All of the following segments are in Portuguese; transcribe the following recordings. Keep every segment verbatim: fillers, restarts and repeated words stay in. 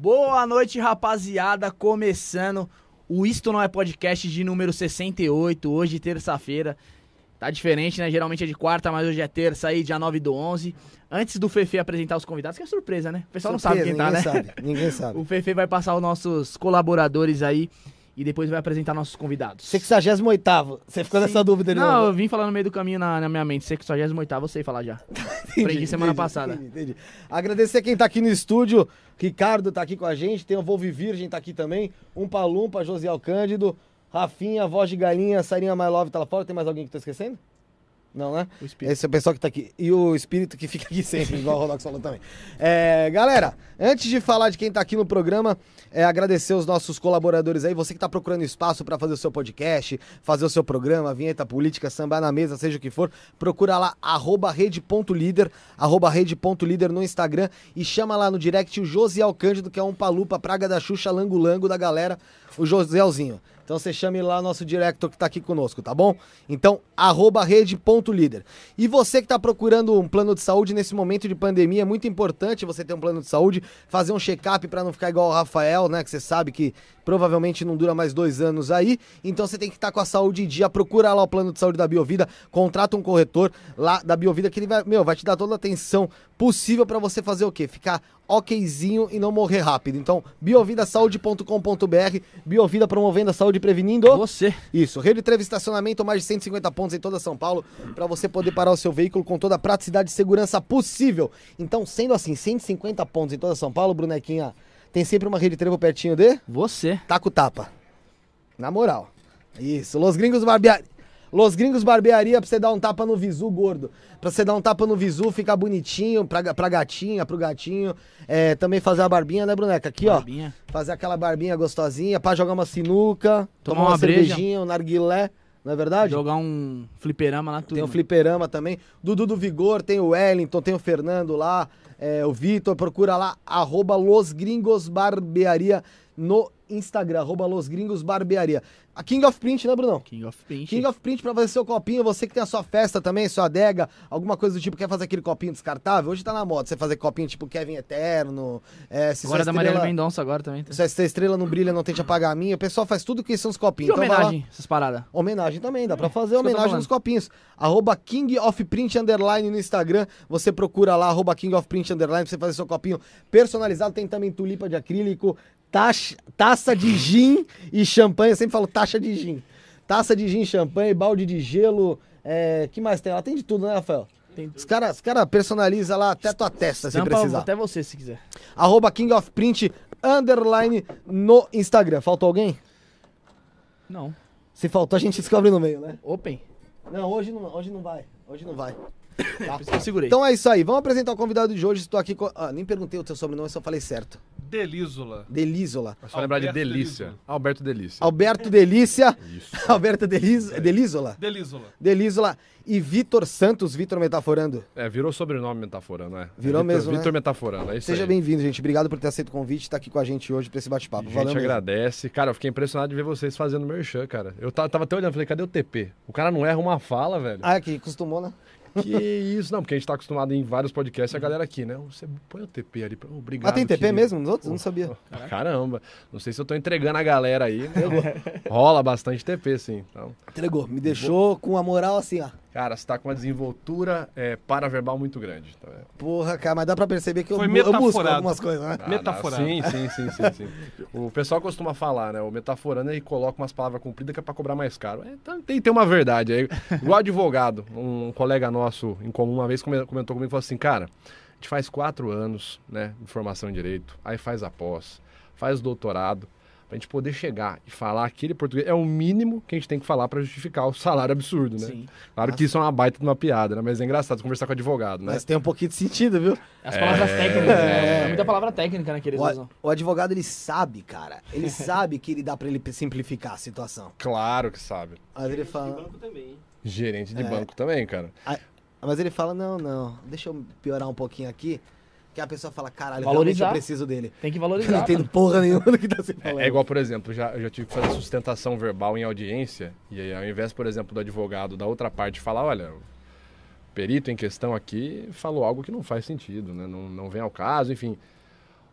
Boa noite, rapaziada, começando o Isto Não É Podcast de número sessenta e oito, hoje terça-feira. Tá diferente, né? Geralmente é de quarta, mas hoje é terça aí, dia nove do onze. Antes do Fefe apresentar os convidados, que é surpresa, né? O pessoal surpresa, não sabe quem tá, né? Ninguém sabe, ninguém sabe. O Fefe vai passar os nossos colaboradores aí e depois vai apresentar nossos convidados. sexagésimo oitavo, você ficou Sim. nessa dúvida, Não, não? eu vim falando no meio do caminho na, na minha mente. sexagésimo oitavo, eu sei falar já. Aprendi semana entendi, passada. Entendi, entendi. Agradecer quem tá aqui no estúdio. Ricardo tá aqui com a gente, tem o Volve Virgem tá aqui também. Um Palumpa, Josiel Cândido, Rafinha, Voz de Galinha, Sarinha My Love tá lá fora. Tem mais alguém que tô esquecendo? Não, né? O espírito. Esse é o pessoal que tá aqui. E o espírito que fica aqui sempre, igual o Rodox falou também. É, galera, antes de falar de quem tá aqui no programa, é, agradecer os nossos colaboradores aí. Você que tá procurando espaço pra fazer o seu podcast, fazer o seu programa, vinheta política, sambar na mesa, seja o que for, procura lá, arroba rede.líder, arroba rede.líder no Instagram e chama lá no direct o Josiel Cândido, que é um palupa, praga da Xuxa, lango-lango da galera, o Josielzinho. Então você chame lá nosso director que tá aqui conosco, tá bom? Então, arroba rede.líder. E você que tá procurando um plano de saúde nesse momento de pandemia, é muito importante você ter um plano de saúde, fazer um check-up pra não ficar igual o Rafael, né? Que você sabe que provavelmente não dura mais dois anos aí. Então você tem que estar com a saúde em dia, procura lá o plano de saúde da Biovida, contrata um corretor lá da Biovida que ele vai, meu, vai te dar toda a atenção possível pra você fazer o quê? Ficar okzinho e não morrer rápido. Então, biovida saúde ponto com ponto br, Biovida promovendo a saúde e prevenindo Você. Isso, rede de trevo estacionamento, mais de cento e cinquenta pontos em toda São Paulo, pra você poder parar o seu veículo com toda a praticidade e segurança possível. Então, sendo assim, cento e cinquenta pontos em toda São Paulo, Brunequinha, tem sempre uma rede de trevo pertinho de Você. Taco Tapa. Na moral. Isso, Los Gringos Barbearia. Los Gringos Barbearia pra você dar um tapa no visu, gordo. Pra você dar um tapa no visu, ficar bonitinho, pra, pra gatinha, pro gatinho. É, também fazer a barbinha, né, Bruneca? Aqui, Barbinha. ó. Fazer aquela barbinha gostosinha, pra jogar uma sinuca, Tomar tomar uma, uma breja. cervejinha, um narguilé, não é verdade? Jogar um fliperama lá tudo. Tem o fliperama também. Dudu do Vigor, tem o Wellington, tem o Fernando lá, é, o Vitor, procura lá, arroba Los Gringos Barbearia no Instagram, arroba Los Gringos Barbearia. A King of Print, né, Brunão? King of Print. King of Print pra fazer seu copinho, você que tem a sua festa também, sua adega, alguma coisa do tipo, quer fazer aquele copinho descartável? Hoje tá na moda, você fazer copinho tipo Kevin Eterno, é, se Agora sua da estrela, Marília Mendonça agora também. Tá? se a estrela não brilha, não tente apagar a minha, o pessoal faz tudo que são os E copinhos. Então vai lá. homenagem, essas paradas. Homenagem também, dá pra fazer isso que eu tô homenagem falando. nos copinhos. Arroba King of Print Underline no Instagram. Você procura lá, arroba King of Print Underline, pra você fazer seu copinho personalizado. Tem também tulipa de acrílico, taxa, taça de gin e champanhe. Eu sempre falo taxa de gin. Taça de gin, champanhe, balde de gelo. É, que mais tem? Ela tem de tudo, né, Rafael? Tem Os caras os cara personalizam lá até tua testa, se Estampa precisar. até você, se quiser. Arroba King of Print Underline no Instagram. Faltou alguém? Não. Se faltou, a gente descobre no meio, né? Open. Não, hoje não, hoje não vai. Hoje não vai. Tá? Por isso que eu segurei. Então é isso aí. Vamos apresentar o convidado de hoje. Estou aqui com... Ah, nem perguntei o teu sobrenome, só falei certo. Delísola. Delísola. É só lembrar de Alberto Delícia. Delícia. Alberto Delícia. Alberto Delícia. Isso. Alberto Deliz... Delísola. Delísola. Delísola. E Vitor Santos, Vitor Metaforando. É, virou sobrenome metaforando, é. Virou é Vitor, mesmo, né? Vitor Metaforando, é isso Seja aí. bem-vindo, gente. Obrigado por ter aceito o convite e estar aqui com a gente hoje para esse bate-papo. A Valeu gente mesmo. agradece. Cara, eu fiquei impressionado de ver vocês fazendo merchan, cara. Eu tava, tava até olhando, falei, cadê o T P? O cara não erra uma fala, velho. Ah, que costumou, né? Que isso, não, porque a gente tá acostumado em vários podcasts, a galera aqui, né? Você põe o T P ali. pra- Obrigado. Ah, tem T P querido. mesmo nos outros? Eu não sabia. Caramba. Não sei se eu tô entregando a galera aí, mas rola bastante T P, sim. Então, Entregou. Me deixou com a moral assim, ó. cara, você tá com uma desenvoltura é, paraverbal muito grande. Então, é... Porra, cara, mas dá pra perceber que eu, Foi eu busco metaforado. algumas coisas, né? Ah, Metaforado. Sim, sim, sim, sim, sim. O pessoal costuma falar, né? O metaforando aí coloca umas palavras compridas que é pra cobrar mais caro. É, então, tem, tem uma verdade. É, igual advogado, um colega nosso em comum uma vez come- comentou comigo e falou assim, cara, a gente faz quatro anos, né, de formação em direito, aí faz a pós, faz doutorado, pra gente poder chegar e falar aquele português. É o mínimo que a gente tem que falar pra justificar o salário absurdo, né? Sim. Claro que isso é uma baita de uma piada, né? Mas é engraçado conversar com advogado, né? Mas tem um pouquinho de sentido, viu? As palavras técnicas. né? É muita palavra técnica, né, que eles O, usam. o advogado, ele sabe, cara. Ele sabe que ele dá pra ele simplificar a situação. Claro que sabe. Mas ele fala... Gerente de É. banco também, cara. Ah, mas ele fala, não, não, deixa eu piorar um pouquinho aqui. Que a pessoa fala, caralho, Valorizar. realmente eu preciso dele. Tem que Eu não valorizar. entendo porra nenhuma do que tá se falando. É, é igual, por exemplo, já, eu já tive que fazer sustentação verbal em audiência, e aí, ao invés, por exemplo, do advogado da outra parte falar, olha, o perito em questão aqui falou algo que não faz sentido, né? Não, não vem ao caso, enfim.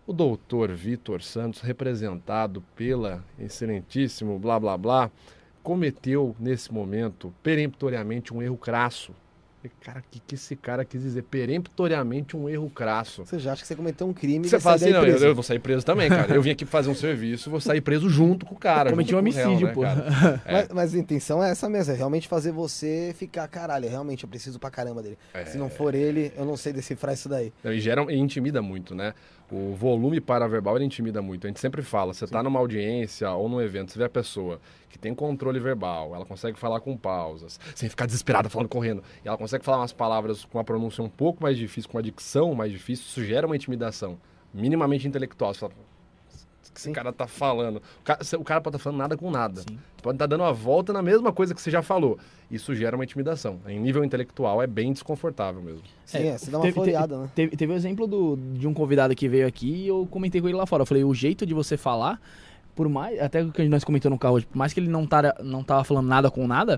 O doutor Vitor Santos, representado pela excelentíssimo blá blá blá, cometeu nesse momento peremptoriamente um erro crasso. Cara, o que, que esse cara quis dizer? Peremptoriamente um erro crasso. Você já acha que você cometeu um crime e Você vai fala sair assim, daí não, eu, preso. eu vou sair preso também, cara. Eu vim aqui fazer um serviço, vou sair preso junto com o cara. Cometi junto um com o réu, homicídio, né, pô. cara? É. Mas, mas a intenção é essa mesmo, é realmente fazer você ficar, caralho, realmente eu preciso pra caramba dele. É. Se não for ele, eu não sei decifrar isso daí. Não, e gera, e intimida muito, né? O volume paraverbal, ele intimida muito. A gente sempre fala, você está numa audiência ou num evento, você vê a pessoa que tem controle verbal, ela consegue falar com pausas, sem ficar desesperada falando correndo, e ela consegue falar umas palavras com uma pronúncia um pouco mais difícil, com uma dicção mais difícil, isso gera uma intimidação minimamente intelectual. Você fala, o que esse Sim. cara tá falando? O cara, o cara pode estar falando nada com nada. Sim. Pode estar dando uma volta na mesma coisa que você já falou. Isso gera uma intimidação. Em nível intelectual, é bem desconfortável mesmo. Sim, É, é, você dá uma teve- floreada, né? Teve, teve o exemplo do, de um convidado que veio aqui e eu comentei com ele lá fora. Eu falei, o jeito de você falar, por mais. Até o que nós comentamos no carro hoje, por mais que ele não, tá, não tava falando nada com nada,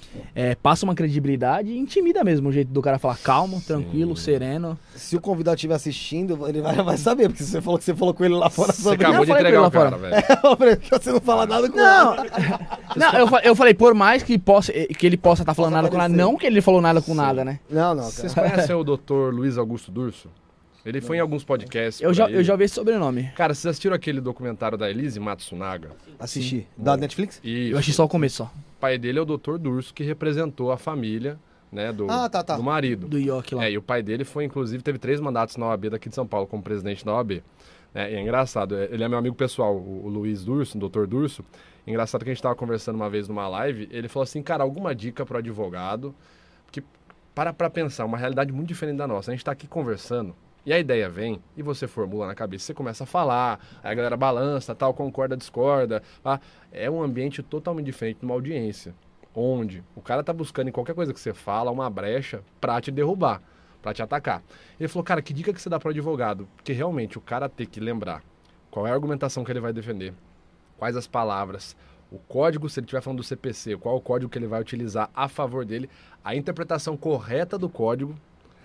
é, passa uma credibilidade e intimida mesmo o jeito do cara falar calmo, tranquilo, sereno. Se o convidado estiver assistindo, ele vai, vai saber, porque você falou que você falou com ele lá fora Você sobre acabou Eu de falei pra entregar ele o lá cara, fora. velho. porque você não fala nada com Não, ele. não eu, fa- eu falei, por mais que, possa, que ele possa estar falando Possa nada com nada, parecer. não que ele falou nada com nada, né? Não, não, Vocês cara. conhecem o doutor Luiz Augusto Durso? Ele foi em alguns podcasts. Eu por já, aí. eu já ouvi esse sobrenome. Cara, vocês assistiram aquele documentário da Elise Matsunaga? Assistir. Da Netflix? E Eu achei só o começo, só. o pai dele é o doutor Durso, que representou a família, né, do, Ah, tá, tá. do marido. Do York lá. É, e o pai dele foi, inclusive, teve três mandatos na O A B daqui de São Paulo, como presidente da O A B. É, e é engraçado, é, ele é meu amigo pessoal, o, o Luiz Durso, o doutor Durso. Engraçado que a gente estava conversando uma vez numa live, ele falou assim, cara, alguma dica para o advogado? Porque, para pra pensar, uma realidade muito diferente da nossa. A gente está aqui conversando, e a ideia vem, e você formula na cabeça, você começa a falar, aí a galera balança, tal, concorda, discorda. Tá? É um ambiente totalmente diferente de uma audiência, onde o cara tá buscando em qualquer coisa que você fala uma brecha pra te derrubar, pra te atacar. Ele falou, cara, que dica que você dá pro advogado? Porque realmente o cara tem que lembrar qual é a argumentação que ele vai defender, quais as palavras, o código, se ele estiver falando do C P C, qual é o código que ele vai utilizar a favor dele, a interpretação correta do código,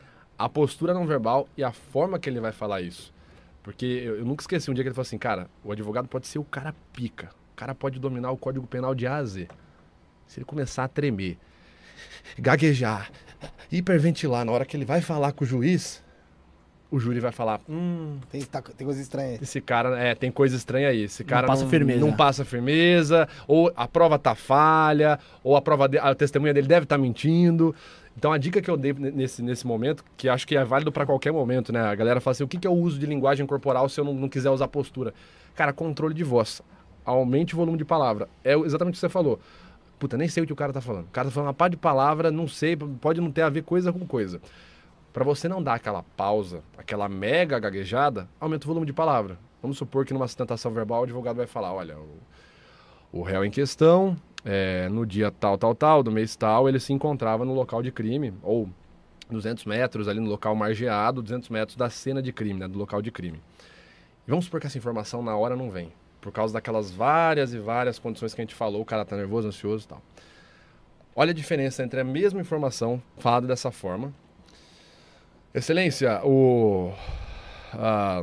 a postura não verbal e a forma que ele vai falar isso. Porque eu, eu nunca esqueci um dia que ele falou assim, cara, o advogado pode ser o cara pica, o cara pode dominar o Código Penal de A a Z. Se ele começar a tremer, gaguejar, hiperventilar na hora que ele vai falar com o juiz, o júri vai falar, hum, Tem, tá- tem coisa estranha aí. esse cara, é, tem coisa estranha aí, esse cara passa firmeza. não passa firmeza, ou a prova tá falha, ou a prova de, a testemunha dele deve estar mentindo. Então a dica que eu dei nesse, nesse momento, que acho que é válido para qualquer momento, né? A galera fala assim, o que, que é o uso de linguagem corporal se eu não, não quiser usar postura? Cara, controle de voz, aumente o volume de palavra, é exatamente o que você falou. Puta, nem sei o que o cara tá falando. O cara tá falando uma par de palavra, não sei, pode não ter a ver coisa com coisa. Para você não dar aquela pausa, aquela mega gaguejada, aumenta o volume de palavra. Vamos supor que numa sustentação verbal o advogado vai falar, olha, o, o réu em questão, é, no dia tal, tal, tal, do mês tal, ele se encontrava no local de crime, ou duzentos metros ali no local margeado, duzentos metros da cena de crime, né, do local de crime. E vamos supor que essa informação na hora não vem, por causa daquelas várias e várias condições que a gente falou, o cara tá nervoso, ansioso e tal. Olha a diferença entre a mesma informação falada dessa forma. Excelência, o a,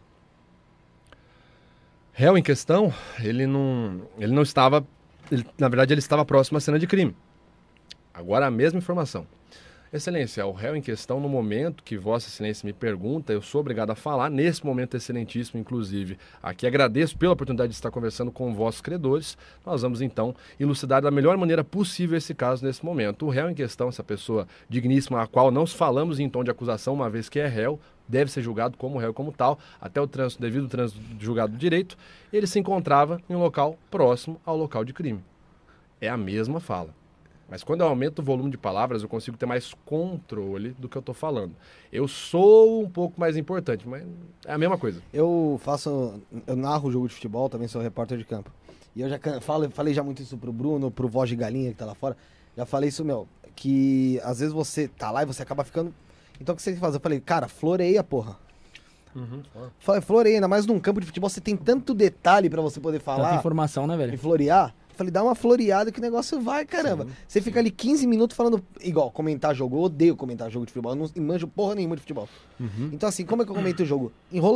réu em questão, ele não, ele não estava, ele, na verdade ele estava próximo à cena de crime. Agora a mesma informação. Excelência, o réu em questão, no momento que Vossa Excelência me pergunta, eu sou obrigado a falar, nesse momento excelentíssimo, inclusive. Aqui agradeço pela oportunidade de estar conversando com vossos credores. Nós vamos, então, elucidar da melhor maneira possível esse caso nesse momento. O réu em questão, essa pessoa digníssima, a qual não falamos em tom de acusação, uma vez que é réu, deve ser julgado como réu como tal, até o trânsito, devido ao trânsito julgado do direito, ele se encontrava em um local próximo ao local de crime. É a mesma fala. Mas quando eu aumento o volume de palavras, eu consigo ter mais controle do que eu estou falando. Eu sou um pouco mais importante, mas é a mesma coisa. Eu faço, eu narro jogo de futebol, também sou repórter de campo. E eu já can- falo, falei já muito isso pro Bruno, pro Voz de Galinha que tá lá fora. Já falei isso, meu, que às vezes você tá lá e você acaba ficando... Então o que você tem que fazer? Eu falei, cara, floreia, porra. Uhum. Falei, floreia, ainda mais num campo de futebol, você tem tanto detalhe pra você poder Tanta falar informação, né, e velho? florear. Falei, dá uma floreada que o negócio vai, caramba. Sim, você fica ali quinze minutos falando, igual, comentar jogo. Eu odeio comentar jogo de futebol, eu não manjo porra nenhuma de futebol. Uhum. Então assim, como é que eu comento o jogo? Enrolando.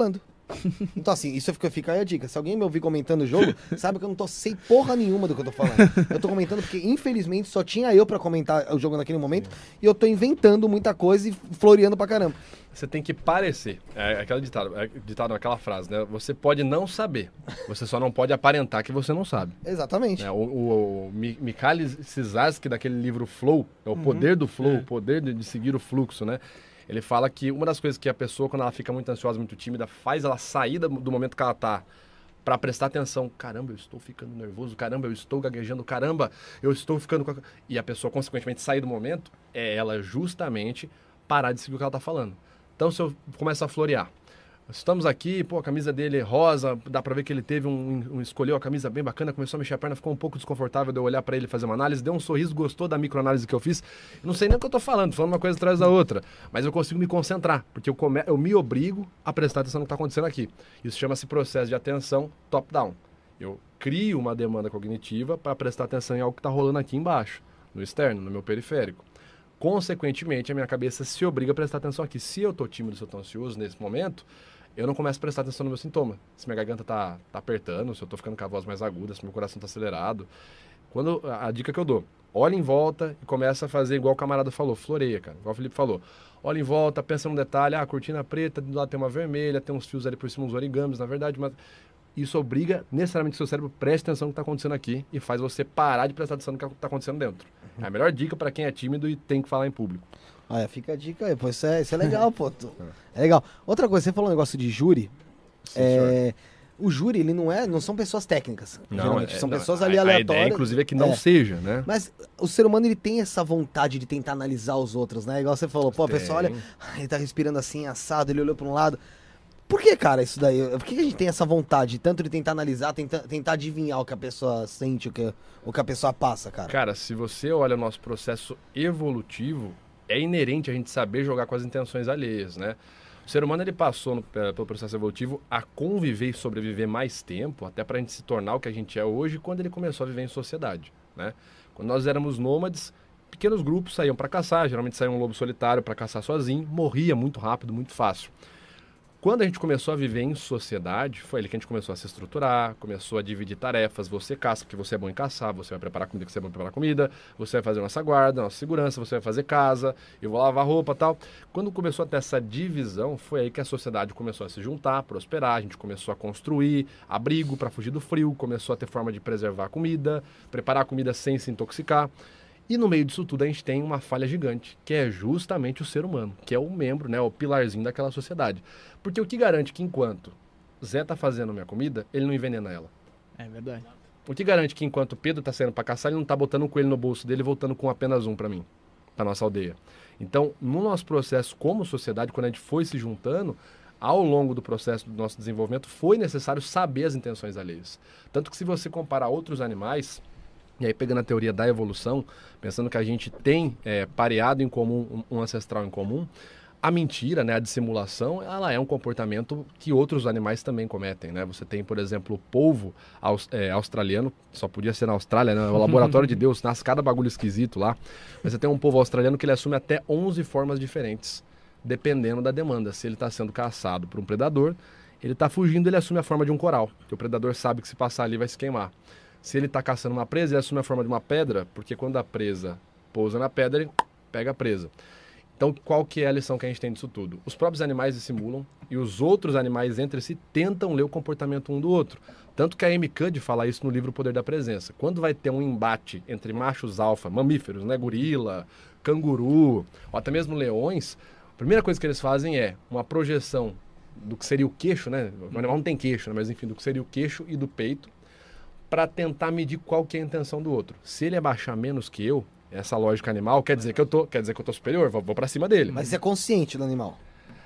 Então, assim, isso fica, fica aí a dica. Se alguém me ouvir comentando o jogo, sabe que eu não tô sei porra nenhuma do que eu tô falando. Eu tô comentando porque, infelizmente, só tinha eu pra comentar o jogo naquele momento e eu tô inventando muita coisa e floreando pra caramba. Você tem que parecer. É aquela ditado, é ditado aquela frase, né? Você pode não saber, você só não pode aparentar que você não sabe. Exatamente. É, o, o, o Mihaly Csikszentmihalyi, daquele livro Flow, é o poder do flow, É. o poder de, de seguir o fluxo, né? Ele fala que uma das coisas que a pessoa, quando ela fica muito ansiosa, muito tímida, faz ela sair do do momento que ela tá para prestar atenção. Caramba, eu estou ficando nervoso. Caramba, eu estou gaguejando. Caramba, eu estou ficando... com a-" E a pessoa, consequentemente, sair do momento, é ela justamente parar de seguir o que ela tá falando. Então, se eu começo a florear, estamos aqui, pô, a camisa dele é rosa, dá pra ver que ele teve um, um escolheu a camisa bem bacana, começou a mexer a perna, ficou um pouco desconfortável de eu olhar pra ele e fazer uma análise, deu um sorriso, gostou da microanálise que eu fiz. Eu não sei nem o que eu tô falando, tô falando uma coisa atrás da outra, mas eu consigo me concentrar, porque eu, come, eu me obrigo a prestar atenção no que tá acontecendo aqui. Isso chama-se processo de atenção top-down. Eu crio uma demanda cognitiva para prestar atenção em algo que tá rolando aqui embaixo, no externo, no meu periférico. Consequentemente, a minha cabeça se obriga a prestar atenção aqui. Se eu tô tímido, se eu tô ansioso nesse momento, eu não começo a prestar atenção no meu sintoma. Se minha garganta tá, tá apertando, se eu tô ficando com a voz mais aguda, se meu coração tá acelerado. Quando, a, a dica que eu dou, olha em volta e começa a fazer igual o camarada falou, floreia, cara, igual o Felipe falou. Olha em volta, pensa num detalhe, ah, a cortina preta, do lado tem uma vermelha, tem uns fios ali por cima, uns origamis, na verdade, mas isso obriga necessariamente que seu cérebro preste atenção no que está acontecendo aqui e faz você parar de prestar atenção no que está acontecendo dentro. É a melhor dica para quem é tímido e tem que falar em público. Olha, fica a dica aí, pô, isso é, isso é legal, pô. tu- É legal. Outra coisa, você falou um negócio de júri. Sim, é, o júri, ele não é, não são pessoas técnicas, geralmente, é- são não, pessoas a- ali A aleatórias. ideia, inclusive, é que não É. seja, né? Mas o ser humano, ele tem essa vontade de tentar analisar os outros, né? Igual você falou, pô, a pessoa olha, Tem. "Ah, ele tá respirando assim, assado, ele olhou pra um lado. Por que, cara, isso daí? Por que que a gente tem essa vontade, tanto de tentar analisar, tentar, tentar adivinhar o que a pessoa sente, o que, o que a pessoa passa, cara? Cara, se você olha o nosso processo evolutivo, é inerente a gente saber jogar com as intenções alheias, né? O ser humano, ele passou no, pelo processo evolutivo a conviver e sobreviver mais tempo, até para a gente se tornar o que a gente é hoje, quando ele começou a viver em sociedade, né? Quando nós éramos nômades, pequenos grupos saíam para caçar, geralmente saía um lobo solitário para caçar sozinho, morria muito rápido, muito fácil. Quando a gente começou a viver em sociedade, foi ali que a gente começou a se estruturar, começou a dividir tarefas. Você caça porque você é bom em caçar, você vai preparar comida porque você é bom em preparar comida, você vai fazer nossa guarda, nossa segurança, você vai fazer casa, eu vou lavar roupa e tal. Quando começou a ter essa divisão, foi aí que a sociedade começou a se juntar, prosperar, a gente começou a construir abrigo para fugir do frio, começou a ter forma de preservar a comida, preparar a comida sem se intoxicar. E no meio disso tudo a gente tem uma falha gigante, que é justamente o ser humano, que é o membro, né, o pilarzinho daquela sociedade. Porque o que garante que enquanto Zé tá fazendo minha comida, ele não envenena ela? É verdade. O que garante que enquanto Pedro tá saindo para caçar, ele não tá botando um coelho no bolso dele e voltando com apenas um para mim, para nossa aldeia? Então, no nosso processo como sociedade, quando a gente foi se juntando, ao longo do processo do nosso desenvolvimento, foi necessário saber as intenções alheias. Tanto que se você comparar outros animais, e aí pegando a teoria da evolução, pensando que a gente tem é, pareado em comum, um, um ancestral em comum, a mentira, né, a dissimulação, ela é um comportamento que outros animais também cometem, né? Você tem, por exemplo, o polvo aus, é, australiano, só podia ser na Austrália, né? O laboratório de Deus, nasce cada bagulho esquisito lá, mas você tem um polvo australiano que ele assume até onze formas diferentes, dependendo da demanda. Se ele está sendo caçado por um predador, ele está fugindo, ele assume a forma de um coral, que o predador sabe que se passar ali vai se queimar. Se ele está caçando uma presa, ele assume a forma de uma pedra, porque quando a presa pousa na pedra, ele pega a presa. Então, qual que é a lição que a gente tem disso tudo? Os próprios animais dissimulam e os outros animais entre si tentam ler o comportamento um do outro. Tanto que a Amy Cuddy fala isso no livro O Poder da Presença. Quando vai ter um embate entre machos alfa, mamíferos, né, gorila, canguru, ou até mesmo leões, a primeira coisa que eles fazem é uma projeção do que seria o queixo, né? O animal não tem queixo, né? Mas enfim, do que seria o queixo e do peito, para tentar medir qual que é a intenção do outro. Se ele abaixar menos que eu, essa lógica animal, quer dizer que eu tô, quer dizer que eu tô superior, vou, vou para cima dele. Mas isso é consciente do animal.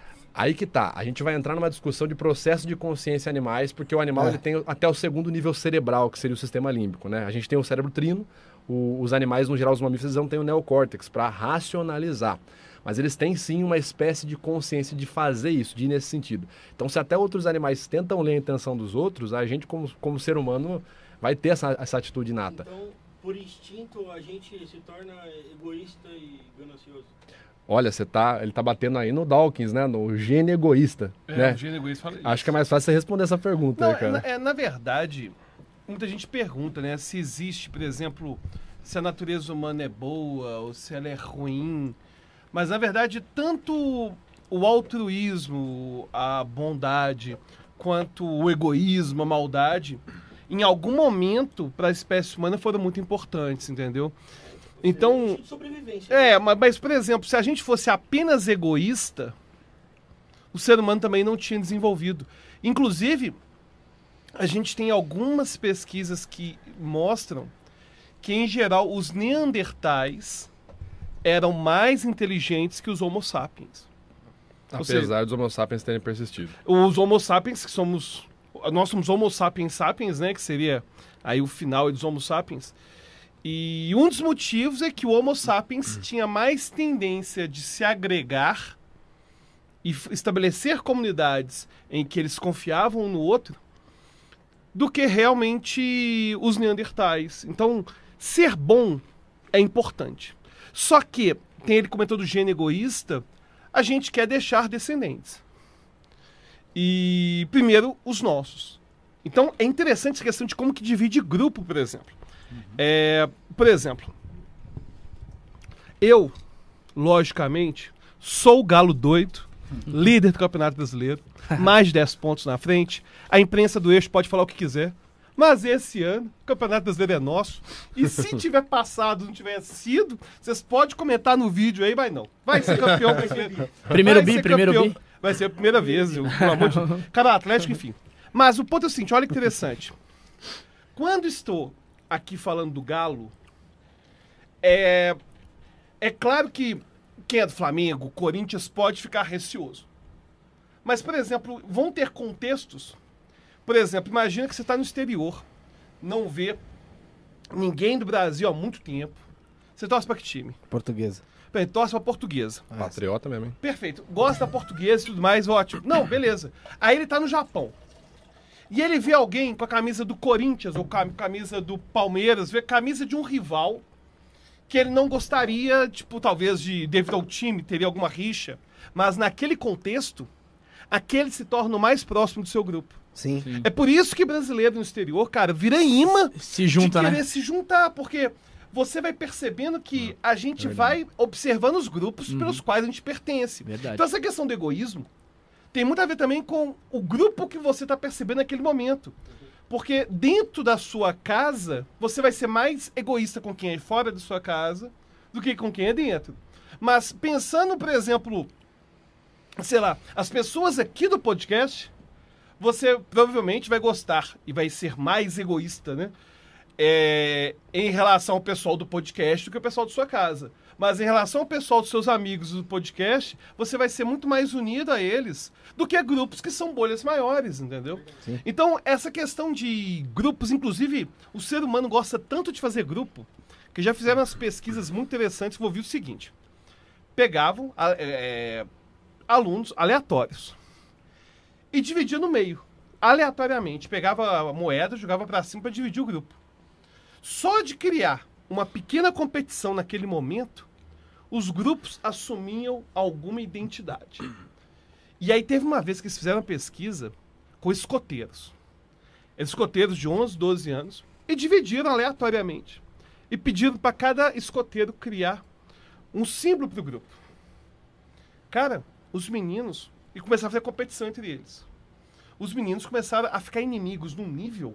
Aí que tá, a gente vai entrar numa discussão de processo de consciência animais, porque o animal É. ele tem até o segundo nível cerebral, que seria o sistema límbico, né? A gente tem o cérebro trino, o, os animais, no geral, os mamíferos, não têm o neocórtex para racionalizar. Mas eles têm sim uma espécie de consciência de fazer isso, de ir nesse sentido. Então, se até outros animais tentam ler a intenção dos outros, a gente, como, como ser humano, vai ter essa, essa atitude inata. Então, por instinto, a gente se torna egoísta e ganancioso. Olha, você tá, ele tá batendo aí no Dawkins, né? No gênio egoísta, É, né? o gênio egoísta fala isso. Acho que é mais fácil você responder essa pergunta Não, aí, cara. é, na, é, na verdade, muita gente pergunta, né? Se existe, por exemplo, se a natureza humana é boa ou se ela é ruim. Mas, na verdade, tanto o altruísmo, a bondade, quanto o egoísmo, a maldade, em algum momento, para a espécie humana, foram muito importantes, entendeu? Então, Sobrevivência. é, mas, mas, por exemplo, se a gente fosse apenas egoísta, o ser humano também não tinha desenvolvido. Inclusive, a gente tem algumas pesquisas que mostram que, em geral, os neandertais eram mais inteligentes que os homo sapiens. Ou Apesar seja, dos Homo sapiens terem persistido. os homo sapiens, que somos... Nós somos homo sapiens sapiens, né? Que seria aí o final dos homo sapiens. E um dos motivos é que o homo sapiens tinha mais tendência de se agregar e f- estabelecer comunidades em que eles confiavam um no outro do que realmente os neandertais. Então, ser bom é importante. Só que, tem ele comentou do gênio egoísta, a gente quer deixar descendentes. E, primeiro, os nossos. Então, é interessante essa questão de como que divide grupo, por exemplo. É, por exemplo, eu, logicamente, sou o galo doido, líder do Campeonato Brasileiro, mais de dez pontos na frente. A imprensa do eixo pode falar o que quiser. Mas esse ano, o Campeonato Brasileiro é nosso. E se tiver passado, não tiver sido, vocês podem comentar no vídeo aí, vai não. Vai ser campeão brasileiro. Primeiro Vai bi, ser primeiro campeão. bi. Vai ser a primeira vez, eu, pelo amor de Deus. Cara, Atlético, enfim. Mas o ponto é o seguinte, olha que interessante. Quando estou aqui falando do Galo, é, é claro que quem é do Flamengo, Corinthians, pode ficar receoso. Mas, por exemplo, vão ter contextos. Por exemplo, imagina que você está no exterior, não vê ninguém do Brasil há muito tempo. Você torce para que time? Portuguesa. Bem, torce para Portuguesa. Patriota mesmo, hein? Perfeito. Gosta da Portuguesa e tudo mais, ótimo. Não, beleza. Aí ele tá no Japão. E ele vê alguém com a camisa do Corinthians ou com a camisa do Palmeiras, vê a camisa de um rival que ele não gostaria, tipo, talvez de devido ao time, teria alguma rixa. Mas naquele contexto, aquele se torna o mais próximo do seu grupo. Sim. É por isso que brasileiro no exterior, cara, vira imã Se junta, de querer né? se juntar, porque você vai percebendo que a gente vai observando os grupos pelos quais a gente pertence. Verdade. Então essa questão do egoísmo tem muito a ver também com o grupo que você está percebendo naquele momento. Porque dentro da sua casa, você vai ser mais egoísta com quem é fora da sua casa do que com quem é dentro. Mas pensando, por exemplo, sei lá, as pessoas aqui do podcast, você provavelmente vai gostar e vai ser mais egoísta, né? É, em relação ao pessoal do podcast do que o pessoal da sua casa. Mas em relação ao pessoal dos seus amigos do podcast, você vai ser muito mais unido a eles do que a grupos que são bolhas maiores, entendeu? Sim. Então, essa questão de grupos, inclusive, o ser humano gosta tanto de fazer grupo, que já fizeram umas pesquisas muito interessantes que eu vi o seguinte. Pegavam a- é, alunos aleatórios e dividiam no meio, aleatoriamente. Pegava a moeda, jogava pra cima para dividir o grupo. Só de criar uma pequena competição naquele momento, os grupos assumiam alguma identidade. E aí teve uma vez que eles fizeram uma pesquisa com escoteiros. Escoteiros de onze, doze anos, e dividiram aleatoriamente. E pediram para cada escoteiro criar um símbolo para o grupo. Cara, os meninos... E começaram a fazer competição entre eles. Os meninos começaram a ficar inimigos num nível...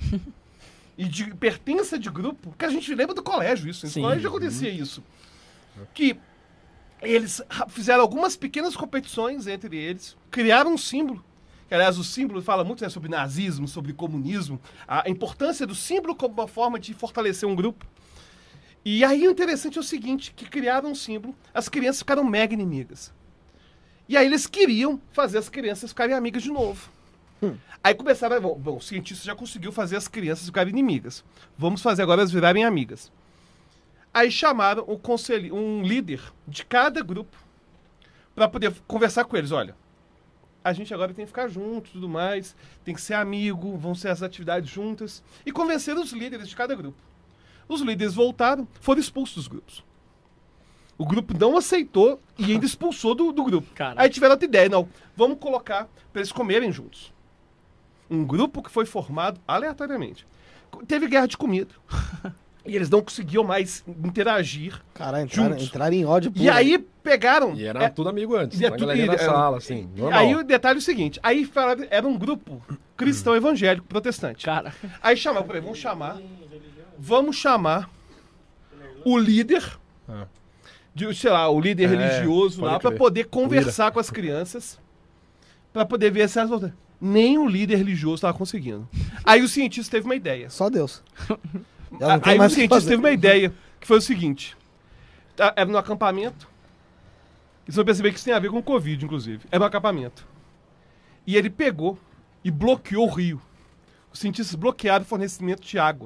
e de pertença de grupo, que a gente lembra do colégio isso. No Sim. colégio já acontecia isso. Que eles ra- fizeram algumas pequenas competições entre eles, criaram um símbolo. Que, aliás, o símbolo fala muito, né, sobre nazismo, sobre comunismo, a importância do símbolo como uma forma de fortalecer um grupo. E aí o interessante é o seguinte, que criaram um símbolo, as crianças ficaram mega inimigas. E aí eles queriam fazer as crianças ficarem amigas de novo. Aí começaram, bom, bom, o cientista já conseguiu fazer as crianças ficarem inimigas. Vamos fazer agora elas virarem amigas. Aí chamaram um, conselho, um líder de cada grupo para poder conversar com eles. Olha, a gente agora tem que ficar junto e tudo mais, tem que ser amigo, vão ser as atividades juntas. E convencer os líderes de cada grupo. Os líderes voltaram, foram expulsos dos grupos. O grupo não aceitou e ainda expulsou do, do grupo. Caralho. Aí tiveram outra ideia, não, vamos colocar pra eles comerem juntos. Um grupo que foi formado aleatoriamente. Teve guerra de comida. E eles não conseguiam mais interagir. Caralho, entraram, juntos. entraram em ódio E aí pegaram... E era é, tudo amigo antes. e é a tudo- galerinha e- na é- sala, assim, normal. Aí o detalhe é o seguinte, aí falaram, era um grupo cristão evangélico protestante. Cara, Aí chamaram, falei, vamos chamar, vamos chamar o líder, Ah. de, sei lá, o líder É, religioso pode lá, pra crer. poder conversar com as crianças, pra poder ver se elas voltam. Nem o líder religioso tava conseguindo. Aí o cientista teve uma ideia. Só Deus. Já não tem Aí o mais o que cientista fazer. teve uma ideia, que foi o seguinte, tá, era no acampamento, e vocês vão perceber que isso tem a ver com o Covid, inclusive. Era no acampamento. E ele pegou e bloqueou o rio. Os cientistas bloquearam o fornecimento de água.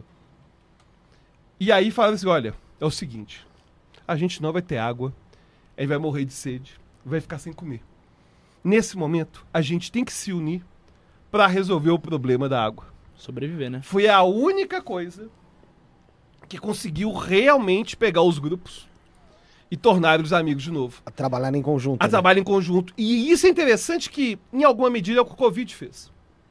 E aí falaram assim, olha, é o seguinte, a gente não vai ter água, a gente vai morrer de sede, vai ficar sem comer. Nesse momento, a gente tem que se unir para resolver o problema da água. sobreviver, né? Foi a única coisa que conseguiu realmente pegar os grupos e tornar os amigos de novo. A trabalhar em conjunto. A né? trabalho em conjunto. E isso é interessante que, em alguma medida, é o que o Covid fez.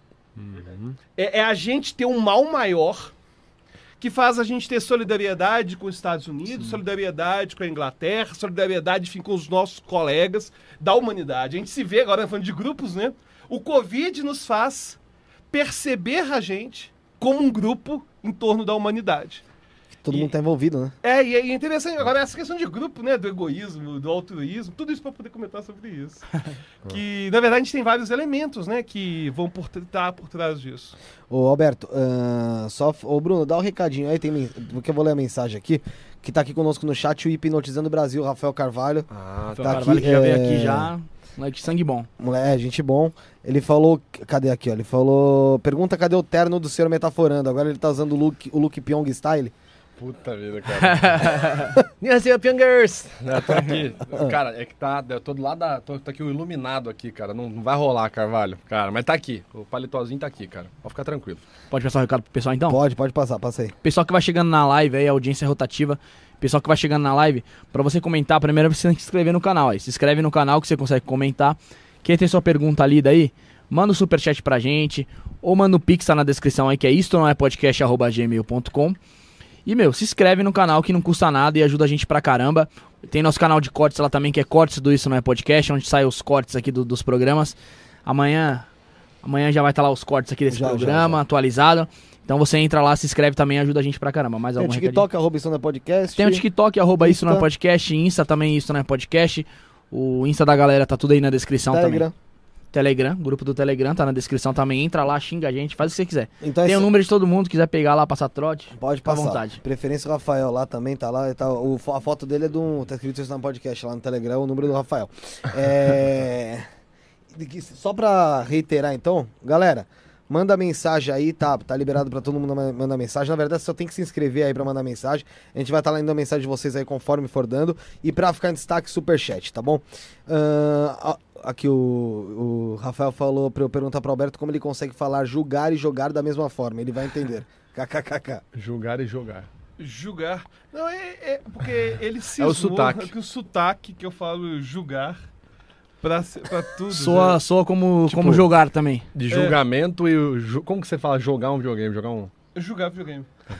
É, é a gente ter um mal maior que faz a gente ter solidariedade com os Estados Unidos, solidariedade com a Inglaterra, solidariedade, enfim, com os nossos colegas da humanidade. A gente se vê agora, falando de grupos, né? O Covid nos faz perceber a gente como um grupo em torno da humanidade. Todo E- mundo tá envolvido, né? É, e é interessante. Agora, essa questão de grupo, né? Do egoísmo, do altruísmo, tudo isso para poder comentar sobre isso. Que, na verdade, a gente tem vários elementos, né? Que vão por, tá por trás disso. Ô, Alberto, ahn, só. Ô, Bruno, dá um recadinho aí, tem, men- porque eu vou ler a mensagem aqui. Que tá aqui conosco no chat, o Hipnotizando o Brasil, Rafael Carvalho. Ah, Foi tá um Carvalho aqui, que já veio é- aqui já. Moleque, sangue bom. Moleque, é, gente bom. Ele falou. Cadê aqui, ó? Ele falou. Pergunta cadê o terno do senhor metaforando. Agora ele tá usando o look, o look Pyong Style. puta vida, cara. Nihaseu Pyongers! Eu tô aqui. Cara, é que tá. Eu tô do lado da. Tô, tô aqui o iluminado aqui, cara. Não, não vai rolar, Carvalho. Cara, mas tá aqui. O paletozinho tá aqui, cara. Pode ficar tranquilo. Pode passar o recado pro pessoal então? Pode, pode passar, passa aí. Pessoal que vai chegando na live aí, a audiência é rotativa. Pessoal que vai chegando na live, pra você comentar, primeiro você tem que se inscrever no canal aí. Se inscreve no canal que você consegue comentar. Quem tem sua pergunta ali daí, manda o um superchat pra gente. Ou manda o Pix, tá na descrição aí, que é isto não é podcast arroba gmail ponto com. E, meu, se inscreve no canal que não custa nada e ajuda a gente pra caramba. Tem nosso canal de cortes lá também, que é Cortes do Isso Não É Podcast, onde saem os cortes aqui do- dos programas. Amanhã, amanhã já vai estar lá os cortes aqui desse Já, já, programa, já. atualizado. Então você entra lá, se inscreve também, ajuda a gente pra caramba. Mais Tem o algum recadinho? TikTok, arroba isso não é podcast. Tem o TikTok, arroba Isso Não É Insta. Podcast, Insta também, Isso Não É Podcast. O Insta da galera tá tudo aí na descrição Telegram. também. Telegram, grupo do Telegram, tá na descrição também. Entra lá, xinga a gente, faz o que você quiser. Então é Tem o isso. número de todo mundo, quiser pegar lá, passar trote. Pode Fica à passar. vontade. Preferência o Rafael lá também, tá lá. Tá, o, a foto dele é do. Tá escrito isso no podcast lá no Telegram, o número do Rafael. É. Só pra reiterar então, galera, manda mensagem aí, tá? Tá liberado pra todo mundo ma- mandar mensagem. Na verdade, só tem que se inscrever aí pra mandar mensagem. A gente vai estar tá lendo a mensagem de vocês aí conforme for dando. E pra ficar em destaque, superchat, tá bom? Ahn, a- aqui o, o Rafael falou pra eu perguntar pro Alberto como ele consegue falar julgar e jogar da mesma forma. Ele vai entender. KKKK. Julgar e jogar. Julgar. Não, é, é porque ele se É o sotaque. que o sotaque que eu falo julgar pra, se- pra tudo. Soa, né? soa como, Tipo, como jogar também. De julgamento e o. ju- Como que você fala jogar um videogame? Jogar um. Julgar videogame.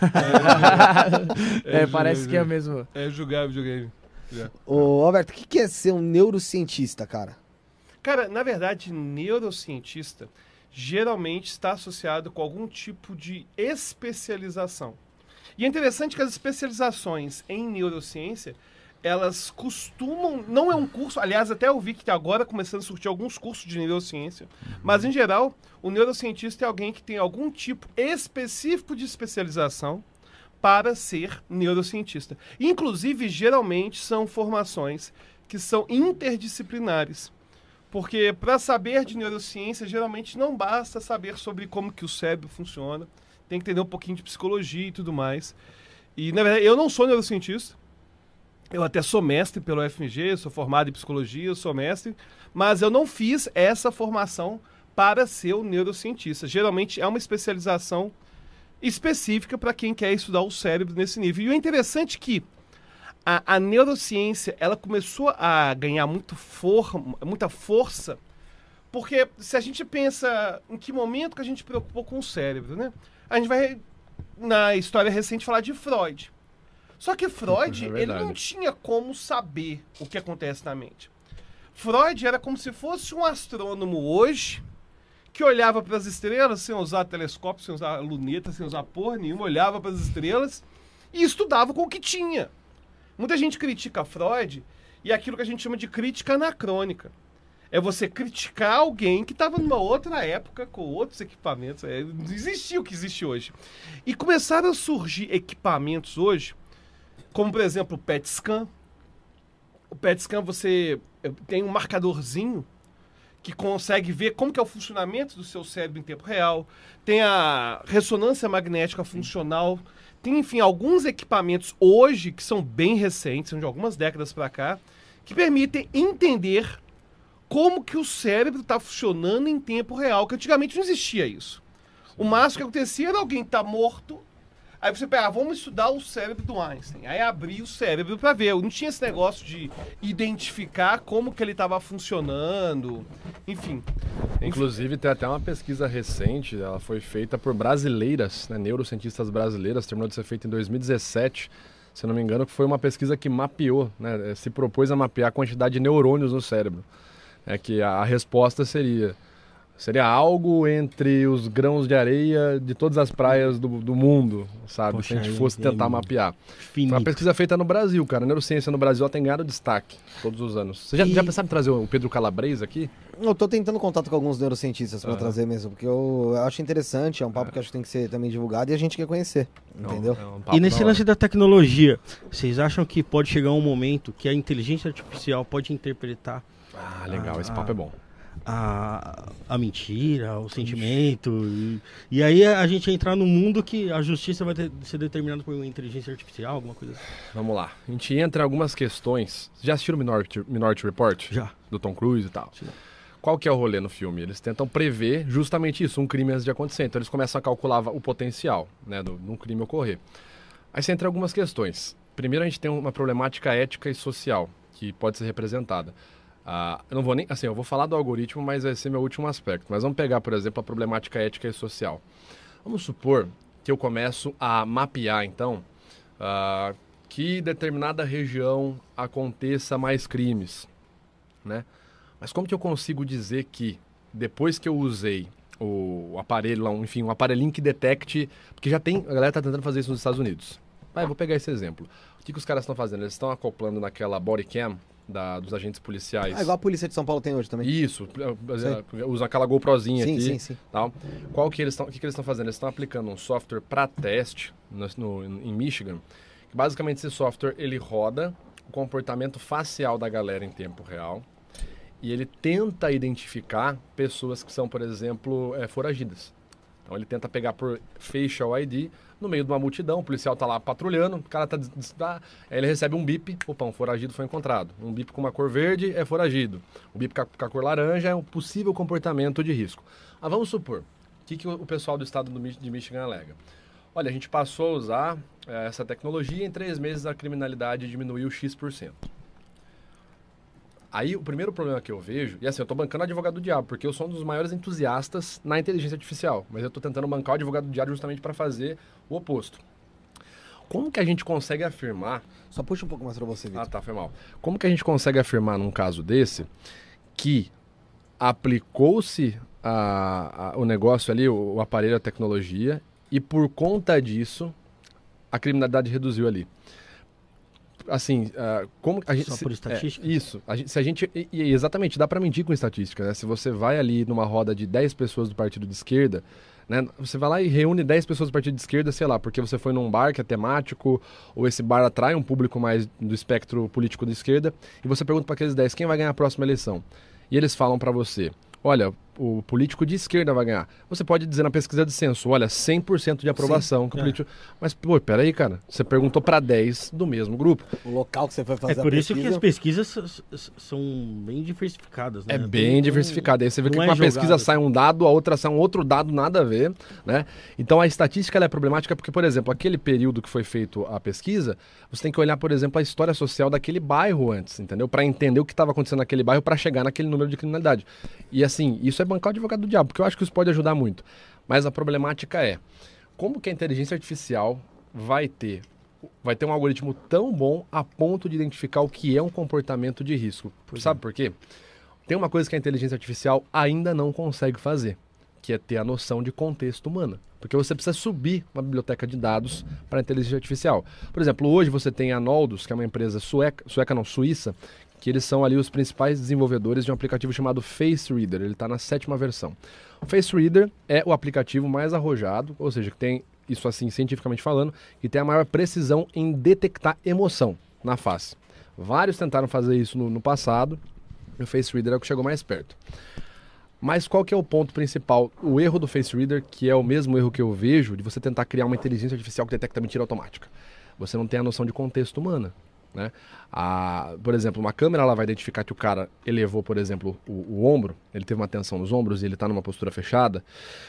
É, É, parece julgar, que é o mesmo. É julgar videogame. Ô, Alberto, o que, que é ser um neurocientista, cara? Cara, na verdade, neurocientista geralmente está associado com algum tipo de especialização. E é interessante que as especializações em neurociência, elas costumam... Não é um curso, aliás, até eu vi que agora começando a surgir alguns cursos de neurociência, mas, em geral, o neurocientista é alguém que tem algum tipo específico de especialização para ser neurocientista. Inclusive, geralmente, são formações que são interdisciplinares. Porque para saber de neurociência, geralmente não basta saber sobre como que o cérebro funciona. Tem que entender um pouquinho de psicologia e tudo mais. E, na verdade, eu não sou neurocientista. Eu até sou mestre pelo F M G, sou formado em psicologia, sou mestre. Mas eu não fiz essa formação para ser um neurocientista. Geralmente é uma especialização específica para quem quer estudar o cérebro nesse nível. E o interessante é que a, a neurociência ela começou a ganhar muito for, muita força, porque se a gente pensa em que momento que a gente preocupou com o cérebro, né? A gente vai, na história recente, falar de Freud. Só que Freud, É ele verdade. não tinha como saber o que acontece na mente. Freud era como se fosse um astrônomo hoje, que olhava para as estrelas sem usar telescópio, sem usar luneta, sem usar porra nenhuma, olhava para as estrelas e estudava com o que tinha. Muita gente critica Freud e é aquilo que a gente chama de crítica anacrônica. É você criticar alguém que estava numa outra época, com outros equipamentos. É, não existia o que existe hoje. E começaram a surgir equipamentos hoje, como por exemplo o P E T scan. O P E T scan você tem um marcadorzinho que consegue ver como que é o funcionamento do seu cérebro em tempo real. Tem a ressonância magnética funcional. Tem, enfim, alguns equipamentos hoje que são bem recentes, são de algumas décadas para cá, que permitem entender como que o cérebro está funcionando em tempo real, que antigamente não existia isso. O máximo que acontecia era alguém estar tá morto, aí você pega, ah, vamos estudar o cérebro do Einstein. Aí abria o cérebro para ver. Não tinha esse negócio de identificar como que ele estava funcionando, enfim. Inclusive, tem até uma pesquisa recente, ela foi feita por brasileiras, né, neurocientistas brasileiras, terminou de ser feita em dois mil e dezessete, se não me engano, que foi uma pesquisa que mapeou, né, se propôs a mapear a quantidade de neurônios no cérebro. É que a, a resposta seria, seria algo entre os grãos de areia de todas as praias do, do mundo, sabe? Poxa, se a gente aí, fosse tentar aí, mapear. Finito. Foi uma pesquisa feita no Brasil, cara. A neurociência no Brasil ela tem ganhado destaque todos os anos. Você já, E- já pensaram em trazer o Pedro Calabres aqui? Eu tô tentando contato com alguns neurocientistas pra Aham. trazer mesmo, porque eu, eu acho interessante, é um papo que eu acho que tem que ser também divulgado e a gente quer conhecer, entendeu? É um papo E nesse da hora. lance da tecnologia, vocês acham que pode chegar um momento que a inteligência artificial pode interpretar Ah, legal, esse Ah, papo é bom. a, a mentira, o sentimento? E, e aí a gente entrar num mundo que a justiça vai ter- ser determinada por uma inteligência artificial, alguma coisa assim? Vamos lá. A gente entra em algumas questões. Já assistiram Minority, Minority Report? Já. Do Tom Cruise e tal. Sim. Qual que é o rolê no filme? Eles tentam prever justamente isso, um crime antes de acontecer. Então eles começam a calcular o potencial, né, do, de um crime ocorrer. Aí você entra em algumas questões. Primeiro a gente tem uma problemática ética e social, que pode ser representada. Ah, eu não vou nem, assim, eu vou falar do algoritmo, mas vai ser meu último aspecto. Mas vamos pegar, por exemplo, a problemática ética e social. Vamos supor que eu começo a mapear, então, ah, que determinada região aconteça mais crimes, né? Mas como que eu consigo dizer que, depois que eu usei o aparelho, lá, enfim, um aparelhinho que detecte... Porque já tem... A galera tá tentando fazer isso nos Estados Unidos. Vai, eu vou pegar esse exemplo. O que, que os caras estão fazendo? Eles estão acoplando naquela body cam da, dos agentes policiais. Ah, igual a polícia de São Paulo tem hoje também. Isso, usa aquela GoProzinha Sim, aqui. sim, sim. Tal. Qual que eles estão, o que, que eles estão fazendo? Eles estão aplicando um software para teste no, no, em Michigan. Que basicamente esse software ele roda o comportamento facial da galera em tempo real e ele tenta identificar pessoas que são, por exemplo, é, foragidas. Então ele tenta pegar por facial I D no meio de uma multidão, o policial tá lá patrulhando, o cara tá, tá aí ele recebe um bip, opa, um foragido foi encontrado. Um bip com uma cor verde é foragido. Um bip com a, com a cor laranja é um possível comportamento de risco. Ah, vamos supor, o que, que o, o pessoal do estado do, de Michigan alega? Olha, a gente passou a usar é, essa tecnologia e em três meses a criminalidade diminuiu X por cento. Aí o primeiro problema que eu vejo, e assim, eu tô bancando o advogado do diabo, porque eu sou um dos maiores entusiastas na inteligência artificial, mas eu tô tentando bancar o advogado do diabo justamente para fazer o oposto. Como que a gente consegue afirmar... Só puxa um pouco mais pra você, Vitor. Ah, tá, foi mal. Como que a gente consegue afirmar num caso desse que aplicou-se a, a, o negócio ali, o, o aparelho, a tecnologia, e por conta disso a criminalidade reduziu ali? Assim, uh, como a gente... Só por estatística? É, isso. A gente, se a gente... E, e exatamente, dá para mentir com estatística, né? Se você vai ali numa roda de dez pessoas do partido de esquerda, né? Você vai lá e reúne dez pessoas do partido de esquerda, sei lá, porque você foi num bar que é temático, ou esse bar atrai um público mais do espectro político de esquerda, e você pergunta para aqueles dez, quem vai ganhar a próxima eleição? E eles falam para você, olha, o político de esquerda vai ganhar. Você pode dizer na pesquisa de censo, olha, cem por cento de aprovação. Sim, que o é. político... Mas, pô, peraí, cara. Você perguntou para dez do mesmo grupo. O local que você foi fazer É por a isso que pesquisa... as pesquisas s- s- são bem diversificadas, né? É Tem- bem tem- diversificado. Aí você vê que não com é uma pesquisa jogado, sai um dado, a outra sai um outro dado, nada a ver, né? Então a estatística ela é problemática porque, por exemplo, aquele período que foi feito a pesquisa, você tem que olhar, por exemplo, a história social daquele bairro antes, entendeu? Para entender o que estava acontecendo naquele bairro para chegar naquele número de criminalidade. E assim, isso é bancar o advogado do diabo, porque eu acho que isso pode ajudar muito. Mas a problemática é, como que a inteligência artificial vai ter vai ter um algoritmo tão bom a ponto de identificar o que é um comportamento de risco? Sabe por quê? Tem uma coisa que a inteligência artificial ainda não consegue fazer, que é ter a noção de contexto humano. Porque você precisa subir uma biblioteca de dados para a inteligência artificial. Por exemplo, hoje você tem a Noldos, que é uma empresa sueca, sueca não, suíça, que eles são ali os principais desenvolvedores de um aplicativo chamado Face Reader. Ele está na sétima versão. O Face Reader é o aplicativo mais arrojado, ou seja, que tem, isso assim, cientificamente falando, que tem a maior precisão em detectar emoção na face. Vários tentaram fazer isso no, no passado, e o Face Reader é o que chegou mais perto. Mas qual que é o ponto principal? O erro do Face Reader, que é o mesmo erro que eu vejo de você tentar criar uma inteligência artificial que detecta mentira automática. Você não tem a noção de contexto humano, né? A, por exemplo, uma câmera ela vai identificar que o cara elevou, por exemplo, o, o ombro, ele teve uma tensão nos ombros e ele está numa postura fechada,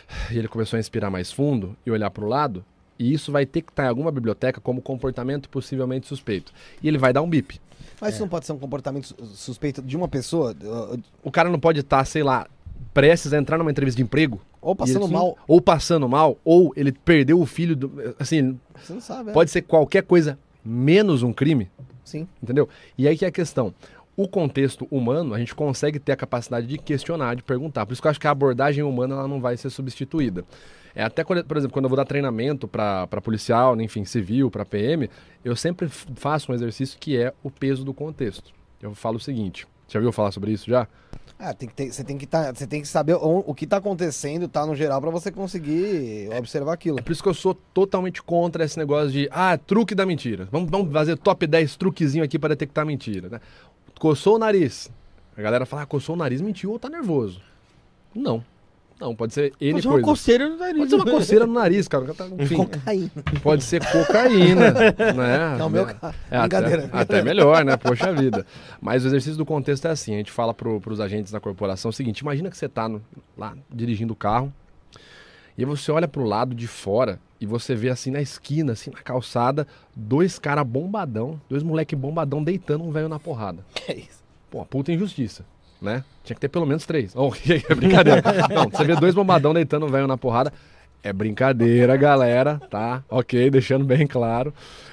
e ele começou a inspirar mais fundo e olhar para o lado, e isso vai ter que estar em alguma biblioteca como comportamento possivelmente suspeito. E ele vai dar um bip. Mas isso não pode ser um comportamento suspeito de uma pessoa? O cara não pode estar, sei lá, prestes a entrar numa entrevista de emprego. Ou passando ele, mal. Ou passando mal, ou ele perdeu o filho, do, assim, Você não sabe, é. pode ser qualquer coisa menos um crime, Sim. entendeu? E aí que é a questão. O contexto humano, a gente consegue ter a capacidade de questionar, de perguntar. Por isso que eu acho que a abordagem humana ela não vai ser substituída. É até, quando, por exemplo, quando eu vou dar treinamento para policial, enfim, civil, para P M, eu sempre faço um exercício que é o peso do contexto. Eu falo o seguinte, já ouviu falar sobre isso já? Ah, tem que ter, você, tem que tá, você tem que saber o, o que está acontecendo, tá no geral, para você conseguir observar aquilo. É por isso que eu sou totalmente contra esse negócio de, ah, truque da mentira. Vamos, vamos fazer top dez truquezinho aqui para detectar mentira, né? Coçou o nariz. A galera fala, ah, coçou o nariz, mentiu ou tá nervoso. Não. Não, pode ser N Pode ser uma coisas. coceira no nariz. Pode ser uma coceira no nariz, cara. Tá- Enfim, Cocaína. pode ser cocaína, né? Não, meu É, ca- é brincadeira. até, até melhor, né? Poxa vida. Mas o exercício do contexto é assim, a gente fala pro, pros agentes da corporação o seguinte, imagina que você tá no- lá dirigindo o carro, e aí você olha pro lado de fora e você vê assim na esquina, assim na calçada, dois caras bombadão, dois moleque bombadão deitando um velho na porrada. Que é isso? Pô, puta injustiça, né? Tinha que ter pelo menos três. Oh, é brincadeira. Não, você vê dois bombadão deitando um velho na porrada, é brincadeira, galera, tá? Ok, deixando bem claro.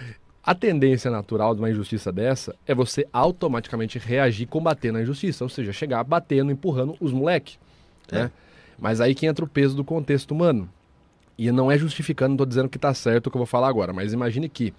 A tendência natural de uma injustiça dessa é você automaticamente reagir combatendo a injustiça, ou seja, chegar batendo, empurrando os moleque, né? Mas aí que entra o peso do contexto humano. E não é justificando, não estou dizendo que está certo o que eu vou falar agora, mas imagine que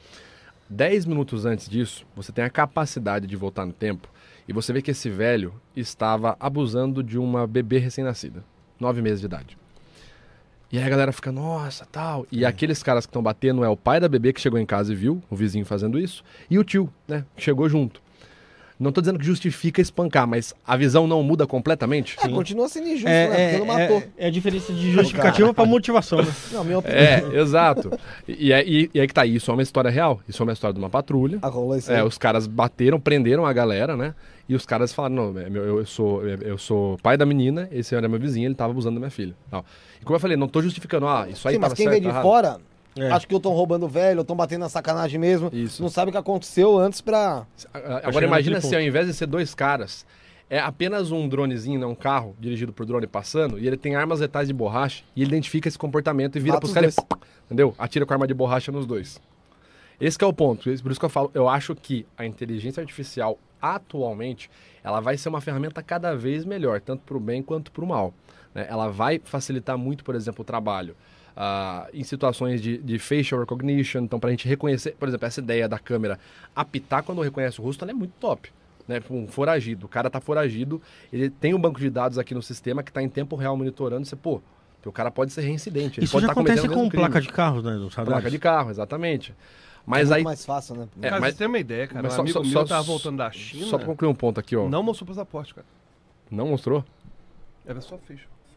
dez minutos antes disso, você tem a capacidade de voltar no tempo e você vê que esse velho estava abusando de uma bebê recém-nascida, nove meses de idade. E aí a galera fica, nossa, tal. E aqueles caras que estão batendo é o pai da bebê que chegou em casa e viu o vizinho fazendo isso, e o tio, né, que chegou junto. Não tô dizendo que justifica espancar, mas a visão não muda completamente? É, continua sendo injusto, É, né? é, Porque não matou. é, é a diferença de justificativa para motivação, né? Não, minha opinião. É, exato. E, e, aí- e aí que tá, isso é uma história real. Isso é uma história de uma patrulha. Ah, rolou isso aí. É, os caras bateram, prenderam a galera, né? E os caras falaram, não, é, meu, eu, eu sou, eu, eu sou pai da menina, esse era meu vizinho, ele tava abusando da minha filha. Tal. E como eu falei, não tô justificando, ah, isso aí Sim, mas tava quem certo, vem de errado. fora, É. acha que eu tô roubando velho, eu tô batendo na sacanagem mesmo. Isso. Não sabe o que aconteceu antes pra... Agora chegar imagina naquele se ao invés de ser dois caras, é apenas um dronezinho, né, um carro dirigido por drone passando, e ele tem armas letais de borracha, e ele identifica esse comportamento e vira Mata pros os caras, dois. e, entendeu? Atira com arma de borracha nos dois. Esse que é o ponto, por isso que eu falo, eu acho que a inteligência artificial, atualmente, ela vai ser uma ferramenta cada vez melhor, tanto para o bem quanto para o mal, né? Ela vai facilitar muito, por exemplo, o trabalho. Uh, em situações de, de facial recognition, então para a gente reconhecer, por exemplo, essa ideia da câmera apitar quando reconhece o rosto, ela é muito top, né? Um foragido, o cara tá foragido, ele tem um banco de dados aqui no sistema que tá em tempo real monitorando, você, pô, o cara pode ser reincidente, ele Isso pode já tá cometendo acontece o mesmo com placa crime. de carros, né? Nos radares. Placa de carro, exatamente. É Mas muito aí, mais fácil, né? É, Cara, mas- você tem uma ideia, cara. mas um só- amigo só- meu só- tava voltando da China, só pra concluir um ponto aqui, ó, não, não mostrou passaporte, cara. mostrou? Era só facial.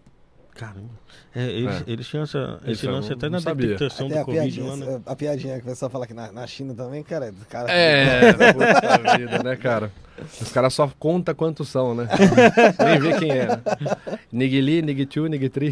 Caramba. É, eles, É. eles tinham essa, esse Isso eu lance não- até não na sabia. detectação Até do a Covid piadinha, lá, né? a piadinha que o pessoal fala que na, na China também, cara, o cara... É, puta vida, né, cara? Os caras só contam quantos são, né? Nem vê quem é. Né? Nigli, Nigtu, Nigtri.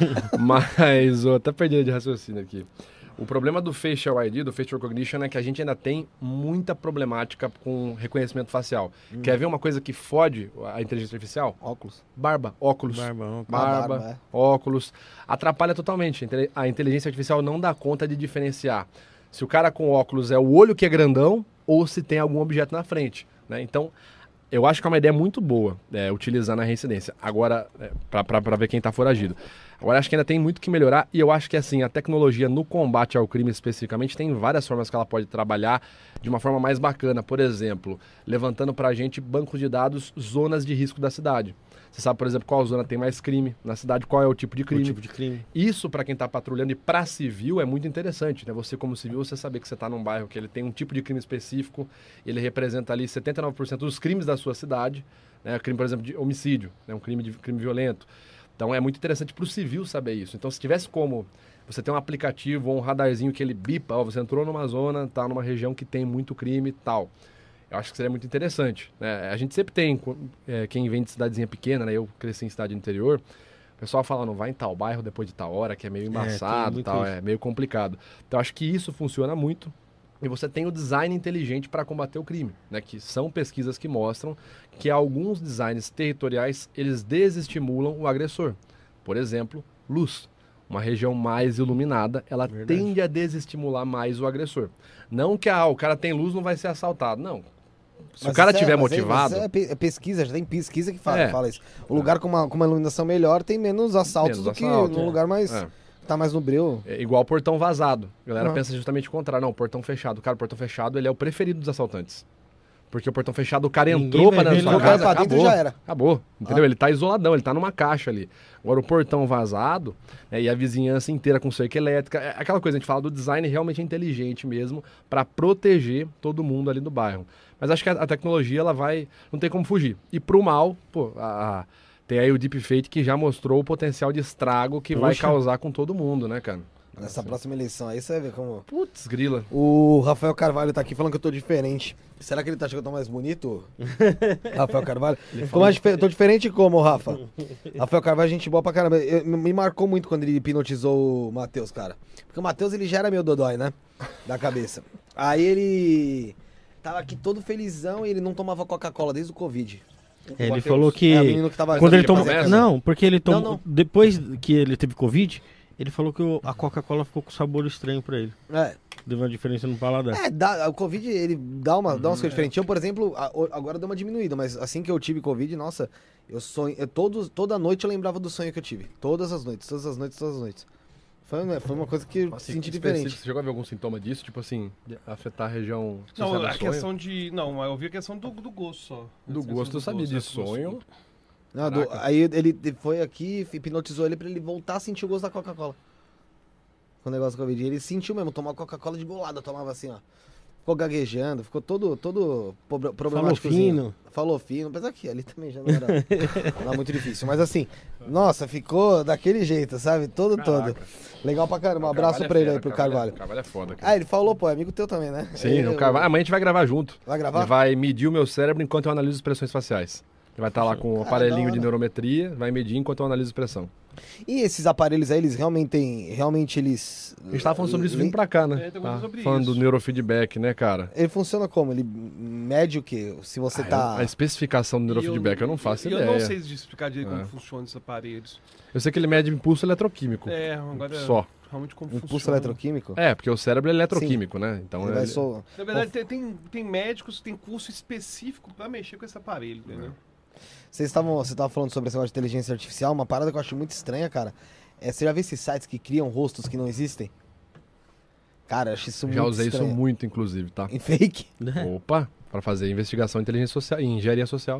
Mas, eu até perdi de raciocínio aqui. O problema do Facial I D, do Facial Recognition, é que a gente ainda tem muita problemática com reconhecimento facial. Hum. Quer ver uma coisa que fode a inteligência artificial? Óculos. Barba, óculos. Barba, ó. Barba, barba, é. óculos. Atrapalha totalmente. A inteligência artificial não dá conta de diferenciar se o cara com óculos é o olho que é grandão ou se tem algum objeto na frente. Né? Então, eu acho que é uma ideia muito boa é, utilizar na reincidência. Agora, é, para ver quem está foragido. Agora, acho que ainda tem muito que melhorar e eu acho que assim, a tecnologia no combate ao crime especificamente tem várias formas que ela pode trabalhar de uma forma mais bacana. Por exemplo, levantando para a gente bancos de dados, zonas de risco da cidade. Você sabe, por exemplo, qual zona tem mais crime na cidade, qual é o tipo de crime. O tipo de crime. Isso, para quem está patrulhando e para civil, é muito interessante, né? Você, como civil, você saber que você está num bairro que ele tem um tipo de crime específico, ele representa ali setenta e nove por cento dos crimes da sua cidade, né? Crime, por exemplo, de homicídio, né? Um crime, de, crime violento. Então, é muito interessante para o civil saber isso. Então, se tivesse como você ter um aplicativo ou um radarzinho que ele bipa, ó, você entrou numa zona, está numa região que tem muito crime e tal. Eu acho que seria muito interessante. Né? A gente sempre tem, é, quem vem de cidadezinha pequena, né? Eu cresci em cidade interior, o pessoal fala, não vai em tal bairro depois de tal hora, que é meio embaçado, tem tal, muito é meio complicado. Então, acho que isso funciona muito. E você tem o design inteligente para combater o crime, né? Que são pesquisas que mostram que alguns designs territoriais, eles desestimulam o agressor. Por exemplo, luz. Uma região mais iluminada, ela Verdade. tende a desestimular mais o agressor. Não que ah, o cara tem luz, não vai ser assaltado. Não. Se Mas o cara isso é- tiver mas aí- motivado... mas é pe- é pesquisa, já tem pesquisa que fala, É. fala isso. O lugar com uma, com uma iluminação melhor tem menos assaltos Menos do que assalto, num é. lugar mais... É. Tá mais no breu. É igual portão vazado. A galera Uhum. pensa justamente o contrário. Não, portão fechado. Cara, o portão fechado ele é o preferido dos assaltantes. Porque o portão fechado, o cara Ninguém entrou vai pra ver dentro da ele sua jogar casa, pra dentro acabou. já era. Acabou. Entendeu? Ah. Ele tá isoladão, ele tá numa caixa ali. Agora, o portão vazado, né, e a vizinhança inteira com cerca elétrica, é aquela coisa, a gente fala do design realmente inteligente mesmo, pra proteger todo mundo ali do bairro. Mas acho que a, a tecnologia, ela vai... Não tem como fugir. E pro mal, pô, a, a- tem aí o deepfake que já mostrou o potencial de estrago que vai Poxa. causar com todo mundo, né, cara? Nessa próxima eleição aí, você vai ver como... Putz, grila. O Rafael Carvalho tá aqui falando que eu tô diferente. Será que ele tá achando que eu tô mais bonito? Rafael Carvalho? Tô, mais dife- tô diferente como, Rafa? Rafael Carvalho, gente boa pra caramba. Eu- me marcou muito quando ele hipnotizou o Matheus, cara. Porque o Matheus, ele já era meio dodói, né? Da cabeça. Aí ele tava aqui todo felizão e ele não tomava Coca-Cola desde o Covid. Ele Matheus. falou que É, o menino que tava... quando ele ia tomou, fazer essa? não, porque ele tomou, Não, não. depois que ele teve Covid, ele falou que o- a Coca-Cola ficou com sabor estranho pra ele. É. Deu uma diferença no paladar. É, dá, o Covid, ele dá, uma, dá umas coisas diferentes. Eu, por exemplo, a- o- agora deu uma diminuída, mas assim que eu tive Covid, nossa, eu sonho, eu todos, toda noite eu lembrava do sonho que eu tive. Todas as noites, todas as noites, todas as noites. Foi, né, foi uma coisa que eu Assim, senti específico, diferente. Você chegou a ver algum sintoma disso? Tipo assim, de afetar a região Não, social do a sonho? questão de. Não, eu vi a questão do, do gosto só. Do Essa gosto eu questão do sabia, de gosto, essa questão sonho... do gosto. Não, do- Caraca. aí ele foi aqui, hipnotizou ele pra ele voltar a sentir o gosto da Coca-Cola. Com o negócio do Covid. E ele sentiu mesmo, tomar Coca-Cola de bolada, tomava assim, ó. Ficou gaguejando, ficou todo, todo proble- problemático. fino. Falou fino, apesar que ali também já não era, não era muito difícil. Mas assim, nossa, ficou daquele jeito, sabe? Todo, Caraca. todo. Legal pra caramba. Um Carvalho abraço é pra ele fera, aí, pro Carvalho. Carvalho. É, Carvalho é foda, cara. Ah, ele falou, pô, é amigo teu também, né? Sim, Ele- o Carvalho... Amanhã a gente vai gravar junto. Vai gravar? Ele vai medir o meu cérebro enquanto eu analiso expressões faciais. Ele vai estar lá com o Cara, aparelhinho da de hora. neurometria, vai medir enquanto eu analiso expressão. E esses aparelhos aí, eles realmente têm. Realmente eles. A gente tava falando sobre isso vindo pra cá, né? É, tem Tá coisa sobre falando isso. do neurofeedback, né, cara? Ele funciona como? Ele mede o quê? Se você Ah, tá. eu- a especificação do neurofeedback eu, não faço e ideia. Eu não sei explicar direito É. como funcionam esses aparelhos. Eu sei que ele mede impulso eletroquímico. É, agora Só. realmente como Impulso funciona. eletroquímico? É, porque o cérebro é eletroquímico, né? Então Ele ele... vai só. Na verdade, tem, tem, tem médicos que tem curso específico pra mexer com esse aparelho, entendeu? Vocês estavam, você estava falando sobre esse negócio de inteligência artificial, uma parada que eu acho muito estranha, cara. É, você já viu esses sites que criam rostos que não existem? Cara, eu acho isso Já muito usei estranho. isso muito, inclusive, tá? Em fake? Opa, para fazer investigação em inteligência social, em engenharia social.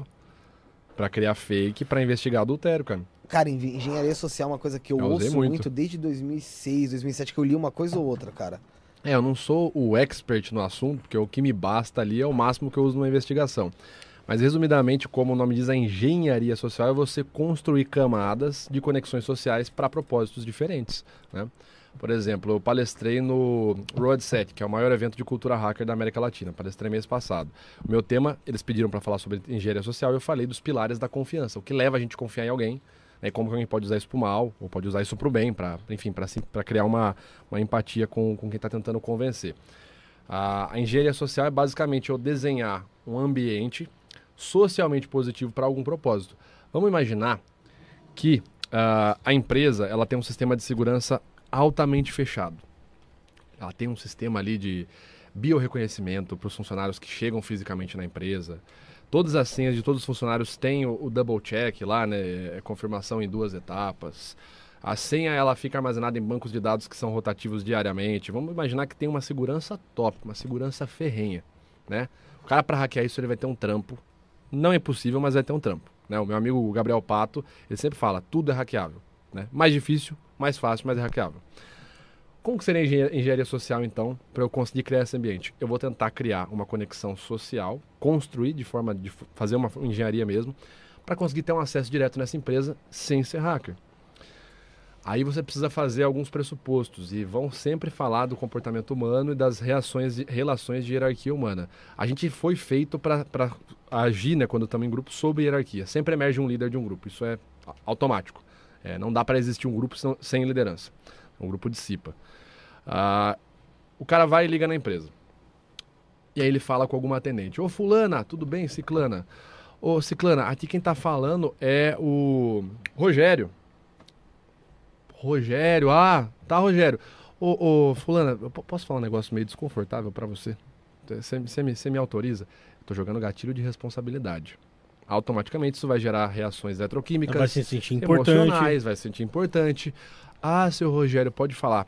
Pra criar fake, pra investigar adultério, cara. Cara, envi- engenharia social é uma coisa que eu Já usei ouço muito. muito. desde dois mil e seis, dois mil e sete, que eu li uma coisa ou outra, cara. É, eu não sou o expert no assunto, porque o que me basta ali é o máximo que eu uso numa investigação. Mas, resumidamente, como o nome diz, a engenharia social é você construir camadas de conexões sociais para propósitos diferentes, né? Por exemplo, eu palestrei no Roadset, que é o maior evento de cultura hacker da América Latina. Palestrei mês passado. O meu tema, eles pediram para falar sobre engenharia social e eu falei dos pilares da confiança. O que leva a gente a confiar em alguém, né, como que alguém pode usar isso para o mal, ou pode usar isso para o bem, para, enfim, para criar uma, uma empatia com, com quem está tentando convencer. A, a engenharia social é basicamente eu desenhar um ambiente socialmente positivo para algum propósito. Vamos imaginar que uh, a empresa ela tem um sistema de segurança altamente fechado. Ela tem um sistema ali de biorreconhecimento para os funcionários que chegam fisicamente na empresa. Todas as senhas de todos os funcionários têm o, o double check lá, né? É confirmação em duas etapas. A senha ela fica armazenada em bancos de dados que são rotativos diariamente. Vamos imaginar que tem uma segurança top, uma segurança ferrenha, né? O cara, para hackear isso, ele vai ter um trampo. Não é possível, mas vai ter um trampo, né? O meu amigo Gabriel Pato, ele sempre fala, tudo é hackeável, né? Mais difícil, mais fácil, mas é hackeável. Como que seria a engenharia, engenharia social, então, para eu conseguir criar esse ambiente? Eu vou tentar criar uma conexão social, construir de forma de fazer uma engenharia mesmo, para conseguir ter um acesso direto nessa empresa sem ser hacker. Aí você precisa fazer alguns pressupostos e vão sempre falar do comportamento humano e das reações, relações de hierarquia humana. A gente foi feito para agir, né, quando estamos em grupo, sob hierarquia. Sempre emerge um líder de um grupo, isso é automático. É, não dá para existir um grupo sem liderança. Um grupo dissipa. Ah, o cara vai e liga na empresa. E aí ele fala com alguma atendente. Ô fulana, tudo bem, ciclana? Ô ciclana, aqui quem tá falando é o Rogério. Rogério, ah, tá Rogério. Ô, ô fulana, eu posso falar um negócio meio desconfortável pra você? Você, você, me, você me autoriza? Eu tô jogando gatilho de responsabilidade. Automaticamente isso vai gerar reações eletroquímicas, vai se sentir importante. Emocionais, vai se sentir importante. Ah, seu Rogério, pode falar.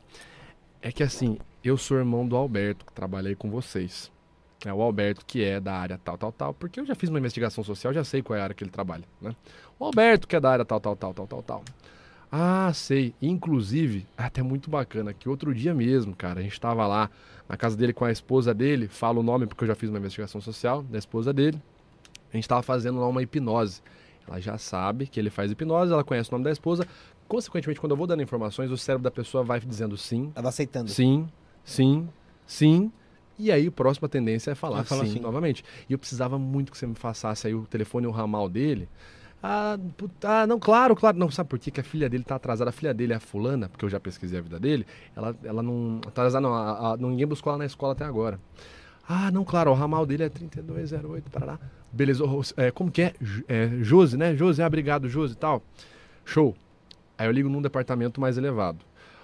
É que assim, eu sou irmão do Alberto, que trabalhei com vocês. É o Alberto que é da área tal, tal, tal, porque eu já fiz uma investigação social, já sei qual é a área que ele trabalha, né? O Alberto que é da área tal, tal, tal, tal, tal, tal. Ah, sei. Inclusive, até muito bacana, que outro dia mesmo, cara, a gente tava lá na casa dele com a esposa dele, falo o nome porque eu já fiz uma investigação social da esposa dele. A gente tava fazendo lá uma hipnose. Ela já sabe que ele faz hipnose, ela conhece o nome da esposa. Consequentemente, quando eu vou dando informações, o cérebro da pessoa vai dizendo sim. Ela vai aceitando. Sim, sim, sim. E aí, a próxima tendência é falar, falar sim, sim novamente. E eu precisava muito que você me passasse aí o telefone e o ramal dele. Ah, puta, ah, não, claro, claro. Não, sabe por quê? Que a filha dele tá atrasada. A filha dele é a fulana, porque eu já pesquisei a vida dele. Ela, ela não... Atrasada não, a, a, ninguém buscou ela na escola até agora. Ah, não, claro, o ramal dele é trinta e dois zero oito, Paraná. Beleza, é, como que é? é? Josi, né? Josi, ah, obrigado, Josi e tal. Show. Aí eu ligo num departamento mais elevado.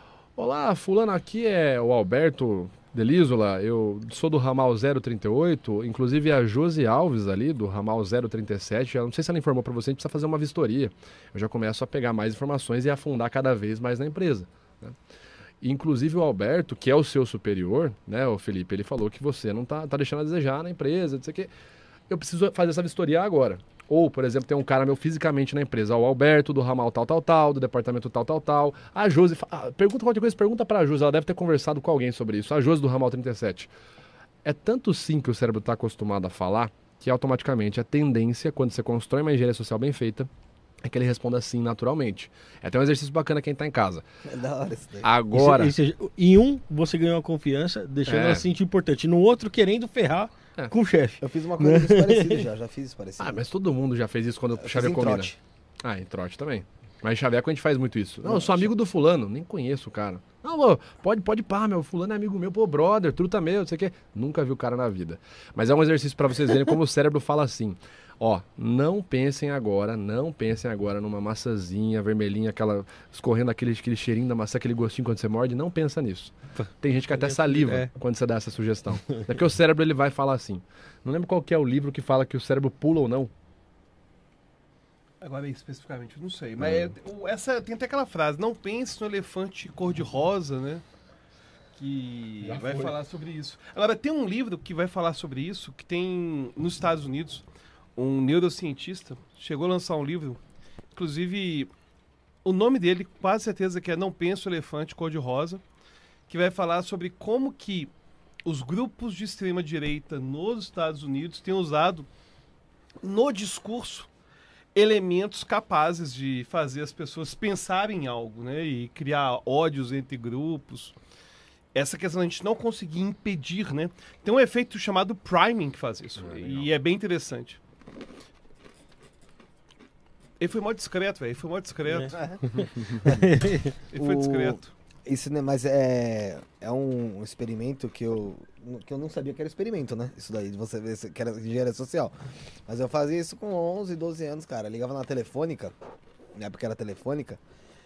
Olá, fulano, aqui é o Alberto Delísola, eu sou do ramal zero trinta e oito, inclusive a Josi Alves ali, do ramal zero trinta e sete, eu não sei se ela informou para você, a gente precisa fazer uma vistoria. Eu já começo a pegar mais informações e afundar cada vez mais na empresa, né? Inclusive o Alberto, que é o seu superior, né, o Felipe, ele falou que você não tá, tá deixando a desejar na empresa, não sei o quê. Eu preciso fazer essa vistoria agora. Ou, por exemplo, tem um cara meu fisicamente na empresa, o Alberto, do ramal tal, tal, tal, do departamento tal, tal, tal. A Josi, ah, pergunta qualquer coisa, pergunta pra Josi, ela deve ter conversado com alguém sobre isso. A Josi do ramal trinta e sete. É tanto sim que o cérebro está acostumado a falar, que automaticamente a tendência, quando você constrói uma engenharia social bem feita, é que ele responda sim naturalmente. É até um exercício bacana quem tá em casa. É da hora isso daí. Agora... Isso, isso, em um, você ganhou a confiança, deixando É. ela se sentir importante. No outro, querendo ferrar É. com o chefe. Eu fiz uma coisa disso parecida já, já fiz isso parecido. Ah, mas todo mundo já fez isso quando Eu o fiz chaveco em combina. trote. Ah, em trote também. Mas em chaveco a gente faz muito isso. Não, Não, eu sou amigo do fulano, nem conheço o cara. Não, pô, pode, pode pá, meu fulano é amigo meu, pô, brother, truta meu, não sei o quê. Nunca vi o cara na vida. Mas é um exercício pra vocês verem como o cérebro fala assim. Ó, não pensem agora, não pensem agora numa maçãzinha vermelhinha, aquela escorrendo aquele, aquele cheirinho da maçã, aquele gostinho quando você morde, não pensa nisso. Tem gente que até saliva É. quando você dá essa sugestão. É porque o cérebro ele vai falar assim. Não lembro qual que é o livro que fala que o cérebro pula ou não. Agora, especificamente, eu não sei. Mas é, o- essa, tem até aquela frase, não pense no elefante cor-de-rosa, né? Que Já vai foi. falar sobre isso. Agora, tem um livro que vai falar sobre isso, que tem nos Estados Unidos, um neurocientista chegou a lançar um livro, inclusive, o nome dele, quase certeza que é Não Pense no Elefante Cor-de-Rosa, que vai falar sobre como que os grupos de extrema-direita nos Estados Unidos têm usado no discurso elementos capazes de fazer as pessoas pensarem em algo, né? E criar ódios entre grupos. Essa questão a gente não conseguir impedir, né? Tem um efeito chamado priming que faz isso. É, e é bem interessante. Ele foi mó discreto, velho. Ele foi mó discreto. Ele foi O- discreto. Isso, né, mas é, é um experimento que eu, que eu não sabia que era experimento, né? Isso daí, de você ver se- que era engenharia social. Mas eu fazia isso com onze, doze anos, cara. Ligava na telefônica, na época era telefônica,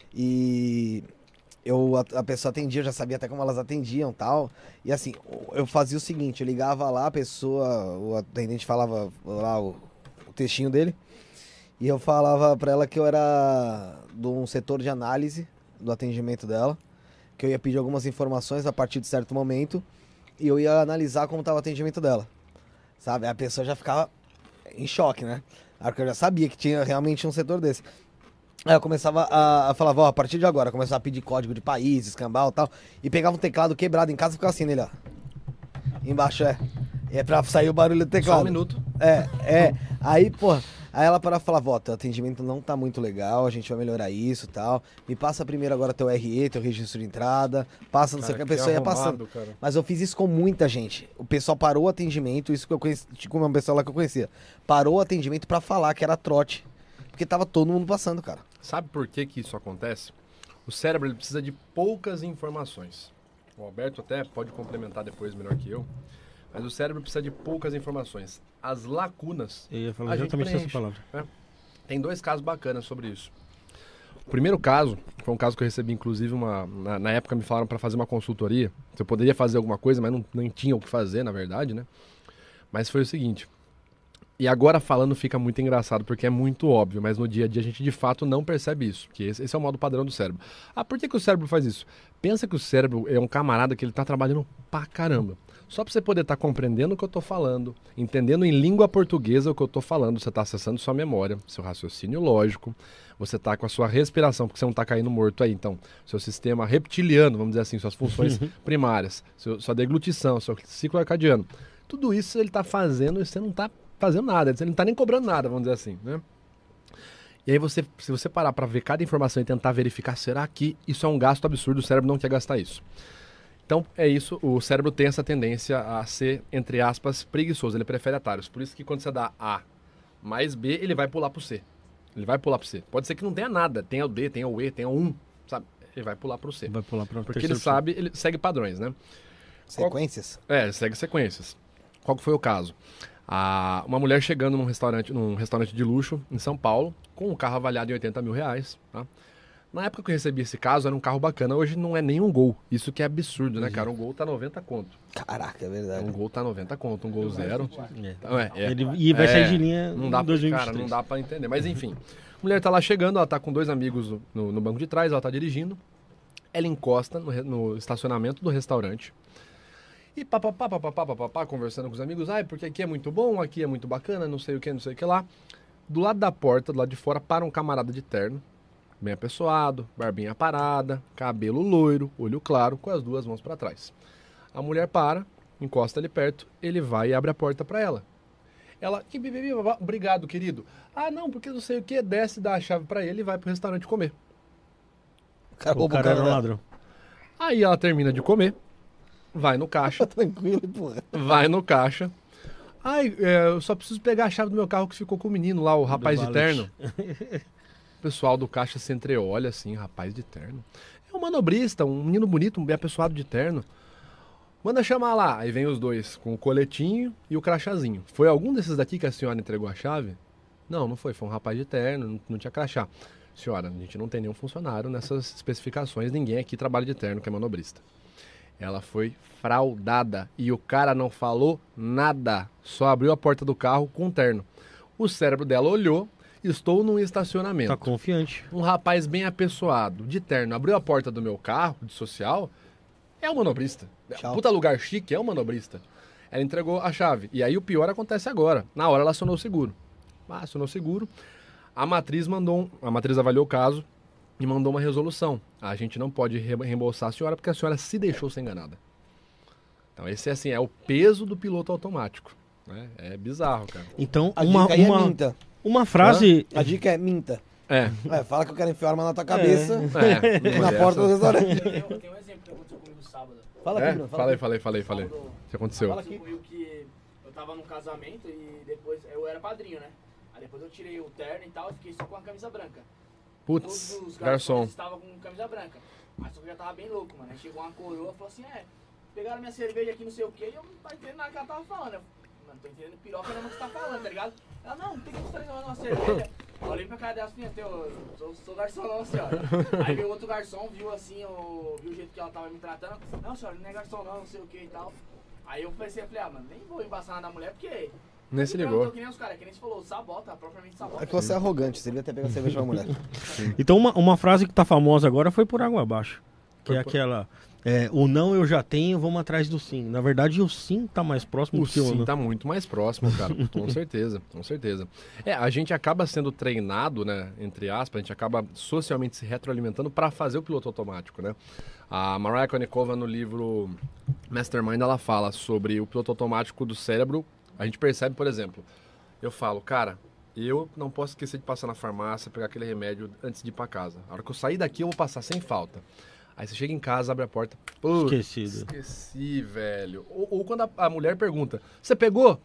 e eu, a, a pessoa atendia, eu já sabia até como elas atendiam e tal. E assim, eu fazia o seguinte, eu ligava lá, a pessoa, o atendente falava lá o, o textinho dele, e eu falava pra ela que eu era de um setor de análise do atendimento dela, que eu ia pedir algumas informações a partir de certo momento e eu ia analisar como estava o atendimento dela, sabe? Aí a pessoa já ficava em choque, né? Porque eu já sabia que tinha realmente um setor desse. Aí eu começava a, a falar, ó, a partir de agora, começava a pedir código de país, escambau e tal, e pegava um teclado quebrado em casa e ficava assim nele, ó. Embaixo é. É pra sair o barulho do teclado. Só um minuto. É, é. Aí, porra, aí ela parava e falava, ó, teu atendimento não tá muito legal, a gente vai melhorar isso e tal. Me passa primeiro agora teu R E, teu registro de entrada, passa, não sei o que, a Cara, pessoa ia arrombado, passando. cara. Mas eu fiz isso com muita gente. O pessoal parou o atendimento, isso que eu conheci, com uma pessoa lá que eu conhecia. Parou o atendimento pra falar que era trote. Porque tava todo mundo passando, cara. Sabe por que, que isso acontece? O cérebro ele precisa de poucas informações. O Alberto até pode complementar depois melhor que eu. Mas o cérebro precisa de poucas informações. As lacunas. Eu ia A falar gente exatamente essa preenche. palavra. Tem dois casos bacanas sobre isso. O primeiro caso, foi um caso que eu recebi, inclusive, uma, na, na época me falaram para fazer uma consultoria. Se eu poderia fazer alguma coisa, mas não, nem tinha o que fazer, na verdade, né? Mas foi o seguinte. E agora falando fica muito engraçado, porque é muito óbvio, mas no dia a dia a gente de fato não percebe isso. Porque esse, esse é o modo padrão do cérebro. Ah, por que, que o cérebro faz isso? Pensa que o cérebro é um camarada que ele tá trabalhando pra caramba. Só pra você poder estar compreendendo o que eu tô falando, entendendo em língua portuguesa o que eu tô falando, você tá acessando sua memória, seu raciocínio lógico, você tá com a sua respiração, porque você não tá caindo morto aí. Então, seu sistema reptiliano, vamos dizer assim, suas funções primárias, seu, sua deglutição, seu ciclo arcadiano. Tudo isso ele tá fazendo e você não tá fazendo nada, ele não tá nem cobrando nada, vamos dizer assim, né? E aí você, se você parar para ver cada informação e tentar verificar, será que isso é um gasto absurdo, o cérebro não quer gastar isso. Então, é isso, o cérebro tem essa tendência a ser, entre aspas, preguiçoso, ele prefere atalhos. Por isso que quando você dá A mais B, ele vai pular pro C. Ele vai pular pro C. Pode ser que não tenha nada, tenha o D, tenha o E, tenha o um, sabe? Ele vai pular pro C. Vai pular pra Porque ele sabe, ele segue padrões, né? Sequências? É, ele segue sequências. Qual que foi o caso? Ah, uma mulher chegando num restaurante, num restaurante de luxo em São Paulo, com um carro avaliado em oitenta mil reais, tá? Na época que eu recebi esse caso, era um carro bacana. Hoje não é nem um Gol. Isso que é absurdo, né, cara? Um Gol tá noventa conto. Caraca, é verdade. Um Gol tá noventa conto, um Gol zero. É. Então, é, é. Ele, e vai É, sair de linha Não dá em pra, dois mil e vinte e cara, três. não dá pra entender. Mas enfim, a mulher tá lá chegando, ela tá com dois amigos no, no banco de trás, ela tá dirigindo. Ela encosta no, re- no estacionamento do restaurante. E papapá, papapá, papapá, conversando com os amigos. Ai, porque aqui é muito bom, aqui é muito bacana, não sei o que, não sei o que lá. Do lado da porta, do lado de fora, para um camarada de terno, bem apessoado, barbinha parada, cabelo loiro, olho claro, com as duas mãos para trás. A mulher para, encosta ali perto, ele vai e abre a porta para ela. Ela, que bibibi, babá, obrigado, querido. Ah, não, porque não sei o que, desce, dá a chave para ele e vai pro restaurante comer. O cara O roubou cara era um dela. ladrão. Aí ela termina de comer, vai no caixa, Tranquilo, porra. vai no caixa. Ai, é, eu só preciso pegar a chave do meu carro que ficou com o menino lá, o rapaz de valet. terno. O pessoal do caixa se entreolha assim, rapaz de terno. É um manobrista, um menino bonito, um bem apessoado de terno. Manda chamar lá. Aí vem os dois, com o coletinho e o crachazinho. Foi algum desses daqui que a senhora entregou a chave? Não, não foi. Foi um rapaz de terno, não, não tinha crachá. Senhora, a gente não tem nenhum funcionário nessas especificações. Ninguém aqui trabalha de terno, que é manobrista. Ela foi fraudada e o cara não falou nada. Só abriu a porta do carro com um terno. O cérebro dela olhou. Estou num estacionamento. Tá confiante. Um rapaz bem apessoado, de terno, abriu a porta do meu carro, de social, é um manobrista. Tchau. Puta lugar chique, é um manobrista. Ela entregou a chave. E aí o pior acontece agora. Na hora ela acionou o seguro. Ah, acionou o seguro. A matriz mandou, um- a matriz avaliou o caso e mandou uma resolução. A gente não pode re- reembolsar a senhora porque a senhora se deixou ser enganada. Então esse é assim, é o peso do piloto automático. né? É bizarro, cara. Então, A uma, dica aí é uma, minta. uma frase... A dica é minta. É. É, fala que eu quero enfiar arma na tua cabeça É, não na é porta do essa. restaurante. Eu tenho, eu tenho um exemplo que aconteceu comigo sábado. Fala É? aqui, Bruno. Falei, aqui. falei, falei, falei. O Sábado, que aconteceu? Fala aqui. comigo que eu tava num casamento e depois eu era padrinho, né? Aí depois eu tirei o terno e tal e fiquei só com a camisa branca. Putz, Todos os garçom. garçons estavam com camisa branca. Mas só que eu já tava bem louco, mano. Aí chegou uma coroa e falou assim, é, pegaram minha cerveja aqui, não sei o que, e eu não tava entendendo nada que ela tava falando. Eu, mano, tô entendendo piroca não o que você tá falando, tá ligado? Ela, não, tem que você trazer uma cerveja. Eu olhei pra cara dela assim, eu sou, sou garçom não, senhora. Aí veio outro garçom, viu assim, o, viu o jeito que ela tava me tratando. Não, senhora, não é garçom não, não sei o que e tal. Aí eu pensei, eu falei, ah, mano, nem vou embaçar nada da mulher, porque... Nem se eu ligou. tô que nem os caras, que nem você falou, sabota, propriamente sabota. É que você é arrogante, você devia ter pegado cerveja pra mulher. Então, uma, uma frase que tá famosa agora foi por água abaixo. Que Foi é por- aquela... É, o não eu já tenho, vamos atrás do sim. Na verdade, o sim tá mais próximo O do que o sim não. tá muito mais próximo, cara. Com certeza, com certeza. É, a gente acaba sendo treinado, né, entre aspas, a gente acaba socialmente se retroalimentando para fazer o piloto automático, né? A Mariah Konikova, no livro Mastermind, ela fala sobre o piloto automático do cérebro. A gente percebe, por exemplo, eu falo, cara, eu não posso esquecer de passar na farmácia, pegar aquele remédio antes de ir para casa. A hora que eu sair daqui, eu vou passar sem falta. Aí você chega em casa, abre a porta. Putz, Esquecido. Esqueci, velho. Ou, ou quando a, a mulher pergunta, você pegou?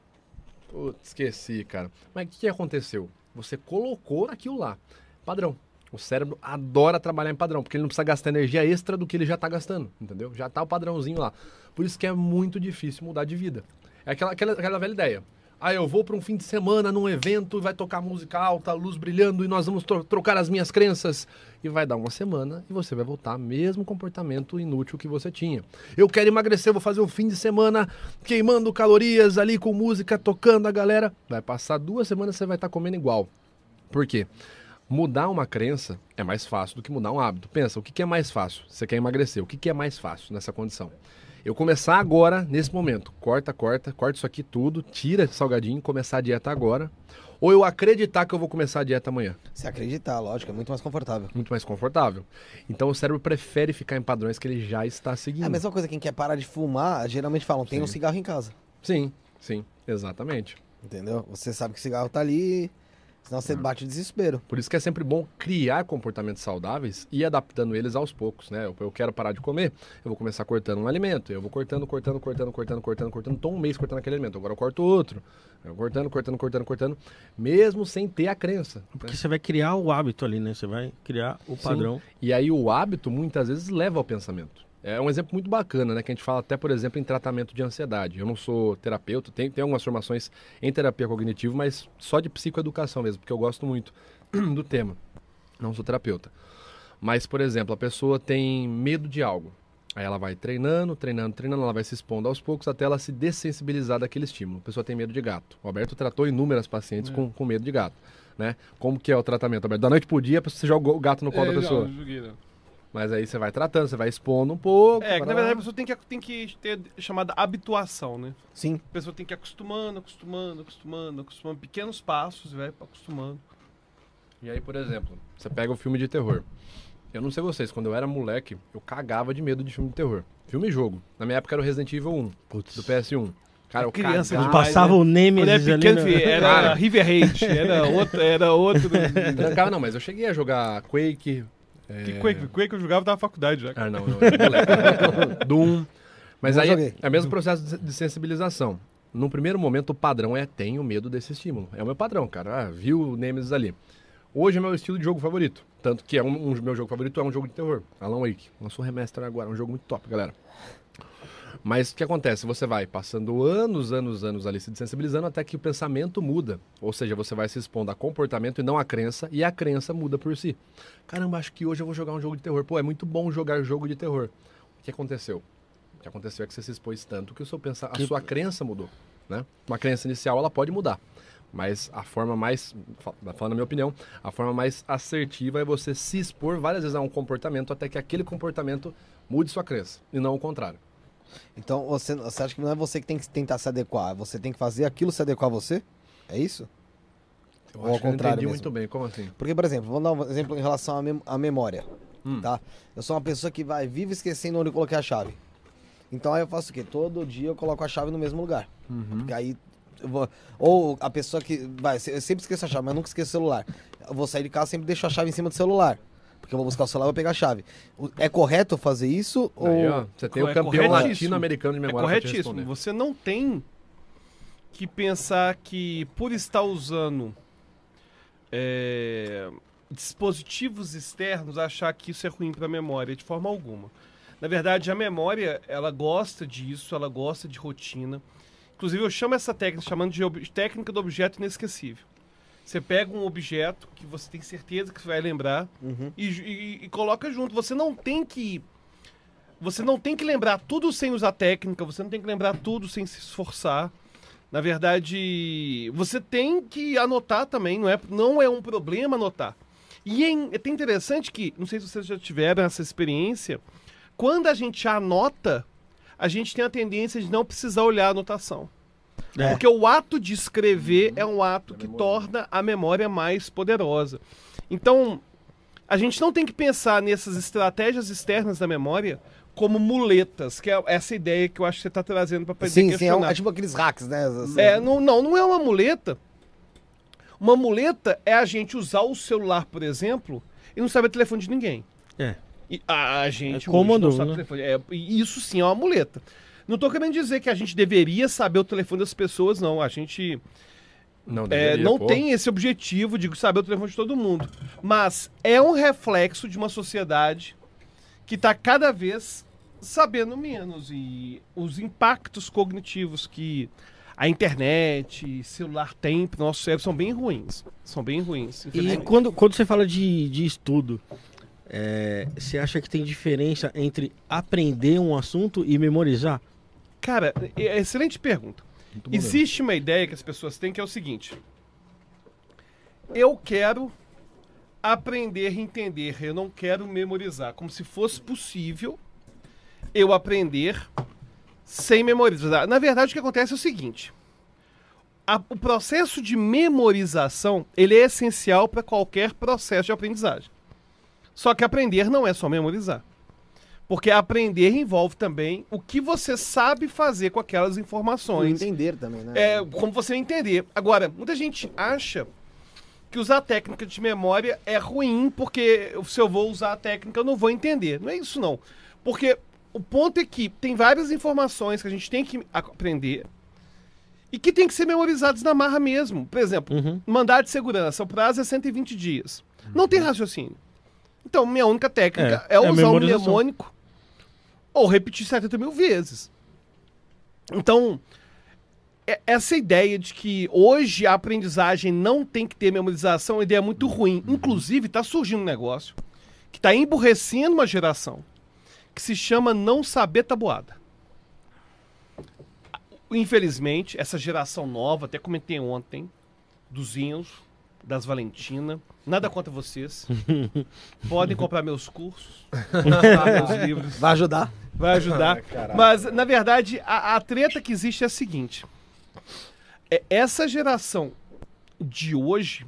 Putz, esqueci, cara. Mas o que, que aconteceu? Você colocou aquilo lá. Padrão. O cérebro adora trabalhar em padrão, porque ele não precisa gastar energia extra do que ele já está gastando, entendeu? Já tá o padrãozinho lá. Por isso que é muito difícil mudar de vida. É aquela, aquela, aquela velha ideia. Ah, eu vou para um fim de semana num evento e vai tocar música alta, luz brilhando e nós vamos tro- trocar as minhas crenças. E vai dar uma semana e você vai voltar ao mesmo comportamento inútil que você tinha. Eu quero emagrecer, vou fazer o fim de semana queimando calorias ali com música, tocando a galera. Vai passar duas semanas e você vai estar comendo igual. Por quê? Mudar uma crença é mais fácil do que mudar um hábito. Pensa, o que que é mais fácil? Você quer emagrecer, o que que é mais fácil nessa condição? Eu começar agora, nesse momento, corta, corta, corta isso aqui tudo, tira esse salgadinho, começar a dieta agora. Ou eu acreditar que eu vou começar a dieta amanhã. Se acreditar, lógico, é muito mais confortável. Muito mais confortável. Então o cérebro prefere ficar em padrões que ele já está É seguindo. a mesma coisa, quem quer parar de fumar, geralmente falam, tem um Sim. cigarro em casa. Sim, sim, exatamente. Entendeu? Você sabe que o cigarro tá ali, senão você bate o desespero. Por isso que é sempre bom criar comportamentos saudáveis e ir adaptando eles aos poucos, né? Eu, eu quero parar de comer, eu vou começar cortando um alimento, eu vou cortando, cortando, cortando, cortando, cortando, cortando, tô um mês cortando aquele alimento, agora eu corto outro, eu cortando, cortando, cortando, cortando, mesmo sem ter a crença. Porque né? você vai criar o hábito ali, né? Você vai criar o Sim. padrão. E aí o hábito muitas vezes leva ao pensamento. É um exemplo muito bacana, né? Que a gente fala até, por exemplo, em tratamento de ansiedade. Eu não sou terapeuta, tem, tem algumas formações em terapia cognitivo, mas só de psicoeducação mesmo, porque eu gosto muito do tema. Não sou terapeuta. Mas, por exemplo, a pessoa tem medo de algo. Aí ela vai treinando, treinando, treinando, ela vai se expondo aos poucos até ela se dessensibilizar daquele estímulo. A pessoa tem medo de gato. O Alberto tratou inúmeras pacientes É. com, com medo de gato. Né? Como que é o tratamento, Alberto? Da noite pro dia, você joga o gato no colo É, da pessoa. não, joguei, não. Mas aí você vai tratando, você vai expondo um pouco. É, que na para- verdade a pessoa tem que, tem que ter chamada habituação, né? Sim. A pessoa tem que ir acostumando, acostumando, acostumando, acostumando. Pequenos passos, vai acostumando. E aí, por exemplo, você pega o filme de terror. Eu não sei vocês, quando eu era moleque, eu cagava de medo de filme de terror. Filme e jogo. Na minha época era o Resident Evil um, Putz. do P S um. Cara, eu Criança cagava. demais. Passava o Quando Nemesis era ali. pequeno, na- filho, era Cara. River Raid, era outro, era outro. Trancava, não, mas eu cheguei a jogar Quake. é, Que Quake, Quake eu jogava na faculdade já. Ah, não, não, era moleque. Doom. Mas Não aí joguei. é o mesmo processo de- de sensibilização. No primeiro momento, o padrão é tenho medo desse estímulo. É o meu padrão, cara. Ah, viu o Nemesis ali. Hoje é meu estilo de jogo favorito. Tanto que é um, um meu jogo favorito é um jogo de terror. Alan Wake. Lançou remaster agora. É um jogo muito top, galera. Mas o que acontece? Você vai passando anos, anos, anos ali se desensibilizando até que o pensamento muda. Ou seja, você vai se expondo a comportamento e não a crença, e a crença muda por si. Caramba, acho que hoje eu vou jogar um jogo de terror. Pô, é muito bom jogar jogo de terror. O que aconteceu? O que aconteceu é que você se expôs tanto que o seu pensa... a sua crença mudou. Né? Uma crença inicial, ela pode mudar. Mas a forma mais, fa- falando na minha opinião, a forma mais assertiva é você se expor várias vezes a um comportamento até que aquele comportamento mude sua crença, e não o contrário. Então, você, você acha que não é você que tem que tentar se adequar, você tem que fazer aquilo se adequar a você? É isso? Eu Ou ao acho que eu não contrário entendi mesmo? muito bem, como assim? Porque, por exemplo, vamos dar um exemplo em relação à, mem- à memória, Hum. tá? Eu sou uma pessoa que vai vive esquecendo onde eu coloquei a chave. Então aí eu faço o quê? Todo dia eu coloco a chave no mesmo lugar. Uhum. Porque aí eu vou- ou a pessoa que... Vai, eu sempre esqueço a chave, mas nunca esqueço o celular. Eu vou sair de casa, sempre deixo a chave em cima do celular. Porque eu vou buscar o celular e vou pegar a chave. O- É correto fazer isso? Aí, ou... ó, você tem É o campeão corretíssimo. latino-americano de É memória pra te corretíssimo. responder. Você não tem que pensar que por estar usando é, dispositivos externos, achar que isso é ruim para a memória, de forma alguma. Na verdade, a memória, ela gosta disso, ela gosta de rotina. Inclusive, eu chamo essa técnica, chamando de ob- técnica do objeto inesquecível. Você pega um objeto que você tem certeza que você vai lembrar Uhum. e, ju- e- e coloca junto. Você não tem que... Você não tem que lembrar tudo sem usar técnica, você não tem que lembrar tudo sem se esforçar. Na verdade, você tem que anotar também, não é, não é um problema anotar. E é, in- é até interessante que, não sei se vocês já tiveram essa experiência, quando a gente anota, a gente tem a tendência de não precisar olhar a anotação. É. Porque o ato de escrever é um ato que torna a memória mais poderosa. Então, a gente não tem que pensar nessas estratégias externas da memória como muletas, que é essa ideia que eu acho que você está trazendo para poder Sim, sim, é, um- questionar. é tipo aqueles hacks, né? Assim, É, não, não, não é uma muleta. Uma muleta é a gente usar o celular, por exemplo, e não saber o telefone de ninguém. É. E a, a gente É cômodo, hoje não sabe né? o telefone. É, e isso sim é uma muleta. Não tô querendo dizer que a gente deveria saber o telefone das pessoas, não. A gente Não, é, deveria, não pô. tem esse objetivo de saber o telefone de todo mundo. Mas é um reflexo de uma sociedade que está cada vez sabendo menos. E os impactos cognitivos que a internet, celular tem para o nosso cérebro são bem ruins. São bem ruins, E infelizmente. quando, quando você fala de, de estudo, é, você acha que tem diferença entre aprender um assunto e memorizar? Cara, é excelente pergunta. Muito bom mesmo. Existe uma ideia que as pessoas têm que é o seguinte: eu quero aprender e entender, eu não quero memorizar, como se fosse possível eu aprender sem memorizar. Na verdade, o que acontece é o seguinte: a- o processo de memorização ele é essencial para qualquer processo de aprendizagem. Só que aprender não é só memorizar. Porque aprender envolve também o que você sabe fazer com aquelas e informações. entender também, né? É, como você entender. Agora, muita gente acha que usar técnica de memória é ruim, porque se eu vou usar a técnica eu não vou entender. Não é isso não. Porque o ponto é que tem várias informações que a gente tem que aprender e que tem que ser memorizadas na marra mesmo. Por exemplo, Uhum. mandado de segurança, o prazo é cento e vinte dias. Não tem raciocínio. Então, minha única técnica é, É, é usar um memorização. mnemônico ou repetir setenta mil vezes. Então, é- essa ideia de que hoje a aprendizagem não tem que ter memorização é uma ideia muito ruim. Inclusive, está surgindo um negócio que está emburrecendo uma geração que se chama não saber tabuada. Infelizmente, essa geração nova, até comentei ontem, dos Zinhos, das Valentina, nada contra vocês. Podem comprar meus cursos, comprar meus livros. Vai ajudar? Vai ajudar. Caralho. Mas, na verdade, a, a treta que existe é a seguinte. É, essa geração de hoje,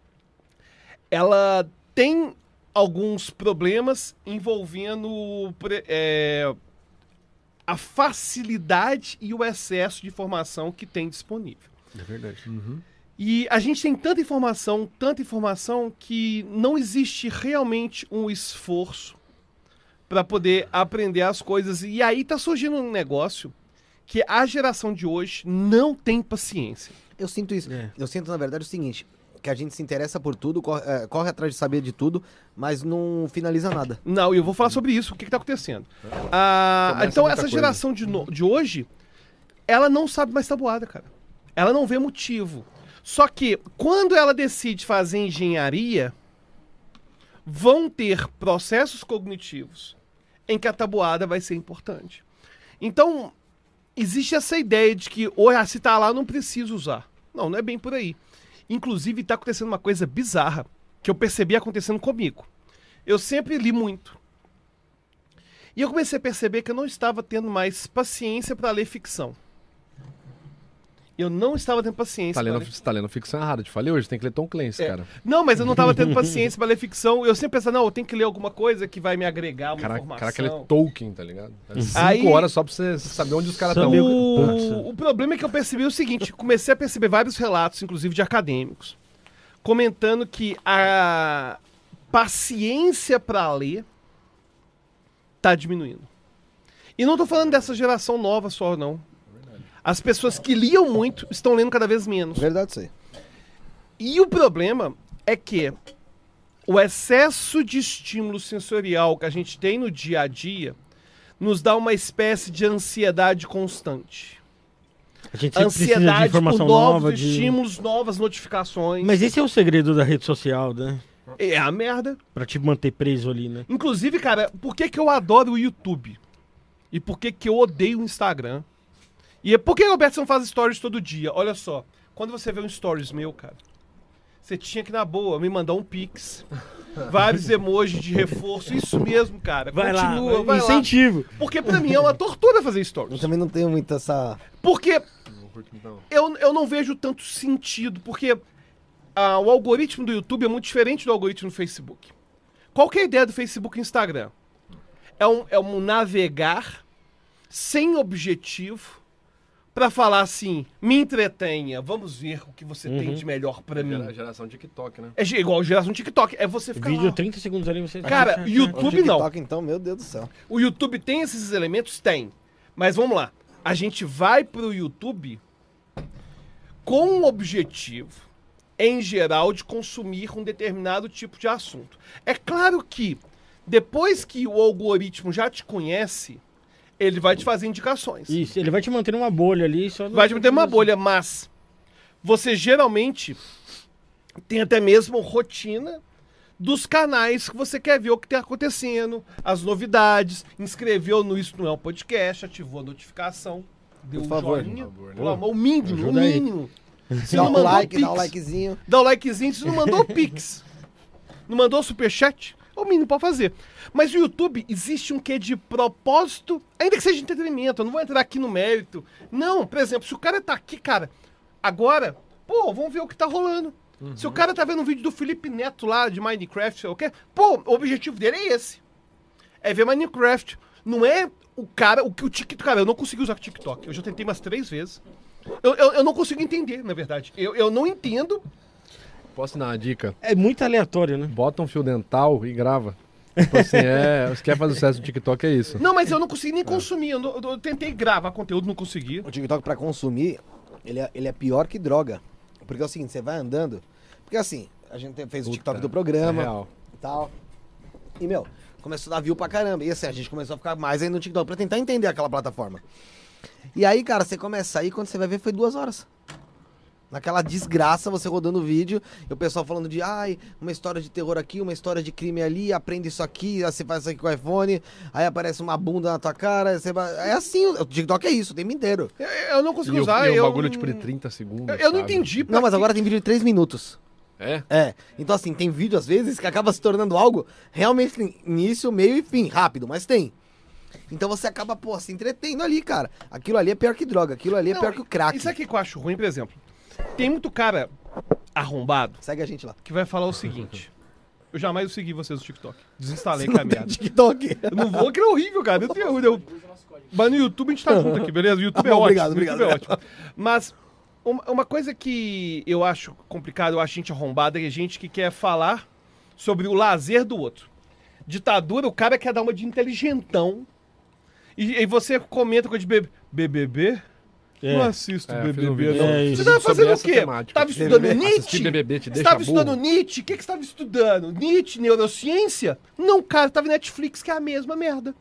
ela tem alguns problemas envolvendo pre- é, a facilidade e o excesso de informação que tem disponível. É verdade. E a gente tem tanta informação, tanta informação, que não existe realmente um esforço para poder aprender as coisas. E aí tá surgindo um negócio que a geração de hoje não tem paciência. Eu sinto isso. É. Eu sinto, na verdade, o seguinte: que a gente se interessa por tudo, corre, é, corre atrás de saber de tudo, mas não finaliza nada. Não, e eu vou falar sobre isso, o que, que tá acontecendo. Ah, Começa então, muita essa coisa. geração de, no- de hoje, ela não sabe mais tabuada, cara. Ela não vê motivo. Só que, quando ela decide fazer engenharia, vão ter processos cognitivos em que a tabuada vai ser importante. Então, existe essa ideia de que, ou ah, se tá lá, não preciso usar. Não, não é bem por aí. Inclusive, tá acontecendo uma coisa bizarra, que eu percebi acontecendo comigo. Eu sempre li muito. E eu comecei a perceber que eu não estava tendo mais paciência para ler ficção. Eu não estava tendo paciência. Tá lendo, pra ler. você tá lendo ficção errada, te falei hoje, tem que ler Tom Clancy, É. cara. Não, mas eu não estava tendo paciência para ler ficção. Eu sempre pensava, não, eu tenho que ler alguma coisa que vai me agregar uma Caraca, informação. caraca, ele é Tolkien, tá ligado? É cinco Aí- horas só pra você saber onde os caras estão. Saber O, o problema é que eu percebi o seguinte, comecei a perceber vários relatos, inclusive de acadêmicos, comentando que a paciência para ler tá diminuindo. E não tô falando dessa geração nova só, não. As pessoas que liam muito estão lendo cada vez menos. Verdade isso aí. E o problema é que o excesso de estímulo sensorial que a gente tem no dia a dia nos dá uma espécie de ansiedade constante. A gente sempre precisa de Ansiedade por informação novos nova. De... estímulos, novas notificações. Mas esse é o segredo da rede social, né? É a merda. Pra te manter preso ali, né? Inclusive, cara, por que, que eu adoro o YouTube? E por que, que eu odeio o Instagram? E é por que o Roberto não faz stories todo dia? Olha só, quando você vê um stories meu, cara, você tinha que, na boa, me mandar um pix. Vários emojis de reforço. Isso mesmo, cara. Vai Continua, lá, vai lá. incentivo. Porque pra mim é uma tortura fazer Eu stories. também não tenho muito essa... Porque Não curto muito, não. eu, eu não vejo tanto sentido. Porque ah, o algoritmo do YouTube é muito diferente do algoritmo do Facebook. Qual que é a ideia do Facebook e Instagram? É um, é um navegar sem objetivo pra falar assim, me entretenha, vamos ver o que você tem de melhor pra mim. Gera- Geração TikTok, né? É ge- igual geração TikTok, é você ficar Vídeo lá. trinta segundos ali, você... Cara, O YouTube não. TikTok, então, meu Deus do céu. O YouTube tem esses elementos? Tem. Mas vamos lá. A gente vai pro YouTube com o objetivo, em geral, de consumir um determinado tipo de assunto. É claro que, depois que o algoritmo já te conhece, ele vai te fazer indicações. Isso, ele vai te manter numa bolha ali. Só Vai te manter uma bolha, mas você geralmente tem até mesmo rotina dos canais que você quer ver o que está acontecendo, as novidades, inscreveu no Isso Não É um Podcast, ativou a notificação, deu Por um favor. joinha, Por favor, né? pelo amor, o mínimo, o Ajuda aí. mínimo. Se Dá não um mandou like, pix, dá um likezinho. dá o likezinho, se não mandou pix, não mandou superchat, é o mínimo pra fazer. Mas o YouTube, existe um quê de propósito, ainda que seja entretenimento, eu não vou entrar aqui no mérito. Não, por exemplo, se o cara tá aqui, cara, agora, pô, vamos ver o que tá rolando. Se o cara tá vendo um vídeo do Felipe Neto lá, de Minecraft, sei lá o quê, pô, o objetivo dele é esse. É ver Minecraft. Não é o cara, o que o TikTok... Cara, eu não consegui usar o TikTok. Eu já tentei umas três vezes. Eu, eu, eu não consigo entender, na verdade. Eu, eu não entendo. Posso dar uma dica? É muito aleatório, né? Bota um fio dental e grava. Tipo assim, é. Se quer fazer sucesso no TikTok, é isso. Não, mas eu não consegui nem consumir. Eu, não- eu- eu tentei gravar conteúdo, não consegui. O TikTok pra consumir, ele é, ele é pior que droga. Porque é o seguinte, você vai andando... Porque assim, a gente fez o Puta, TikTok do é programa real. e tal. E, meu, começou a dar view pra caramba. E assim, a gente começou a ficar mais aí no TikTok pra tentar entender aquela plataforma. E aí, cara, você começa aí, quando você vai ver, foi duas horas. Naquela desgraça, você rodando o vídeo, e o pessoal falando de, ai, uma história de terror aqui, uma história de crime ali, aprende isso aqui, aí você faz isso aqui com o iPhone, aí aparece uma bunda na tua cara, você vai... É assim, o TikTok é isso, o tempo inteiro. Eu, eu não consegui E o, usar. e o eu, bagulho, tipo, de trinta segundos. Eu, eu não sabe? entendi. pra Não, mas que- agora tem vídeo de três minutos. É? É, então assim, tem vídeo às vezes que acaba se tornando algo realmente início, meio e fim, rápido, mas tem. Então você acaba, pô, se entretendo ali, cara. Aquilo ali é pior que droga, aquilo ali é Não, pior que o crack. Isso aqui que eu acho ruim, por exemplo. Tem muito cara arrombado Segue a gente lá. que vai falar o seguinte. Eu jamais vou seguir vocês no TikTok. Desinstalei Você com a não tem merda. TikTok. Eu não vou, que é horrível, cara. Eu tenho, eu... Mas no YouTube a gente tá junto aqui, beleza? O YouTube Tá é bom, ótimo. obrigado, o obrigado, YouTube é ótimo. Mas uma, uma coisa que eu acho complicado, eu acho gente arrombada, é gente que quer falar sobre o lazer do outro. Ditadura, o cara quer dar uma de inteligentão. E, e você comenta com a de B B B? É. Não assisto É, fiz um B B B, vídeo não. É, Você isso. tava sobre fazendo o essa quê? temática. Tava estudando B B B? Nietzsche? Assistir B B B te Você deixa tava estudando burro? Nietzsche? O que, que você tava estudando? Nietzsche, neurociência? Não, cara, tava em Netflix, que é a mesma merda.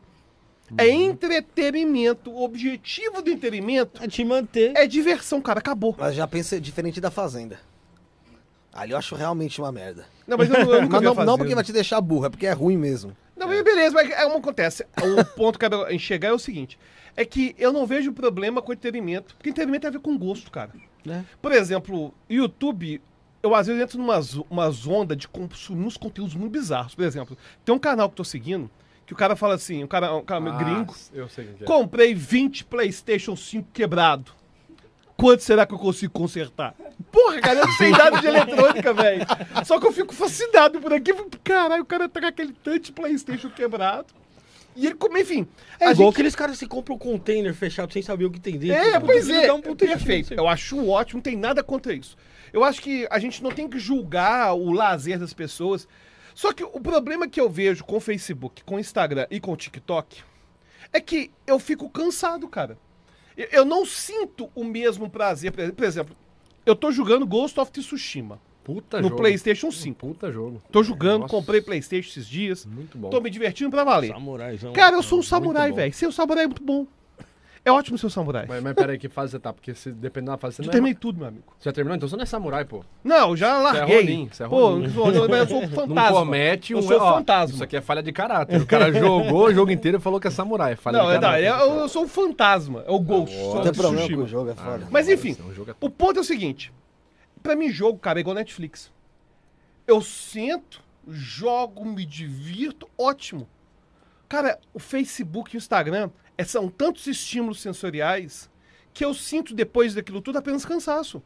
É entretenimento. O objetivo do entretenimento É te manter. é diversão, cara. Acabou. Mas já pensa diferente da Fazenda. Ali eu acho realmente uma merda. Não, mas eu, eu nunca Mas vi não, a Fazenda. não porque vai te deixar burro, é porque é ruim mesmo. Não, mas beleza, mas é como acontece. O ponto que eu quero enxergar é o seguinte. É que eu não vejo problema com entretenimento. Porque entretenimento tem a ver com gosto, cara. É. Por exemplo, YouTube, eu às vezes entro numa zo- uma onda de consumir uns conteúdos muito bizarros. Por exemplo, tem um canal que eu tô seguindo, que o cara fala assim, um cara, um cara Ah, gringo, Eu sei quem que é. comprei vinte PlayStation cinco quebrado. quanto será que eu consigo consertar? Porra, cara, eu não sei nada de eletrônica, velho. Só que eu fico fascinado por aqui. Caralho, o cara tá com aquele touch PlayStation quebrado. E ele, como, enfim... É a igual gente- aqueles caras que compram um container fechado sem saber o que tem dentro. É, cara. pois Ele é, dá um puta perfeito. estilo, Eu acho ótimo, não tem nada contra isso. Eu acho que a gente não tem que julgar o lazer das pessoas. Só que o problema que eu vejo com o Facebook, com o Instagram e com o TikTok é que eu fico cansado, cara. Eu, eu não sinto o mesmo prazer. Por exemplo- Por exemplo, eu tô jogando Ghost of Tsushima Puta no jogo. PlayStation cinco. Puta jogo. Tô jogando, Nossa. comprei PlayStation esses dias. Muito bom. Tô me divertindo pra valer. Samuraizão. Cara, eu sou um Muito samurai, bom. velho. Ser um samurai é muito bom. É ótimo ser um samurai. Mas, mas peraí, que fase você tá? Porque se dependendo da fase, você Eu não terminei é... tudo, meu amigo. Você já terminou? Então você não é samurai, pô. Não, já larguei. Ronin, você é Pô, Ronin. eu sou, eu sou um fantasma. Não comete um... Eu sou ó, fantasma. Isso aqui é falha de caráter. O cara jogou o jogo inteiro e falou que é samurai. Falha Não, de é, não, caráter. eu, eu sou um fantasma. É o Ghost. Não sou tem do problema Tsushima. com o jogo, é foda. Mas enfim, Esse é um jogo- o ponto é o seguinte. Pra mim, jogo, cara, é igual Netflix. Eu sento, jogo, me divirto, ótimo. Cara, o Facebook e o Instagram é, são tantos estímulos sensoriais que eu sinto depois daquilo tudo apenas cansaço.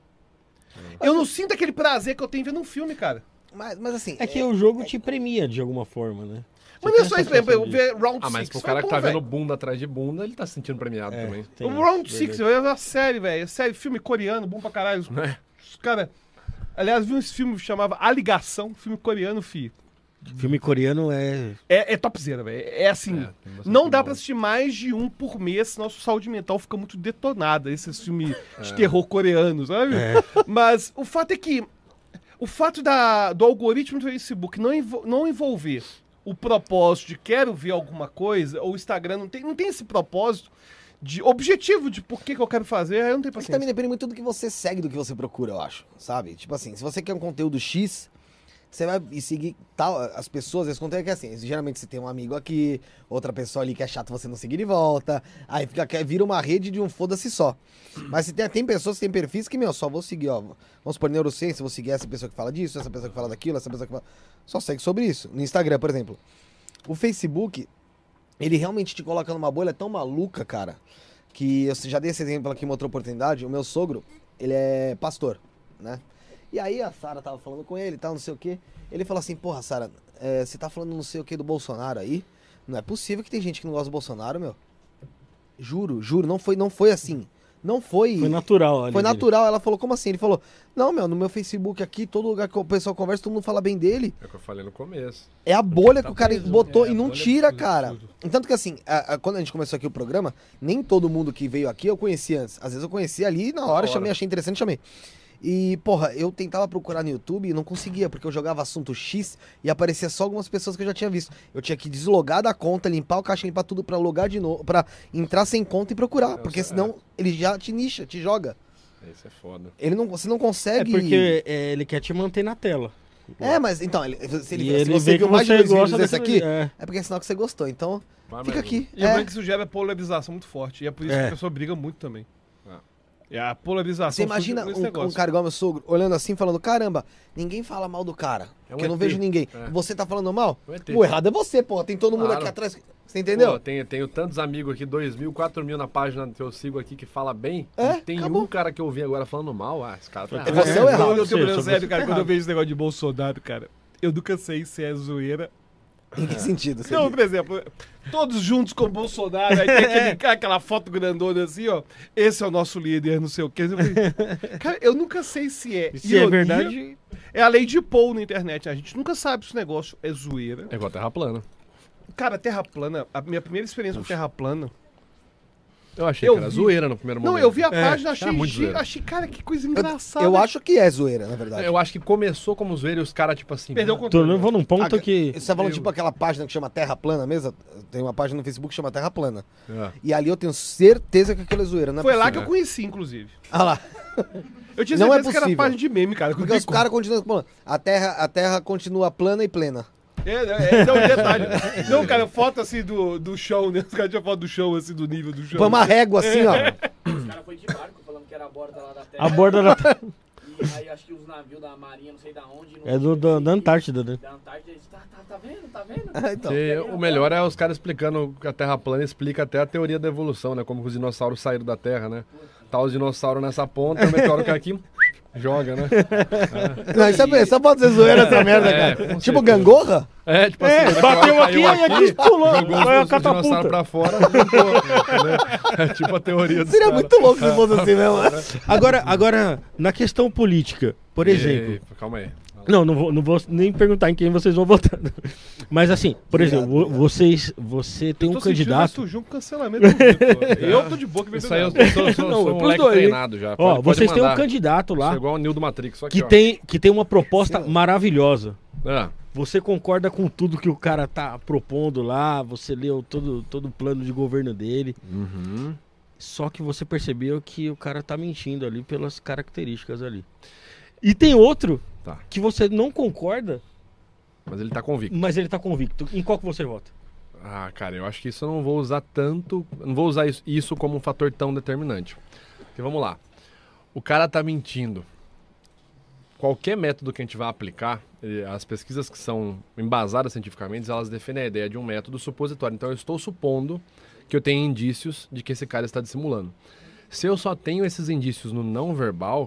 Eu não sinto aquele prazer que eu tenho vendo um filme, cara. Mas, mas assim... É que o jogo te premia de alguma forma, né? Mas Você não é só tem isso, por exemplo, essa eu ver Round Ah, mas Six. pro fala, cara que pô, tá vendo velho, bunda atrás de bunda, ele tá se sentindo premiado É, também. tem O isso, Round verdade. Six, é uma série, velho. Série, filme coreano, bom pra caralho. Né? Os cara... Aliás, vi um filme que chamava A Ligação, filme coreano, fi. Filme coreano é... É, é topzera, velho. É assim, É, tem bastante não dá bom. pra assistir mais de um por mês, senão a sua saúde mental fica muito detonada. Esses filmes É. de terror coreano, sabe? Mas o fato é que o fato da, do algoritmo do Facebook não, envol- não envolver o propósito de quero ver alguma coisa, ou o Instagram não tem, não tem esse propósito de objetivo de por que, que eu quero fazer, aí eu não tenho Mas paciência. também depende muito do que você segue, do que você procura, eu acho, sabe? Tipo assim, se você quer um conteúdo X, você vai e seguir tal, as pessoas, esse conteúdo é que é assim, geralmente você tem um amigo aqui, outra pessoa ali que é chato você não seguir de volta, aí fica, que- vira uma rede de um foda-se só. Mas se tem, tem pessoas que têm perfis que, meu, só vou seguir, ó, vamos por neurociência, vou seguir essa pessoa que fala disso, essa pessoa que fala daquilo, essa pessoa que fala... Só segue sobre isso. No Instagram, por exemplo. O Facebook, ele realmente te coloca numa bolha tão maluca, cara, que eu já dei esse exemplo aqui em uma outra oportunidade. O meu sogro, ele é pastor, né? E aí a Sara tava falando com ele e tal, não sei o quê. Ele falou assim, porra, Sara, é, você tá falando não sei o que do Bolsonaro aí? Não é possível que tem gente que não gosta do Bolsonaro, meu. Juro, juro, não foi, não foi assim. Não foi... Foi natural. ali Foi dele. natural. Ela falou, como assim? Ele falou, não, meu, no meu Facebook aqui, todo lugar que o pessoal conversa, todo mundo fala bem dele. É o que eu falei no começo. É a bolha tá que o cara preso. botou É, e a não bolha tira, absurda, cara. absurdo. Tanto que assim, a- a- quando a gente começou aqui o programa, nem todo mundo que veio aqui eu conhecia antes. Às vezes eu conhecia ali, na hora, hora. chamei, achei interessante, chamei. E, porra, eu tentava procurar no YouTube e não conseguia, porque eu jogava assunto X e aparecia só algumas pessoas que eu já tinha visto. Eu tinha que deslogar da conta, limpar o caixa, limpar tudo pra logar de novo, pra entrar sem conta e procurar. Porque sei, senão ele já te nicha, te joga. Isso é foda. Ele não, você não É consegue... porque é, ele quer te manter na tela. É, mas então, ele, se, ele, E se ele você vê viu que mais de você dois vídeos gosta desse daquele- aqui, é. é porque é sinal que você gostou. Então, Vai, fica mas- aqui. E É. lembrando que isso gera polarização muito forte. E é por isso É. que a pessoa briga muito também. Ah. E a polarização Você imagina surge nesse um, negócio. um cara igual meu sogro, olhando assim, falando, caramba, ninguém fala mal do cara. É um porque eu não E T. vejo ninguém. É. Você tá falando mal? Um E T. O errado é você, pô. Tem todo mundo Claro. aqui atrás. Você entendeu? Pô, tenho, tenho tantos amigos aqui, dois mil, quatro mil na página que eu sigo aqui que fala bem. É, E tem acabou. um cara que eu vi agora falando mal. Ah, esse cara tá É você É, ou não, errado? Eu, eu Você, tenho só sério, você cara, tá quando eu errado. vejo esse negócio de Bolsonaro, cara, eu nunca sei se é zoeira. Em que sentido? Você Não, diz? por exemplo, todos juntos com o Bolsonaro, aí tem aquele, aquela foto grandona assim, ó. Esse é o nosso líder, não sei o quê. Eu falei, cara, eu nunca sei se é. E se é ironia, verdade, É a lei de Paul na internet. A gente nunca sabe se o negócio é zoeira. É igual terra plana. Cara, terra plana, a minha primeira experiência com terra plana. Eu achei Eu que era vi- zoeira no primeiro momento. Não, eu vi a É, página, achei, era muito ge- zoeira. achei, cara, que coisa Eu, engraçada. eu acho que é zoeira, na verdade. Eu acho que começou como zoeira e os caras, tipo assim... Perdeu o ah, tô controle. levando um ponto Ah, que... Você tá falando eu- tipo aquela página que chama Terra Plana mesmo? Tem uma página no Facebook que chama Terra Plana. é. E ali eu tenho certeza que aquilo é zoeira, não é Foi lá que possível. eu conheci, inclusive. Ah lá. Eu tinha Não certeza é que era possível. página de meme, cara. Porque os caras continuam falando, a terra, a terra continua plana e plena. É, é, é, não, detalhe. Não, cara, foto assim do, do chão, né? Os caras tinham foto do chão, assim, do nível do chão. Põe uma régua assim, ó. Os caras foi de barco falando que era a borda lá da terra. A borda da... E aí acho que os navios da marinha, não sei da onde... não É do, tinha do- da esse- Antártida, né? Da Antártida, eles tá, Tá vendo? Tá vendo? Então. Que o melhor é os caras explicando que a Terra plana explica até a teoria da evolução, né? Como que os dinossauros saíram da Terra, né? Tá os dinossauros nessa ponta, o meteoro cai aqui, joga, né? Não, isso é, só pode ser zoeira essa merda, É, cara. com Tipo certeza. gangorra? É, tipo É, assim, o bateu meteoro aqui caiu e aqui pulou, jogou foi a os, os catapulta. dinossauros pra fora, jogou, entendeu? É tipo a teoria dos Seria caras. muito louco se fosse assim mesmo. Agora, agora, na questão política, por exemplo... Ei, calma aí. Não, não vou, não vou nem perguntar em quem vocês vão votar. Mas assim, por Obrigado, exemplo, vo- vocês, você tem um Tô sentindo que vai candidato... surgir um cancelamento. do Vitor. Eu tô de boca bebendo Isso aí eu água. sou, sou, Não, sou é um pros moleque dois, hein? treinado já. Ó, Pode- pode vocês têm um mandar. candidato lá Sou igual o Neo do Matrix, só aqui, que ó. tem, que tem uma proposta Sim. maravilhosa. Ah, Você concorda com tudo que o cara tá propondo lá, você leu todo, todo o plano de governo dele, uhum. só que você percebeu que o cara tá mentindo ali pelas características ali. E tem outro Tá. que você não concorda, Mas ele tá convicto. mas ele tá convicto. Em qual que você vota? Ah, cara, eu acho que isso eu não vou usar tanto. Não vou usar isso, isso como um fator tão determinante. Porque vamos lá. O cara tá mentindo. Qualquer método que a gente vai aplicar, eh, as pesquisas que são embasadas cientificamente, elas defendem a ideia de um método supositório. Então eu estou supondo que eu tenho indícios de que esse cara está dissimulando. Se eu só tenho esses indícios no não verbal,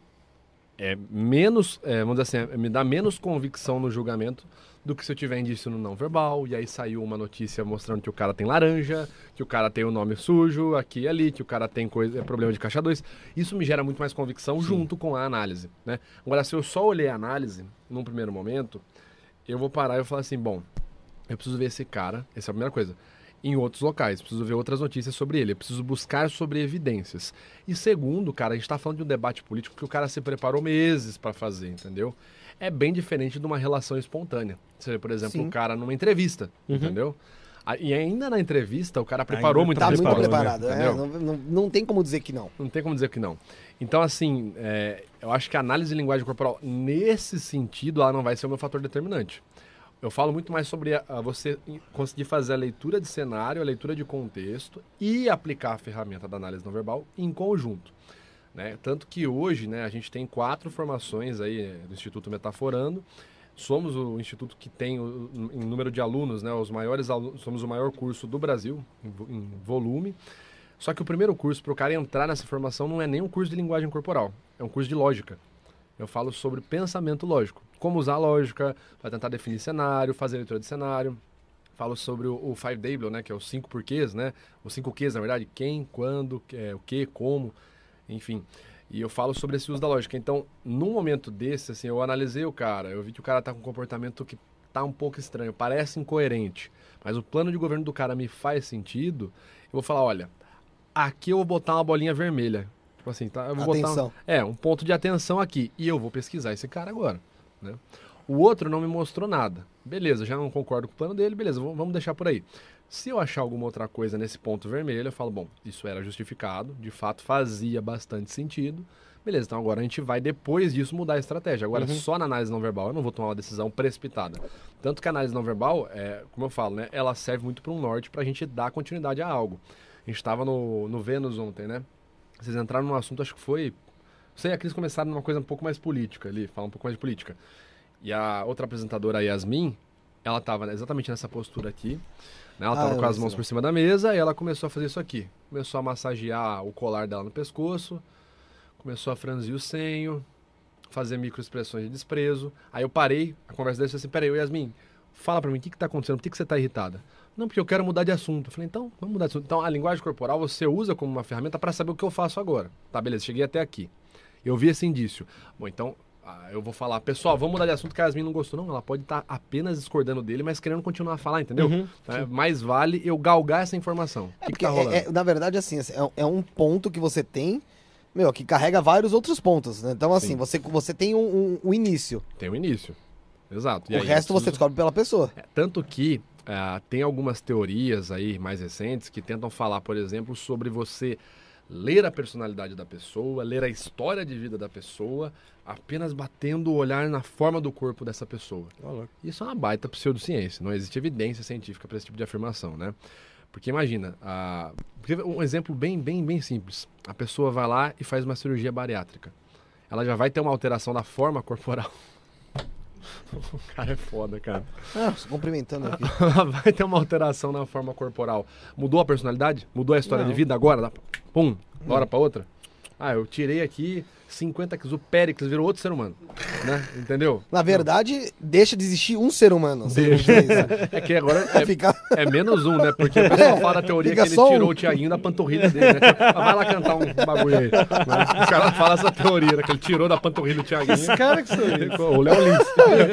é menos, é, vamos dizer assim, é, me dá menos convicção no julgamento do que se eu tiver indício no não verbal, e aí saiu uma notícia mostrando que o cara tem laranja, que o cara tem o nome sujo aqui e ali, que o cara tem coisa, é problema de caixa dois. Isso me gera muito mais convicção junto com a análise, né? Agora, se eu só olhei a análise, num primeiro momento, eu vou parar e vou falar assim, bom, eu preciso ver esse cara, essa é a primeira coisa, em outros locais, preciso ver outras notícias sobre ele, eu preciso buscar sobre evidências. E segundo, cara, a gente está falando de um debate político que o cara se preparou meses para fazer, entendeu? É bem diferente de uma relação espontânea. Seja, por exemplo, Sim. o cara numa entrevista, Uhum. entendeu? A- E ainda na entrevista, o cara preparou Ainda muita Tá muito resposta, preparado. né? É, Entendeu? não, não, não tem como dizer que não. Não tem como dizer que não. Então, assim, é, eu acho que a análise de linguagem corporal, nesse sentido, ela não vai ser o meu fator determinante. Eu falo muito mais sobre a, a você conseguir fazer a leitura de cenário, a leitura de contexto e aplicar a ferramenta da análise não verbal em conjunto. Né? Tanto que hoje, né, a gente tem quatro formações aí é, do Instituto Metaforando. Somos o instituto que tem, o, em número de alunos, né, os maiores alunos, somos o maior curso do Brasil, em, vo- em volume. Só que o primeiro curso, para o cara entrar nessa formação, não é nem um curso de linguagem corporal, é um curso de lógica. Eu falo sobre pensamento lógico, como usar a lógica, vai tentar definir cenário, fazer leitura de cenário. Falo sobre o, o Five W, né, que é os cinco porquês, né, os cinco Qs, na verdade, quem, quando, é, o que, como, enfim. E eu falo sobre esse uso da lógica. Então, num momento desse, assim, eu analisei o cara, eu vi que o cara tá com um comportamento que tá um pouco estranho, parece incoerente, mas o plano de governo do cara me faz sentido, eu vou falar, olha, aqui eu vou botar uma bolinha vermelha. Tipo assim, tá? Eu vou botar Atenção. um, é, um ponto de atenção aqui. E eu vou pesquisar esse cara agora, né? O outro não me mostrou nada. Beleza, já não concordo com o plano dele, beleza, vamos vamos deixar por aí. Se eu achar alguma outra coisa nesse ponto vermelho, eu falo, bom, isso era justificado, de fato fazia bastante sentido. Beleza, então agora a gente vai, depois disso, mudar a estratégia. Agora, Uhum. só na análise não verbal, eu não vou tomar uma decisão precipitada. Tanto que a análise não verbal, é, como eu falo, né, ela serve muito para um norte para a gente dar continuidade a algo. A gente estava no, no Vênus ontem, né? Vocês entraram num assunto, acho que foi... Não sei, a Cris começaram numa coisa um pouco mais política ali, falar um pouco mais de política. E a outra apresentadora, a Yasmin, ela estava exatamente nessa postura aqui, né? Ela Ah, estava eu com as vi mãos isso. por cima da mesa e ela começou a fazer isso aqui. Começou a massagear o colar dela no pescoço, começou a franzir o senho, fazer microexpressões de desprezo. Aí eu parei, a conversa dela disse assim, peraí, ô Yasmin, fala pra mim, o que que tá acontecendo? Por que que você tá irritada? Não, porque eu quero mudar de assunto. Eu falei, então, vamos mudar de assunto. Então, a linguagem corporal você usa como uma ferramenta para saber o que eu faço agora. Tá, beleza, cheguei até aqui. Eu vi esse indício. Bom, então, ah, eu vou falar, pessoal, vamos mudar de assunto que a Yasmin não gostou. Não, ela pode estar apenas discordando dele, mas querendo continuar a falar, entendeu? Uhum, É, mais vale eu galgar essa informação. O que, que porque tá rolando? é- é- na verdade, assim, é, é um ponto que você tem, meu, que carrega vários outros pontos, né? Então, assim, Sim. você, você tem um, um- um início. Tem o início. Exato. E o aí, resto eu você preciso- descobre pela pessoa. É, tanto que ah, tem algumas teorias aí mais recentes que tentam falar, por exemplo, sobre você ler a personalidade da pessoa, ler a história de vida da pessoa, apenas batendo o olhar na forma do corpo dessa pessoa. Isso é uma baita pseudociência, não existe evidência científica para esse tipo de afirmação, né? Porque imagina, ah, porque um exemplo bem, bem, bem simples. A pessoa vai lá e faz uma cirurgia bariátrica. Ela já vai ter uma alteração da forma corporal. O cara é foda, cara. Ah, tô cumprimentando aqui. Vai ter uma alteração na forma corporal. Mudou a personalidade? Mudou a história Não. de vida agora? Dá pra- Pum, da hora pra outra? Ah, eu tirei aqui cinquenta quilos. O Péricles virou outro ser humano. Né? Entendeu? Na verdade, deixa de existir um ser humano. se Deixa. não fizer isso. É que agora é, Fica... é menos um, né? Porque o pessoal fala da teoria que Fica ele só tirou um. o Thiaguinho da panturrilha dele, né? Ah, vai lá cantar um bagulho aí. Né? O cara fala essa teoria, né? Que ele tirou da panturrilha do Thiaguinho. Esse cara que sou eu. O Léo Lins.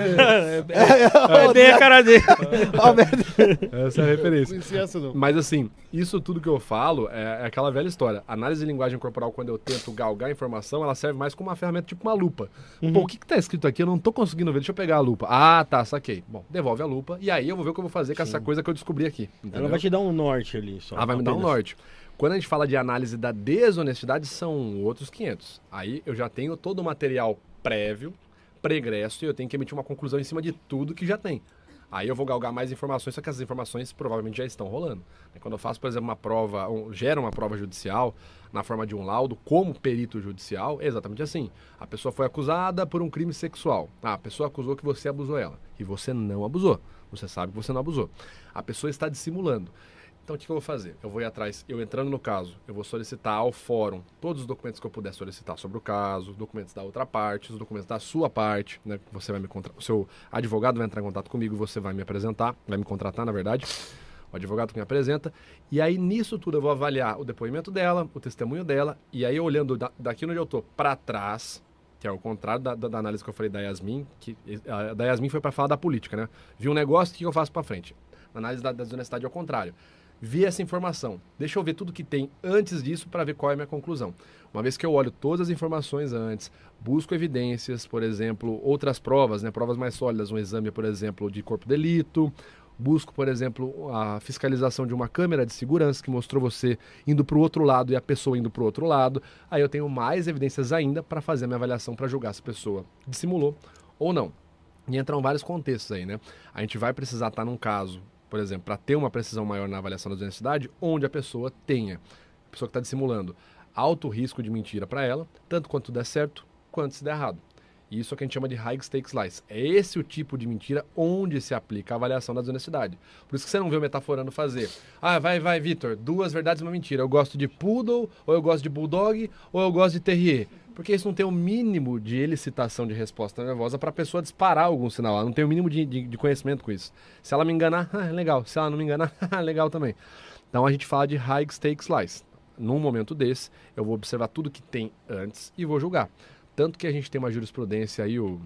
É bem a cara dele. Alberto, Essa é a referência. Conhecia essa não. Mas assim, isso tudo que eu falo é, é aquela velha história. Análise de linguagem corporal, quando eu tento galgar a informação, ela serve mais como uma ferramenta tipo uma lupa. Pô, o que, que tá escrito aqui? Eu não tô conseguindo ver. Deixa eu pegar a lupa. Ah, tá, saquei. Bom, devolve a lupa e aí eu vou ver o que eu vou fazer com essa coisa que eu descobri aqui. Entendeu? Ela vai te dar um norte ali só. Ah, vai me dar um apenas. norte. Quando a gente fala de análise da desonestidade, são outros quinhentos. Aí eu já tenho todo o material prévio, pregresso, e eu tenho que emitir uma conclusão em cima de tudo que já tem. Aí eu vou galgar mais informações, só que as informações provavelmente já estão rolando. Quando eu faço, por exemplo, uma prova, um, gero uma prova judicial na forma de um laudo, como perito judicial, é exatamente assim. A pessoa foi acusada por um crime sexual. Ah, a pessoa acusou que você abusou ela. E você não abusou. Você sabe que você não abusou. A pessoa está dissimulando. Então, o que, que eu vou fazer? Eu vou ir atrás, eu entrando no caso, eu vou solicitar ao fórum todos os documentos que eu puder solicitar sobre o caso, documentos da outra parte, os documentos da sua parte, né? Você vai me contra... O seu advogado vai entrar em contato comigo, você vai me apresentar, vai me contratar, na verdade. O advogado que me apresenta. E aí, nisso tudo, eu vou avaliar o depoimento dela, o testemunho dela, e aí, olhando da, daqui onde eu tô para trás, que é o contrário da, da, da análise que eu falei da Yasmin, que a da Yasmin foi para falar da política, né? Vi um negócio, o que eu faço para frente? A análise da, da desonestidade é o contrário. Vi essa informação. Deixa eu ver tudo que tem antes disso para ver qual é a minha conclusão. Uma vez que eu olho todas as informações antes, busco evidências, por exemplo, outras provas, né, provas mais sólidas, um exame, por exemplo, de corpo de delito, busco, por exemplo, a fiscalização de uma câmera de segurança que mostrou você indo para o outro lado e a pessoa indo para o outro lado. Aí eu tenho mais evidências ainda para fazer a minha avaliação para julgar se a pessoa dissimulou ou não. E entram vários contextos aí, né? A gente vai precisar estar num caso, por exemplo, para ter uma precisão maior na avaliação da desonestidade, onde a pessoa tenha, a pessoa que está dissimulando, alto risco de mentira para ela, tanto quanto der certo, quanto se der errado. E isso é o que a gente chama de high stakes lies. É esse o tipo de mentira onde se aplica a avaliação da desonestidade. Por isso que você não vê o metaforando fazer. Ah, vai, vai, Vitor, duas verdades e uma mentira. Eu gosto de poodle, ou eu gosto de bulldog, ou eu gosto de terrier. Porque isso não tem o mínimo de elicitação de resposta nervosa para a pessoa disparar algum sinal. Ela não tem o mínimo de, de, de conhecimento com isso. Se ela me enganar, ah, legal. Se ela não me enganar, legal também. Então a gente fala de high stakes lies. Num momento desse, eu vou observar tudo que tem antes e vou julgar. Tanto que a gente tem uma jurisprudência aí, o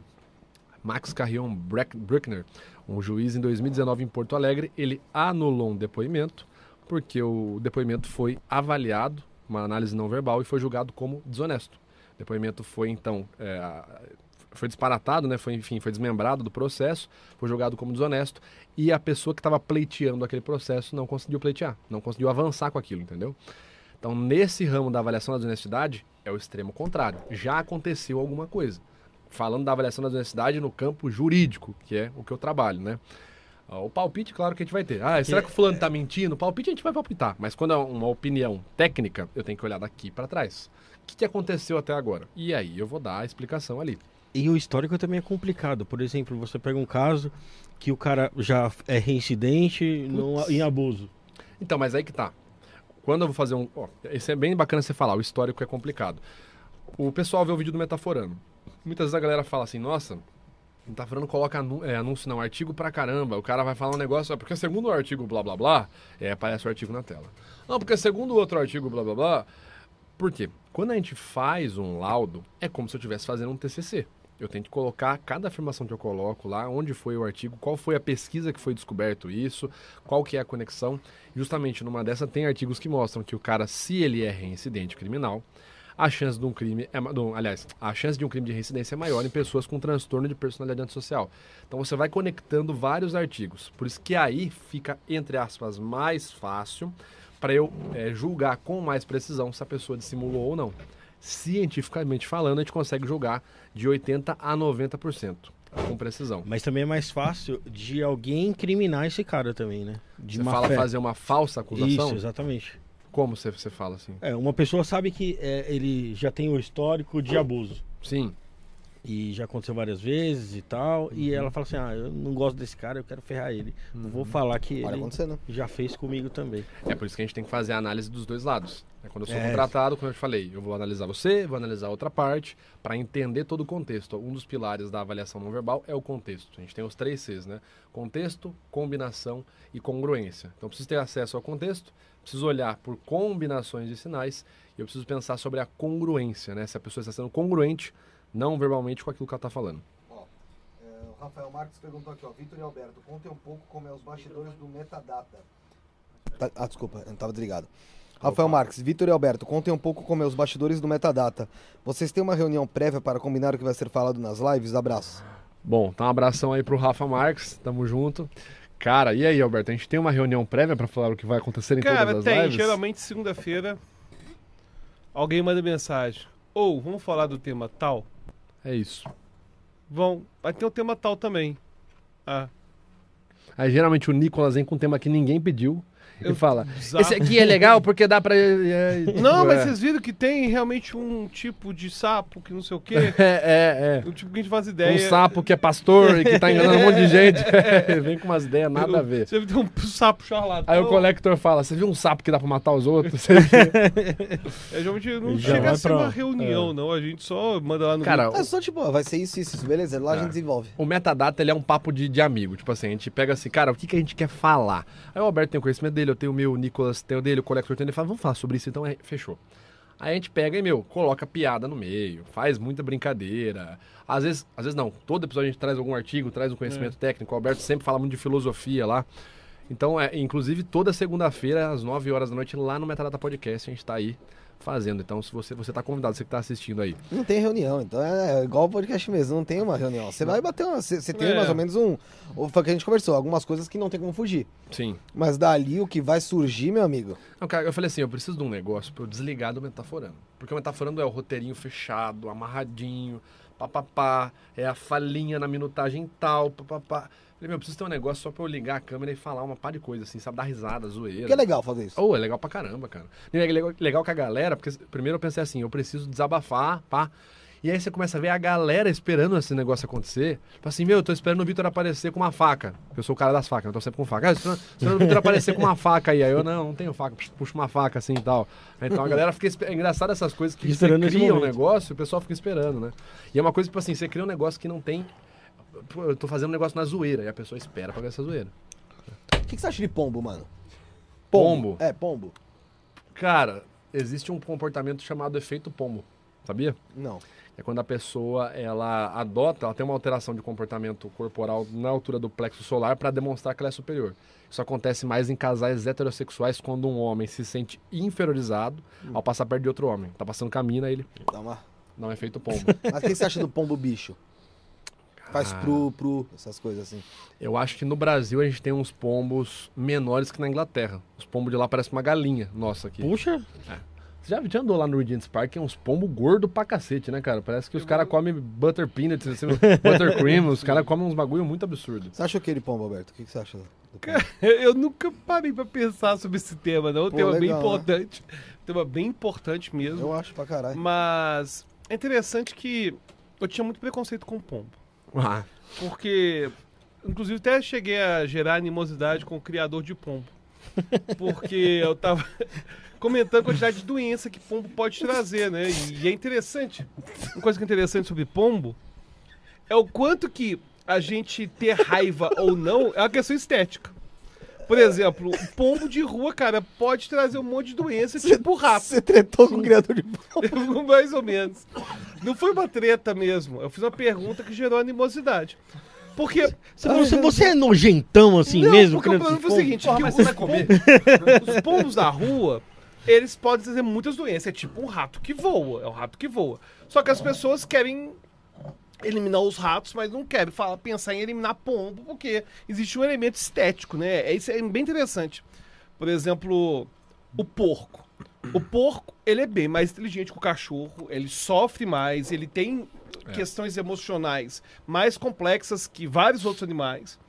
Max Carrion Bruckner, um juiz em dois mil e dezenove em Porto Alegre, ele anulou um depoimento, porque o depoimento foi avaliado, uma análise não verbal, e foi julgado como desonesto. O depoimento foi, então, é, foi disparatado, né? foi, enfim, foi desmembrado do processo, foi julgado como desonesto, e a pessoa que estava pleiteando aquele processo não conseguiu pleitear, não conseguiu avançar com aquilo, entendeu? Então, nesse ramo da avaliação da desonestidade, é o extremo contrário. Já aconteceu alguma coisa. Falando da avaliação da desonestidade no campo jurídico, que é o que eu trabalho, né? O palpite, claro que a gente vai ter. Ah, será que o fulano está mentindo? O palpite a gente vai palpitar. Mas quando é uma opinião técnica, eu tenho que olhar daqui para trás. O que, que aconteceu até agora? E aí eu vou dar a explicação ali. E o histórico também é complicado. Por exemplo, você pega um caso que o cara já é reincidente não, em abuso. Então, mas aí que tá. Quando eu vou fazer um... Ó, isso é bem bacana você falar, o histórico é complicado. O pessoal vê o vídeo do Metaforando. Muitas vezes a galera fala assim, nossa, o Metaforando coloca anu é, anúncio não, artigo pra caramba. O cara vai falar um negócio, é porque segundo o artigo blá blá blá, é, aparece o artigo na tela. Não, porque segundo o outro artigo blá blá blá. Por quê? Quando a gente faz um laudo, é como se eu estivesse fazendo um T C C. Eu tenho que colocar cada afirmação que eu coloco lá, onde foi o artigo, qual foi a pesquisa que foi descoberto isso, qual que é a conexão. Justamente numa dessas tem artigos que mostram que o cara, se ele é reincidente criminal, a chance de um crime, é, do, aliás, a chance de um crime de reincidência é maior em pessoas com transtorno de personalidade antissocial. Então você vai conectando vários artigos. Por isso que aí fica, entre aspas, mais fácil para eu é, julgar com mais precisão se a pessoa dissimulou ou não. Cientificamente falando, a gente consegue julgar de oitenta a noventa por cento com precisão. Mas também é mais fácil de alguém incriminar esse cara também, né? De Você má fala fé. fazer uma falsa acusação? Isso, exatamente. Como você, você fala assim? É, uma pessoa sabe que é, ele já tem o histórico de abuso. Sim. E já aconteceu várias vezes e tal. Uhum. E ela fala assim, ah, eu não gosto desse cara, eu quero ferrar ele. Uhum. Eu vou falar que Pode ele acontecer, né? já fez comigo também. É por isso que a gente tem que fazer a análise dos dois lados. Quando eu sou É. contratado, como eu te falei, eu vou analisar você, vou analisar a outra parte, para entender todo o contexto. Um dos pilares da avaliação não verbal é o contexto. A gente tem os três Cs, né? Contexto, combinação e congruência. Então eu preciso ter acesso ao contexto, preciso olhar por combinações de sinais e eu preciso pensar sobre a congruência, né? Se a pessoa está sendo congruente, não verbalmente, com aquilo que ela está falando. Ó, é, o Rafael Marques perguntou aqui, ó, Vitor e Alberto, contem um pouco como é os bastidores do Metadata. Tá, ah, desculpa, eu não estava desligado. Rafael Opa. Marques, Vitor e Alberto, contem um pouco como é os bastidores do Metadata. Vocês têm uma reunião prévia para combinar o que vai ser falado nas lives? Abraço. Bom, então um abração aí pro Rafa Marques, tamo junto. Cara, e aí, Alberto, a gente tem uma reunião prévia para falar o que vai acontecer em Cara, todas as tem. lives? Geralmente, segunda-feira, alguém manda mensagem. Ou, vamos falar do tema tal? É isso. Vão. Vai ter o tema tal também. Ah. Aí geralmente o Nicolas vem com um tema que ninguém pediu Eu- e fala, Bizarro. esse aqui é legal porque dá pra... é, é, Não, tipo, mas é. vocês viram que tem realmente um tipo de sapo que não sei o quê. É, é, Um tipo que a gente faz é. ideia. Um sapo que é pastor e que tá enganando um monte de gente. Vem com umas ideias nada a ver. Você viu um sapo charlatão. Aí o Collector fala, você viu um sapo que dá pra matar os outros? É, geralmente não Já chega vai a ser pra- uma reunião, não. A gente só manda lá no Cara, É só tipo, ó, vai ser isso, isso, isso, beleza? Lá a gente desenvolve. o metadata, ele é um papo de, de amigo. Tipo assim, a gente pega assim, cara, o que, que a gente quer falar? Aí o Alberto tem o conhecimento dele, eu tenho o meu, o Nicolas tem o dele, o Collector tem o dele. Ele fala, vamos falar sobre isso, então é, fechou. Aí a gente pega e, meu, coloca piada no meio, faz muita brincadeira. Às vezes, às vezes não, todo episódio a gente traz algum artigo, traz um conhecimento técnico. O Alberto sempre fala muito de filosofia lá. Então, é, inclusive, toda segunda-feira, às nove horas da noite, lá no Metadata Podcast, a gente tá aí fazendo. Então, se você, você tá convidado, você que tá assistindo aí. Não tem reunião, então é igual o podcast mesmo, não tem uma reunião. Você vai bater uma. Você você tem É. mais ou menos um. Foi o que a gente conversou, algumas coisas que não tem como fugir. Sim. Mas dali o que vai surgir, meu amigo. Não, cara, eu falei assim, eu preciso de um negócio pra eu desligar do Metaforando. Porque o Metaforando é o roteirinho fechado, amarradinho, papapá, é a falinha na minutagem tal, papapá. Falei, meu, eu preciso ter um negócio só pra eu ligar a câmera e falar uma par de coisa, assim, sabe? Dar risada, zoeira. Que é legal fazer isso. Oh, é legal pra caramba, cara. E é legal, legal com a galera, porque primeiro eu pensei assim, eu preciso desabafar, pá. E aí você começa a ver a galera esperando esse negócio acontecer. Tipo assim, meu, eu tô esperando o Vitor aparecer com uma faca. Eu sou o cara das facas, eu tô sempre com faca. Ah, eu tô esperando, esperando o Vitor aparecer com uma faca aí. Aí eu, não, não tenho faca, puxo uma faca assim e tal. Então a galera fica... esper- É engraçado essas coisas que você Esperando esse cria um momento. negócio, o pessoal fica esperando, né? E é uma coisa, tipo assim, você cria um negócio que não tem... Pô, eu tô fazendo um negócio na zoeira, e a pessoa espera pra ver essa zoeira. O que, que você acha de pombo, mano? Pombo? É, pombo. Cara, existe um comportamento chamado efeito pombo, sabia? Não. É quando a pessoa, ela adota, ela tem uma alteração de comportamento corporal na altura do plexo solar para demonstrar que ela é superior. Isso acontece mais em casais heterossexuais quando um homem se sente inferiorizado ao passar perto de outro homem. Tá passando caminho, aí ele Dá uma... dá um efeito pombo. Mas o que você acha do pombo bicho? Faz Ah. pru, pru, essas coisas assim. Eu acho que no Brasil a gente tem uns pombos menores que na Inglaterra. Os pombos de lá parecem uma galinha nossa aqui. Puxa, Você já, já andou lá no Regent's Park, é uns pombos gordos pra cacete, né, cara? Parece que os caras comem butter peanuts, assim, buttercream, os caras comem uns bagulho muito absurdo. Você acha o que de pombo, Alberto? O que, que você acha do pombo? Cara, eu nunca parei pra pensar sobre esse tema, não. É um Pô, tema bem legal, né? importante. Tema bem importante mesmo. Eu acho pra caralho. Mas é interessante que eu tinha muito preconceito com pombo. Ah, Porque, inclusive, até cheguei a gerar animosidade com o criador de pombo. Porque eu tava comentando a quantidade de doença que pombo pode trazer, né? E é interessante. Uma coisa que é interessante sobre pombo é o quanto que a gente ter raiva ou não é uma questão estética. Por exemplo, o pombo de rua, cara, pode trazer um monte de doença, tipo rato. Você tretou com o criador de pombo? Mais ou menos. Não foi uma treta mesmo. Eu fiz uma pergunta que gerou animosidade. Porque. você, você, você é nojentão assim Não, mesmo? porque o criando problema foi o pombo? seguinte: Porra, que mas os, você vai comer? pombos, os pombos da rua, eles podem trazer muitas doenças. É tipo um rato que voa. É um rato que voa. Só que as pessoas querem eliminar os ratos, mas não querem falar, pensar em eliminar pombo, porque existe um elemento estético, né? É, isso é bem interessante. Por exemplo, o porco. O porco, ele é bem mais inteligente que o cachorro, ele sofre mais, ele tem É. questões emocionais mais complexas que vários outros animais.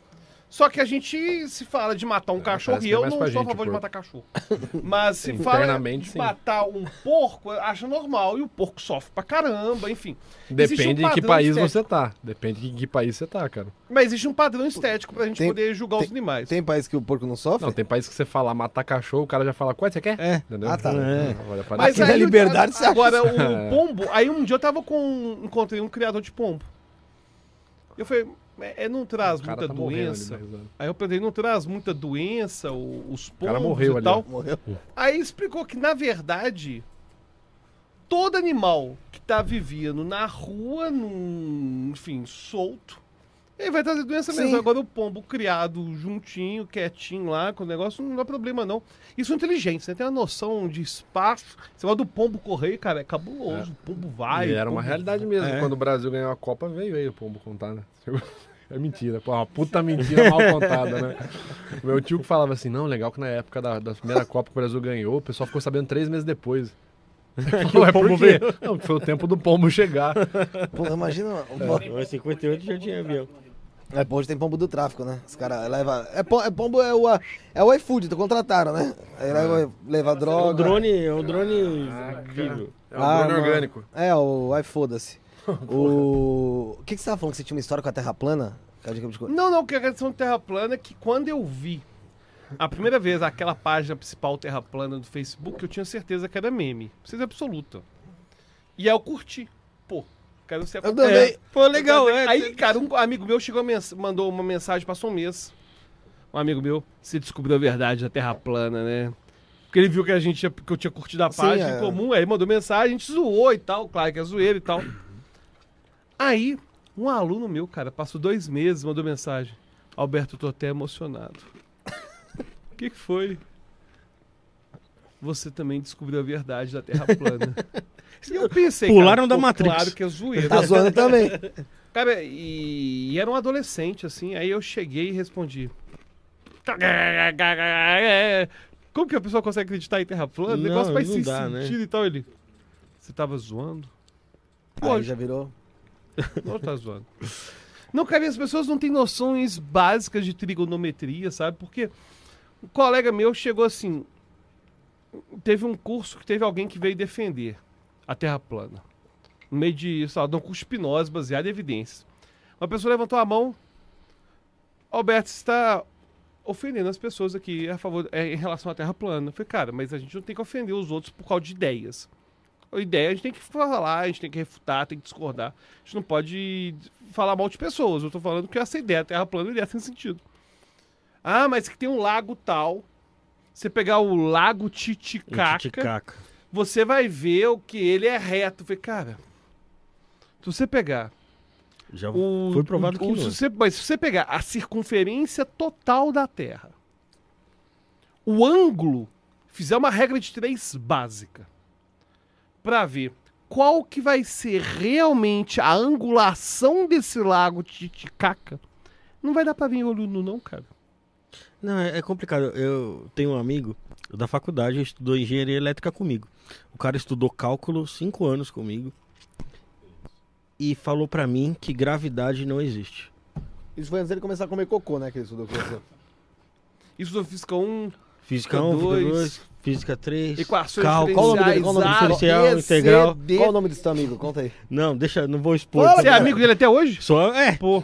Só que a gente se fala de matar um É, cachorro parece e que é eu mais não pra sou a gente, favor de porco. matar cachorro. Mas se fala Internamente, de sim. matar um porco, eu acho normal. E o porco sofre pra caramba, enfim. Existe um Depende de que padrão país estético. você tá. Depende de que país você tá, cara. Mas existe um padrão estético pra gente Tem- poder julgar tem- os animais. Tem país que o porco não sofre? Não, tem país que você fala matar cachorro, o cara já fala, quanto você quer? É. Entendeu? Ah, tá. É. Olha, Mas parece- Aqui na aí, Liberdade, você acha agora, isso? o pombo... Aí um dia eu tava com... Encontrei um criador de pombo. Eu falei, é, é, não traz o cara muita tá morrendo doença. ali, né? Aí eu pensei, não traz muita doença, o- os pombos cara morreu e ali, tal. Morreu. Aí explicou que, na verdade, todo animal que tá vivendo na rua, num, enfim, solto, ele vai trazer doença Sim. mesmo. Agora o pombo criado juntinho, quietinho lá, com o negócio, não dá problema não. Isso é inteligente, você tem uma noção de espaço. Você vai do pombo correr, cara, é cabuloso. O pombo vai. E o era uma pombo- realidade mesmo. É. Quando o Brasil ganhou a Copa, veio aí o pombo contar, né? É mentira, pô, uma puta mentira mal contada, né? O meu tio que falava assim, não, legal que na época da, da primeira Copa que o Brasil ganhou, o pessoal ficou sabendo três meses depois. Não, é por quê? Não, foi o tempo do pombo chegar. Pô, imagina. Em cinquenta e oito já tinha avião. É, pô, hoje tem pombo do tráfico, né? Os caras levam. É, po- é pombo, é o, é o iFood, tu contrataram, né? Aí leva, leva É um droga. drone, é um drone vivo. É um Ah, drone mano. orgânico. É, o iFoda-se. O. O que, que você tava falando que você tinha uma história com a Terra plana? Cadê que eu te- Não, não, que a questão de Terra plana é que quando eu vi a primeira vez aquela página principal Terra plana do Facebook, eu tinha certeza que era meme. Certeza absoluta. E aí eu curti. Pô, quero ser... Eu também. É. Pô, legal, é. Aí, cara, um amigo meu chegou, mens- mandou uma mensagem, passou um mês. Um amigo meu, você descobriu a verdade da Terra plana, né? Porque ele viu que a gente tinha- que eu tinha curtido a Sim, página é. em comum, aí mandou mensagem, a gente zoou e tal, claro que é zoeira e tal. Aí, um aluno meu, cara, passou dois meses, mandou mensagem. Alberto, eu tô até emocionado. O que, que foi? Você também descobriu a verdade da Terra plana. E eu pensei, Pularam cara, da pô, Matrix. Claro que é zoeira. Tá zoando também. Cara, e, e era um adolescente, assim, aí eu cheguei e respondi. Como que a pessoa consegue acreditar em Terra plana? O Não, negócio faz não sem dá, né? sentido e tal. Ele, você tava zoando? Aí Lógico, já virou. não tá zoando. Não, cara, e as pessoas não têm noções básicas de trigonometria, sabe? Porque um colega meu chegou assim, teve um curso que teve alguém que veio defender a Terra plana. No meio de, sei lá, de um curso de hipnose baseado em evidências. Uma pessoa levantou a mão. Alberto, você está ofendendo as pessoas aqui a favor, é, em relação à Terra plana. Eu falei, cara, mas a gente não tem que ofender os outros por causa de ideias. A ideia a gente tem que falar, a gente tem que refutar, tem que discordar. A gente não pode falar mal de pessoas. Eu tô falando que essa ideia, a Terra plana, é ideia sem sentido. Ah, mas que tem um lago tal. Você pegar o Lago Titicaca, Titicaca. você vai ver o que ele é reto. Eu falei, cara, se você pegar Já o, foi provado o, que o- não. se você, mas se você pegar a circunferência total da Terra, o ângulo, fizer uma regra de três básica, para ver qual que vai ser realmente a angulação desse lago Titicaca, não vai dar para ver olho nu não, cara. Não, é é complicado. Eu tenho um amigo da faculdade, ele estudou engenharia elétrica comigo. O cara estudou cálculo cinco anos comigo e falou pra mim que gravidade não existe. Isso foi antes dele começar a comer cocô, né? Que ele estudou com você. Isso do Física um, Física um, dois, física dois, física três, equações cálculo. Qual o nome dele? Qual o nome dele? Diferencial, A, B, C, integral. D. Qual o nome desse teu amigo? Conta aí. Não, deixa, não vou expor. Fala, Você é amigo dele até hoje? Só, é. Pô,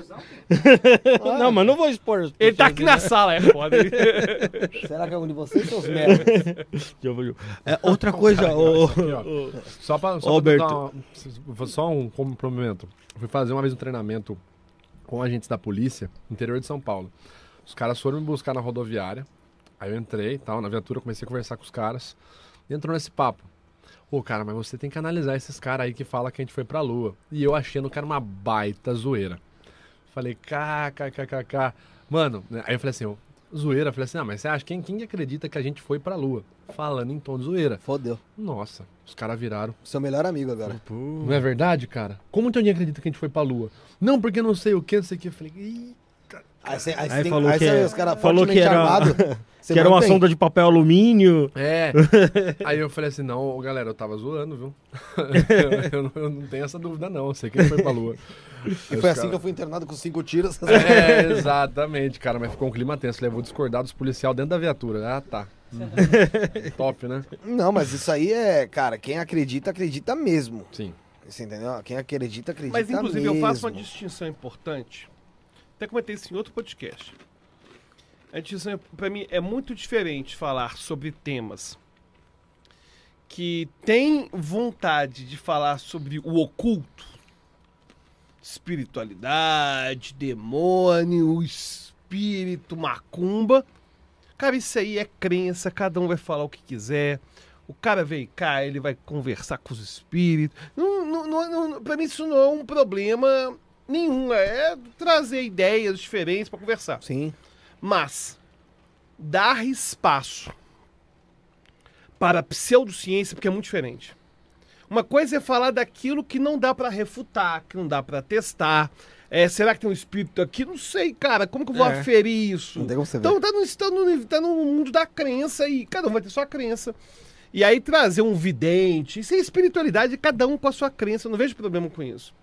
Não, mas não vou expor. as ele tá pessoas, aqui na sala, é foda. Será que é algum de vocês, seus merdas? Já vou- É, outra coisa, ô, Aqui, ó. ô, Só pra, só Alberto. pra dar uma, só um complemento. Fui fazer uma vez um treinamento com agentes da polícia, no interior de São Paulo. Os caras foram me buscar na rodoviária. Aí eu entrei, tal, na viatura, comecei a conversar com os caras. E entrou nesse papo. Ô, cara, mas você tem que analisar esses caras aí que falam que a gente foi pra lua. E eu achando que era uma baita zoeira. Falei, kkkk. Mano, né, aí eu falei assim, ó, zoeira. Eu falei assim, ah, mas você acha, quem, quem acredita que a gente foi pra lua? Falando em tom de zoeira. Fodeu. Nossa, os caras viraram. Seu melhor amigo agora. Não é verdade, cara? Como muita gente acredita que a gente foi pra lua? Não, porque não sei o que, não sei o que. Eu falei, eita. Aí, cê, aí, Aí tem, falou aí que cê- é- os caras falou que fortemente era- armados, cê que era uma mantém. sonda de papel alumínio. É. Aí eu falei assim, não, galera, eu tava zoando, viu? eu, não, eu não tenho essa dúvida, não. Eu sei que ele foi pra lua. E foi assim que eu fui internado com cinco tiros. É, exatamente, cara. Mas ficou um clima tenso. Levou discordar dos policial dentro da viatura. Ah, tá. Uhum. Top, né? Não, mas isso aí é, cara, quem acredita, acredita mesmo. Sim. Você entendeu? Quem acredita, acredita Mas, inclusive, mesmo. eu faço uma distinção importante. Até comentei isso em outro podcast. A distinção, pra mim, é muito diferente falar sobre temas que têm vontade de falar sobre o oculto, espiritualidade, demônio, espírito, macumba. Cara, isso aí é crença, cada um vai falar o que quiser. O cara vem cá, ele vai conversar com os espíritos. Não, não, não, não, pra mim isso não é um problema nenhum. É trazer ideias diferentes pra conversar. Sim. Mas dar espaço para a pseudociência, porque é muito diferente. Uma coisa é falar daquilo que não dá pra refutar, que não dá pra testar. É, será que tem um espírito aqui? Não sei, cara. Como que eu vou É. aferir isso? Não tem como você ver. Então tá no, tá, no, tá no mundo da crença e cada um vai ter sua crença. E aí trazer um vidente, isso é espiritualidade, cada um com a sua crença. Eu não vejo problema com isso.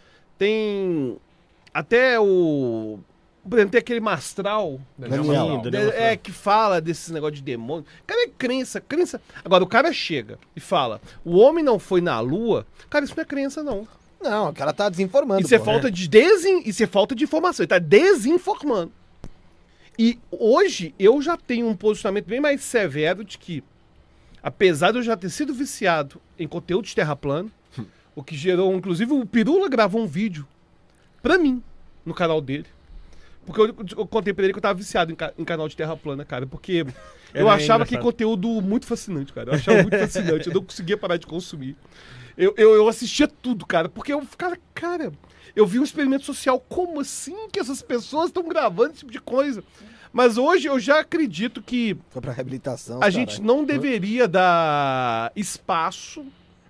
Tem até o... Por exemplo, tem aquele Mastral, Daniel. Sim, de- Daniel é, que fala desses negócio de demônio. Cara, é crença, crença. Agora, o cara chega e fala, o homem não foi na lua. Cara, isso não é crença, não. Não, o cara tá desinformando. Isso é pô. falta de desin... Isso é falta de informação. Ele tá desinformando. E hoje eu já tenho um posicionamento bem mais severo de que, apesar de eu já ter sido viciado em conteúdo de terra plana, o que gerou, inclusive, o Pirula gravou um vídeo pra mim no canal dele. Porque eu, eu contei pra ele que eu tava viciado em, ca- em canal de terra plana, cara. Porque eu É, é achava que engraçado. conteúdo muito fascinante, cara. Eu achava muito fascinante. Eu não conseguia parar de consumir. Eu, eu, eu assistia tudo, cara. Porque eu ficava, cara, eu vi um experimento social. Como assim que essas pessoas estão gravando esse tipo de coisa? Mas hoje eu já acredito que Foi pra reabilitação. a cara. gente não deveria dar espaço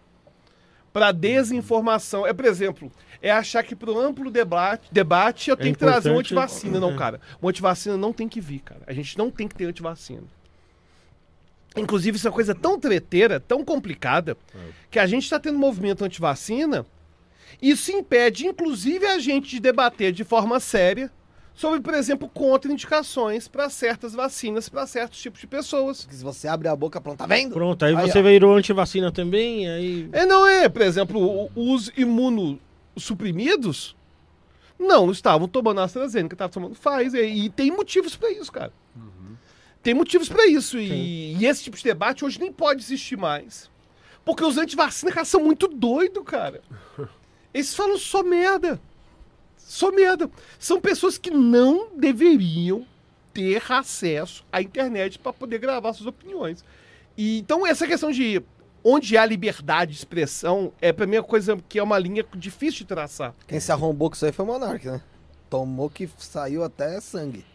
para desinformação. É, por exemplo, é achar que para o amplo debate, debate eu tenho que trazer um importante- antivacina. Não, é. cara. O antivacina não tem que vir, cara. A gente não tem que ter antivacina. Inclusive, isso é uma coisa tão treteira, tão complicada, que a gente está tendo um movimento antivacina. Isso impede, inclusive, a gente de debater de forma séria sobre, por exemplo, contraindicações para certas vacinas, para certos tipos de pessoas. Porque se você abre a boca, pronto, tá vendo? Pronto, aí, Aí, você ó. virou antivacina também, aí... É, não é, por exemplo, o- os imunossuprimidos não estavam tomando AstraZeneca, estavam tomando Pfizer, e tem motivos para isso, cara. Tem motivos para isso, e, e esse tipo de debate hoje nem pode existir mais. Porque os antivacina, cara, são muito doidos, cara. Eles falam só merda. Só merda. São pessoas que não deveriam ter acesso à internet para poder gravar suas opiniões. E, então, essa questão de onde há liberdade de expressão é, pra mim, uma coisa que é uma linha difícil de traçar. Quem se arrombou com isso aí foi o Monark, né? Tomou que saiu até sangue.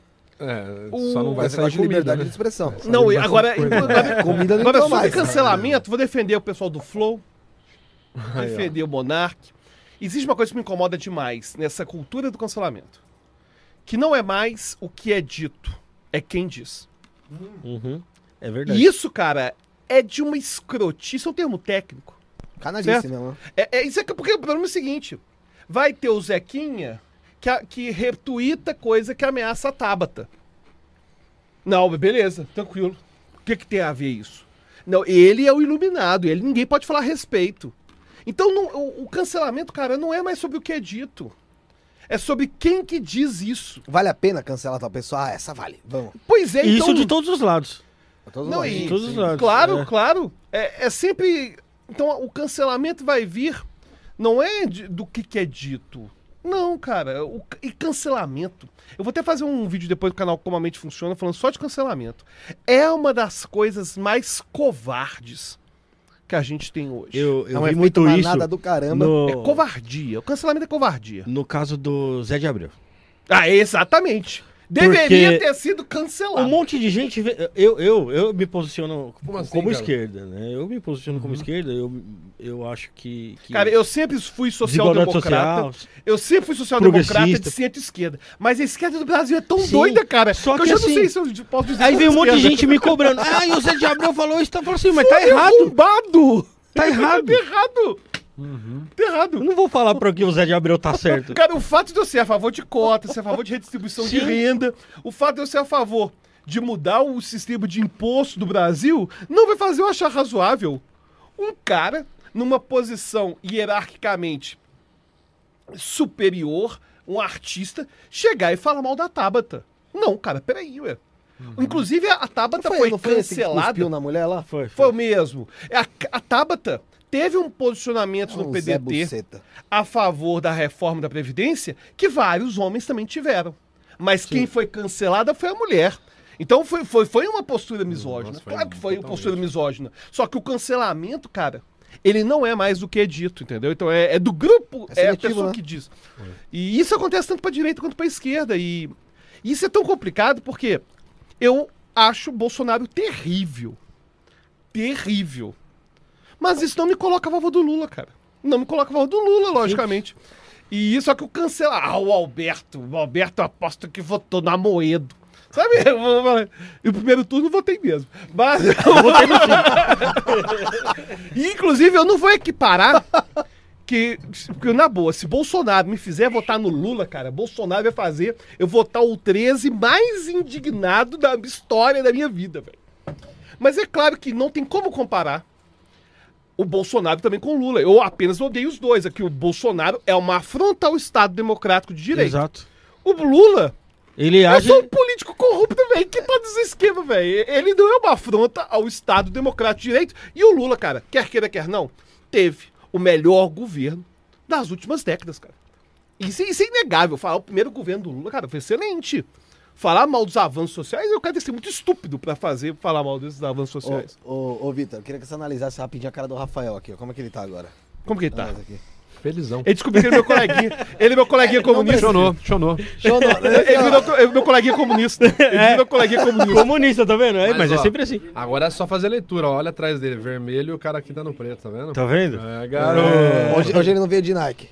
É, O- só não vai Esse sair negócio de comida, liberdade né? de expressão. Não, e bastante agora, coisa. agora, Comida não agora entrou sobre mais. cancelamento, vou defender o pessoal do Flow, Aí, ó. defender o Monark. Existe uma coisa que me incomoda demais nessa cultura do cancelamento. Que não é mais o que é dito, é quem diz. Uhum, é verdade. E isso, cara, é de uma escrotice, é um termo técnico. Canadíssimo Certo. mesmo. É, é, isso é que- porque o problema é o seguinte: vai ter o Zequinha que, a- que retuita coisa que ameaça a Tabata. Não, beleza, tranquilo. O que, que tem a ver isso? Não, ele é o iluminado, ele ninguém pode falar a respeito. Então não- o, o cancelamento, cara, não é mais sobre o que é dito. É sobre quem que diz isso. Vale a pena cancelar tal pessoa? Ah, essa vale. Vamos. Pois é, E então... Isso de todos os lados. Pra todos Não, nós. e- De todos os lados. Claro, é. claro. É, é sempre. Então o cancelamento vai vir, não é de- do que, que é dito. Não, cara. O, e cancelamento. Eu vou até fazer um vídeo depois do canal Como a Mente Funciona, falando só de cancelamento. É uma das coisas mais covardes que a gente tem hoje. Eu, eu É um vi efeito muito isso manada do caramba. no, É covardia. O cancelamento é covardia. no caso do Zé de Abreu. Ah, exatamente. Deveria Porque ter sido cancelado. Um monte de gente. vê- Eu, eu, eu me posiciono Como assim, como cara? esquerda, né? Eu me posiciono como esquerda. Eu, eu acho que... que Cara, eu sempre fui desigualdade social-democrata. social, Eu sempre fui social-democrata progressista. de centro-esquerda. Mas a esquerda do Brasil é tão Sim, doida, cara, só que que eu já assim, não sei se eu posso dizer. Aí que vem eu um sou monte de esquerda. gente me cobrando. Ah, e o Zé de Abreu falou isso. Tá falando assim, mas tá Foi errado. arrombado! Tá errado. Tá errado! Tá errado. Eu não vou falar pra que o Zé de Abreu tá certo. Cara, o fato de eu ser a favor de cotas, ser a favor de redistribuição de Sim. renda, o fato de eu ser a favor de mudar o sistema de imposto do Brasil, não vai fazer eu achar razoável um cara numa posição hierarquicamente superior, um artista, chegar e falar mal da Tabata. Não, cara, peraí, ué. Inclusive, a Tabata Não foi, não foi esse que cancelada. cuspiu na mulher lá? Foi, Foi foi. o mesmo. A, a Tabata teve um posicionamento no Ô, Zé P D T Buceta. a favor da reforma da Previdência que vários homens também tiveram. Mas quem foi cancelada foi a mulher. Então foi, foi, foi uma postura misógina. Nossa, foi Claro que foi uma totalmente. postura misógina. Só que o cancelamento, cara, ele não é mais o que é dito, entendeu? Então é, é do grupo, É é, a seletivo, pessoa né? que diz. E isso acontece tanto pra direita quanto pra esquerda. E isso é tão complicado porque eu acho o Bolsonaro terrível. Terrível. Mas isso não me coloca a favor do Lula, cara. Não me coloca a favor do Lula, logicamente. E isso é que o cancela. Ah, o Alberto. O Alberto aposta que votou na Moedo. Sabe? Eu vou falar, e o primeiro turno eu votei mesmo. Mas eu votei no fim. E, inclusive, eu não vou equiparar que, porque, na boa, se Bolsonaro me fizer votar no Lula, cara, Bolsonaro vai fazer eu votar o treze mais indignado da história da minha vida, velho. Mas é claro que não tem como comparar o Bolsonaro também com o Lula. Eu apenas odeio os dois. Aqui o Bolsonaro é uma afronta ao Estado Democrático de Direito. Exato. O Lula Ele é age... só um político corrupto, velho, que tá dos esquemas, velho. Ele não é uma afronta ao Estado Democrático de Direito. E o Lula, cara, quer queira, quer não, teve o melhor governo das últimas décadas, cara. Isso, isso é inegável. Falar o primeiro governo do Lula, cara, foi excelente. Falar mal dos avanços sociais, eu quero ser muito estúpido pra fazer, falar mal desses avanços sociais. Ô, ô, ô Vitor, eu queria que você analisasse rapidinho a cara do Rafael aqui, ó. Como é que ele tá agora? Como que ele tá? Analisa aqui. Felizão. Ele descobriu que ele é meu coleguinha. Ele é meu coleguinha comunista. Chonou, chonou. Show, não, Ele virou co- é meu coleguinha comunista. Ele virou coleguinha comunista. Comunista, tá vendo? É, mas, Mas, é ó, sempre assim. Agora é só fazer leitura, ó. Olha atrás dele, vermelho e o cara aqui dando preto, tá vendo? Tá vendo? É, garoto. Hoje, hoje ele não veio de Nike.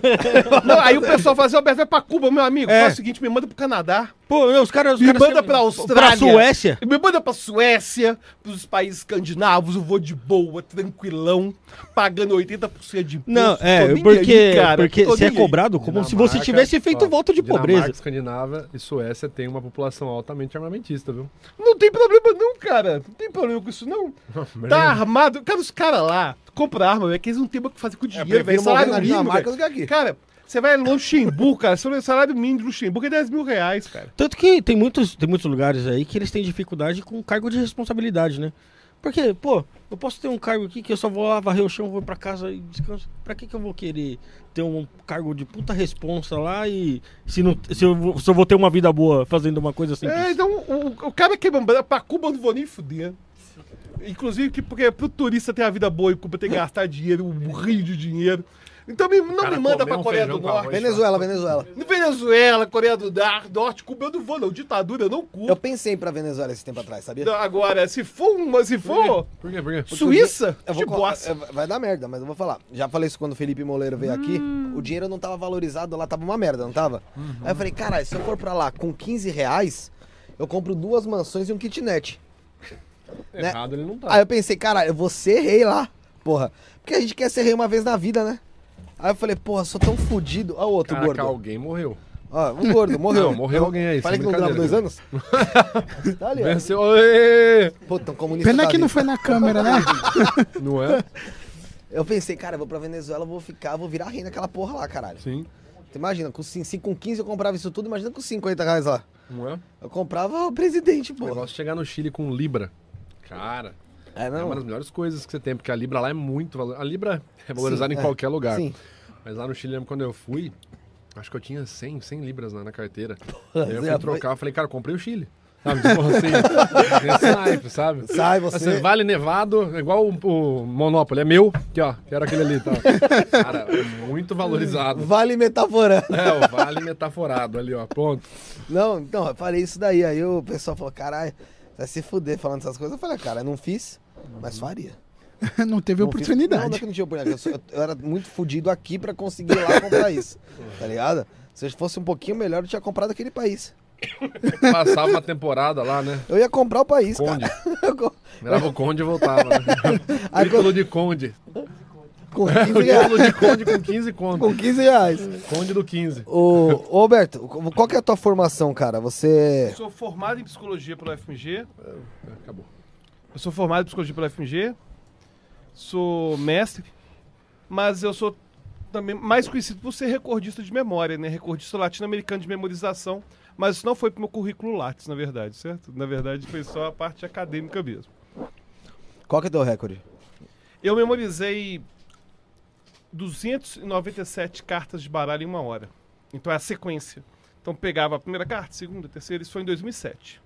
Não, aí o pessoal fala assim, Alberto, vai pra Cuba, meu amigo. É. Faz o seguinte, me manda pro Canadá. Pô, os caras... Os Me caras manda querem- pra Austrália. Pra Suécia. Me manda pra Suécia, pros países escandinavos, eu vou de boa, tranquilão, pagando oitenta por cento de imposto. Não, tô é, nem porque, aí, cara, porque tô você é nem aí. cobrado como se Dinamarca, você tivesse feito ó, voto de Dinamarca, pobreza. Escandinava e Suécia tem uma população altamente armamentista, viu? Não tem problema não, cara. Não tem problema com isso, não. Tá armado. Cara, os caras lá compram arma, velho, que eles não têm o que fazer com o dinheiro, velho. prefiro morrer Salário na mínimo, Dinamarca velho. do que aqui. Cara, você vai no Luxemburgo, cara, seu salário mínimo de Luxemburgo é dez mil reais, cara. Tanto que tem muitos, tem muitos lugares aí que eles têm dificuldade com cargo de responsabilidade, né? Porque, pô, eu posso ter um cargo aqui que eu só vou lá varrer o chão, vou pra casa e descanso. Pra que que eu vou querer ter um cargo de puta responsa lá e se, não, se, eu, vou- se eu vou ter uma vida boa fazendo uma coisa assim? É, então, o, o cara que é pra Cuba eu não vou nem fuder. Inclusive, que, porque pro turista ter a vida boa e Cuba tem que gastar dinheiro, um rio de dinheiro. Então me- não cara me manda comer pra um Coreia feijão do com Norte. arroz. Venezuela, Venezuela. No Venezuela, Coreia do Dar- Norte, Cuba eu não vou, não. Ditadura eu não Eu curto. pensei pra Venezuela esse tempo atrás, sabia? Não, agora, se for uma, se for Por quê? Por quê? Suíça, Eu de vou, co- bosta. é, vai dar merda, mas eu vou falar. Já falei isso quando o Felipe Moleiro veio aqui. O dinheiro não tava valorizado, lá tava uma merda, não tava? Aí eu falei, caralho, se eu for pra lá com quinze reais, eu compro duas mansões e um kitnet. né? Errado ele não tá. Aí eu pensei, caralho, eu vou ser rei lá, porra. Porque a gente quer ser rei uma vez na vida, né? Aí eu falei, porra, sou tão fudido. Ó o outro Caraca, gordo. alguém morreu. Ó, um gordo, morreu. Não, morreu alguém aí, Falei que sem não durava dois brincadeira. anos? Tá ali, ó. Venceu. Ê! Pô, tão comunista Pena tá que não vivo. foi na câmera, né? Não é? Eu pensei, cara, eu vou pra Venezuela, eu vou ficar, vou virar rei naquela porra lá, caralho. Sim. Tu imagina, com, cin- se com quinze eu comprava isso tudo, imagina com cinquenta reais lá. Não é? Eu comprava o presidente, O pô. negócio de chegar no Chile com Libra. Cara, É, é uma das não? melhores coisas que você tem, porque a Libra lá é muito valor. A Libra é valorizada Sim, em é. qualquer lugar. Sim. Mas lá no Chile, lembro quando eu fui, acho que eu tinha cem, cem libras na, na carteira. Aí eu Zé, fui trocar, eu falei, cara, eu comprei o Chile. Sabe? Tipo assim, esse naipe, sabe? Sai Assim, você. vale nevado, é igual o, o Monopoly, é meu, aqui ó, quero aquele ali, tá? Cara, é muito valorizado. Vale metaforando. É, o vale metaforado ali, ó, pronto. Não, então, eu falei isso daí. Aí o pessoal falou, caralho, vai se fuder falando essas coisas. Eu falei, cara, eu não fiz, mas faria. Não teve Não fiz- oportunidade. Não, não é que não tinha oportunidade. Eu, sou- eu- eu era muito fudido aqui pra conseguir ir lá comprar isso. Tá ligado? Se eu fosse um pouquinho melhor, eu tinha comprado aquele país. Passava uma temporada lá, né? Eu ia comprar o país, Conde. cara. Eu co- Virava o Conde e voltava, né? Aí, Título de Conde. com O quinze reais. título de Conde com quinze conto. Com quinze reais. Conde do quinze. Ô, ô, Roberto, qual que é a tua formação, cara? Você... Eu sou formado em psicologia pela F M G. Acabou. Eu sou formado em psicologia pela F M G. Sou mestre. Mas eu sou também mais conhecido por ser recordista de memória, né? Recordista latino-americano de memorização. Mas isso não foi pro meu currículo Lattes, na verdade, certo? Na verdade, foi só a parte acadêmica mesmo. Qual que é o teu recorde? Eu memorizei duzentas e noventa e sete cartas de baralho em uma hora. Então é a sequência. Então pegava a primeira carta, segunda, terceira, isso foi em dois mil e sete.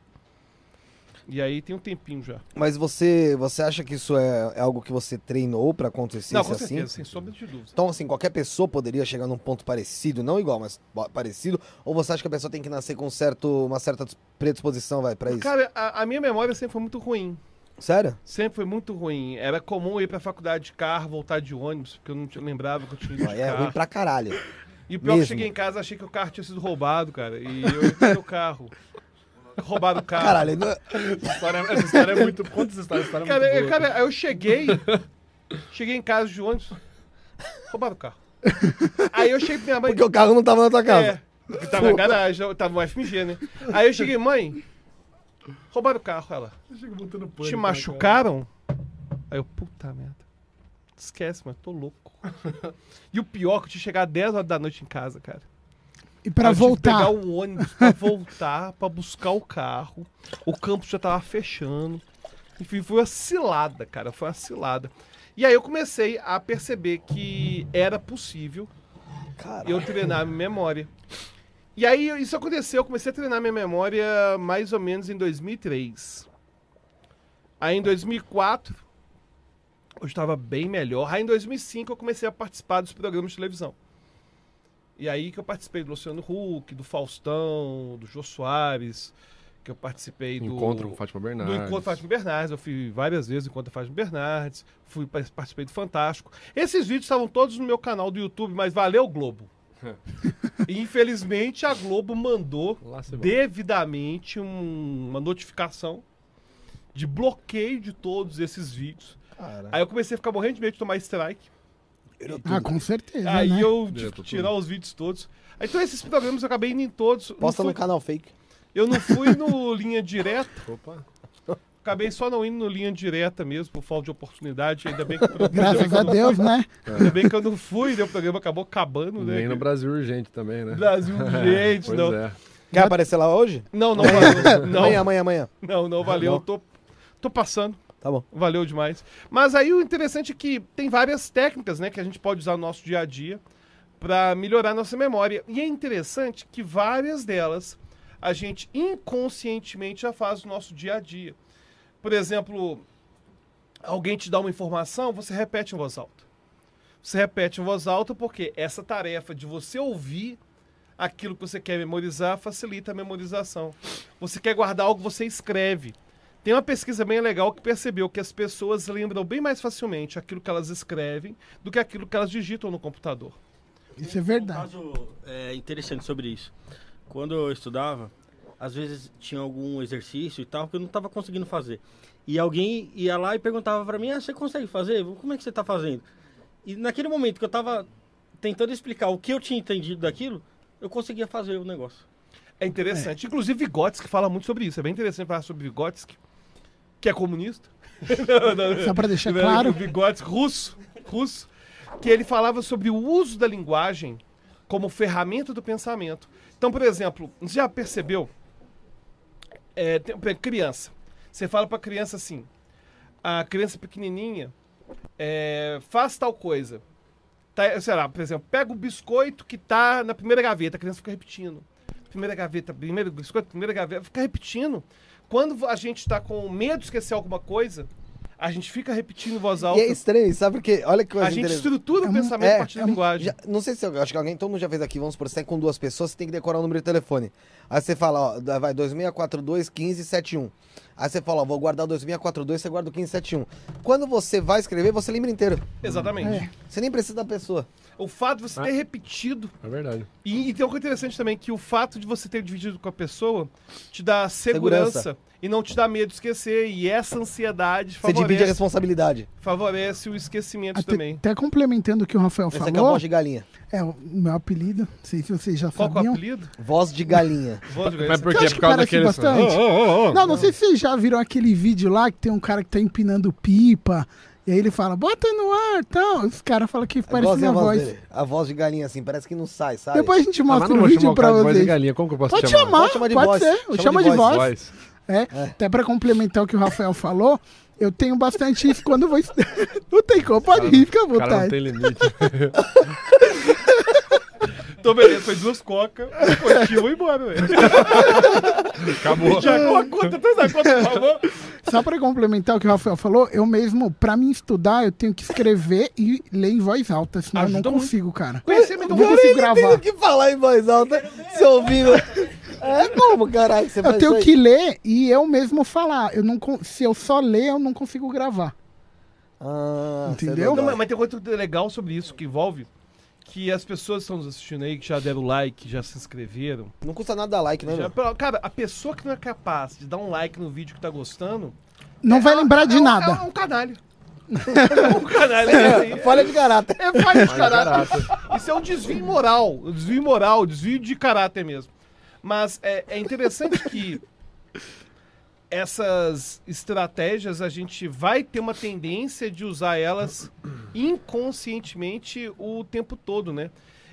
E aí tem um tempinho já. Mas você, você acha que isso é, é algo que você treinou pra acontecer Não, com assim? certeza, sem sombra de dúvida. Então, assim, qualquer pessoa poderia chegar num ponto parecido, não igual, mas pa- parecido? Ou você acha que a pessoa tem que nascer com certo, uma certa predisposição, vai, pra isso? Cara, a, a minha memória sempre foi muito ruim. Sério? Sempre foi muito ruim. Era comum eu ir pra faculdade de carro, voltar de ônibus, porque eu não tinha- lembrava que eu tinha ido de Aí é carro. ruim pra caralho. E o pior é que eu mesmo. cheguei em casa, achei que o carro tinha sido roubado, cara. E eu entrei no carro. Roubaram o carro. Caralho, não- Essa história, essa história é muito. Conta essa história, essa história é Cara, muito eu, boa. cara, aí eu cheguei, cheguei em casa de ônibus, roubaram o carro. Aí eu cheguei pra minha mãe. porque o carro não tava na tua casa. É, porque tava na garagem, eu tava no F M G, né? Aí eu cheguei, mãe, roubaram o carro, ela. Chega botando pânico, Te né, machucaram? Aí eu, puta merda. Esquece, mano, tô louco. E o pior é que eu tinha que chegar às dez horas da noite em casa, cara. E pra Aí eu tive que voltar. pegar o ônibus pra voltar, pra buscar o carro. O campus já tava fechando. Enfim, foi uma cilada, cara. Foi uma cilada. E aí eu comecei a perceber que era possível Caralho. eu treinar minha memória. E aí isso aconteceu, eu comecei a treinar minha memória mais ou menos em dois mil e três. Aí em dois mil e quatro, eu estava bem melhor. Aí em dois mil e cinco eu comecei a participar dos programas de televisão. E aí que eu participei do Luciano Huck, do Faustão, do Jô Soares, que eu participei do... Encontro com Fátima Bernardes. Do Encontro Fátima Bernardes, eu fui várias vezes no Encontro Fátima Bernardes, fui, participei do Fantástico. Esses vídeos estavam todos no meu canal do YouTube, mas valeu, Globo. E, infelizmente, a Globo mandou Lá você vai. devidamente um- uma notificação de bloqueio de todos esses vídeos. Cara. Aí eu comecei a ficar morrendo de medo de tomar strike. Ah, com certeza, Aí né? eu tive Direto que tirar os vídeos todos. Aí, então esses programas eu acabei indo em todos. Não Posta fui- no canal fake. Eu não fui no Linha Direta. Opa. Acabei só não indo no Linha Direta mesmo, por falta de oportunidade. Ainda bem que, ainda Graças bem que a eu não- Deus, né? ainda bem que eu não fui, né? O programa acabou acabando, né? Nem no Brasil urgente também, né? Brasil, gente, Pois não. é. Quer aparecer lá hoje? Não, não valeu. Não, Amanhã, amanhã, amanhã. não, não valeu. Não. Tô, tô passando. Tá bom. Valeu demais. Mas aí o interessante é que tem várias técnicas, né, que a gente pode usar no nosso dia a dia para melhorar nossa memória. E é interessante que várias delas a gente inconscientemente já faz no nosso dia a dia. Por exemplo, alguém te dá uma informação, você repete em voz alta. Você repete em voz alta porque essa tarefa de você ouvir aquilo que você quer memorizar facilita a memorização. Você quer guardar algo, você escreve. Tem uma pesquisa bem legal que percebeu que as pessoas lembram bem mais facilmente aquilo que elas escrevem do que aquilo que elas digitam no computador. Isso é Um verdade. caso é, interessante sobre isso. Quando eu estudava, às vezes tinha algum exercício e tal que eu não estava conseguindo fazer. E alguém ia lá e perguntava para mim, ah, você consegue fazer? Como é que você está fazendo? E naquele momento que eu estava tentando explicar o que eu tinha entendido daquilo, eu conseguia fazer o negócio. É interessante. Inclusive Vygotsky fala muito sobre isso. É bem interessante falar sobre Vygotsky, que é comunista. Não, não, não. Só pra deixar Não, claro. o Vygotsky, russo, russo, que ele falava sobre o uso da linguagem como ferramenta do pensamento. Então, por exemplo, você já percebeu? É, tem- por exemplo, criança. Você fala pra criança assim, a criança pequenininha, é, faz tal coisa. Tá, sei lá, por exemplo, pega o biscoito que tá na primeira gaveta, a criança fica repetindo. Primeira gaveta, primeiro biscoito, primeira gaveta, fica repetindo. Quando a gente está com medo de esquecer alguma coisa, A gente fica repetindo em voz E alta. é estranho, sabe porque, olha que coisa A gente interessante. estrutura É o um- pensamento é, a partir da é um- linguagem. Já- não sei se eu acho que alguém, todo mundo já fez aqui, vamos supor, você tá com duas pessoas, você tem que decorar o número de telefone. Aí você fala, ó, da- vai dois seis quatro dois, um cinco sete um. Aí você fala, ó, vou guardar o dois seis quatro dois, você guarda o um cinco sete um. Quando você vai escrever, você lembra inteiro. Exatamente. É. Você nem precisa da pessoa. O fato de você Ah. ter repetido. É verdade. E, e tem uma coisa interessante também, que o fato de você ter dividido com a pessoa te dá segurança, Segurança. e não te dá medo de esquecer. E essa ansiedade Você divide a favorece, responsabilidade. favorece o esquecimento Até, também. até complementando o que o Rafael Esse aqui é a falou, voz de galinha. é o meu apelido, não sei se vocês já Qual que é o sabiam. apelido? Voz de galinha. Voz de Mas galinha. por Eu quê? acho Por que causa parece daqueles... bastante. Oh, oh, oh. Não, não sei se vocês já viram aquele vídeo lá que tem um cara que tá empinando pipa, e aí ele fala, bota no ar e tal. Os caras falam que parece Igualzinho minha a voz voz. dele. A voz de galinha, assim, parece que não sai, sabe? Depois a gente Ah, mas mostra não o vou chamar vídeo o pra cara de voz de vocês. galinha. Como que eu posso Pode chamar? chamar, Pode chamar de pode voz. ser. Chama Chama, de de voz. Voz. É, até pra complementar o que o Rafael falou, eu tenho bastante isso quando eu vou... estudar. Não tem como, pode rir, fica à O cara não vontade. tem limite. Então, beleza, foi duas cocas, um coxinho, vou embora, velho. Acabou. Tiago, a conta, traz a conta, por favor. Só pra complementar o que o Rafael falou, eu mesmo, pra mim estudar, eu tenho que escrever e ler em voz alta, senão eu Ajuda não muito. consigo, cara. Conhecer, Eu não consigo Tem gravar. o que falar em voz alta, se ouvindo. É como, caralho, que você faz Eu tenho isso que aí? ler e eu mesmo falar. Eu não, con- se eu só ler, eu não consigo gravar. Ah, Entendeu? Não, mas, mas tem coisa legal sobre isso que envolve que as pessoas que estão nos assistindo aí, que já deram like, já se inscreveram. Não custa nada dar like, né, já- meu? cara, a pessoa que não é capaz de dar um like no vídeo que tá gostando. Não é- vai lembrar é de um- nada. É um canalha. É um canalha. É, É, falha de caráter. é falha de caráter. Isso é um desvio moral. Um desvio moral, desvio de caráter mesmo. Mas é, é interessante que essas estratégias a gente vai ter uma tendência de usar elas inconscientemente o tempo todo, né?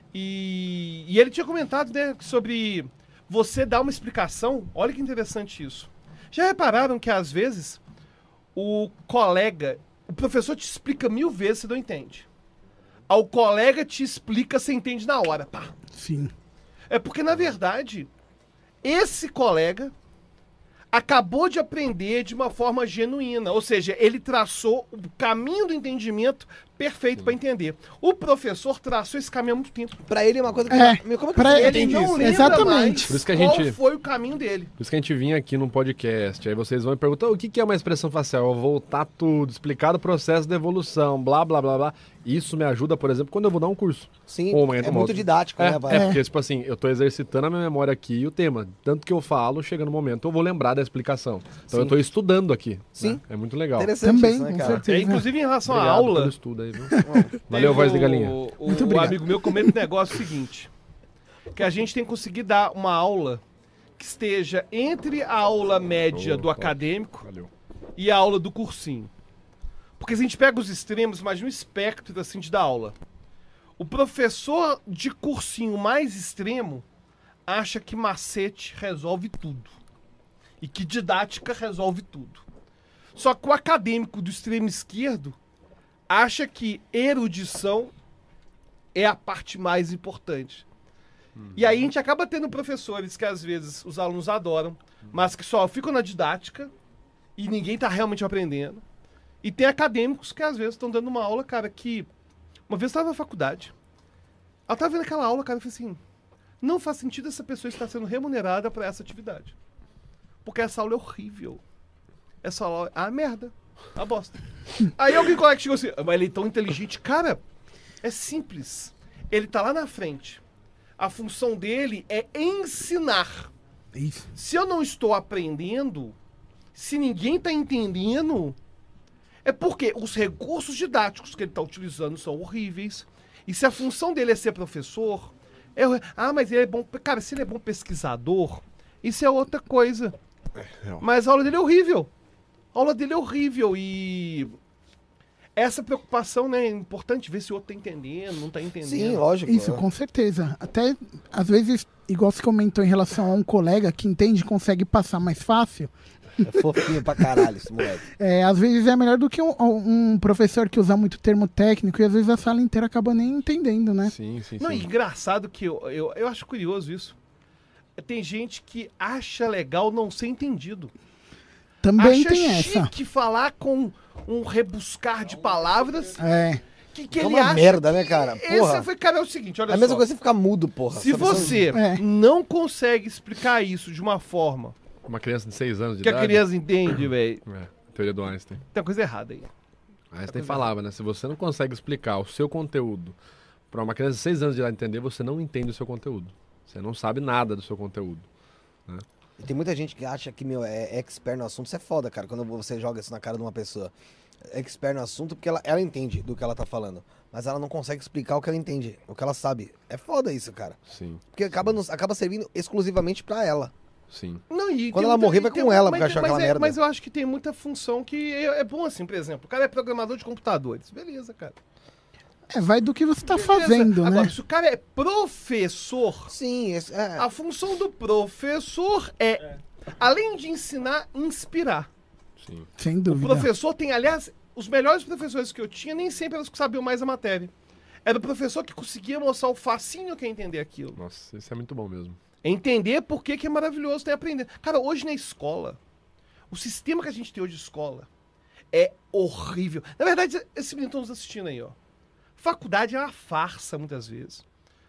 E, e ele tinha comentado, né, sobre você dar uma explicação. Olha que interessante isso. Já repararam que às vezes o colega, o professor te explica mil vezes, você não entende. Aí o colega te explica, você entende na hora. Pá. Sim. É porque, na verdade, esse colega acabou de aprender de uma forma genuína. Ou seja, ele traçou o caminho do entendimento perfeito para entender. O professor traçou esse caminho há muito tempo. Pra ele é uma coisa que... É, Meu, como é que pra você ele Ele entende não isso? lembra Exatamente. mais Por isso que a qual gente- foi o caminho dele. Por isso que a gente vinha aqui num podcast, aí vocês vão me perguntar o que que é uma expressão facial? Eu voltar tudo, explicar o processo da evolução, blá, blá, blá, blá. Isso me ajuda, por exemplo, quando eu vou dar um curso. Sim, Ou uma- é uma muito outra. didático, É, né, vai? é, porque, tipo assim, eu tô exercitando a minha memória aqui e o tema. Tanto que eu falo, chega no momento, eu vou lembrar da explicação. Então Sim. eu tô estudando aqui. Sim. né? É muito legal. Interessante Também, isso, né, com cara? certeza. É, inclusive, em relação à Obrigado pelo aula, estudo aí, viu? Valeu, Tem voz de o- galinha. O, Muito o obrigado. amigo meu comenta um negócio seguinte: que a gente tem que conseguir dar uma aula que esteja entre a aula média Oh, do top. acadêmico Valeu. e a aula do cursinho. Porque se a gente pega os extremos, imagina um espectro assim de dar aula. O professor de cursinho mais extremo acha que macete resolve tudo. E que didática resolve tudo. Só que o acadêmico do extremo esquerdo acha que erudição é a parte mais importante. E aí a gente acaba tendo professores que às vezes os alunos adoram, mas que só ficam na didática e ninguém tá realmente aprendendo. E tem acadêmicos que às vezes estão dando uma aula, cara, que... Uma vez eu estava na faculdade, ela tava vendo aquela aula, cara, eu falei assim, não faz sentido essa pessoa estar sendo remunerada para essa atividade. Porque essa aula é horrível. Essa aula é a merda. A bosta. Aí alguém colega chegou assim, mas ele é tão inteligente. Cara, é simples. Ele tá lá na frente. A função dele é ensinar. Isso. Se eu não estou aprendendo, se ninguém tá entendendo, é porque os recursos didáticos que ele tá utilizando são horríveis. E se a função dele é ser professor, é... hor- ah, mas ele é bom... Cara, se ele é bom pesquisador, isso é outra coisa. Mas a aula dele é horrível. A aula dele é horrível e... Essa preocupação, né, é importante ver se o outro tá entendendo, não tá entendendo. Sim, lógico. Isso, é. com certeza. Até, às vezes, igual você comentou em relação a um colega que entende e consegue passar mais fácil, É fofinho pra caralho esse moleque. é, às vezes é melhor do que um, um professor que usa muito termo técnico e às vezes a sala inteira acaba nem entendendo, né? Sim, sim, Não, sim. e engraçado que eu, eu, eu acho curioso isso. Tem gente que acha legal não ser entendido. Também acha tem essa. chique falar com um rebuscar de palavras É. que, que É ele uma acha merda, que né, cara? Esse Porra. foi, cara, é o seguinte, olha É a mesma só. coisa que você ficar mudo, porra. Se Essa pessoa- você É. não consegue explicar isso de uma forma Uma criança de seis anos de que a idade. criança entende, velho, É, teoria do Einstein. tem uma coisa errada aí. Einstein falava, né? Se você não consegue explicar o seu conteúdo para uma criança de seis anos de idade entender, você não entende o seu conteúdo. Você não sabe nada do seu conteúdo. E tem muita gente que acha que, meu, é expert no assunto. Isso é foda, cara, quando você joga isso na cara de uma pessoa. É expert no assunto porque ela, ela entende do que ela tá falando. Mas ela não consegue explicar o que ela entende, o que ela sabe. É foda isso, cara. Sim, Porque acaba, nos- acaba servindo exclusivamente pra ela. sim. Não, e Quando tem ela muita- morrer, e vai tem com mu- ela, mas, porque achou mas aquela é- merda. Mas eu acho que tem muita função que é, é bom assim, por exemplo. O cara é programador de computadores. Beleza, cara. É, vai do que você tá Beleza. fazendo, Agora, né? se o cara é professor, Sim, esse- é. a função do professor é, além de ensinar, inspirar. Sim. Sem O dúvida. professor tem, aliás, os melhores professores que eu tinha, nem sempre eram os que sabiam mais a matéria. Era o professor que conseguia mostrar o facinho que é entender aquilo. Nossa, isso é muito bom mesmo. Entender por que, que é maravilhoso ter aprender. Cara, hoje na escola, o sistema que a gente tem hoje de escola é horrível. Na verdade, esses meninos estão nos assistindo aí, ó. Faculdade é uma farsa, muitas vezes.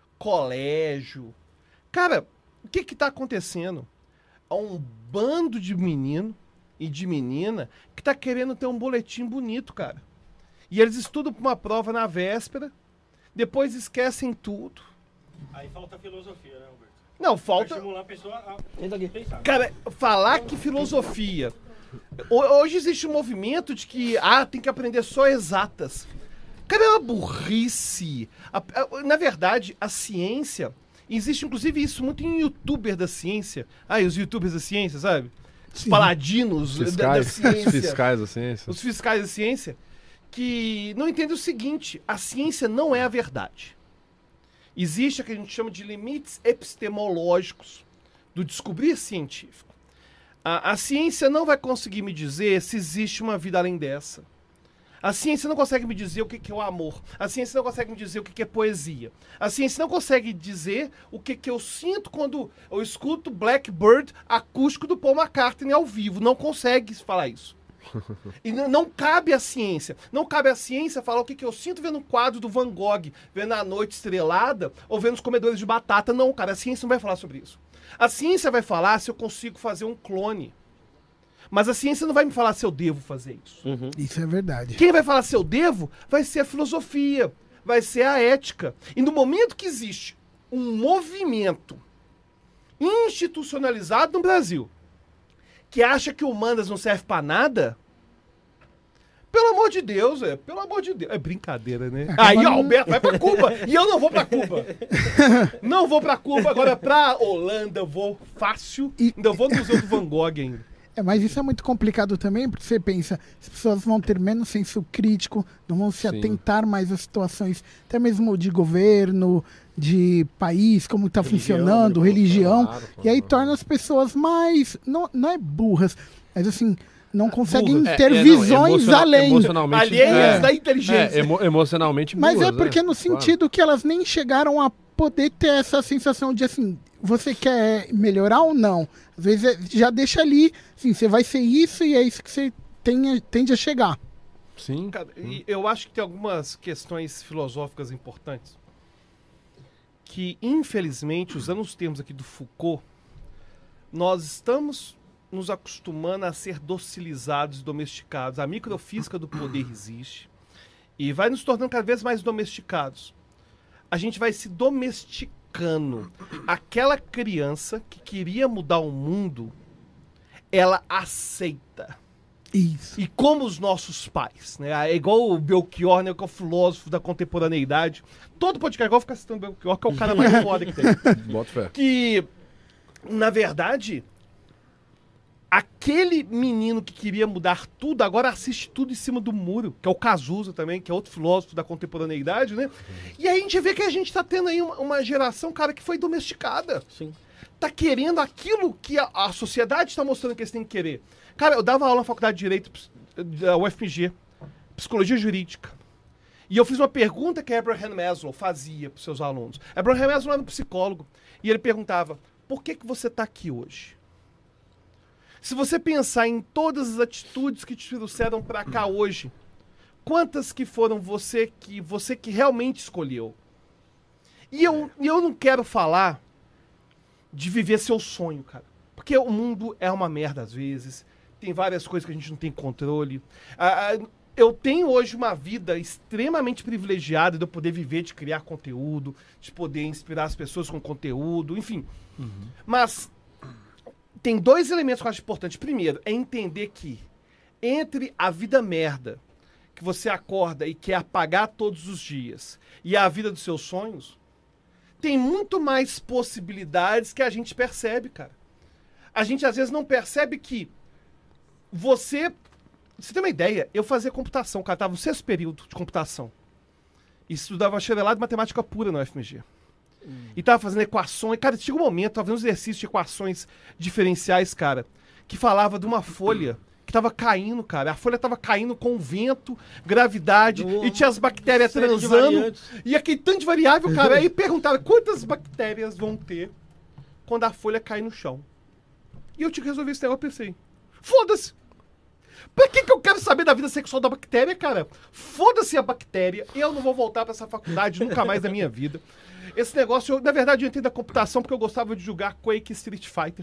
Colégio. Cara, o que que tá acontecendo? Há um bando de menino e de menina que tá querendo ter um boletim bonito, cara. E eles estudam pra uma prova na véspera, depois esquecem tudo. Aí falta filosofia, né, Alberto? Não, Pra falta... estimular a pessoa a pensar. Cara, falar que filosofia... Ho- Hoje existe um movimento de que, ah, tem que aprender só exatas. Cara, é uma burrice. A- a- na verdade, a ciência... Existe, inclusive, isso muito em youtuber da ciência. Ah, e os youtubers da ciência, sabe? Os Sim. paladinos da, da Fiscais, ciência. fiscais da ciência. Os fiscais da ciência. Que não entendem o seguinte. A ciência não é a verdade. Existe o que a gente chama de limites epistemológicos do descobrir científico. A, a ciência não vai conseguir me dizer se existe uma vida além dessa. A ciência não consegue me dizer o que que é o amor. A ciência não consegue me dizer o que que é poesia. A ciência não consegue dizer o que que eu sinto quando eu escuto Blackbird acústico do Paul McCartney ao vivo. Não consegue falar isso. E n- não cabe à ciência. Não cabe à ciência falar o que, que eu sinto vendo um quadro do Van Gogh, vendo a noite estrelada, ou vendo os comedores de batata. Não, cara, a ciência não vai falar sobre isso. A ciência vai falar se eu consigo fazer um clone. Mas a ciência não vai me falar se eu devo fazer isso. Isso é verdade. Quem vai falar se eu devo vai ser a filosofia, vai ser a ética. E no momento que existe um movimento institucionalizado no Brasil que acha que humanas não serve pra nada, pelo amor de Deus, é, pelo amor de Deus. É brincadeira, né? Acaba Aí, ó, não- Alberto vai pra Cuba e eu não vou pra Cuba. Não vou pra Cuba, agora pra Holanda eu vou fácil. E- Ainda vou no Museu do Van Gogh ainda. É, mas isso é muito complicado também, porque você pensa, as pessoas vão ter menos senso crítico, não vão se Sim. atentar mais às situações, até mesmo de governo, de país, como está Religião, funcionando, né, religião, Bolsonaro, e aí claro. torna as pessoas mais, não, não é burras, mas assim, não conseguem Burras. ter É, é, não, visões emociona- além. Emocionalmente, Alheias é, da inteligência. é, emo- emocionalmente Mas burras, é porque né? no Claro. sentido que elas nem chegaram a poder ter essa sensação de assim, você quer melhorar ou não? Às vezes é- já deixa ali, assim, você vai ser isso e é isso que você tem, tende a chegar. Sim. Cara, e eu acho que tem algumas questões filosóficas importantes que, infelizmente, usando os termos aqui do Foucault, nós estamos nos acostumando a ser docilizados e domesticados. A microfísica do poder existe e vai nos tornando cada vez mais domesticados. A gente vai se domesticando. Aquela criança que queria mudar o mundo, ela aceita. Isso. E como os nossos pais, né? É igual o Belchior, né? Que é o filósofo da contemporaneidade. Todo podcast, igual ficar citando o Belchior, que é o cara mais foda que tem. Bota fé. Que, na verdade, aquele menino que queria mudar tudo, agora assiste tudo em cima do muro, que é o Cazuza também, que é outro filósofo da contemporaneidade, né? E aí a gente vê que a gente tá tendo aí uma, uma geração, cara, que foi domesticada. Sim. Tá querendo aquilo que a, a sociedade está mostrando que eles têm que querer. Cara, eu dava aula na faculdade de Direito da U F M G, Psicologia Jurídica. E eu fiz uma pergunta que Abraham Maslow fazia para os seus alunos. Abraham Maslow era um psicólogo. E ele perguntava, por que, que você está aqui hoje? Se você pensar em todas as atitudes que te trouxeram pra cá hoje, quantas que foram você que você que realmente escolheu? E eu, e eu não quero falar de viver seu sonho, cara. Porque o mundo é uma merda às vezes. Tem várias coisas que a gente não tem controle. Ah, eu tenho hoje uma vida extremamente privilegiada de eu poder viver, de criar conteúdo, de poder inspirar as pessoas com conteúdo, enfim. Uhum. Mas tem dois elementos que eu acho importantes. Primeiro, é entender que entre a vida merda que você acorda e quer apagar todos os dias e a vida dos seus sonhos, tem muito mais possibilidades que a gente percebe, cara. A gente às vezes não percebe que você... Você tem uma ideia? Eu fazia computação, cara. Tava no sexto período de computação. E estudava chinelado de matemática pura na U F M G. Hum. E tava fazendo equações. Cara, tinha um momento, tava fazendo um exercício de equações diferenciais, cara, que falava de uma folha que tava caindo, cara. A folha tava caindo com vento, gravidade, oh, e tinha as bactérias transando. E aquele tanto de variável, cara. Aí perguntava quantas bactérias vão ter quando a folha cai no chão. E eu tinha que resolver esse negócio, eu pensei, foda-se! Pra que que eu quero saber da vida sexual da bactéria, cara? Foda-se a bactéria, eu não vou voltar pra essa faculdade nunca mais na minha vida. Esse negócio, eu, na verdade, eu entrei da computação porque eu gostava de jogar Quake e Street Fighter.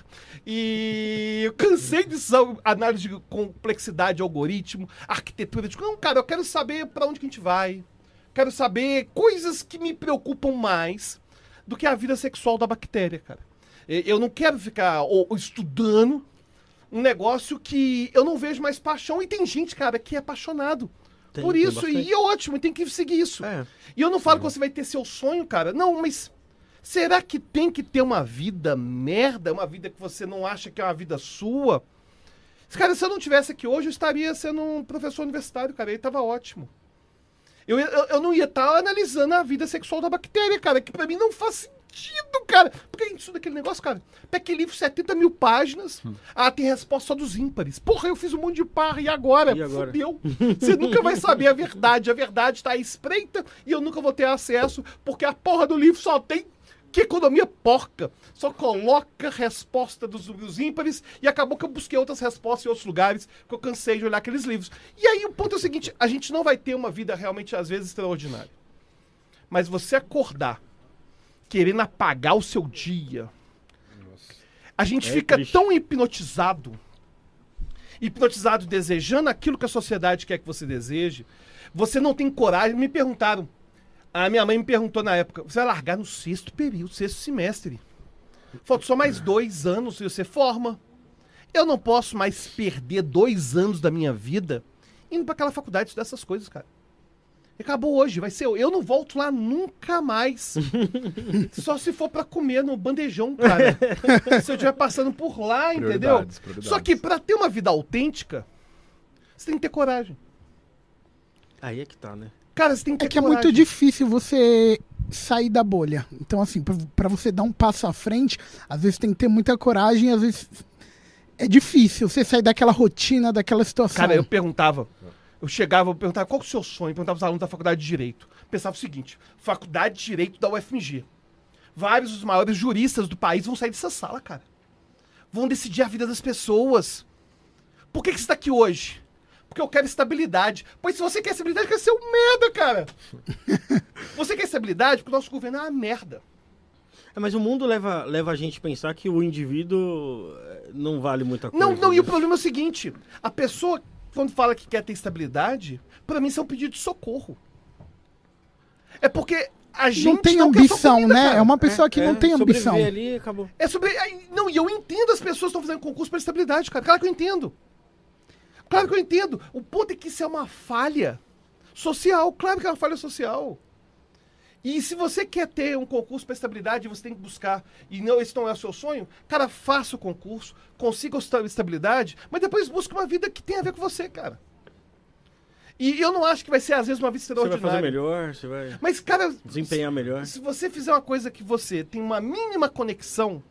E eu cansei de análise de complexidade, algoritmo, arquitetura. De... Não, cara, eu quero saber pra onde que a gente vai. Quero saber coisas que me preocupam mais do que a vida sexual da bactéria, cara. Eu não quero ficar ou, ou estudando um negócio que eu não vejo mais paixão. E tem gente, cara, que é apaixonado tem, por isso. E é ótimo, tem que seguir isso. É. E eu não falo que você vai ter seu sonho, cara. Não, mas será que tem que ter uma vida merda? Uma vida que você não acha que é uma vida sua? Cara, se eu não tivesse aqui hoje, eu estaria sendo um professor universitário, cara. Ele tava ótimo. Eu, eu, eu não ia estar analisando a vida sexual da bactéria, cara, que pra mim não faz sentido, cara. Porque a gente estuda aquele negócio, cara. Pega aquele livro, setenta mil páginas. Hum. Ah, tem resposta só dos ímpares. Porra, eu fiz um monte de par, e agora? E agora? Fudeu. Você nunca vai saber a verdade. A verdade tá à espreita e eu nunca vou ter acesso, porque a porra do livro só tem... Que economia porca. Só coloca resposta dos, dos ímpares e acabou que eu busquei outras respostas em outros lugares, porque eu cansei de olhar aqueles livros. E aí o ponto é o seguinte, a gente não vai ter uma vida realmente, às vezes, extraordinária. Mas você acordar querendo apagar o seu dia, nossa, a gente é fica triste. Tão hipnotizado, hipnotizado desejando aquilo que a sociedade quer que você deseje, você não tem coragem. Me perguntaram, a minha mãe me perguntou na época, você vai largar no sexto período, sexto semestre. Falta só mais dois anos e você forma. Eu não posso mais perder dois anos da minha vida indo pra aquela faculdade estudar essas coisas, cara. Acabou hoje, vai ser eu. Eu não volto lá nunca mais. Só se for pra comer no bandejão, cara. Se eu estiver passando por lá, entendeu? Prioridades. Só que pra ter uma vida autêntica, você tem que ter coragem. Aí é que tá, né? Cara, você tem que ter É que coragem. é muito difícil você sair da bolha. Então, assim, pra, pra você dar um passo à frente, às vezes tem que ter muita coragem, às vezes é difícil você sair daquela rotina, daquela situação. Cara, eu perguntava, eu chegava, eu perguntava qual que é o seu sonho, eu perguntava os alunos da faculdade de Direito. Eu pensava o seguinte, faculdade de Direito da U F M G. Vários dos maiores juristas do país vão sair dessa sala, cara. Vão decidir a vida das pessoas. Por que, que você tá aqui hoje? Porque eu quero estabilidade. Pois se você quer estabilidade, quer ser um merda, cara. Você quer estabilidade porque o nosso governo é uma merda. É, mas o mundo leva, leva a gente a pensar que o indivíduo não vale muita coisa. Não, não, né? E o problema é o seguinte. A pessoa, quando fala que quer ter estabilidade, pra mim isso é um pedido de socorro. É porque a gente não tem não ambição, comida, né? cara. É uma pessoa que é, não tem ambição. Ali, acabou. É sobre... Não, e eu entendo as pessoas que estão fazendo concurso pra estabilidade, cara. Claro que eu entendo. Claro que eu entendo. O ponto é que isso é uma falha social. Claro que é uma falha social. E se você quer ter um concurso para estabilidade, você tem que buscar, e não, esse não é o seu sonho, cara, faça o concurso, consiga a estabilidade, mas depois busque uma vida que tenha a ver com você, cara. E eu não acho que vai ser, às vezes, uma vida extraordinária. Você vai fazer melhor, você vai mas, cara, desempenhar se, melhor. Se você fizer uma coisa que você tem uma mínima conexão,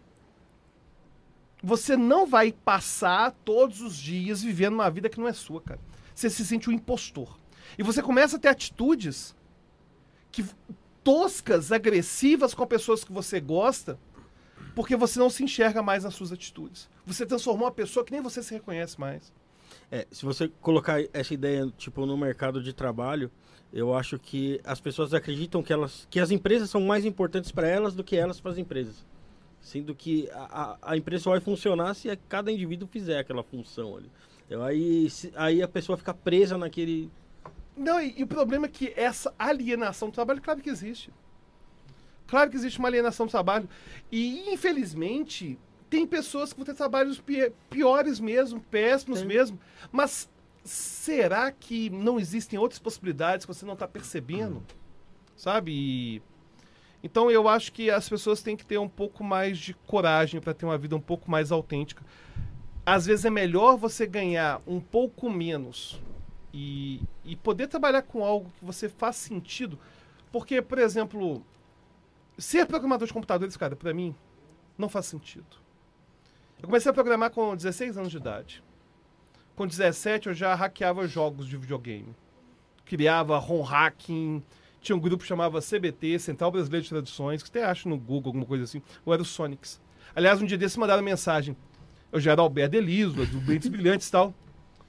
você não vai passar todos os dias vivendo uma vida que não é sua, cara. Você se sente um impostor. E você começa a ter atitudes que, toscas, agressivas com pessoas que você gosta, Porque você não se enxerga mais nas suas atitudes. Você transformou uma pessoa que nem você se reconhece mais. É, se você colocar essa ideia, tipo, no mercado de trabalho, eu acho que as pessoas acreditam que, elas, que as empresas são mais importantes para elas do que elas para as empresas. Sendo que a, a, a empresa só vai funcionar se cada indivíduo fizer aquela função ali. Então, aí, se, aí a pessoa fica presa naquele... Não, e, e o problema é que essa alienação do trabalho, claro que existe. Claro que existe uma alienação do trabalho. E, infelizmente, tem pessoas que vão ter trabalhos pi piores mesmo, péssimos Sim. mesmo. Mas será que não existem outras possibilidades que você não está percebendo? Hum. Sabe? E, então, eu acho que as pessoas têm que ter um pouco mais de coragem para ter uma vida um pouco mais autêntica. Às vezes é melhor você ganhar um pouco menos e, e poder trabalhar com algo que você faz sentido. Porque, por exemplo, ser programador de computadores, cara, pra mim, não faz sentido. Eu comecei a programar com dezesseis anos de idade. Com dezessete eu já hackeava jogos de videogame. Criava ROM hacking, tinha um grupo que chamava C B T, Central Brasileiro de Traduções, que até acho no Google, alguma coisa assim. Ou era o Sonics. Aliás, um dia desses mandaram mensagem. Eu já era Alberto Eliso, do Bentes Brilhantes e tal.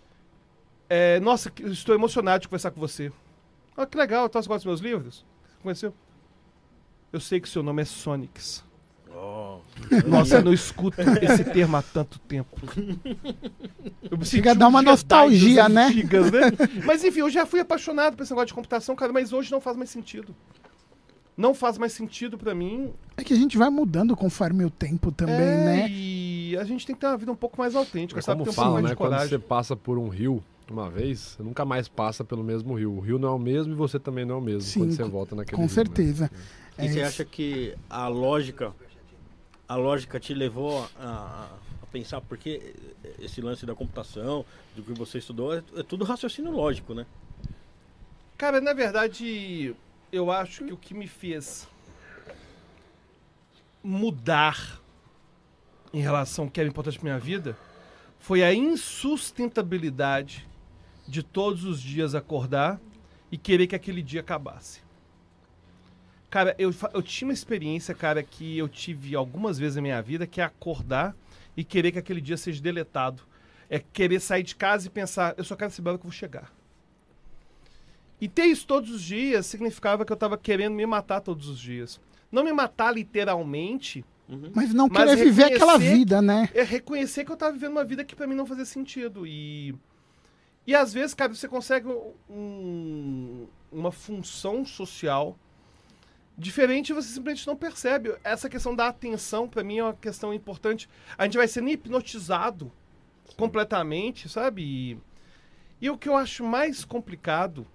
É, nossa, estou emocionado de conversar com você. Ah, que legal, então você gosta dos meus livros? Você conheceu? Eu sei que seu nome é Sonics. Oh. Nossa, eu não escuto esse termo há tanto tempo. Chega a dar uma nostalgia, né? Antigas, né? Mas enfim, eu já fui apaixonado por esse negócio de computação, cara, mas hoje não faz mais sentido. Não faz mais sentido pra mim. É que a gente vai mudando conforme o tempo também, é, né? E a gente tem que ter uma vida um pouco mais autêntica, é sabe? Como ter um fala, pouco mais né? de Quando coragem. você passa por um rio uma vez, você nunca mais passa pelo mesmo rio. O rio não é o mesmo e você também não é o mesmo. Sim, quando você volta naquele com rio, certeza. Né? E é você acha que a lógica, a lógica te levou a, a pensar, porque esse lance da computação, do que você estudou, é, é tudo raciocínio lógico, né? Cara, na verdade, eu acho que o que me fez mudar em relação ao que era importante pra minha vida foi a insustentabilidade de todos os dias acordar e querer que aquele dia acabasse. Cara, eu, eu tinha uma experiência, cara, que eu tive algumas vezes na minha vida, que é acordar e querer que aquele dia seja deletado. É querer sair de casa e pensar, eu só quero saber a hora que eu vou chegar. E ter isso todos os dias significava que eu tava querendo me matar todos os dias. Não me matar literalmente, uhum. mas não mas querer viver aquela vida, né? É reconhecer que eu tava vivendo uma vida que pra mim não fazia sentido. E, e às vezes, cara, você consegue um, uma função social diferente e você simplesmente não percebe. Essa questão da atenção, pra mim, é uma questão importante. A gente vai sendo hipnotizado Sim. completamente, sabe? E, e o que eu acho mais complicado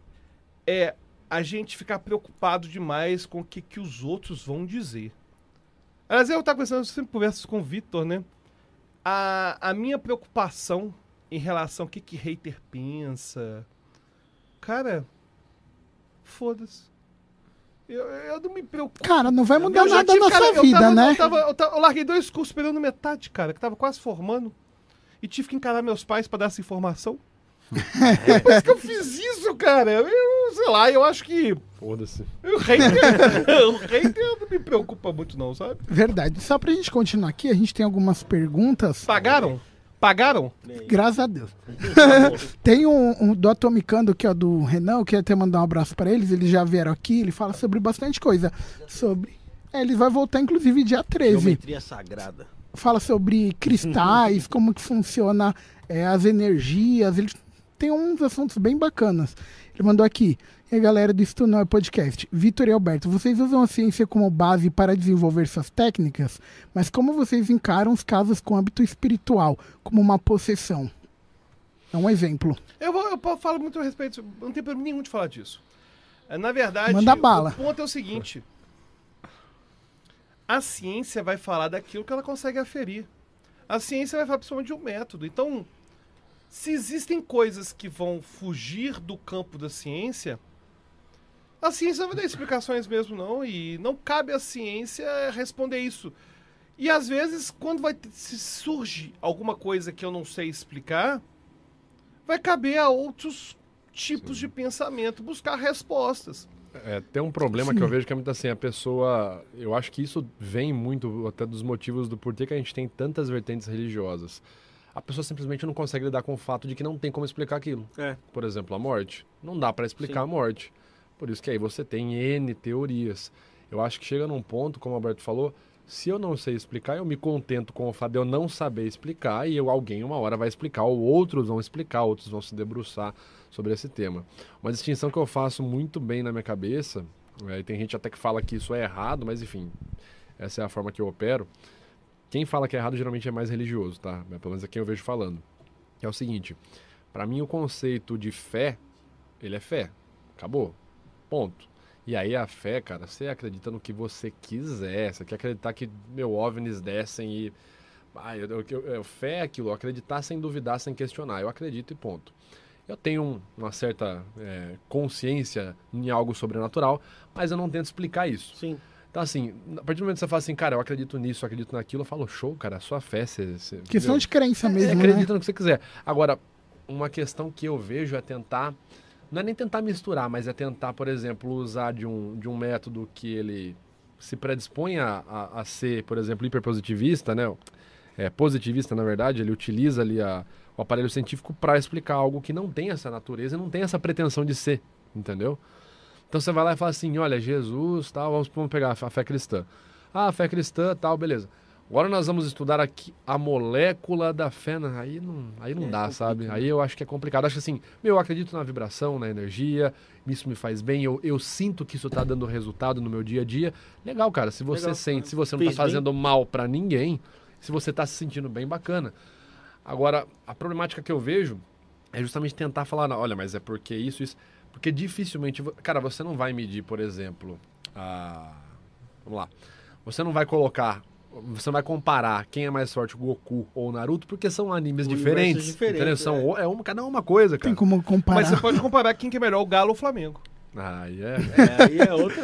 é a gente ficar preocupado demais com o que, que os outros vão dizer. Aliás, eu tava conversando, eu sempre converso com o Vitor, né? A, a minha preocupação em relação ao que, que hater pensa... Cara, foda-se. Eu, eu não me preocupo. Cara, não vai mudar nada tive, na cara, sua vida, tava, né? Eu, tava, eu, tava, eu larguei dois cursos esperando metade, cara, que tava quase formando. E tive que encarar meus pais pra dar essa informação. É por isso que eu fiz isso, cara. Eu, sei lá, eu acho que... Foda-se. O hater, o hater não me preocupa muito não, sabe? Verdade. Só pra gente continuar aqui, a gente tem algumas perguntas. Pagaram? Pagaram? Graças a Deus. Tem um, um do Atomicando, que é do Renan, eu queria até mandar um abraço pra eles, eles já vieram aqui, ele fala sobre bastante coisa. Sobre... É, ele vai voltar, inclusive, dia treze. Geometria sagrada. Fala sobre cristais, como que funciona é, as energias, ele tem uns assuntos bem bacanas. Ele mandou aqui, e a galera do Isto Não é Podcast, Vitor e Alberto, vocês usam a ciência como base para desenvolver suas técnicas, mas como vocês encaram os casos com âmbito espiritual, como uma possessão? É um exemplo. Eu, vou, eu falo muito a respeito, não tem problema nenhum de falar disso. Na verdade, Manda bala. O ponto é o seguinte, a ciência vai falar daquilo que ela consegue aferir. A ciência vai falar principalmente de um método. Então, se existem coisas que vão fugir do campo da ciência, a ciência não vai dar explicações mesmo, não. E não cabe à ciência responder isso. E, às vezes, quando vai se surge alguma coisa que eu não sei explicar, vai caber a outros tipos Sim. de pensamento buscar respostas. É, tem um problema Sim. que eu vejo que é muito assim, a pessoa... Eu acho que isso vem muito até dos motivos do porquê que a gente tem tantas vertentes religiosas. A pessoa simplesmente não consegue lidar com o fato de que não tem como explicar aquilo. É. Por exemplo, a morte. Não dá para explicar Sim. a morte. Por isso que aí você tem N teorias. Eu acho que chega num ponto, como o Alberto falou, se eu não sei explicar, eu me contento com o fato de eu não saber explicar e eu, alguém uma hora vai explicar, ou outros vão explicar, outros vão se debruçar sobre esse tema. Uma distinção que eu faço muito bem na minha cabeça, é, e tem gente até que fala que isso é errado, mas enfim, essa é a forma que eu opero. Quem fala que é errado geralmente é mais religioso, tá? Pelo menos é quem eu vejo falando. É o seguinte, para mim o conceito de fé, ele é fé. Acabou. Ponto. E aí a fé, cara, você acredita no que você quiser, você quer acreditar que, meu, OVNIs descem e... Ah, eu, eu, eu, fé é aquilo, acreditar sem duvidar, sem questionar. Eu acredito e ponto. Eu tenho um, uma certa é, consciência em algo sobrenatural, mas eu não tento explicar isso. Sim. Então, assim, a partir do momento que você fala assim, cara, eu acredito nisso, eu acredito naquilo, eu falo, show, cara, a sua fé, você... você Questão meu, de crença é, mesmo, acredita né? no que você quiser. Agora, uma questão que eu vejo é tentar... Não é nem tentar misturar, mas é tentar, por exemplo, usar de um, de um método que ele se predispõe a, a, a ser, por exemplo, hiperpositivista, né? É, positivista, na verdade, ele utiliza ali a, o aparelho científico para explicar algo que não tem essa natureza e não tem essa pretensão de ser, entendeu? Então você vai lá e fala assim, olha, Jesus, tal, vamos, vamos pegar a fé cristã. Ah, a fé cristã, tal, beleza. Agora nós vamos estudar aqui a molécula da fé. Né? Aí não, aí não É, dá, complica, sabe? né? Aí eu acho que é complicado. Acho que assim, meu, eu acredito na vibração, na energia, isso me faz bem, eu, eu sinto que isso tá dando resultado no meu dia a dia. Legal, cara, se você Legal, sente, né? se você não Fez tá fazendo mal pra ninguém, se você tá se sentindo bem, bacana. Agora, a problemática que eu vejo é justamente tentar falar, não, olha, mas é porque isso, isso... Porque dificilmente... vo- Cara, você não vai medir, por exemplo, a... Vamos lá. Você não vai colocar... Você não vai comparar quem é mais forte, o Goku ou o Naruto, porque são animes Universos diferentes. diferentes, entendeu? São, é. o- é uma, cada um uma coisa, cara. Tem como comparar. Mas você pode comparar quem que é melhor, o Galo ou o Flamengo. Aí é... É, aí é outra.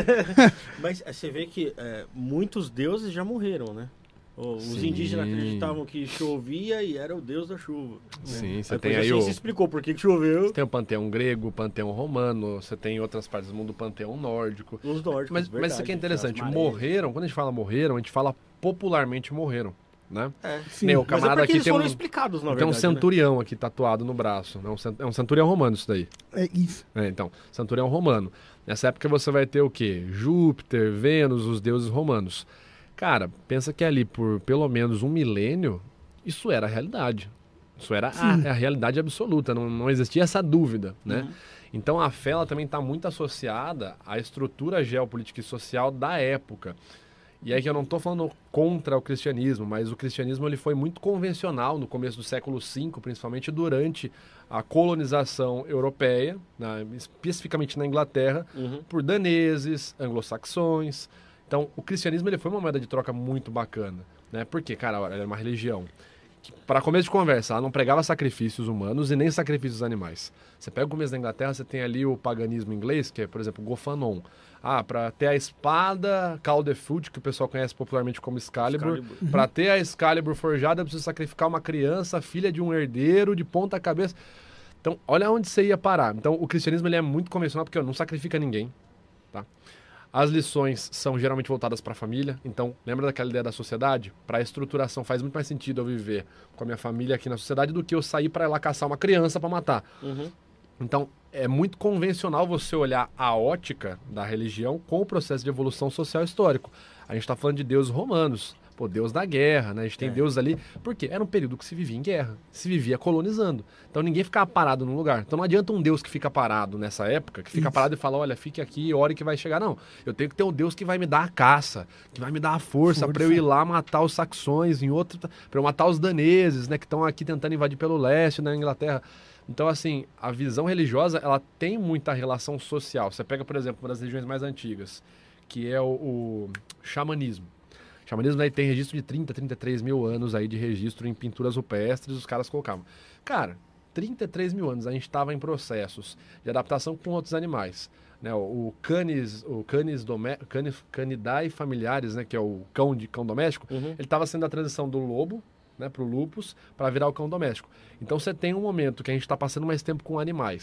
Mas é, você vê que é, muitos deuses já morreram, né? O- Os Sim. indígenas acreditavam que chovia e era o deus da chuva. Sim, você Aí tem depois a aí o... ciência explicou por que que choveu. Você tem o panteão grego, o panteão romano, você tem em outras partes do mundo o panteão nórdico. Os nórdicos, Mas, mas verdade, isso aqui é interessante. as marés. Morreram, quando a gente fala morreram, a gente fala popularmente morreram, né? É. Sim. Nem o Mas é camarada porque aqui eles tem foram um, explicados, na tem verdade. um centurião aqui tatuado no braço. Né? Um cent- É um centurião romano isso daí. É isso. É, então, centurião romano. Nessa época você vai ter o quê? Júpiter, Vênus, os deuses romanos. Cara, pensa que ali por pelo menos um milênio, isso era a realidade. Isso era a, a realidade absoluta, não, não existia essa dúvida, né? Uhum. Então a fé ela também está muito associada à estrutura geopolítica e social da época. E aí que eu não estou falando contra o cristianismo, mas o cristianismo ele foi muito convencional no começo do século cinco, principalmente durante a colonização europeia, na- especificamente na Inglaterra, Uhum. por daneses, anglo-saxões. Então, o cristianismo ele foi uma moeda de troca muito bacana, né? Porque, cara, olha, ela é uma religião que, para começo de conversa, ela não pregava sacrifícios humanos e nem sacrifícios animais. Você pega o começo da Inglaterra, você tem ali o paganismo inglês, que é, por exemplo, o Gofanon. Ah, para ter a espada Caldefoot, que o pessoal conhece popularmente como Excalibur, Excalibur. para ter a Excalibur forjada, eu preciso sacrificar uma criança, filha de um herdeiro, de ponta cabeça. Então, olha onde você ia parar. Então, o cristianismo ele é muito convencional porque ó, não sacrifica ninguém, tá? As lições são geralmente voltadas para a família. Então, lembra daquela ideia da sociedade? Para a estruturação faz muito mais sentido eu viver com a minha família aqui na sociedade do que eu sair para ir lá caçar uma criança para matar. Uhum. Então, é muito convencional você olhar a ótica da religião com o processo de evolução social histórico. A gente está falando de deuses romanos, pô, deus da guerra, né? A gente tem É. deuses ali, porque era um período que se vivia em guerra, se vivia colonizando. Então ninguém ficava parado num lugar. Então não adianta um deus que fica parado nessa época, que fica Isso. parado e fala, olha, fique aqui, ore que vai chegar. Não, eu tenho que ter um deus que vai me dar a caça, que vai me dar a força Força. para eu ir lá matar os saxões, em outro, para eu matar os daneses, né, que estão aqui tentando invadir pelo leste, na Inglaterra. Então, assim, a visão religiosa, ela tem muita relação social. Você pega, por exemplo, uma das religiões mais antigas, que é o, o xamanismo. O xamanismo aí tem registro de trinta, trinta e três mil anos aí de registro em pinturas rupestres, os caras colocavam. Cara, trinta e três mil anos, a gente estava em processos de adaptação com outros animais. Né? O, o canis, o canis, dome, canis canidae familiares, né, que é o cão, de, cão doméstico, Uhum. ele estava sendo a transição do lobo, né, para o lupus, para virar o cão doméstico. Então você tem um momento que a gente está passando mais tempo com animais.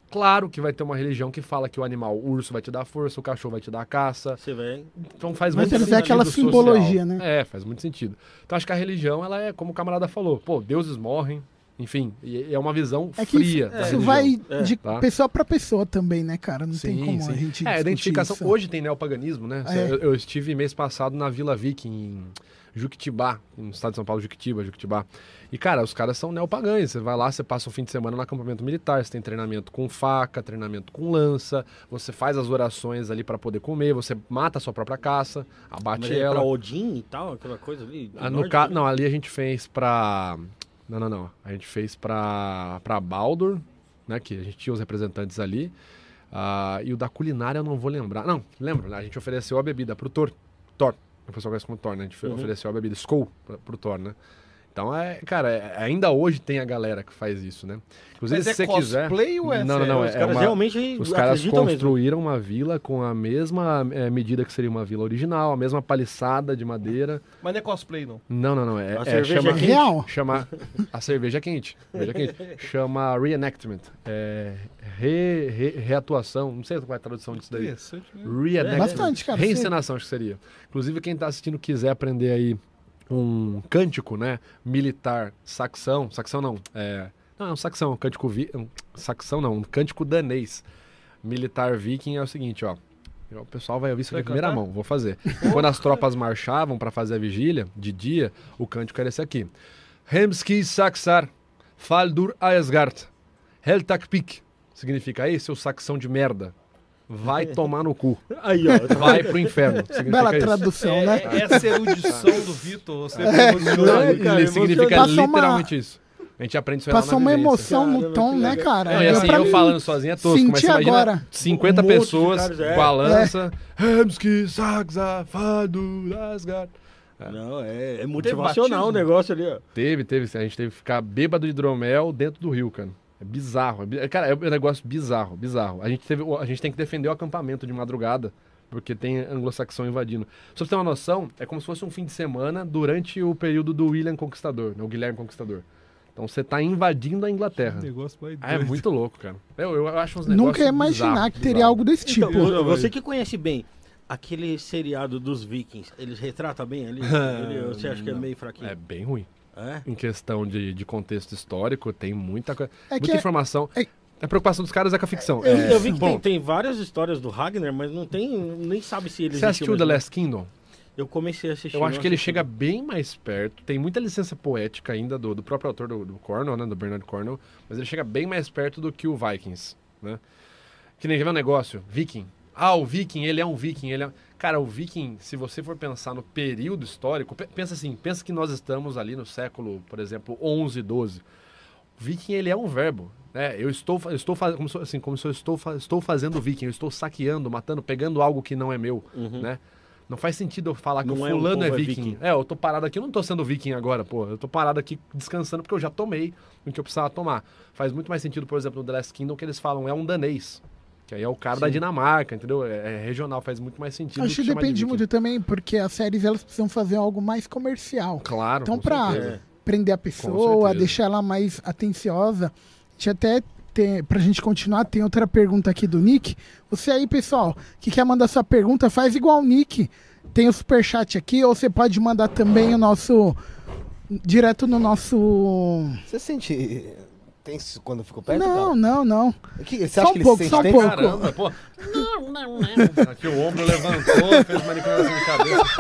Claro que vai ter uma religião que fala que o animal, o urso vai te dar força, o cachorro vai te dar caça. Você vai... Então faz Mas muito eles sentido é aquela social. simbologia, né? É, faz muito sentido. Então acho que a religião, ela é, como o camarada falou, pô, deuses morrem, enfim, e é uma visão É que fria isso, da isso religião. vai É, de tá? pessoa pra pessoa também, né, cara? Não tem Sim, como sim. a gente É, a discutir identificação. isso. Hoje tem neopaganismo, né? É. Eu, eu estive mês passado na Vila Viking, em Juquitibá, no estado de São Paulo, Juquitiba, Juquitibá. E, cara, os caras são neopagães. Você vai lá, você passa o fim de semana no acampamento militar, você tem treinamento com faca, treinamento com lança, você faz as orações ali pra poder comer, você mata a sua própria caça, abate Mas é ela. pra Odin e tal, aquela coisa ali? do Ah, no norte, ca... né? Não, ali a gente fez pra. Não, não, não. A gente fez pra, pra Baldur, né? Que a gente tinha os representantes ali. Ah, e o da culinária eu não vou lembrar. Não, lembro, né? A gente ofereceu a bebida pro Thor. Thor. O pessoal conhece como Thor, né? A gente Uhum. ofereceu a bebida Skol pra, pro Thor, né? Então, é, cara, é- ainda hoje tem a galera que faz isso, né? Inclusive, Mas é se você quiser. cosplay ou é Não, não, não. sério? É, Os é caras uma... realmente Os caras acreditam mesmo. construíram uma vila com a mesma é, medida que seria uma vila original, a mesma paliçada de madeira. Mas não é cosplay, não. Não, não, não. É, A é, cerveja chama, é quente? Real? chama a cerveja é quente. Cerveja quente. Chama reenactment. É, re, re- reatuação. Não sei qual é a tradução disso daí. Interessante mesmo. Reenactment. Bastante, cara. Reencenação, acho que seria. Inclusive, quem tá assistindo quiser aprender aí um cântico, né? Militar saxão. Saxão não. É, não, é um saxão. Um cântico vi, um, saxão não. Um cântico danês. Militar viking é o seguinte, ó. O pessoal vai ouvir isso aqui Vai em primeira cantar? mão. Vou fazer. Quando as tropas marchavam para fazer a vigília, de dia, o cântico era esse aqui. Hemski saxar, faldur aesgard, heltakpik. Significa aí, seu saxão de merda. Vai tomar no cu. Aí, ó. Vai pro inferno. Significa Bela isso. tradução, É, né? é essa erudição do Vitor. Você é. Não, É, ele cara, significa Passou uma- literalmente isso. A gente aprende isso aí lá Passou na uma vivência. emoção no Caramba, tom, que né, legal. cara? Não, e Deu assim, pra eu mim falando sozinho é tosco, mas sentir você imagina agora. cinquenta Um monte de pessoas caras, é. com a lança. Hemski, Saxa, Fado, Asgard. Não, é, é motivacional batismo? o negócio ali, ó. Teve, teve. A gente teve que ficar bêbado de hidromel dentro do rio, cara. É bizarro. É bi- cara, é um negócio bizarro, bizarro. A gente, teve, a gente tem que defender o acampamento de madrugada, porque tem anglo-saxão invadindo. Só pra você ter uma noção, é como se fosse um fim de semana durante o período do William Conquistador, né, o Guilherme Conquistador. Então você tá invadindo a Inglaterra. Negócio mais Ah, é muito louco, cara. Eu, eu acho uns negócios Nunca ia imaginar bizarros, que teria bizarros. algo desse tipo. Então, você que conhece bem aquele seriado dos Vikings, eles retratam bem ali? Ele- você acha que é meio fraquinho? É bem ruim. É? Em questão de, de contexto histórico, tem muita coisa. É que muita é- informação. é- A preocupação dos caras é com a ficção. Eu, É, eu vi que tem, bom, tem várias histórias do Ragnar, mas não tem, nem sabe se ele você assistiu existiu The mesmo. Last Kingdom? Eu comecei a assistir. Eu acho não que ele assisti. chega bem mais perto. Tem muita licença poética ainda do, do próprio autor do, do Cornwell, né? Do Bernard Cornwell. Mas ele chega bem mais perto do que o Vikings, né? Que nem quer ver um negócio. Viking. Ah, o Viking, ele é um Viking. Ele é... Cara, o Viking, se você for pensar no período histórico, pe- pensa assim, pensa que nós estamos ali no século, por exemplo, onze, doze. Viking, ele é um verbo, né? Eu estou, eu estou fazendo, como se, assim, como se eu estou, fa- estou fazendo Viking, eu estou saqueando, matando, pegando algo que não é meu, Uhum. né? Não faz sentido eu falar que Não o é um fulano é, povo, é viking. viking. É, eu tô parado aqui, eu não tô sendo viking agora, pô. Eu tô parado aqui descansando porque eu já tomei o que eu precisava tomar. Faz muito mais sentido, por exemplo, no The Last Kingdom, que eles falam é um danês. Que aí é o cara da Dinamarca, entendeu? É, é regional, faz muito mais sentido. do Acho que chamar de depende viking. muito também, porque as séries elas precisam fazer algo mais comercial. Claro, Então, com pra certeza. prender a Com pessoa, certeza. deixar ela mais atenciosa. A gente até tem, pra gente continuar, tem outra pergunta aqui do Nick. Você aí, pessoal, que quer mandar sua pergunta, faz igual o Nick. Tem o superchat aqui, ou você pode mandar também o nosso. Direto no nosso. Você sente tenso quando ficou perto? Não, cara? não, não. Que- Você Só acha um que ele pouco, se sente só um tenso? pouco. Caramba, pô. Não, não, não. Aqui o ombro levantou, fez manipulação de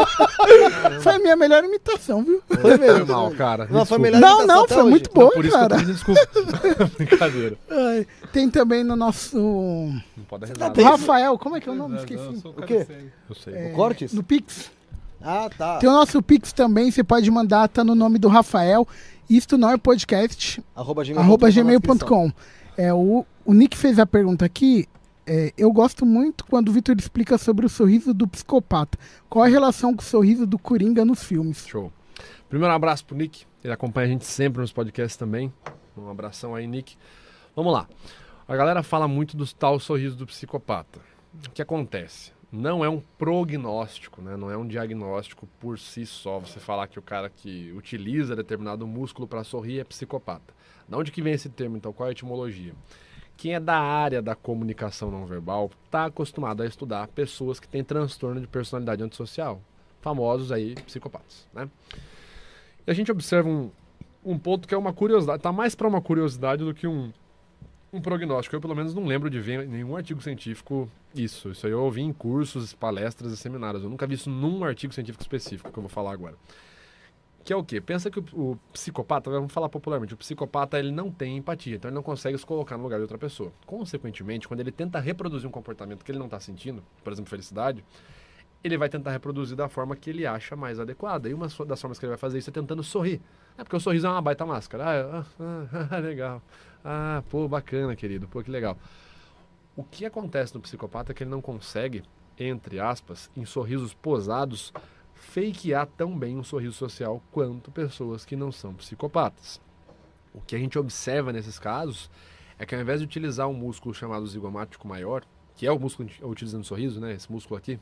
cabeça. Foi a minha melhor imitação, viu? Foi mesmo. Foi mal, cara. Não, foi Desculpa. melhor Não, imitação não, até foi hoje. muito Não, boa, por isso que eu tô cara. pedindo desculpa. Brincadeira. Ai, tem também no nosso. Não pode dar tá risada. bem- Rafael, como é que é o nome? Esqueci. O quê? Eu sei. É, Cortes? No Pix. Ah, tá. Tem o nosso Pix também, você pode mandar, tá no nome do Rafael. Isto não é podcast, Arroba gmail arroba ponto com gmail na ponto descrição. com. É, o, o Nick fez a pergunta aqui. É, eu gosto muito quando o Vitor explica sobre o sorriso do psicopata. Qual a relação com o sorriso do Coringa nos filmes? Show. Primeiro um abraço pro Nick. Ele acompanha a gente sempre nos podcasts também. Um abração aí, Nick. Vamos lá. A galera fala muito do tal sorriso do psicopata. O que acontece? Não é um prognóstico, né? Não é um diagnóstico por si só. Você falar que o cara que utiliza determinado músculo para sorrir é psicopata. Da onde que vem esse termo, então? Qual é a etimologia? Quem é da área da comunicação não verbal está acostumado a estudar pessoas que têm transtorno de personalidade antissocial, famosos aí psicopatas, né? E a gente observa um, um ponto que é uma curiosidade, tá mais para uma curiosidade do que um, um prognóstico. Eu pelo menos não lembro de ver em nenhum artigo científico isso. Isso aí eu ouvi em cursos, palestras e seminários. Eu nunca vi isso num artigo científico específico que eu vou falar agora. Que é o quê? Pensa que o, o psicopata, vamos falar popularmente, o psicopata ele não tem empatia, então ele não consegue se colocar no lugar de outra pessoa. Consequentemente, quando ele tenta reproduzir um comportamento que ele não está sentindo, por exemplo, felicidade, ele vai tentar reproduzir da forma que ele acha mais adequada. E uma das formas que ele vai fazer isso é tentando sorrir. É porque o sorriso é uma baita máscara. Ah, ah, ah, legal. Ah, pô, bacana, querido. Pô, que legal. O que acontece no psicopata é que ele não consegue, entre aspas, em sorrisos posados, fakear tão bem um sorriso social quanto pessoas que não são psicopatas. O que a gente observa nesses casos é que ao invés de utilizar um músculo chamado zigomático maior, que é o músculo utilizando o sorriso, né, esse músculo aqui,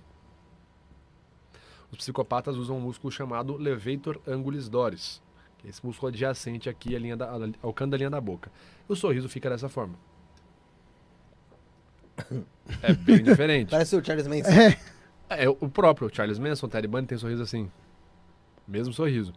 os psicopatas usam um músculo chamado levator angulis doris, que é esse músculo adjacente aqui, a linha da, ao canto da linha da boca. E o sorriso fica dessa forma. É bem diferente. Parece o Charles Manson. É. É, o próprio Charles Manson, Terry Bundy tem sorriso assim. Mesmo sorriso.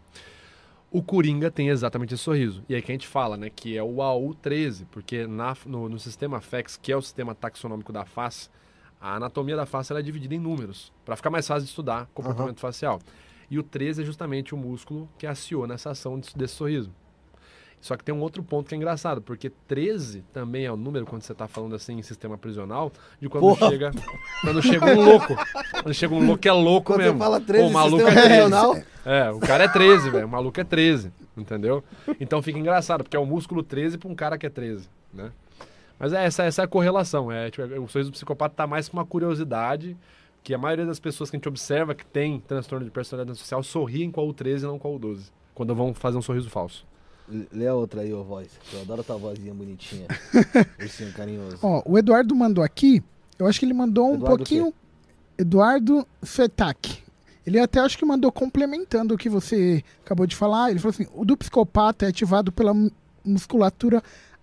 O Coringa tem exatamente esse sorriso. E aí que a gente fala, né, que é o A U treze, porque na, no, no sistema F E X, que é o sistema taxonômico da face, a anatomia da face ela é dividida em números, para ficar mais fácil de estudar comportamento uhum. facial. E o treze é justamente o músculo que aciona essa ação desse sorriso. Só que tem um outro ponto que é engraçado, porque treze também é o número, quando você está falando assim em sistema prisional, de quando Porra. chega quando chega um louco. Quando chega um louco que é louco quando mesmo. Você fala treze, Pô, o maluco é treze. É, o cara é treze, velho. O maluco é treze, entendeu? Então fica engraçado, porque é o músculo treze para um cara que é treze, né? Mas é, essa, essa é a correlação. É, tipo, o sorriso do psicopata está mais para uma curiosidade, que a maioria das pessoas que a gente observa que tem transtorno de personalidade social sorriem com a U treze e não com a U doze, quando vão fazer um sorriso falso. Lê a outra aí, ô voz. Eu adoro tua vozinha bonitinha. Ursinho carinhoso. Ó, o Eduardo mandou aqui. Eu acho que ele mandou um Eduardo pouquinho. Eduardo Fetac. Ele até acho que mandou complementando o que você acabou de falar. Ele falou assim: o do psicopata é ativado pela musculatura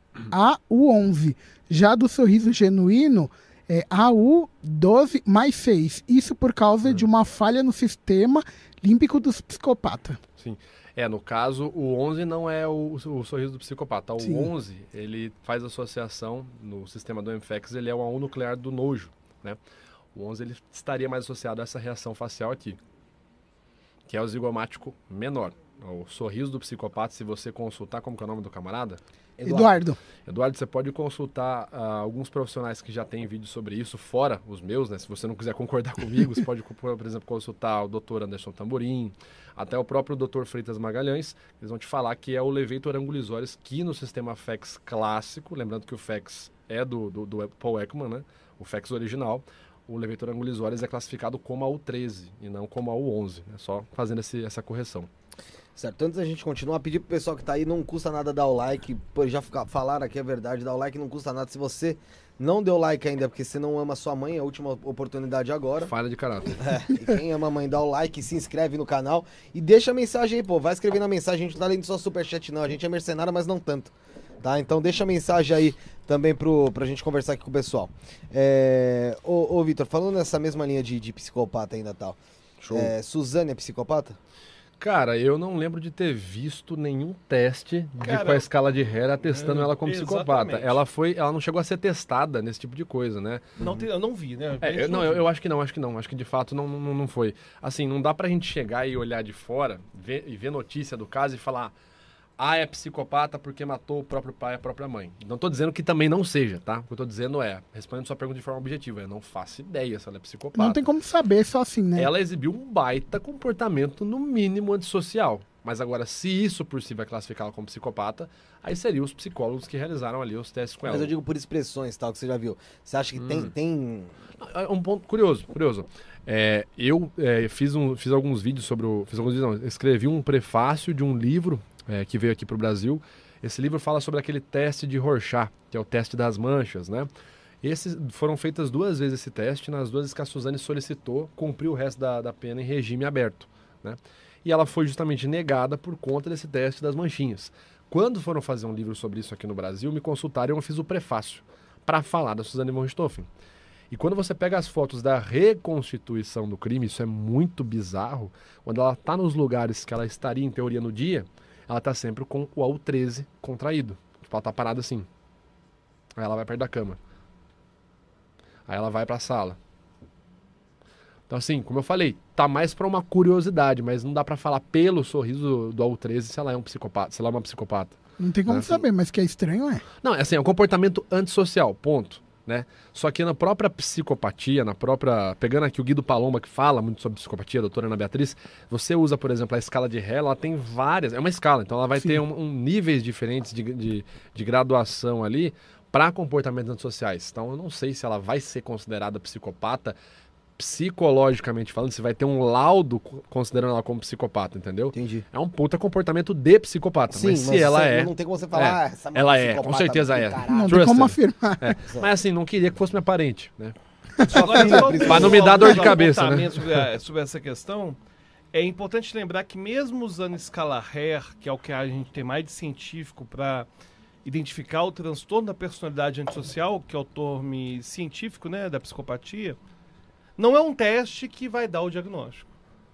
A U onze. Já do sorriso genuíno é A U doze mais seis. Isso por causa hum. de uma falha no sistema límbico dos psicopatas. Sim. É, no caso, o onze não é o, o sorriso do psicopata. O Sim. onze, ele faz associação no sistema do M F E X, ele é o A um nuclear do nojo, né? O onze, ele estaria mais associado a essa reação facial aqui, que é o zigomático menor. O sorriso do psicopata, se você consultar, como que é o nome do camarada? Eduardo. Eduardo, você pode consultar uh, alguns profissionais que já têm vídeos sobre isso, fora os meus, né? Se você não quiser concordar comigo, você pode, por exemplo, consultar o doutor Anderson Tamborim, até o próprio doutor Freitas Magalhães. Eles vão te falar que é o levator angulis doris, que no sistema F E X clássico, lembrando que o F E X é do, do, do Paul Ekman, né? O F E X original, o levator angulis doris é classificado como a U treze e não como a U onze, né? Só fazendo esse, essa correção. Certo, antes da gente continuar, pedir pro pessoal que tá aí, não custa nada dar o like, pô, já fica, falaram aqui a verdade, dar o like não custa nada. Se você não deu like ainda, porque você não ama sua mãe, é a última oportunidade agora. Falha de caráter. É, e quem ama a mãe, dá o like, se inscreve no canal e deixa a mensagem aí, pô, vai escrever na mensagem, a gente não tá lendo só superchat não, a gente é mercenário, mas não tanto, tá? Então deixa a mensagem aí também pro, pra gente conversar aqui com o pessoal. É, ô, ô Vitor, falando nessa mesma linha de, de psicopata ainda tal, Show. É, Suzane é psicopata? Cara, eu não lembro de ter visto nenhum teste Cara, de, com a escala de Hera testando é, ela como psicopata. exatamente. Ela foi, ela não chegou a ser testada nesse tipo de coisa, né? Não tem, eu não vi, né? A É, gente eu, não, viu. eu, eu acho que não, acho que não. Acho que de fato não, não, não foi. Assim, não dá pra gente chegar e olhar de fora ver, e ver notícia do caso e falar: ah, é psicopata porque matou o próprio pai e a própria mãe. Não tô dizendo que também não seja, tá? O que eu tô dizendo é, respondendo sua pergunta de forma objetiva, eu não faço ideia se ela é psicopata. Não tem como saber, só assim, né? Ela exibiu um baita comportamento, no mínimo, antissocial. Mas agora, se isso por si vai classificá-la como psicopata, aí seriam os psicólogos que realizaram ali os testes com ela. Mas eu digo por expressões, tal, que você já viu. Você acha que Hum. tem, tem... Um ponto curioso, curioso. É, eu é, fiz, um, fiz alguns vídeos sobre o... Fiz alguns vídeos, não, escrevi um prefácio de um livro é, que veio aqui para o Brasil. Esse livro fala sobre aquele teste de Rorschach, que é o teste das manchas, né? Esses, foram feitas duas vezes esse teste, nas duas vezes que a Suzane solicitou cumprir o resto da, da pena em regime aberto, né? E ela foi justamente negada por conta desse teste das manchinhas. Quando foram fazer um livro sobre isso aqui no Brasil, me consultaram e eu fiz o prefácio para falar da Suzane von Richthofen. E quando você pega as fotos da reconstituição do crime, isso é muito bizarro, quando ela está nos lugares que ela estaria, em teoria, no dia, ela está sempre com o A U treze contraído. Tipo, ela está parada assim. Aí ela vai perto da cama. Aí ela vai para a sala. Então, assim, como eu falei, tá mais para uma curiosidade, mas não dá para falar pelo sorriso do A U treze se ela é um psicopata, se ela é uma psicopata. Não tem como Assim, saber, mas que é estranho, é. Não, é assim, é um comportamento antissocial, ponto. Né? Só que na própria psicopatia, na própria. Pegando aqui o Guido Palomba, que fala muito sobre psicopatia, a doutora Ana Beatriz, você usa, por exemplo, a escala de Hell, ela tem várias. É uma escala, então ela vai Sim. ter um, um níveis diferentes de, de, de graduação ali para comportamentos antissociais. Então eu não sei se ela vai ser considerada psicopata. Psicologicamente falando, você vai ter um laudo considerando ela como psicopata, entendeu? Entendi. É um puta comportamento de psicopata. Sim, mas se ela você- é. não tem como você falar, é, ah, essa ela é, psicopata com certeza do é. caralho. Não tem Trusted. como afirmar. É. Mas assim, não queria que fosse minha parente, né? Agora, só um- Pra não me dar dor de um cabeça, apontamento Sobre, a- sobre essa questão, é importante lembrar que mesmo usando escala Hare, que é o que a gente tem mais de científico para identificar o transtorno da personalidade antissocial, que é o termo científico, né, da psicopatia, não é um teste que vai dar o diagnóstico.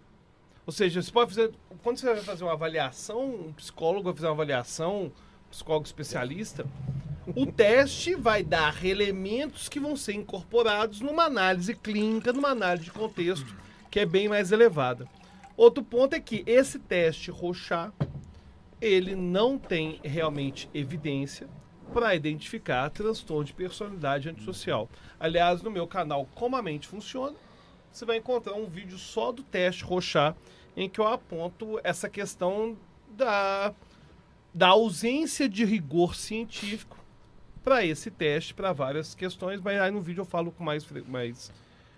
Ou seja, você pode fazer, quando você vai fazer uma avaliação, um psicólogo vai fazer uma avaliação, um psicólogo especialista, o teste vai dar elementos que vão ser incorporados numa análise clínica, numa análise de contexto, que é bem mais elevada. Outro ponto é que esse teste Rorschach, ele não tem realmente evidência para identificar transtorno de personalidade antissocial. Aliás, no meu canal Como a Mente Funciona, você vai encontrar um vídeo só do teste Rorschach, em que eu aponto essa questão da, da ausência de rigor científico para esse teste, para várias questões, mas aí no vídeo eu falo com mais... fre- mais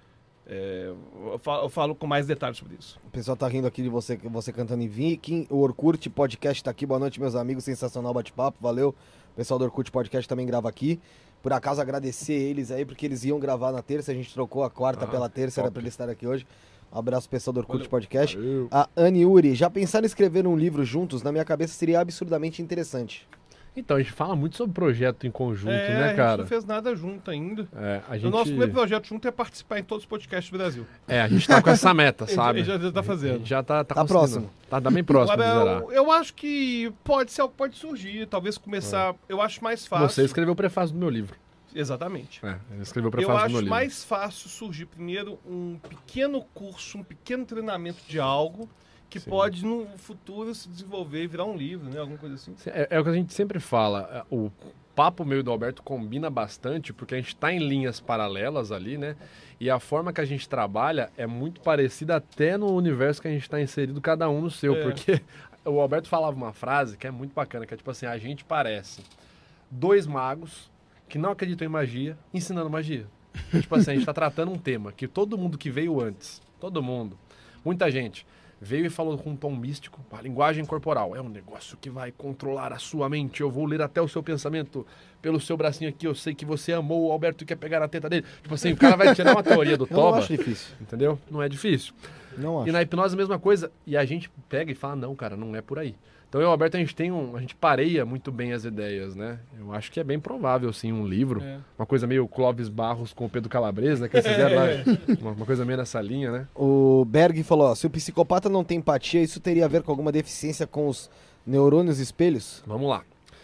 é, eu, falo, eu falo com mais detalhes sobre isso. O pessoal tá rindo aqui de você, você cantando em Viking. O Orkut Podcast tá aqui. Boa noite, meus amigos. Sensacional bate-papo. Valeu. O pessoal do Orkut Podcast também grava aqui. Por acaso, agradecer eles aí, porque eles iam gravar na terça. A gente trocou a quarta Ah, pela terça, top. era pra eles estarem aqui hoje. Um abraço pro pessoal do Orkut Valeu. Podcast. Valeu. A Anne Uri, já pensaram em escrever um livro juntos? Na minha cabeça seria absurdamente interessante. Então, a gente fala muito sobre projeto em conjunto, é, a né, gente cara? não fez nada junto ainda. É, a O gente, nosso primeiro projeto junto é participar em todos os podcasts do Brasil. é, a gente tá com essa meta, A gente- sabe? a gente já tá A fazendo. gente já tá, tá, Tá conseguindo. próximo. Tá, tá bem próximo de Agora, zerar. eu, eu acho que pode ser algo que pode surgir. Talvez começar. Eu acho mais fácil. Você escreveu o prefácio do meu livro. Exatamente. É, ele escreveu o Eu prefácio do meu acho livro. mais fácil surgir primeiro um pequeno curso, um pequeno treinamento de algo que Sim. pode no futuro se desenvolver e virar um livro, né? Alguma coisa assim. É, é o que a gente sempre fala. é, O papo meu e do Alberto combina bastante, porque a gente está em linhas paralelas ali, né? E a forma que a gente trabalha é muito parecida até no universo que a gente está inserido, cada um no seu. É. Porque o Alberto falava uma frase que é muito bacana, que é tipo assim, a gente parece dois magos que não acreditam em magia, ensinando magia. Tipo assim, a gente está tratando um tema que todo mundo que veio antes, todo mundo, muita gente, veio e falou com um tom místico, a linguagem corporal, é um negócio que vai controlar a sua mente, eu vou ler até o seu pensamento pelo seu bracinho aqui, eu sei que você amou o Alberto e quer pegar a teta dele. Tipo assim, o cara vai tirar uma teoria do Eu não Toba, acho difícil. entendeu? Não é difícil. Não acho. E na hipnose a mesma coisa, e a gente pega e fala, não, cara, não é por aí. Então eu e o Alberto, a gente tem um, a gente pareia muito bem as ideias, né? Eu acho que é bem provável, sim, um livro, É. uma coisa meio Clóvis Barros com o Pedro Calabresa, né? Que eles fizeram lá, uma, uma coisa meio nessa linha, né? O Berg falou, ó, se o psicopata não tem empatia, isso teria a ver com alguma deficiência com os neurônios espelhos? Vamos lá.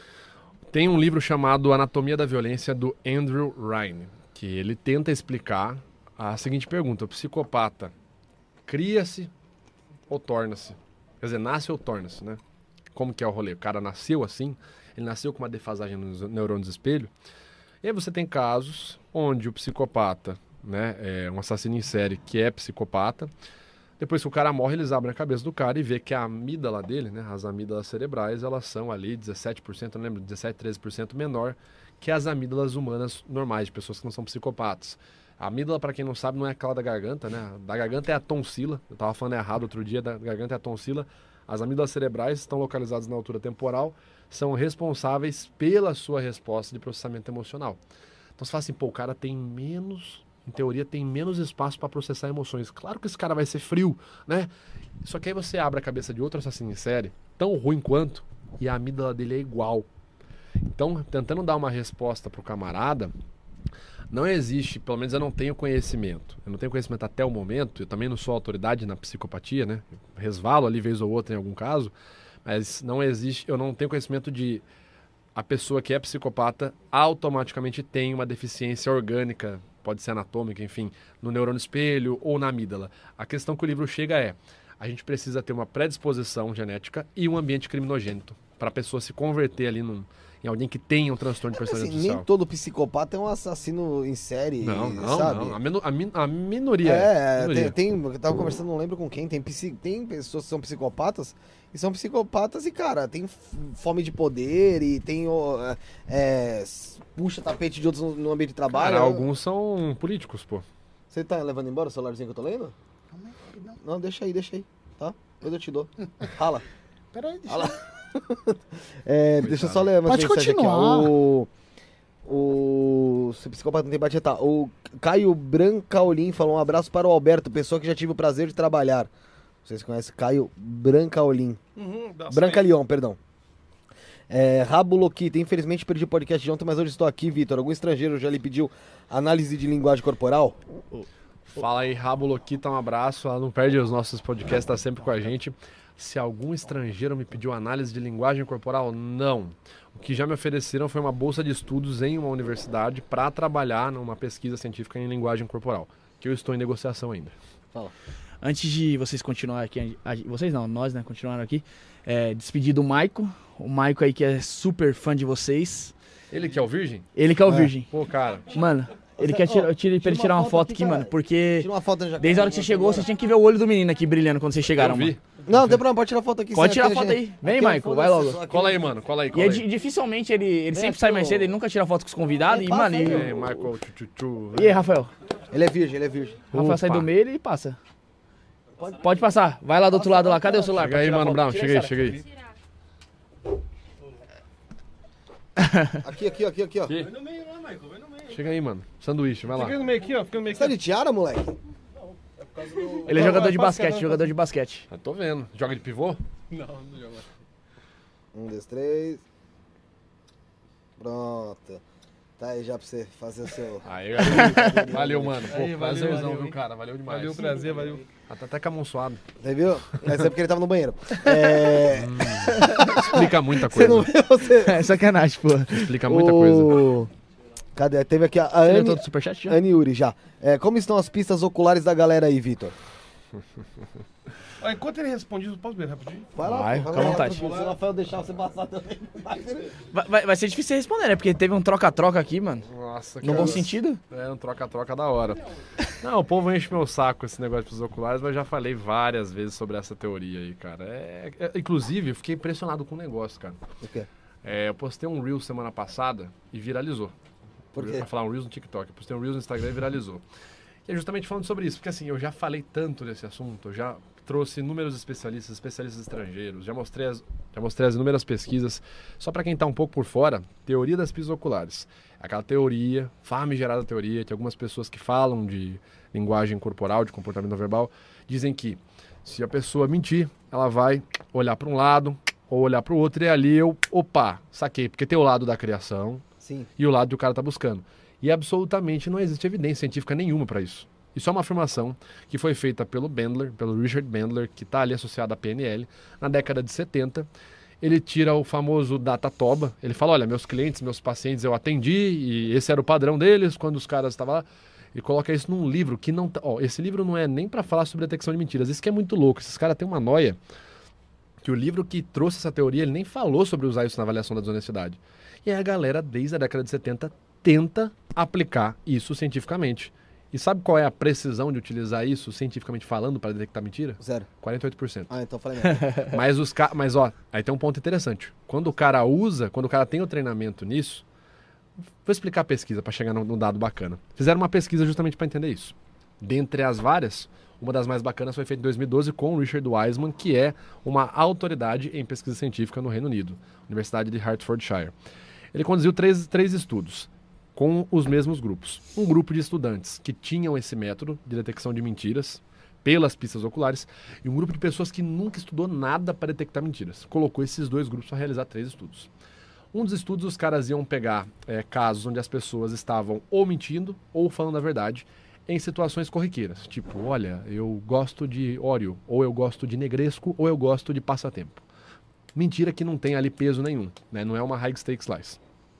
Tem um livro chamado Anatomia da Violência, do Andrew Ryan, que ele tenta explicar a seguinte pergunta: o psicopata cria-se ou torna-se? Quer dizer, nasce ou torna-se, né? Como que é o rolê? O cara nasceu assim, ele nasceu com uma defasagem nos neurônios espelho. E aí você tem casos onde o psicopata, né, é um assassino em série que é psicopata. Depois que o cara morre, eles abrem a cabeça do cara e vê que a amígdala dele, né, as amígdalas cerebrais, elas são ali dezessete por cento, não lembro, dezessete, treze por cento menor que as amígdalas humanas normais, de pessoas que não são psicopatas. A amígdala, para quem não sabe, não é aquela da garganta, né? Da garganta é a tonsila. Eu tava falando errado outro dia, da garganta é a tonsila. As amígdalas cerebrais estão localizadas na altura temporal, são responsáveis pela sua resposta de processamento emocional. Então você fala assim, pô, o cara tem menos, em teoria, tem menos espaço para processar emoções. Claro que esse cara vai ser frio, né? Só que aí você abre a cabeça de outro assassino em série, tão ruim quanto, e a amígdala dele é igual. Então, tentando dar uma resposta pro camarada, não existe, pelo menos eu não tenho conhecimento. Eu não tenho conhecimento até o momento, eu também não sou autoridade na psicopatia, né? Eu resvalo ali vez ou outra em algum caso, mas não existe, eu não tenho conhecimento de a pessoa que é psicopata automaticamente tem uma deficiência orgânica, pode ser anatômica, enfim, no neurônio espelho ou na amígdala. A questão que o livro chega é, a gente precisa ter uma predisposição genética e um ambiente criminogênito para a pessoa se converter ali num, em alguém que tenha um transtorno de Assim, personalidade social. nem todo psicopata é um assassino em série, Não, não, sabe? não. A, minu- a, min- a minoria. É, minoria. tem, tem, eu tava conversando, não lembro com quem, tem, psi, tem pessoas que são psicopatas e são psicopatas e, cara, tem f- fome de poder e tem, ó, é, s- puxa tapete de outros no, no ambiente de trabalho. Cara, alguns são políticos, pô. Você tá levando embora o celularzinho que eu tô lendo? Calma aí, não. Não, deixa aí, deixa aí, tá? Depois eu te dou. Rala. Peraí, deixa Rala. É, deixa eu só ler uma Pode mensagem aqui, ó. continuar. O, o se o psicopata não tem batida, tá. O Caio Brancaolim falou um abraço para o Alberto, pessoa que já tive o prazer de trabalhar. Vocês conhecem Caio Brancaolim. Uhum, dá Brancalion, perdão. É, Rabo Loquita, infelizmente perdi o podcast de ontem, mas hoje estou aqui, Vitor. Algum estrangeiro já lhe pediu análise de linguagem corporal? Fala aí, Rabo Loquita, um abraço. Ela não perde os nossos podcasts, tá sempre com a gente. Se algum estrangeiro me pediu análise de linguagem corporal, não. O que já me ofereceram foi uma bolsa de estudos em uma universidade para trabalhar numa pesquisa científica em linguagem corporal, que eu estou em negociação ainda. Fala. Antes de vocês continuarem aqui, a- vocês não, nós, né, continuaram aqui, é, despedir do Maico, o Maico aí que é super fã de vocês, Ele que é o virgem? ele que é o É. virgem. Pô, cara, Mano, ele quer tirar, eu tirei pra ele tirar uma foto aqui, mano, porque Tira uma foto já. desde a hora que você chegou, você tinha que ver o olho do menino aqui brilhando quando vocês chegaram, eu vi. mano. Não, não tem problema, pode tirar foto aqui. Pode sim, tirar aqui a foto gente- aí. Vem, aqui é Michael, foda-se, vai logo. só aqui- Cola aí, mano, cola aí, E cola é aí. di- dificilmente ele, ele Vem sempre aqui, sai mais ô. cedo, ele nunca tira foto com os convidados. E, Passa mano, aí, e, É, Michael, tchu, tchu, tchu. e aí, Rafael? Ele é virgem, ele é virgem. Rafael sai Opa. do meio e ele passa. Pode passar. Vai lá do outro lado lá. Cadê o celular? Chega pra aí, tirar mano foto? Brown, Tira chega aí, essa. chega aí. Aqui, aqui, aqui, aqui, ó. Aqui. Chega aí, mano. Sanduíche, vai lá. Fica no meio aqui, ó. Fica no meio Você tá aqui. de tiara, moleque? Ele é Não, jogador vai, de passa, basquete, cara. jogador de basquete. Eu tô vendo. Joga de pivô? Um, dois, três. Pronto. Tá aí já pra você fazer o seu. Aí, galera. Valeu, mano. Pô, Aí, valeu, prazerzão, valeu. viu, cara? Valeu demais. Valeu, prazer, valeu. Ah, tá até camonçoado. Você viu? Mas é porque ele tava no banheiro. É. Explica muita Você coisa. não viu? Você. É sacanagem, pô. Explica muita coisa. O... Cadê? Teve aqui a, a Você leu Anne, todo o superchat já? Anne Yuri já. É, como estão as pistas oculares da galera aí, Vitor? Ó, enquanto ele responde, eu posso ver rapidinho? Vai lá, Vai, pô, fica à lá, vontade. pô, Se o Rafael deixar você passar também. vai ser- Vai, vai- vai ser difícil você responder, né? Porque teve um troca-troca aqui, mano. Nossa, No bom sentido. É um troca-troca da hora. Não, o povo enche meu saco com esse negócio dos oculares, mas eu já falei várias vezes sobre essa teoria aí, cara. É, é- inclusive, eu fiquei impressionado com o negócio, cara. O quê? É, eu postei um Reels semana passada e viralizou. Por quê? Pra falar um Reels no TikTok. Eu postei um Reels no Instagram e viralizou. E é justamente falando sobre isso, porque assim, eu já falei tanto desse assunto, eu já trouxe inúmeros especialistas, especialistas estrangeiros, já mostrei as, já mostrei as inúmeras pesquisas. Só para quem está um pouco por fora, teoria das pistas oculares. Aquela teoria, famigerada teoria, que algumas pessoas que falam de linguagem corporal, de comportamento não verbal, dizem que se a pessoa mentir, ela vai olhar para um lado ou olhar para o outro, e ali eu, opa, saquei, porque tem o lado da criação Sim. e o lado que o cara está buscando. E absolutamente não existe evidência científica nenhuma para isso. Isso é uma afirmação que foi feita pelo Bandler, pelo Richard Bandler, que está ali associado à P N L, na década de setenta. Ele tira o famoso Datatoba, ele fala, olha, meus clientes, meus pacientes eu atendi e esse era o padrão deles quando os caras estavam lá. Ele coloca isso num livro que não... Tá, ó, esse livro não é nem para falar sobre detecção de mentiras, isso que é muito louco, esses caras têm uma noia que o livro que trouxe essa teoria, ele nem falou sobre usar isso na avaliação da desonestidade. E aí a galera, desde a década de setenta, tenta aplicar isso cientificamente. E sabe qual é a precisão de utilizar isso cientificamente falando para detectar mentira? Zero. quarenta e oito por cento. Ah, então falei merda. Mas os ca... Mas ó, aí tem um ponto interessante. Quando o cara usa, quando o cara tem o treinamento nisso, vou explicar a pesquisa para chegar num num dado bacana. Fizeram uma pesquisa justamente para entender isso. Dentre as várias, uma das mais bacanas foi feita em dois mil e doze com o Richard Wiseman, que é uma autoridade em pesquisa científica no Reino Unido, Universidade de Hertfordshire. Ele conduziu três, três estudos com os mesmos grupos. Um grupo de estudantes que tinham esse método de detecção de mentiras, pelas pistas oculares, e um grupo de pessoas que nunca estudou nada para detectar mentiras. Colocou esses dois grupos para realizar três estudos. Um dos estudos, os caras iam pegar é, casos onde as pessoas estavam ou mentindo ou falando a verdade em situações corriqueiras. Tipo, olha, eu gosto de Oreo, ou eu gosto de Negresco, ou eu gosto de passatempo. Mentira que não tem ali peso nenhum, né? Não é uma high stakes slice.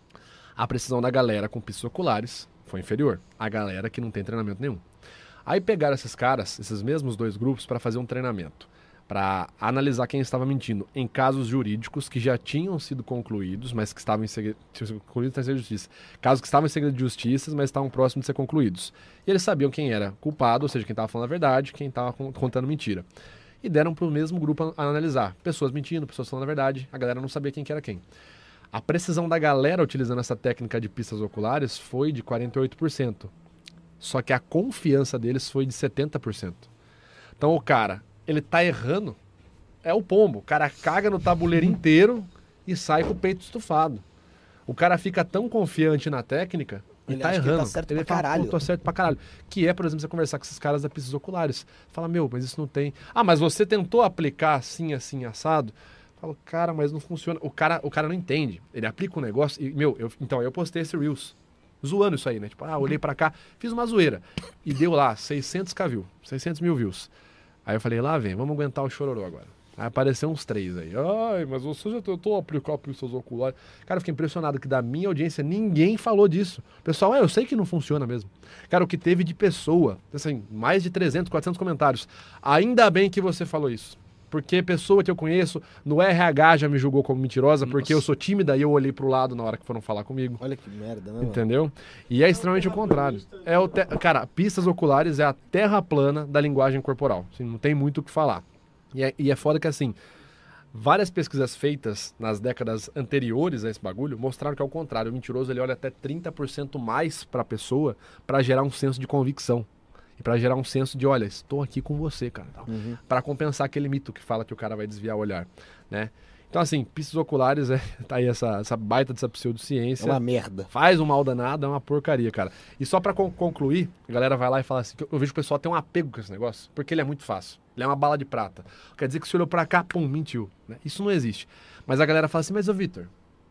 A precisão da galera com pistas oculares foi inferior. A galera que não tem treinamento nenhum. Aí pegaram esses caras, esses mesmos dois grupos, para fazer um treinamento. Para analisar quem estava mentindo em casos jurídicos que já tinham sido concluídos, mas que estavam em segredo, concluídos na segredo de justiça. Casos que estavam em segredo de justiça, mas estavam próximos de ser concluídos. E eles sabiam quem era culpado, ou seja, quem estava falando a verdade, quem estava contando mentira. E deram para o mesmo grupo analisar. Pessoas mentindo, pessoas falando a verdade, a galera não sabia quem que era quem. A precisão da galera utilizando essa técnica de pistas oculares foi de quarenta e oito por cento. Só que a confiança deles foi de setenta por cento. Então o cara, ele tá errando, é o pombo. O cara caga no tabuleiro inteiro e sai com o peito estufado. O cara fica tão confiante na técnica e Ele tá acha que ele errando. tá certo ele pra fala, caralho. "Pô, tô certo pra caralho." Que é, por exemplo, você conversar com esses caras da pistas oculares. Fala, meu, mas isso não tem. Ah, mas você tentou aplicar assim, assim, assado? Fala, cara, mas não funciona. O cara, o cara não entende. Ele aplica um negócio e, meu, eu, então eu postei esse Reels. Zoando isso aí, né? Tipo, ah, olhei pra cá, fiz uma zoeira. E deu lá seiscentos k views, seiscentos mil views. Aí eu falei, lá vem, vamos aguentar o chororô agora. Aí apareceu uns três aí. Ai, mas você já tentou aplicar pistas oculares? Cara, eu fiquei impressionado que da minha audiência ninguém falou disso. Pessoal, é, eu sei que não funciona mesmo. Cara, o que teve de pessoa, assim, mais de trezentos, quatrocentos comentários. Ainda bem que você falou isso. Porque pessoa que eu conheço no R H já me julgou como mentirosa, Nossa. porque eu sou tímida e eu olhei pro lado na hora que foram falar comigo. Olha que merda, né, mano? Entendeu? E é extremamente o contrário. É o te... Cara, pistas oculares é a terra plana da linguagem corporal. Assim, não tem muito o que falar. E é, e é foda que, assim, várias pesquisas feitas nas décadas anteriores a esse bagulho mostraram que, ao contrário, o mentiroso ele olha até trinta por cento mais pra pessoa pra gerar um senso de convicção. E pra gerar um senso de, olha, estou aqui com você, cara. Uhum. Pra compensar aquele mito que fala que o cara vai desviar o olhar, né? Então, assim, pistas oculares, é, tá aí essa, essa baita dessa É pseudociência. uma merda. Faz um mal danado, é uma porcaria, cara. E só pra con- concluir, a galera vai lá e fala assim, que eu, eu vejo o pessoal ter um apego com esse negócio, porque ele é muito fácil. Ele é uma bala de prata. Quer dizer que você olhou pra cá, pum, mentiu. Né? Isso não existe. Mas a galera fala assim, mas ô Vitor,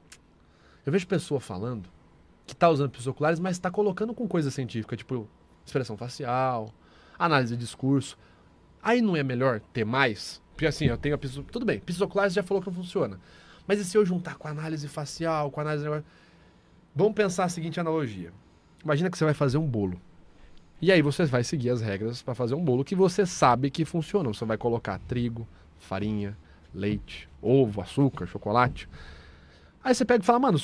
eu vejo pessoa falando que tá usando pistas oculares, mas tá colocando com coisa científica, tipo expressão facial, análise de discurso. Aí não é melhor ter mais? Porque assim, eu tenho a pistas... Tudo bem, pistas oculares já falou que não funciona. Mas e se eu juntar com a análise facial, com a análise... Vamos pensar a seguinte analogia. Imagina que você vai fazer um bolo. E aí você vai seguir as regras para fazer um bolo que você sabe que funciona. Você vai colocar trigo, farinha, leite, ovo, açúcar, chocolate. Aí você pega e fala, mano,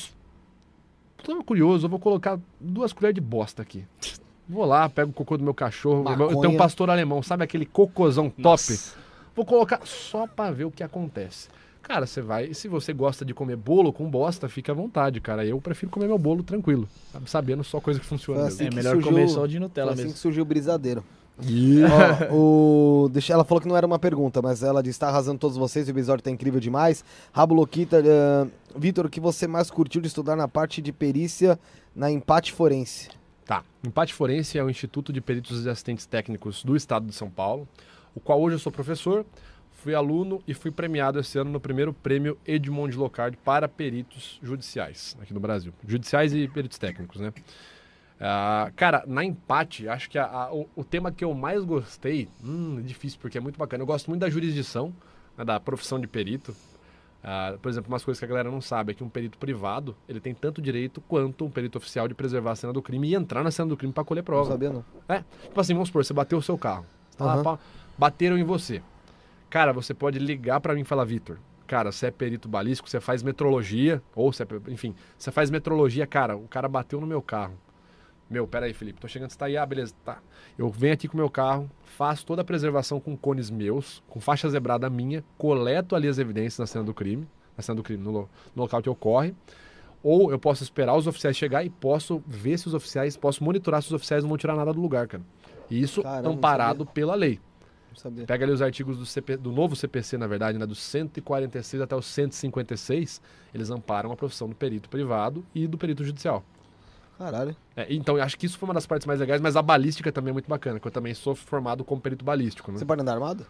tô curioso, eu vou colocar duas colheres de bosta aqui. Vou lá, pego o cocô do meu cachorro. Eu tenho um Maconha. pastor alemão, sabe aquele cocôzão top? Nossa. Vou colocar só pra ver o que acontece. Cara, você vai... E se você gosta de comer bolo com bosta, fica à vontade, cara. Eu prefiro comer meu bolo tranquilo, sabe? Sabendo só coisa que funciona Foi mesmo. assim É que melhor surgiu- comer só de Foi Nutella assim mesmo. que surgiu o brisadeiro. Ó, o... Deixa... Ela falou que não era uma pergunta, mas ela disse: tá arrasando todos vocês, o episódio tá incrível demais. Rabo Loquita, uh... Vitor, o que você mais curtiu de estudar na parte de perícia na empate forense? Tá. Empate Forense é o Instituto de Peritos e Assistentes Técnicos do Estado de São Paulo, o qual hoje eu sou professor, fui aluno e fui premiado esse ano no primeiro prêmio Edmond Locard para peritos judiciais aqui no Brasil. Judiciais e peritos técnicos, né? Ah, cara, na Empate, acho que a- a- o, o tema que eu mais gostei, hum, é difícil porque é muito bacana. Eu gosto muito da jurisdição, né, da profissão de perito. Ah, por exemplo, umas coisas que a galera não sabe é que um perito privado, ele tem tanto direito quanto um perito oficial de preservar a cena do crime e entrar na cena do crime para colher Não prova. sabia, não. É, tipo assim, vamos supor, você bateu o seu carro. Tá lá, Aham. pá, bateram em você. Cara, você pode ligar pra mim e falar, Vitor, cara, você é perito balístico, você faz metrologia, ou você é, enfim, você faz metrologia, cara, o cara bateu no meu carro. Meu, peraí, Felipe, tô chegando, você tá aí, ah, beleza, tá. Eu venho aqui com o meu carro, faço toda a preservação com cones meus, com faixa zebrada minha, coleto ali as evidências na cena do crime, na cena do crime, no, lo- no local que ocorre, ou eu posso esperar os oficiais chegar e posso ver se os oficiais, posso monitorar se os oficiais não vão tirar nada do lugar, cara. E isso Caramba, não amparado pela lei. Não sabia. Pega ali os artigos do, C P, do novo C P C, na verdade, né, do cento e quarenta e seis até o cento e cinquenta e seis, eles amparam a profissão do perito privado e do perito judicial. Caralho. É, então, eu acho que isso foi uma das partes mais legais, mas a balística também é muito bacana, que eu também sou formado como perito balístico, né? Você pode andar armado?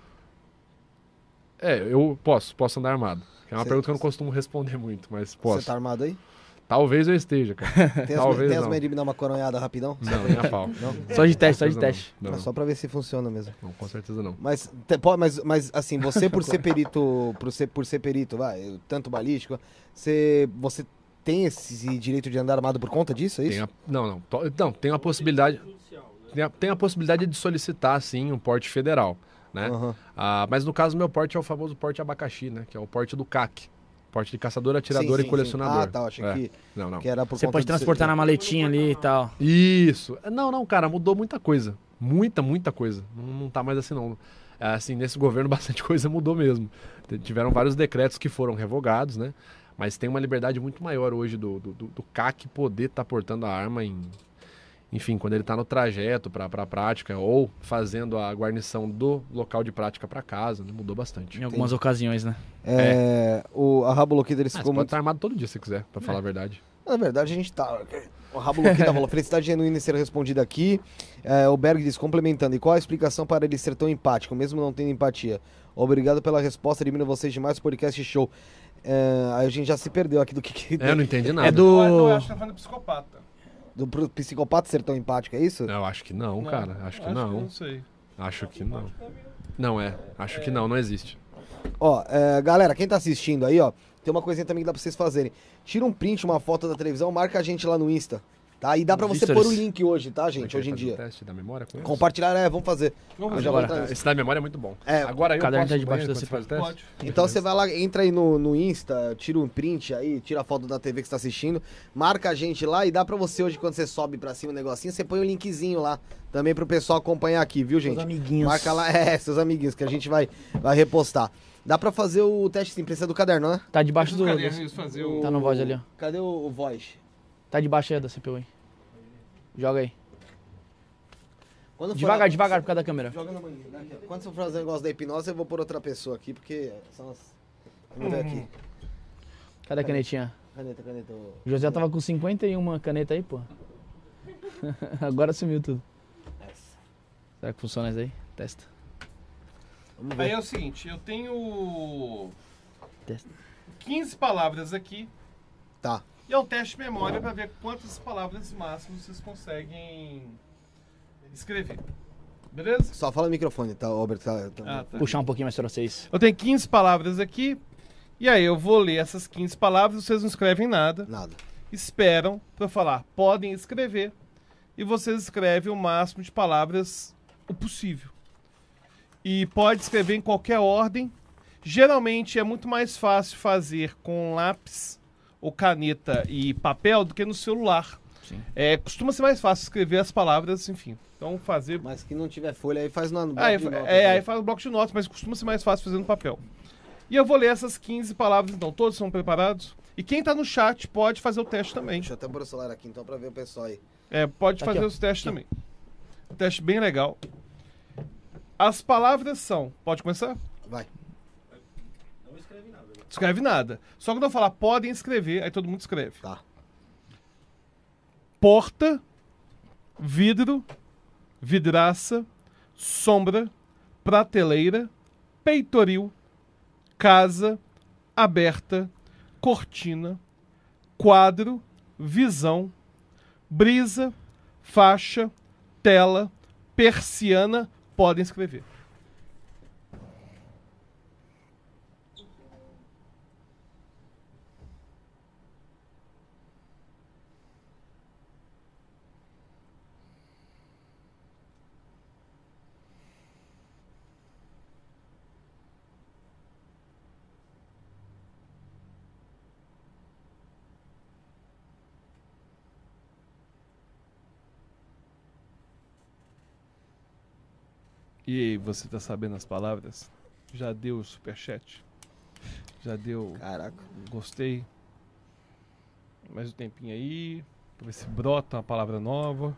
É, eu posso, posso andar armado. É uma Cê- pergunta que eu não costumo responder muito, mas posso. Você tá armado aí? Talvez eu esteja, cara. Tem as, Talvez tem as não. manhas de me dar uma coronhada rapidão? Não, nem a pau. Não? Só de teste, só de Não, teste. Não, É não, só pra ver se funciona mesmo. não, com certeza não. Mas, te- pô, mas, mas assim, você por ser perito, por ser, por ser perito, vai, tanto balístico, você, você tem esse direito de andar armado por conta disso, é isso? Tem a, não, não. To- Não, tem a possibilidade. Tem a, tem a possibilidade de solicitar, sim, um porte federal, né? Aham. Ah, mas no caso, meu porte é o famoso porte abacaxi, né? Que é o porte do C A C. Porte de caçador, atirador Sim, e sim, colecionador. sim. Ah, tá, achei É. que, Não, não. que era por Você conta pode de transportar na maletinha ali e tal. Isso. Não, não, cara, mudou muita coisa. Muita, muita coisa. Não, não tá mais assim, não. É, assim, nesse governo bastante coisa mudou mesmo. T- Tiveram vários decretos que foram revogados, né? Mas tem uma liberdade muito maior hoje do, do, do do C A C poder estar portando a arma em... Enfim, quando ele está no trajeto para a prática ou fazendo a guarnição do local de prática para casa, né? Mudou bastante. Em algumas ocasiões, né? É, o, a Rabo Loquida, ele Ah, você ficou pode muito... estar armado todo dia se quiser, para falar a verdade. Na verdade, a gente tá... O Rabo Loquida falou, felicidade genuína em ser respondida aqui. É, o Berg diz, complementando, e qual a explicação para ele ser tão empático, mesmo não tendo empatia? Obrigado pela resposta, admiro vocês demais, podcast show. É, aí a gente já se perdeu aqui do que... que É, eu não entendi nada. É do. Ah, não, eu acho que tá falando de psicopata. Do pro psicopata ser tão empático, é isso? Eu acho que não, cara. Acho que não. Não sei. Acho que não. Não é. Acho que não, não existe. Ó, é, galera, quem tá assistindo aí, ó, tem uma coisinha também que dá pra vocês fazerem. Tira um print, uma foto da televisão, marca a gente lá no Insta, tá? E dá pra você Stories. pôr o link hoje, tá, gente, Você hoje em quer fazer dia. o teste da memória com isso? Compartilhar, é, vamos fazer. Vamos Eu já Agora. vou entrar nisso. Esse da memória é muito bom. É, Agora eu o caderno posso tá debaixo banho da quando você faz o teste? Pode. Então você vai lá, entra aí no, no Insta, tira um print aí, tira a foto da T V que você tá assistindo, marca a gente lá e dá pra você hoje, quando você sobe pra cima o negocinho, você põe o linkzinho lá também pro pessoal acompanhar aqui, viu, gente? Seus amiguinhos. Marca lá, é, seus amiguinhos, que a gente vai, vai repostar. Dá pra fazer o teste sim, precisa do caderno, né? Tá debaixo do. Cadê? do- Eles fazer o... Tá no voz ali, ó. Cadê o, o voice? Tá debaixo aí da C P U aí. Joga aí. Quando for Devagar, na- devagar por causa da câmera. Joga na manhã, né? Aqui, ó. Quando você for fazer o negócio da hipnose, eu vou por outra pessoa aqui, porque são as... Vamos ver aqui. Cadê a canetinha? Caneta, caneta. ô. O José tava com cinquenta e uma caneta aí, pô. Agora sumiu tudo. Essa. Será que funciona isso aí? Testa. Vamos Aí ver. é o seguinte, eu tenho Testa. quinze palavras aqui. Tá. E é um teste de memória para ver quantas palavras máximas vocês conseguem escrever. Beleza? Só fala no microfone, tá, Albert? Tá, tá- Ah, tá. Puxar um pouquinho mais pra vocês. Eu tenho quinze palavras aqui. E aí eu vou ler essas quinze palavras, vocês não escrevem nada. Nada. Esperam para eu falar, podem escrever. E vocês escrevem o máximo de palavras o possível. E pode escrever em qualquer ordem. Geralmente é muito mais fácil fazer com lápis ou caneta e papel do que no celular. Sim. É, costuma ser mais fácil escrever as palavras, enfim. Então fazer. Mas que não tiver folha aí, faz no, no bloco Ah, é, de notas, é, né? aí faz o bloco de notas, mas costuma ser mais fácil fazer no papel. E eu vou ler essas quinze palavras, então. Todos são preparados? E quem tá no chat pode fazer o teste também. Deixa eu até pôr o celular aqui, então, pra ver o pessoal aí. É, pode Tá fazer aqui, ó. os testes também. Um teste bem legal. As palavras são... Pode começar? Vai. Não escreve nada. Só quando eu falar podem escrever, aí todo mundo escreve. Tá. Porta, vidro, vidraça, sombra, prateleira, peitoril, casa, aberta, cortina, quadro, visão, brisa, faixa, tela, persiana, podem escrever. E aí, você tá sabendo as palavras? Já deu o superchat? Já deu Caraca. gostei? Mais um tempinho aí, pra ver se brota uma palavra nova.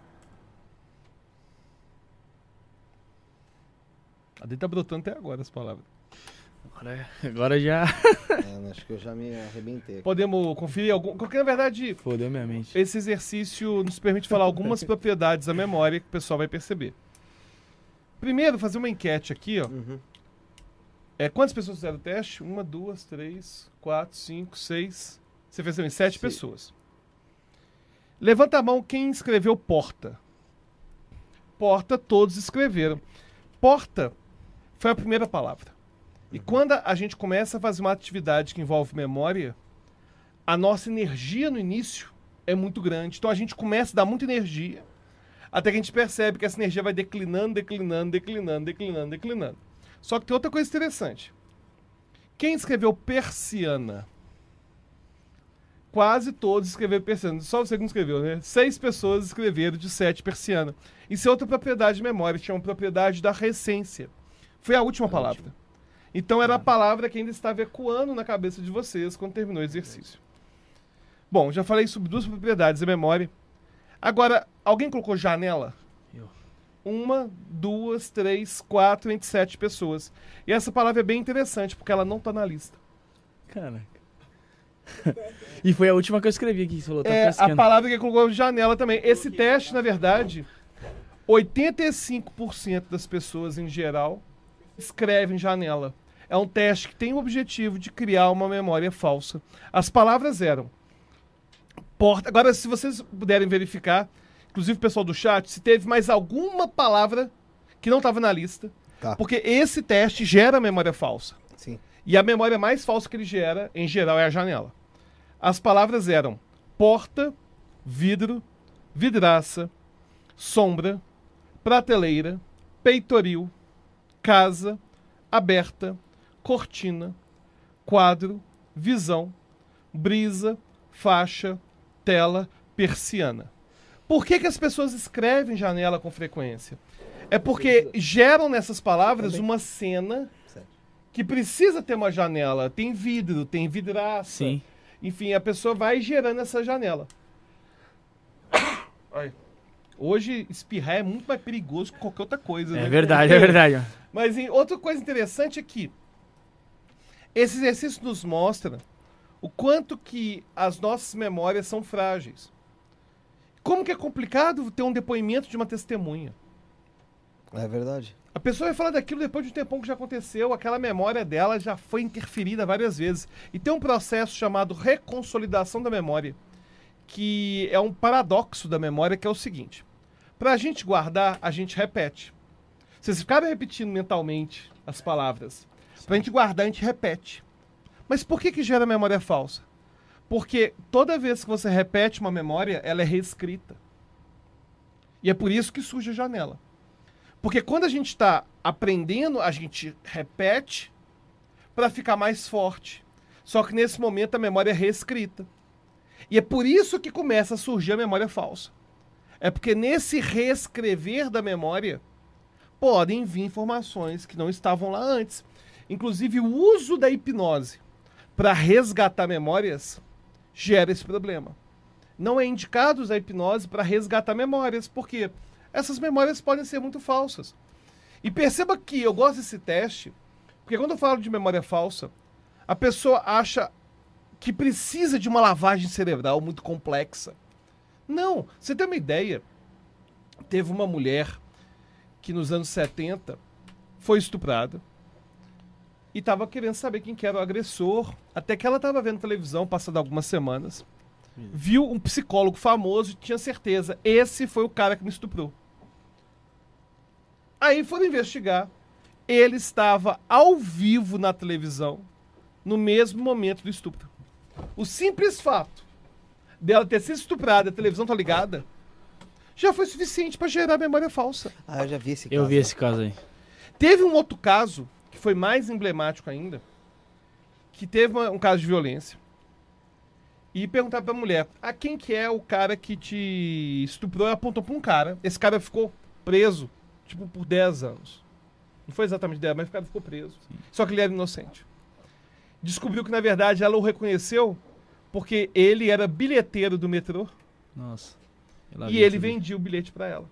A dele tá brotando até agora as palavras. Agora, agora já É, acho que eu já me arrebentei. aqui. Podemos conferir algum. Porque, na verdade, fodeu minha mente. esse exercício nos permite falar algumas propriedades da memória que o pessoal vai perceber. Primeiro, fazer uma enquete aqui, ó. Uhum. É, quantas pessoas fizeram o teste? Uma, duas, três, quatro, cinco, seis. Você fez em sete Sim. pessoas. Levanta a mão quem escreveu porta. Porta, todos escreveram. Porta foi a primeira palavra. E quando a gente começa a fazer uma atividade que envolve memória, a nossa energia no início é muito grande. Então a gente começa a dar muita energia, até que a gente percebe que essa energia vai declinando, declinando, declinando, declinando, declinando. Só que tem outra coisa interessante. Quem escreveu persiana? Quase todos escreveram persiana. Só você que não escreveu, né? Seis pessoas escreveram de sete persiana. Isso é outra propriedade de memória, que chama propriedade da recência. Foi a última palavra. Então era a palavra que ainda estava ecoando na cabeça de vocês quando terminou o exercício. Bom, já falei sobre duas propriedades da memória. Agora, alguém colocou janela? Eu. Uma, duas, três, quatro, entre sete pessoas. E essa palavra é bem interessante, porque ela não está na lista. Caraca. E foi a última que eu escrevi aqui, que você falou. Tá É a pescando. palavra que colocou janela também. Esse teste, na verdade, oitenta e cinco por cento das pessoas em geral escrevem janela. É um teste que tem o objetivo de criar uma memória falsa. As palavras eram porta. Agora, se vocês puderem verificar, inclusive o pessoal do chat, se teve mais alguma palavra que não estava na lista, Tá. porque esse teste gera memória falsa. Sim. E a memória mais falsa que ele gera, em geral, é a janela. As palavras eram porta, vidro, vidraça, sombra, prateleira, peitoril, casa, aberta, cortina, quadro, visão, brisa, faixa, tela, persiana. Por que que as pessoas escrevem janela com frequência? É porque geram nessas palavras uma cena que precisa ter uma janela. Tem vidro, tem vidraça. Sim. Enfim, a pessoa vai gerando essa janela. Ai. Hoje, espirrar é muito mais perigoso que qualquer outra coisa. É né? verdade, é verdade. Mas em, outra coisa interessante é que esse exercício nos mostra o quanto que as nossas memórias são frágeis. Como que é complicado ter um depoimento de uma testemunha. É verdade. A pessoa vai falar daquilo depois de um tempão que já aconteceu, aquela memória dela já foi interferida várias vezes. E tem um processo chamado reconsolidação da memória, que é um paradoxo da memória, que é o seguinte. Para a gente guardar, a gente repete. Vocês ficaram repetindo mentalmente as palavras. Para a gente guardar, a gente repete. Mas por que que gera memória falsa? Porque toda vez que você repete uma memória, ela é reescrita. E é por isso que surge a janela. Porque quando a gente está aprendendo, a gente repete para ficar mais forte. Só que nesse momento a memória é reescrita. E é por isso que começa a surgir a memória falsa. É porque nesse reescrever da memória podem vir informações que não estavam lá antes. Inclusive o uso da hipnose para resgatar memórias gera esse problema. Não é indicado usar a hipnose para resgatar memórias, porque essas memórias podem ser muito falsas. E perceba que eu gosto desse teste, porque quando eu falo de memória falsa, a pessoa acha que precisa de uma lavagem cerebral muito complexa. Não, você tem uma ideia. Teve uma mulher que nos anos setenta foi estuprada e estava querendo saber quem que era o agressor, até que ela estava vendo televisão, passado algumas semanas, viu um psicólogo famoso e tinha certeza, esse foi o cara que me estuprou. Aí foram investigar, ele estava ao vivo na televisão, no mesmo momento do estupro. O simples fato dela ter sido estuprada, a televisão tá ligada, já foi suficiente para gerar memória falsa. Ah, eu já vi esse caso. Eu vi esse caso aí. Teve um outro caso, que foi mais emblemático ainda, que teve uma- um caso de violência. E perguntaram pra mulher, a quem que é o cara que te estuprou? Ela apontou pra um cara. Esse cara ficou preso, tipo, por dez anos. Não foi exatamente dez, mas o cara ficou preso. Só que ele era inocente. Descobriu que, na verdade, ela o reconheceu porque ele era bilheteiro do metrô Nossa. Eu lá e vi ele esse vídeo. vendia o bilhete pra ela.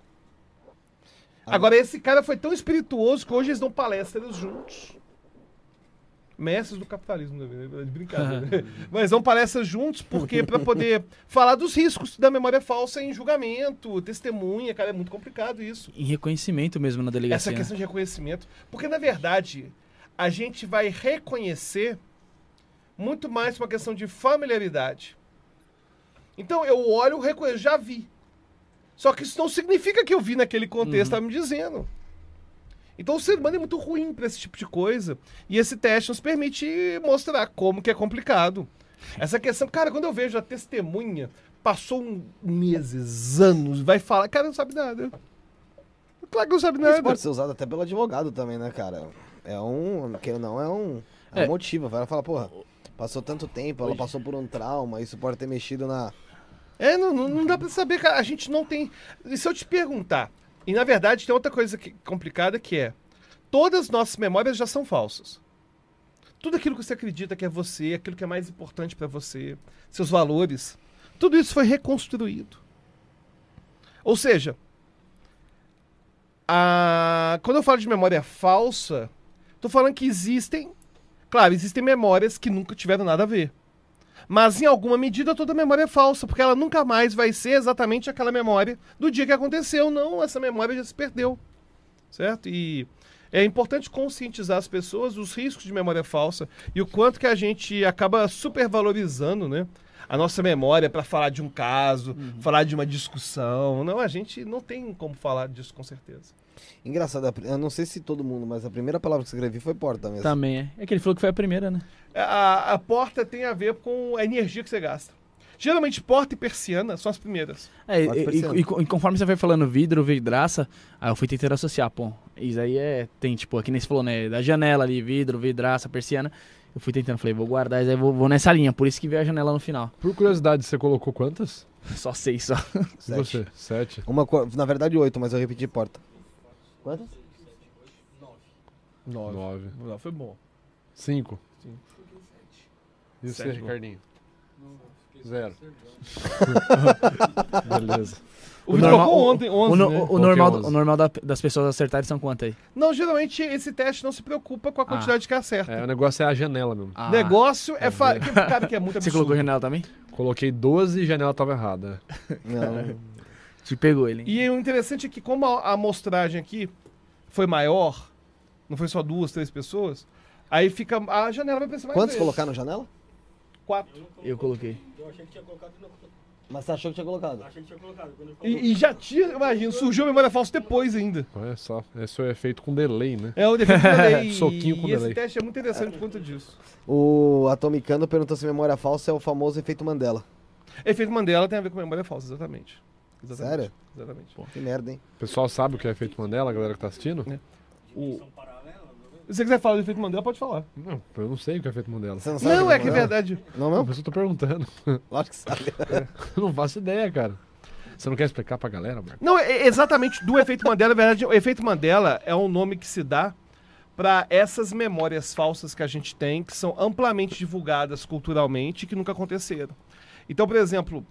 Ah. Agora, esse cara foi tão espirituoso que hoje eles dão palestras juntos. Mestres do capitalismo, né? De brincadeira. Mas vão palestras juntos, porque para poder falar dos riscos da memória falsa em julgamento, testemunha, cara, é muito complicado isso. Em reconhecimento mesmo na delegacia. Essa questão de reconhecimento. Porque, na verdade, a gente vai reconhecer muito mais uma questão de familiaridade. Então, eu olho, eu reconheço, já vi. Só que isso não significa que eu vi naquele contexto, uhum. tá me dizendo. Então o ser humano é muito ruim para esse tipo de coisa. E esse teste nos permite mostrar como que é complicado. Essa questão, cara, quando eu vejo a testemunha, passou um meses, anos, vai falar, cara, não sabe nada. Claro que não sabe nada. Isso pode ser usado até pelo advogado também, né, cara? É um, que não é um, é um É. motivo. Ela fala, porra, passou tanto tempo, ela passou por um trauma, isso pode ter mexido na... É, não, não, não dá pra saber, cara. A gente não tem... E se eu te perguntar... E, na verdade, tem outra coisa que, complicada que é... Todas as nossas memórias já são falsas. Tudo aquilo que você acredita que é você, aquilo que é mais importante pra você, seus valores, tudo isso foi reconstruído. Ou seja... A... Quando eu falo de memória falsa, tô falando que existem... Claro, existem memórias que nunca tiveram nada a ver. Mas, em alguma medida, toda memória é falsa, porque ela nunca mais vai ser exatamente aquela memória do dia que aconteceu. Não, essa memória já se perdeu, certo? E é importante conscientizar as pessoas dos riscos de memória falsa e o quanto que a gente acaba supervalorizando, né, a nossa memória para falar de um caso, uhum. falar de uma discussão. Não, a gente não tem como falar disso com certeza. Engraçado, eu não sei se todo mundo, mas a primeira palavra que eu escrevi foi porta mesmo. Também é. É que ele falou que foi a primeira, né? A, a porta tem a ver com a energia que você gasta. Geralmente, porta e persiana são as primeiras. É, Porta e e, persiana. e, e conforme você vai falando vidro, vidraça, aí eu fui tentando associar, pô. Isso aí é. Tem, tipo, aqui nem você falou, né? Da janela ali, vidro, vidraça, persiana. Eu fui tentando, falei, vou guardar, isso aí vou, vou nessa linha. Por isso que veio a janela no final. Por curiosidade, você colocou quantas? Só seis, só. E Sete. você? Sete. Uma, co- na verdade, oito, mas eu repeti porta. Quantas? Nove. Nove. Não, foi bom. Cinco. Cinco. E você, Sete, bom. Ricardinho? Zero. Beleza. O Vitor normal- colocou ontem, onze, o, no- né? o Coloquei normal, onze. o normal da- das pessoas acertarem são quantas aí? Não, geralmente esse teste não se preocupa com a quantidade que acerta. É, o negócio é a janela mesmo. Ah, Negócio é... Fa... que, cara, que é muito Você absurdo. colocou janela também? Coloquei doze e a janela tava errada. Não. Te pegou ele, hein? E o interessante é que como a a amostragem aqui foi maior, não foi só duas, três pessoas, aí fica... A janela vai pensar mais Quantos vezes. colocaram janela? Quatro. Eu coloquei. Eu achei que tinha colocado e não. Mas você achou que tinha colocado? Achei que tinha colocado. Quando ele falou. E, e já tinha, imagina, surgiu a memória falsa depois ainda. Olha só, esse é feito com delay, né? É o defeito da lei. Soquinho com E esse delay. teste é muito interessante por conta disso. O Atomicano perguntou se memória falsa é o famoso efeito Mandela. Efeito Mandela tem a ver com memória falsa, exatamente. Exatamente. Sério? Exatamente. Que merda, hein? O pessoal sabe o que é efeito Mandela, a galera que tá assistindo? É. O... Se você quiser falar do efeito Mandela, pode falar. Não, eu não sei o que é efeito Mandela. Você não sabe? Não, o é que é Mandela? verdade. Não, Não, não? mas eu tô perguntando. Lógico que sabe. Eu não faço ideia, cara. Você não quer explicar pra galera, Marco? Não, é exatamente do efeito Mandela. Na verdade, o efeito Mandela é um nome que se dá para essas memórias falsas que a gente tem, que são amplamente divulgadas culturalmente e que nunca aconteceram. Então, por exemplo,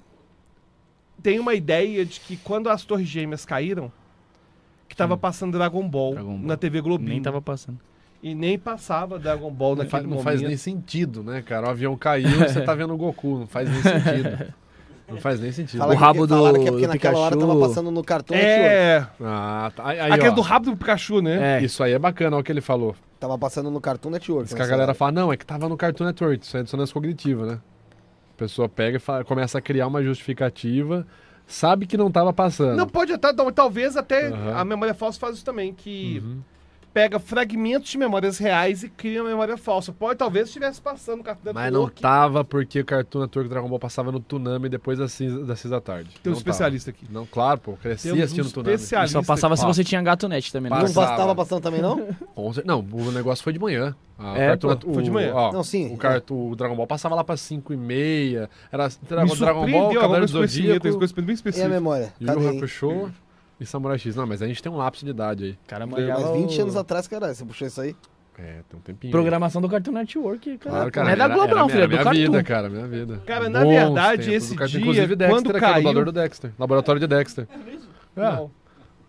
tem uma ideia de que quando as Torres Gêmeas caíram, que tava Hum. passando Dragon Ball, Dragon Ball. na T V Globinho. Nem tava passando. E nem passava Dragon Ball Não, naquele faz, não momento. faz nem sentido, né, cara? O avião caiu e você tá vendo o Goku. Não faz nem sentido. Não faz nem sentido. Fala O que- rabo do- falaram que é porque do naquela hora Pikachu- tava passando no Cartoon Network. É, Ah, tá. Aí, aí, aquele ó, do rabo do Pikachu, né? É. Isso aí é bacana, olha o que ele falou. Tava passando no Cartoon Network. Isso que a nessa galera hora. fala, não, é que tava no Cartoon Network. Isso é dissonância cognitiva, né? A pessoa pega e fala- começa a criar uma justificativa, sabe que não tava passando. Não, pode até, não, talvez até Aham. a memória falsa faz isso também, que Uhum. pega fragmentos de memórias reais e cria uma memória falsa. Pode, talvez estivesse passando no Cartoon Mas não Network. tava porque o Cartoon Network Dragon Ball passava no Tunami depois das seis das seis da tarde. Tem um Não especialista aqui. tava. Não, claro, pô. Cresci Temos um assistindo Tunami. E especialista só passava se Ó. você tinha gato net também, né? Não Passava. tava passando também, não? Com cer- Não, o negócio foi de manhã. A É, Cartoon pô, Net- foi de o- manhã. ó, Não, sim. O, Cartoon, o Dragon Ball passava lá pra cinco e meia. Era Dragon, Me Dragon Ball, surpreendeu agora Cavaleiro esse do conhecimento, Zodíaco, esse conhecimento bem E a específico. memória? Yu Cadê? Yu hein? Hakusho e Samurai X. Não, mas a gente tem um lapso de idade aí. O cara Mas manjava vinte o- anos atrás, caralho, você puxou isso aí? É, tem um tempinho. Programação do Cartoon Network, cara. Claro, cara. Não é da era- Globo, era não, minha- filho. É do minha Cartoon. vida, cara, minha vida. Cara, na Bons verdade, tempos esse do Cartoon. dia, Inclusive, Dexter, quando que é o dublador caiu- do Dexter. Laboratório de Dexter. É. Não.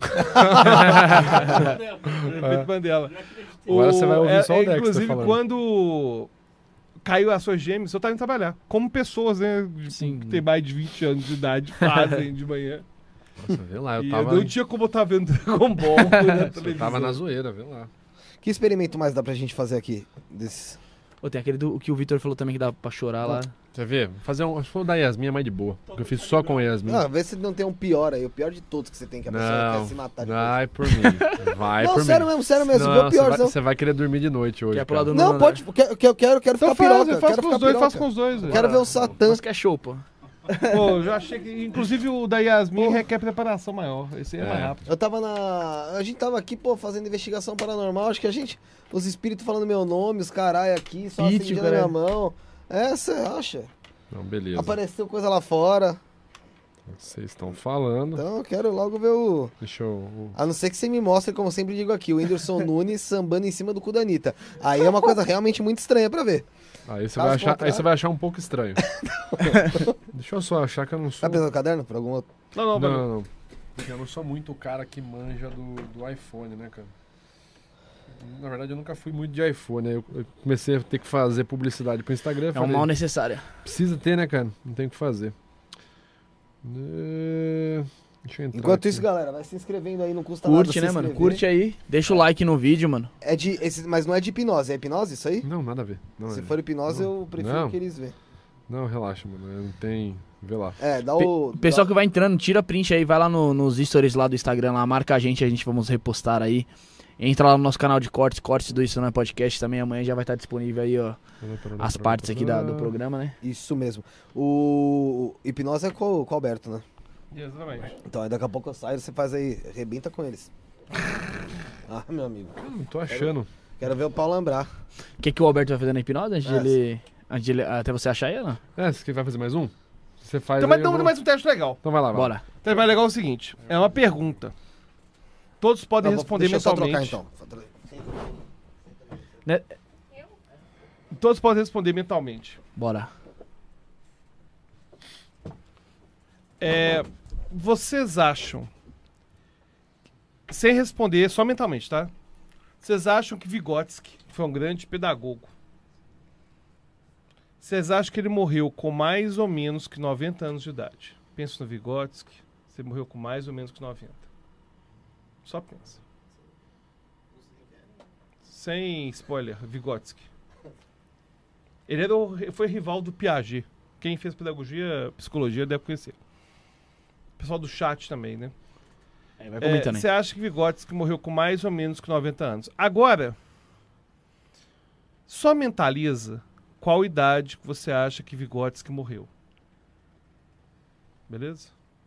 Efeito Mandela. Agora você vai ouvir só o Dex Inclusive, falando. quando caiu as suas gêmeas, eu tava indo trabalhar. Como pessoas, né? Sim. Que tem mais de vinte anos de idade fazem de manhã. Nossa, vê lá, eu E tava, não tinha como eu estar vendo Dragon Ball na eu televisão. tava na zoeira, vê lá. Que experimento mais dá pra gente fazer aqui? Desse... Pô, tem aquele do, que o Vitor falou também que dá pra chorar lá. Quer ver? Vou fazer um. Acho que foi o da Yasmin é mais de boa. Porque eu fiz só com a Yasmin. Ah, vê se não tem um pior aí. O pior de todos que você tem, que a pessoa quer se matar. depois. vai por mim. Vai Não, por sério mim. mesmo, sério mesmo. Não, Vê o você pior. vai, você vai querer dormir de noite hoje. Quer pular cara. do Não, Nuno, pode. Eu quero, eu quero, quero Então ficar faz, piroca. eu faço Quero com ficar os dois, piroca. faço com os dois. Quero ver o Satã. Mas que é show, pô. Pô, já achei que. Inclusive o da Yasmin requer preparação maior. Esse aí é, É. mais rápido. Eu tava na. A gente tava aqui, pô, fazendo investigação paranormal. Acho que a gente. Os espíritos falando meu nome, os caralho aqui, só It, acendendo a minha caralho. mão. É, você acha? Não, beleza. Apareceu coisa lá fora. Vocês estão falando. Então eu quero logo ver o. Deixa eu. A não ser que você me mostre, como eu sempre digo aqui, o Whindersson Nunes sambando em cima do cu da Anitta. Aí é uma coisa realmente muito estranha pra ver. Aí você Caso vai achar, aí contrário. você vai achar um pouco estranho. Deixa eu só achar que eu não sou. Tá pensando no caderno? Por algum outro? Não, não, Não, não. não, não. Porque eu não sou muito o cara que manja do, do iPhone, né, cara? Na verdade, eu nunca fui muito de iPhone, né? Eu, eu comecei a ter que fazer publicidade pro Instagram. É um falei, mal necessário. precisa ter, né, cara? Não tem o que fazer. É, Deixa eu entrar. Enquanto aqui. isso, galera, vai se inscrevendo aí, não custa nada. Curte, se né, mano? inscrever. Curte aí. Deixa o like no vídeo, mano. É de, esse, mas não é de hipnose, é hipnose isso aí? Não, nada a ver. Não, Se é- for hipnose, não. eu prefiro Não. que eles vejam. Não, relaxa, mano. Não tem. Vê lá. É, dá Pe- o. O pessoal dá- que vai entrando, tira print aí, vai lá no- nos stories lá do Instagram, lá, marca a gente, a gente vamos repostar aí. Entra lá no nosso canal de cortes, cortes do Isso Não é Podcast também, amanhã já vai estar disponível aí, ó, as partes aqui da- do programa, né? Isso mesmo. O o hipnose é com, com o Alberto, né? Exatamente. Então aí daqui a pouco eu saio, você faz aí, arrebenta com eles. Ah, meu amigo. Eu não tô achando. Quero ver o Paulo lembrar. O que, que o Alberto vai fazer na hipnose antes de É. ele. Antes de ele. Até você achar ela? É, você vai fazer mais um? Você faz. Então, aí, mas eu então, vou- mais um teste legal. Então vai lá, vai. Bora. O teste mais legal é o seguinte: é uma pergunta. Todos podem Ah, vou- responder deixa eu só mentalmente. trocar então. Né? Todos podem responder mentalmente. Bora. É, vocês acham, sem responder, só mentalmente, tá? Vocês acham que Vygotsky foi um grande pedagogo? Vocês acham que ele morreu com mais ou menos que noventa anos de idade? Pensa no Vygotsky, você morreu com mais ou menos que noventa. Só pensa. Sem spoiler, Vygotsky. Ele era o, foi rival do Piaget. Quem fez pedagogia, psicologia deve conhecer. O pessoal do chat também, né? Aí vai comentando aí. Você acha que Vygotsky morreu com mais ou menos que noventa anos? Agora, só mentaliza qual idade que você acha que Vygotsky morreu. Beleza?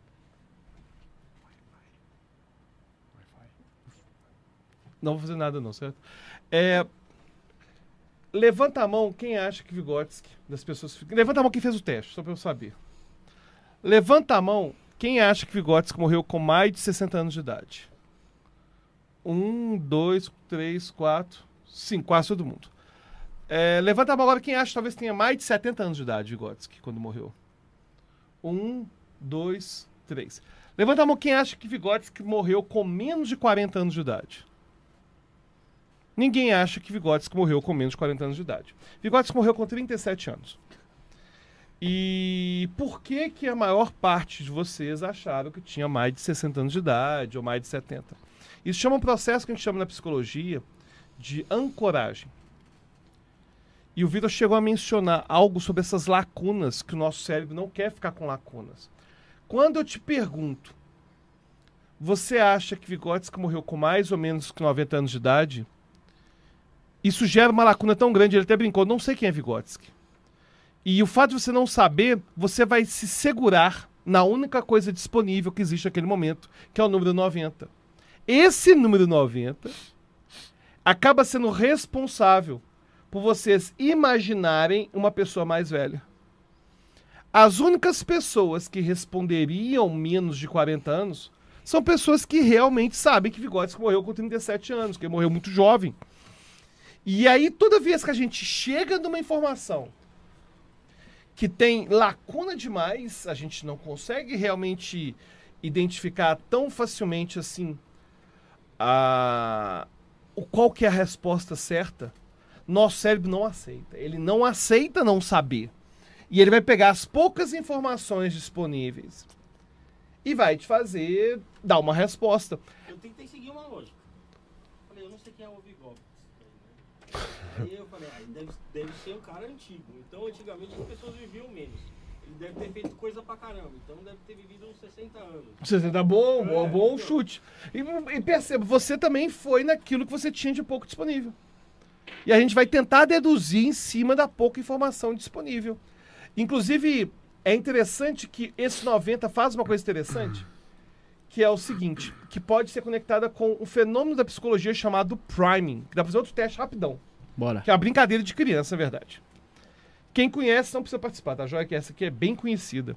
Não vou fazer nada não, certo? É, levanta a mão quem acha que Vygotsky, das pessoas... Levanta a mão quem fez o teste, só para eu saber. Levanta a mão quem acha que Vygotsky morreu com mais de sessenta anos de idade. Um, dois, três, quatro, cinco, quase todo mundo. É, levanta a mão agora quem acha que talvez tenha mais de setenta anos de idade, Vygotsky, quando morreu. Um, dois, três. Levanta a mão quem acha que Vygotsky morreu com menos de quarenta anos de idade. Ninguém acha que Vygotsky morreu com menos de quarenta anos de idade. Vygotsky morreu com trinta e sete anos. E por que que a maior parte de vocês acharam que tinha mais de sessenta anos de idade ou mais de setenta? Isso chama um processo que a gente chama na psicologia de ancoragem. E o Vitor chegou a mencionar algo sobre essas lacunas, que o nosso cérebro não quer ficar com lacunas. Quando eu te pergunto, você acha que Vygotsky morreu com mais ou menos que noventa anos de idade? Isso gera uma lacuna tão grande, ele até brincou, não sei quem é Vygotsky. E o fato de você não saber, você vai se segurar na única coisa disponível que existe naquele momento, que é o número noventa. Esse número noventa acaba sendo responsável por vocês imaginarem uma pessoa mais velha. As únicas pessoas que responderiam menos de quarenta anos são pessoas que realmente sabem que Vygotsky morreu com trinta e sete anos, que ele morreu muito jovem. E aí, toda vez que a gente chega numa informação que tem lacuna demais, a gente não consegue realmente identificar tão facilmente assim a... o qual que é a resposta certa, nosso cérebro não aceita. Ele não aceita não saber. E ele vai pegar as poucas informações disponíveis e vai te fazer dar uma resposta. Eu tentei seguir uma lógica. Falei, eu não sei quem é o Vigor. Aí eu falei, ah, deve, deve ser um cara antigo. Então, antigamente as pessoas viviam menos. Ele deve ter feito coisa pra caramba. Então, deve ter vivido uns sessenta anos. sessenta bom, bom, É, bom então. chute. E, e perceba, você também foi naquilo que você tinha de pouco disponível. E a gente vai tentar deduzir em cima da pouca informação disponível. Inclusive, é interessante que esse noventa faz uma coisa interessante, que é o seguinte, que pode ser conectada com um fenômeno da psicologia chamado priming. Que dá pra fazer outro teste rapidão. Bora. Que é uma brincadeira de criança, na verdade. Quem conhece não precisa participar, tá? Joia que essa aqui é bem conhecida.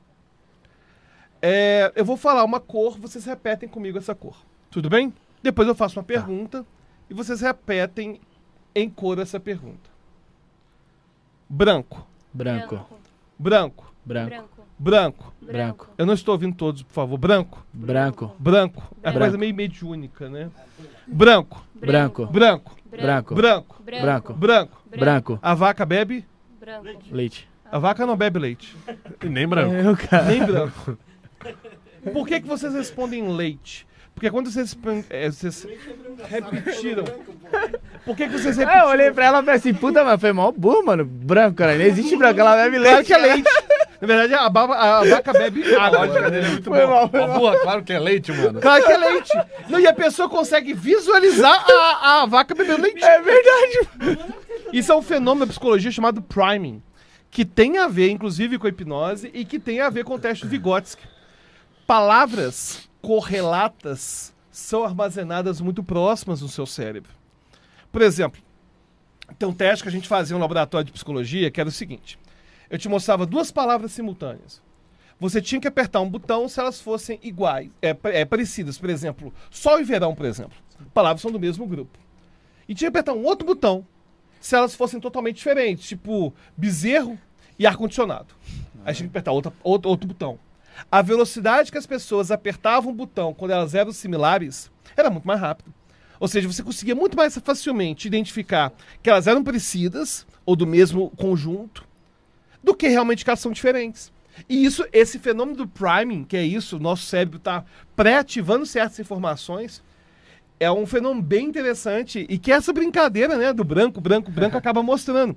É, eu vou falar uma cor, vocês repetem comigo essa cor. Tudo bem? Depois eu faço uma pergunta e vocês repetem em cor essa pergunta. Branco. Branco. Branco. Branco. Branco. Branco. Branco. Eu não estou ouvindo todos, por favor. Branco. Branco. Branco. É Branco. coisa meio mediúnica, né? Branco. Branco. Branco. Branco. Branco. Branco. Branco. Branco. A vaca bebe? Branco. Leite. A vaca não bebe leite. E nem branco. Eu, cara. Nem branco. Por que, que vocês respondem leite? Porque quando vocês, é, vocês repetiram. Por que, que vocês repetiram? É, eu olhei pra ela e falei assim, puta, mano, foi mó burro, mano. Branco, cara. Não existe branco, ela bebe leite. Claro que é leite. Na verdade, a, baba- a vaca bebe A água. lógica dele é muito Foi mal, boa. foi Ó, porra, claro que é leite, mano. Claro que é leite. Não, e a pessoa consegue visualizar a, a vaca bebendo leite. É verdade. Isso é um fenômeno da psicologia chamado priming, que tem a ver, inclusive, com a hipnose e que tem a ver com o teste Vygotsky. Palavras correlatas são armazenadas muito próximas no seu cérebro. Por exemplo, tem um teste que a gente fazia no laboratório de psicologia que era o seguinte. Eu te mostrava duas palavras simultâneas. Você tinha que apertar um botão se elas fossem iguais, é, é, parecidas. Por exemplo, sol e verão, por exemplo. Palavras são do mesmo grupo. E tinha que apertar um outro botão se elas fossem totalmente diferentes, tipo bezerro e ar-condicionado. Aí tinha que apertar outra, outro, outro botão. A velocidade que as pessoas apertavam o botão quando elas eram similares era muito mais rápido. Ou seja, você conseguia muito mais facilmente identificar que elas eram parecidas ou do mesmo conjunto do que realmente que elas são diferentes. E isso, esse fenômeno do priming, que é isso, o nosso cérebro está pré-ativando certas informações, é um fenômeno bem interessante e que essa brincadeira, né, do branco, branco, branco acaba mostrando.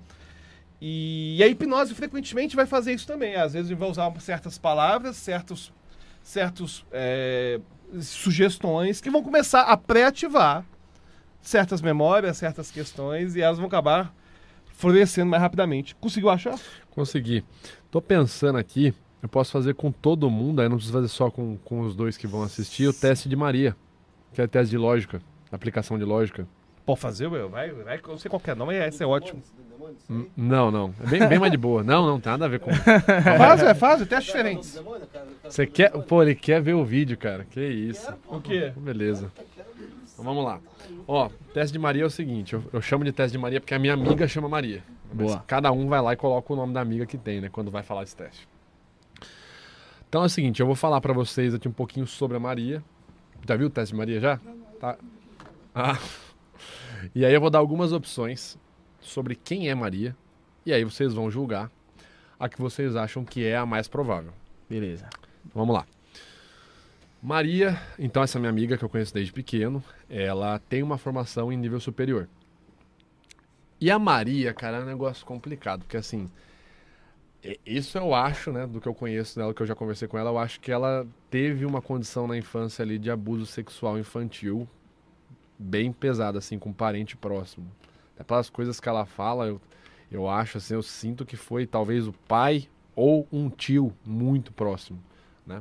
E a hipnose frequentemente vai fazer isso também. Às vezes vai usar certas palavras, certos, certos é, sugestões que vão começar a pré-ativar certas memórias, certas questões e elas vão acabar florescendo mais rapidamente. Conseguiu achar? Consegui. Tô pensando aqui, eu posso fazer com todo mundo, aí não preciso fazer só com, com os dois que vão assistir, o teste de Maria, que é o teste de lógica, aplicação de lógica. Pode fazer, meu. Vai, vai, eu não sei qual que é, não, mas esse é ótimo. Hum, Não, não. É bem, bem mais de boa. Não, não, tem nada a ver com. Faz, é, faz, é testes diferentes. Você quer. Pô, ele quer ver o vídeo, cara. Que isso. O quê? Beleza. Então vamos lá. Ó, teste de Maria é o seguinte: eu, eu chamo de teste de Maria porque a minha amiga chama Maria. Mas Boa. cada um vai lá e coloca o nome da amiga que tem, né? Quando vai falar esse teste. Então é o seguinte: eu vou falar pra vocês aqui um pouquinho sobre a Maria. Já viu o teste de Maria já? Tá. Ah. E aí eu vou dar algumas opções sobre quem é Maria. E aí vocês vão julgar a que vocês acham que é a mais provável. Beleza. Vamos lá. Maria, então essa minha amiga que eu conheço desde pequeno, ela tem uma formação em nível superior. E a Maria, cara, é um negócio complicado, porque assim, é- isso eu acho, né, do que eu conheço dela, que eu já conversei com ela, eu acho que ela teve uma condição na infância ali de abuso sexual infantil bem pesada, assim, com um parente próximo. Até pelas coisas que ela fala, eu, eu acho, assim, eu sinto que foi talvez o pai ou um tio muito próximo, né?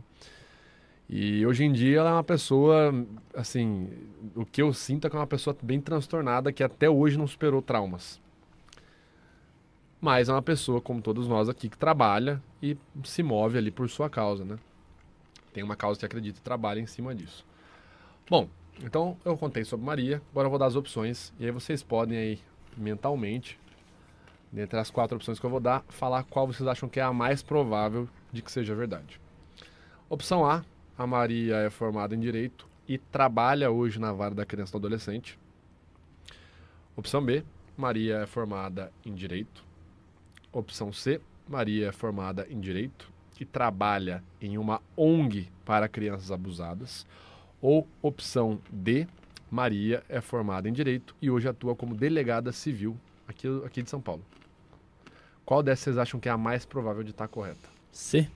E hoje em dia ela é uma pessoa, assim, o que eu sinto é que é uma pessoa bem transtornada, que até hoje não superou traumas. Mas é uma pessoa, como todos nós aqui, que trabalha e se move ali por sua causa, né? Tem uma causa que acredita e trabalha em cima disso. Bom, então eu contei sobre Maria, agora eu vou dar as opções, e aí vocês podem aí, mentalmente, dentre as quatro opções que eu vou dar, falar qual vocês acham que é a mais provável de que seja verdade. Opção A, A Maria é formada em Direito e trabalha hoje na vara da criança e do adolescente. Opção B, Maria é formada em Direito. Opção C, Maria é formada em Direito e trabalha em uma O N G para crianças abusadas. Ou opção D, Maria é formada em Direito e hoje atua como delegada civil aqui, aqui de São Paulo. Qual dessas vocês acham que é a mais provável de estar correta? C.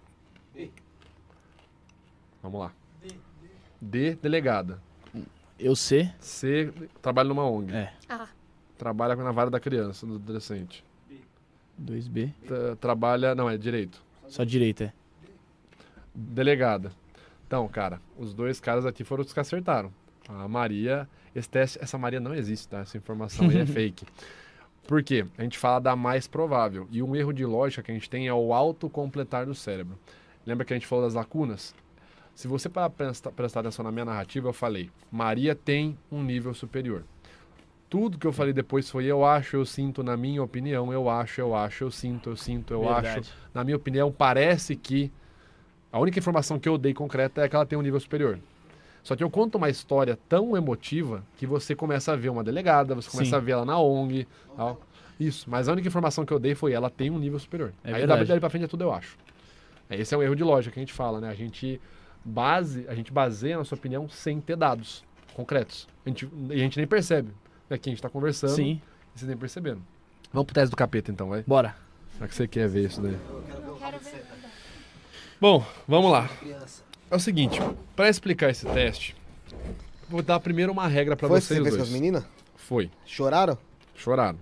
Vamos lá. D, delegada. Eu C. C, trabalha numa O N G. É. Ah, Trabalha na vara da criança, do adolescente. dois B. Tra- Trabalha... Não, é Direito. Só direita, é. Delegada. Então, cara, os dois caras aqui foram os que acertaram. A Maria... Esse teste, essa Maria não existe, tá? Essa informação aí é fake. Por quê? A gente fala da mais provável. E um erro de lógica que a gente tem é o autocompletar do cérebro. Lembra que a gente falou das lacunas? Se você parar pra prestar, prestar atenção na minha narrativa, eu falei, Maria tem um nível superior. Tudo que eu falei depois foi eu acho, eu sinto, na minha opinião, eu acho, eu acho, eu sinto, eu sinto, eu Verdade. acho. Na minha opinião, parece que a única informação que eu dei concreta é que ela tem um nível superior. Só que eu conto uma história tão emotiva que você começa a ver uma delegada, você começa Sim. a ver ela na O N G, tal. Isso. Mas a única informação que eu dei foi ela tem um nível superior. É Aí verdade. daí pra frente é tudo eu acho. É, esse é um erro de lógica que a gente fala, né? A gente base, a gente baseia a nossa opinião sem ter dados concretos. A gente, e a gente nem percebe. Aqui a gente tá conversando Sim. e vocês nem percebendo. Vamos pro teste do capeta então, vai. Bora. Será que você quer ver isso daí? eu quero ver. Bom, vamos lá. É o seguinte, para explicar esse teste, vou dar primeiro uma regra para Foi isso que vocês você fez dois. com as meninas? Foi. Choraram? Choraram.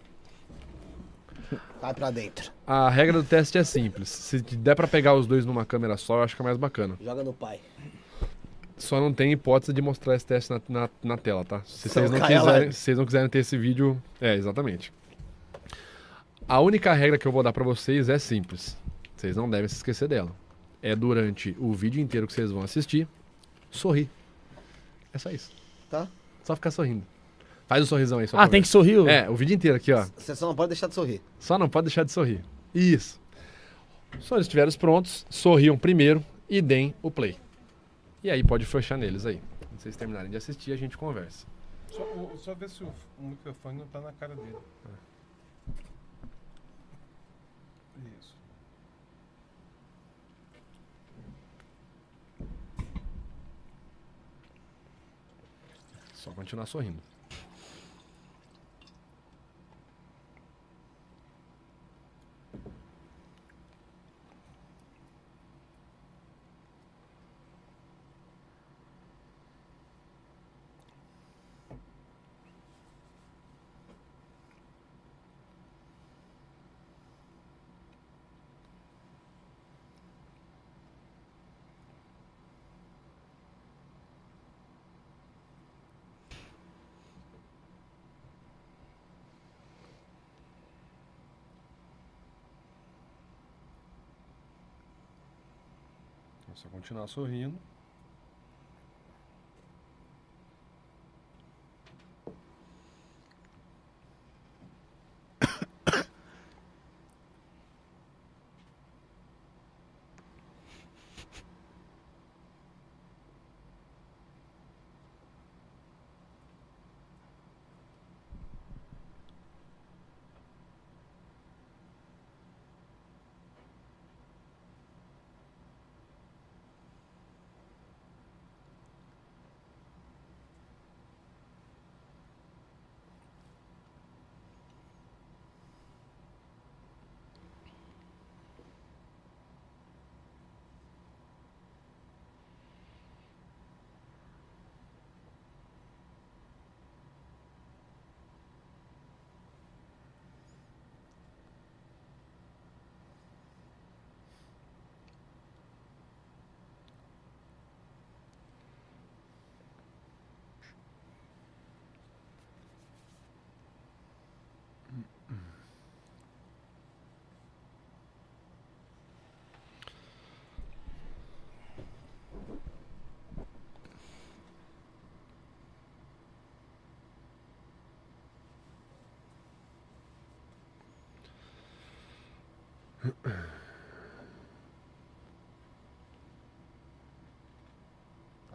Vai pra dentro. A regra do teste é simples. Se der para pegar os dois numa câmera só, eu acho que é mais bacana. Joga no pai. Só não tem hipótese de mostrar esse teste na, na, na tela, tá? Se Só vocês não, cai a quiserem, live. se vocês não quiserem ter esse vídeo... É, exatamente. A única regra que eu vou dar pra vocês é simples. Vocês não devem se esquecer dela. É durante o vídeo inteiro que vocês vão assistir, sorrir. É só isso. Tá. Só ficar sorrindo. Faz o sorrisão aí. Só Ah, pra tem ver. que sorrir? o- É, o vídeo inteiro aqui, ó. Você só não pode deixar de sorrir. Só não pode deixar de sorrir. Isso. Só eles estiverem prontos, sorriam primeiro e deem o play. E aí pode fechar neles aí. Quando vocês terminarem de assistir, a gente conversa. Só, o- só ver se o, o microfone não tá na cara dele. Isso. Só continuar sorrindo. É só continuar sorrindo.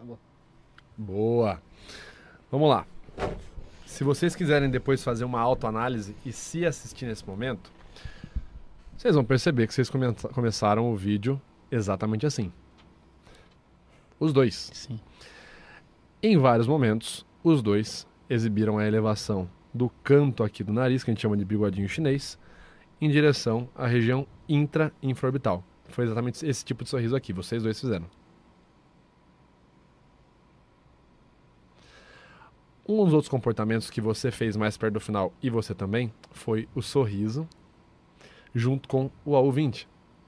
Acabou. Boa. Vamos lá. Se vocês quiserem depois fazer uma autoanálise e se assistir nesse momento, vocês vão perceber que vocês come- começaram o vídeo exatamente assim. Os dois. Sim. Em vários momentos, os dois exibiram a elevação do canto aqui do nariz, que a gente chama de bigodinho chinês, em direção à região intra-infraorbital. Foi exatamente esse tipo de sorriso aqui, vocês dois fizeram. Um dos outros comportamentos que você fez mais perto do final, e você também, foi o sorriso, junto com o A U vinte.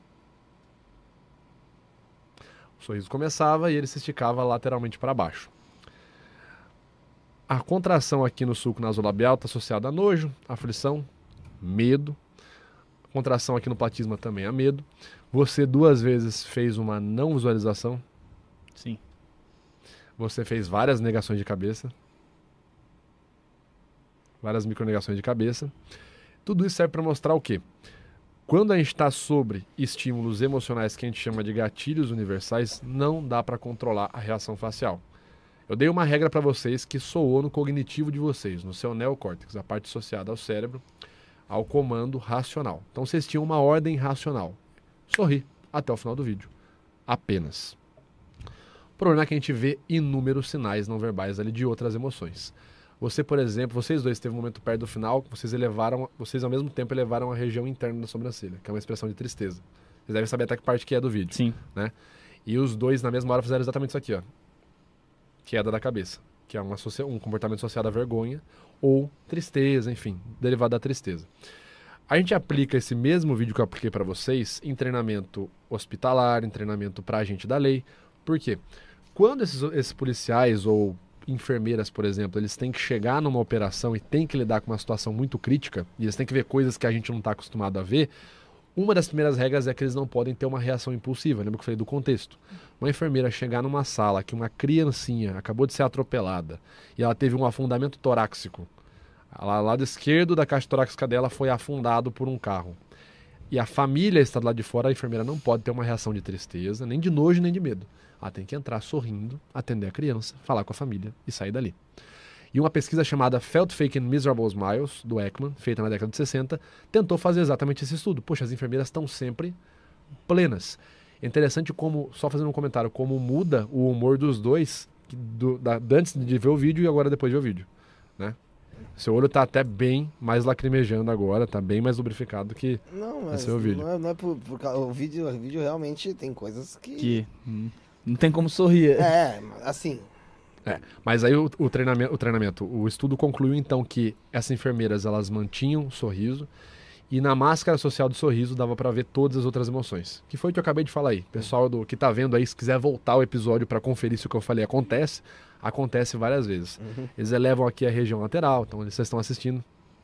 O sorriso começava e ele se esticava lateralmente para baixo. A contração aqui no sulco nasolabial está associada a nojo, aflição, medo. A contração aqui no platisma também a medo. Você duas vezes fez uma não visualização. Sim. Você fez várias negações de cabeça. Várias micronegações de cabeça. Tudo isso serve para mostrar o quê? Quando a gente está sobre estímulos emocionais que a gente chama de gatilhos universais, não dá para controlar a reação facial. Eu dei uma regra para vocês que soou no cognitivo de vocês, no seu neocórtex, a parte associada ao cérebro, ao comando racional. Então vocês tinham uma ordem racional. Sorrir até o final do vídeo. Apenas. O problema é que a gente vê inúmeros sinais não verbais ali de outras emoções. Você, por exemplo, vocês dois teve um momento perto do final que vocês elevaram, vocês ao mesmo tempo elevaram a região interna da sobrancelha, que é uma expressão de tristeza. Vocês devem saber até que parte que é do vídeo. Sim. Né? E os dois na mesma hora fizeram exatamente isso aqui, ó. Queda da cabeça, que é uma associa- um comportamento associado à vergonha ou tristeza, enfim, derivado da tristeza. A gente aplica esse mesmo vídeo que eu apliquei para vocês em treinamento hospitalar, em treinamento para agente da lei. Por quê? Quando esses, esses policiais ou enfermeiras, por exemplo, eles têm que chegar numa operação e têm que lidar com uma situação muito crítica, e eles têm que ver coisas que a gente não está acostumado a ver, uma das primeiras regras é que eles não podem ter uma reação impulsiva. Lembra que eu falei do contexto? Uma enfermeira chegar numa sala que uma criancinha acabou de ser atropelada e ela teve um afundamento torácico. Ao lado esquerdo da caixa torácica dela foi afundado por um carro. E a família está do lado de fora, a enfermeira não pode ter uma reação de tristeza, nem de nojo, nem de medo. Ela tem que entrar sorrindo, atender a criança, falar com a família e sair dali. E uma pesquisa chamada Felt Fake and Miserable Smiles, do Ekman, feita na década de sessenta, tentou fazer exatamente esse estudo. Poxa, as enfermeiras estão sempre plenas. É interessante como, só fazendo um comentário, como muda o humor dos dois, do, da, antes de ver o vídeo e agora depois de ver o vídeo. Né? Seu olho está até bem mais lacrimejando agora, está bem mais lubrificado que Não, mas esse é o vídeo. não é, não é por, por causa- o vídeo, o vídeo realmente tem coisas que... Que hum, não tem como sorrir. É, assim, É, mas aí o, o, treinamento, o treinamento, o estudo concluiu então que essas enfermeiras elas mantinham o sorriso e na máscara social do sorriso dava pra ver todas as outras emoções. Que foi o que eu acabei de falar aí. Pessoal do, que tá vendo aí, se quiser voltar ao episódio pra conferir se o que eu falei acontece, acontece várias vezes. Uhum. Eles elevam aqui a região lateral, então vocês estão assistindo.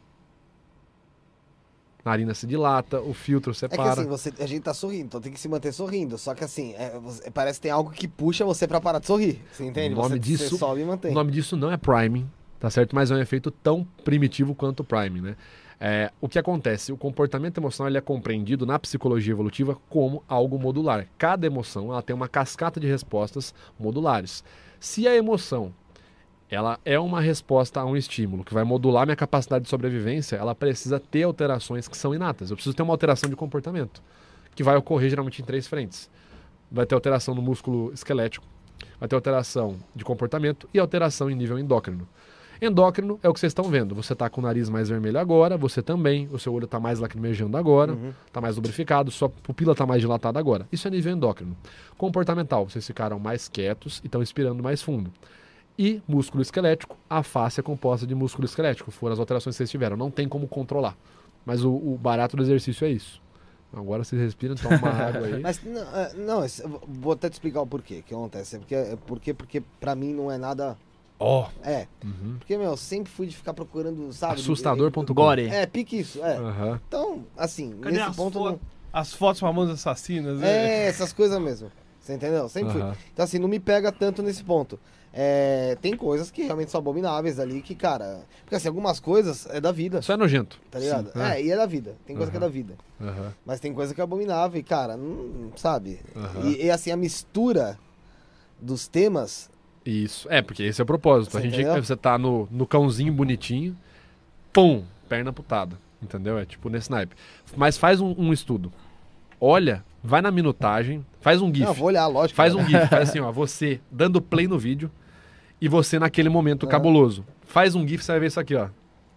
Narina se dilata, o filtro é que separa. assim, você, a gente tá sorrindo, então tem que se manter sorrindo. Só que assim, é, você- parece que tem algo que puxa você pra parar de sorrir. Você entende? O nome você, disso- você sobe e mantém. O nome disso não é priming, tá certo? Mas é um efeito tão primitivo quanto o priming, né? É, o que acontece? O comportamento emocional ele é compreendido na psicologia evolutiva como algo modular. Cada emoção ela tem uma cascata de respostas modulares. Se a emoção ela é uma resposta a um estímulo que vai modular minha capacidade de sobrevivência, ela precisa ter alterações que são inatas. Eu preciso ter uma alteração de comportamento, que vai ocorrer geralmente em três frentes. Vai ter alteração no músculo esquelético, vai ter alteração de comportamento e alteração em nível endócrino. Endócrino é o que vocês estão vendo. Você está com o nariz mais vermelho agora, você também, o seu olho está mais lacrimejando agora, está mais lubrificado, sua pupila está mais dilatada agora. Isso é nível endócrino. Comportamental, vocês ficaram mais quietos e estão expirando mais fundo. E músculo esquelético, a face é composta de músculo esquelético, foram as alterações que vocês tiveram. Não tem como controlar. Mas o, o barato do exercício é isso. Agora vocês respiram, tomam uma água aí. Mas não, é, não, esse- eu vou até te explicar o porquê que acontece. É porque, é porque, porque pra mim não é nada. Ó, É. uhum. Porque, meu, eu sempre fui de ficar procurando, sabe? assustador ponto com. Gore. É, pique isso, é. Aham. Então, assim, Cadê nesse as, ponto fo- não. as fotos famosas assassinas? É, essas coisas mesmo. Você entendeu? Sempre fui. Aham. Então, assim, não me pega tanto nesse ponto. É, tem coisas que realmente são abomináveis ali, que, cara. Porque, assim, algumas coisas é da vida, Isso é nojento. tá ligado? Sim. É, e é da vida. Tem coisa que é Aham. da vida. Aham. Mas tem coisa que é abominável, e, cara, não, sabe? Aham. E, e, assim, a mistura dos temas Isso. É, porque esse é o propósito. Você a gente, entendeu? você tá no, no cãozinho bonitinho, pum, perna putada. Entendeu? É tipo nesse naipe. Mas faz um, um estudo. Olha, vai na minutagem, faz um GIF. Não, vou olhar, lógico. Faz cara. um GIF, faz assim, ó, você dando play no vídeo e você naquele momento Ah. cabuloso. Faz um GIF, você vai ver isso aqui, ó.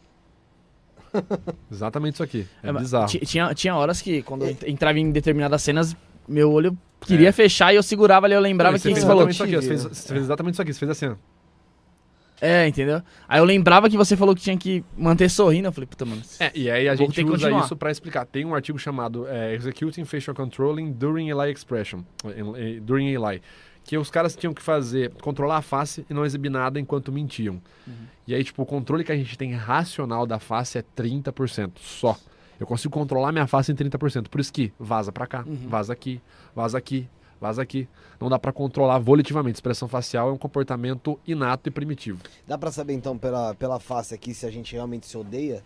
Exatamente isso aqui. É, É, mas bizarro. ti- Tinha, tinha horas que, quando eu ent- entrava em determinadas cenas, meu olho queria fechar e eu segurava ali, eu lembrava Não, e que você você fez falou. exatamente isso aqui, ó, você fez, você fez exatamente isso aqui, você fez assim, ó. É, entendeu? Aí eu lembrava que você falou que tinha que manter sorrindo. Eu falei, puta, mano. É, e aí a Vou gente ter que usa continuar. isso pra explicar. Tem um artigo chamado é, Executing Facial Controlling During A I Expression, eh, During A I, que os caras tinham que fazer, controlar a face e não exibir nada enquanto mentiam. E aí, tipo, o controle que a gente tem racional da face é trinta por cento só. Eu consigo controlar minha face em trinta por cento. Por isso que vaza pra cá, vaza aqui, vaza aqui, vaza aqui. Não dá pra controlar volitivamente. Expressão facial é um comportamento inato e primitivo. Dá pra saber, então, pela, pela face aqui, se a gente realmente se odeia?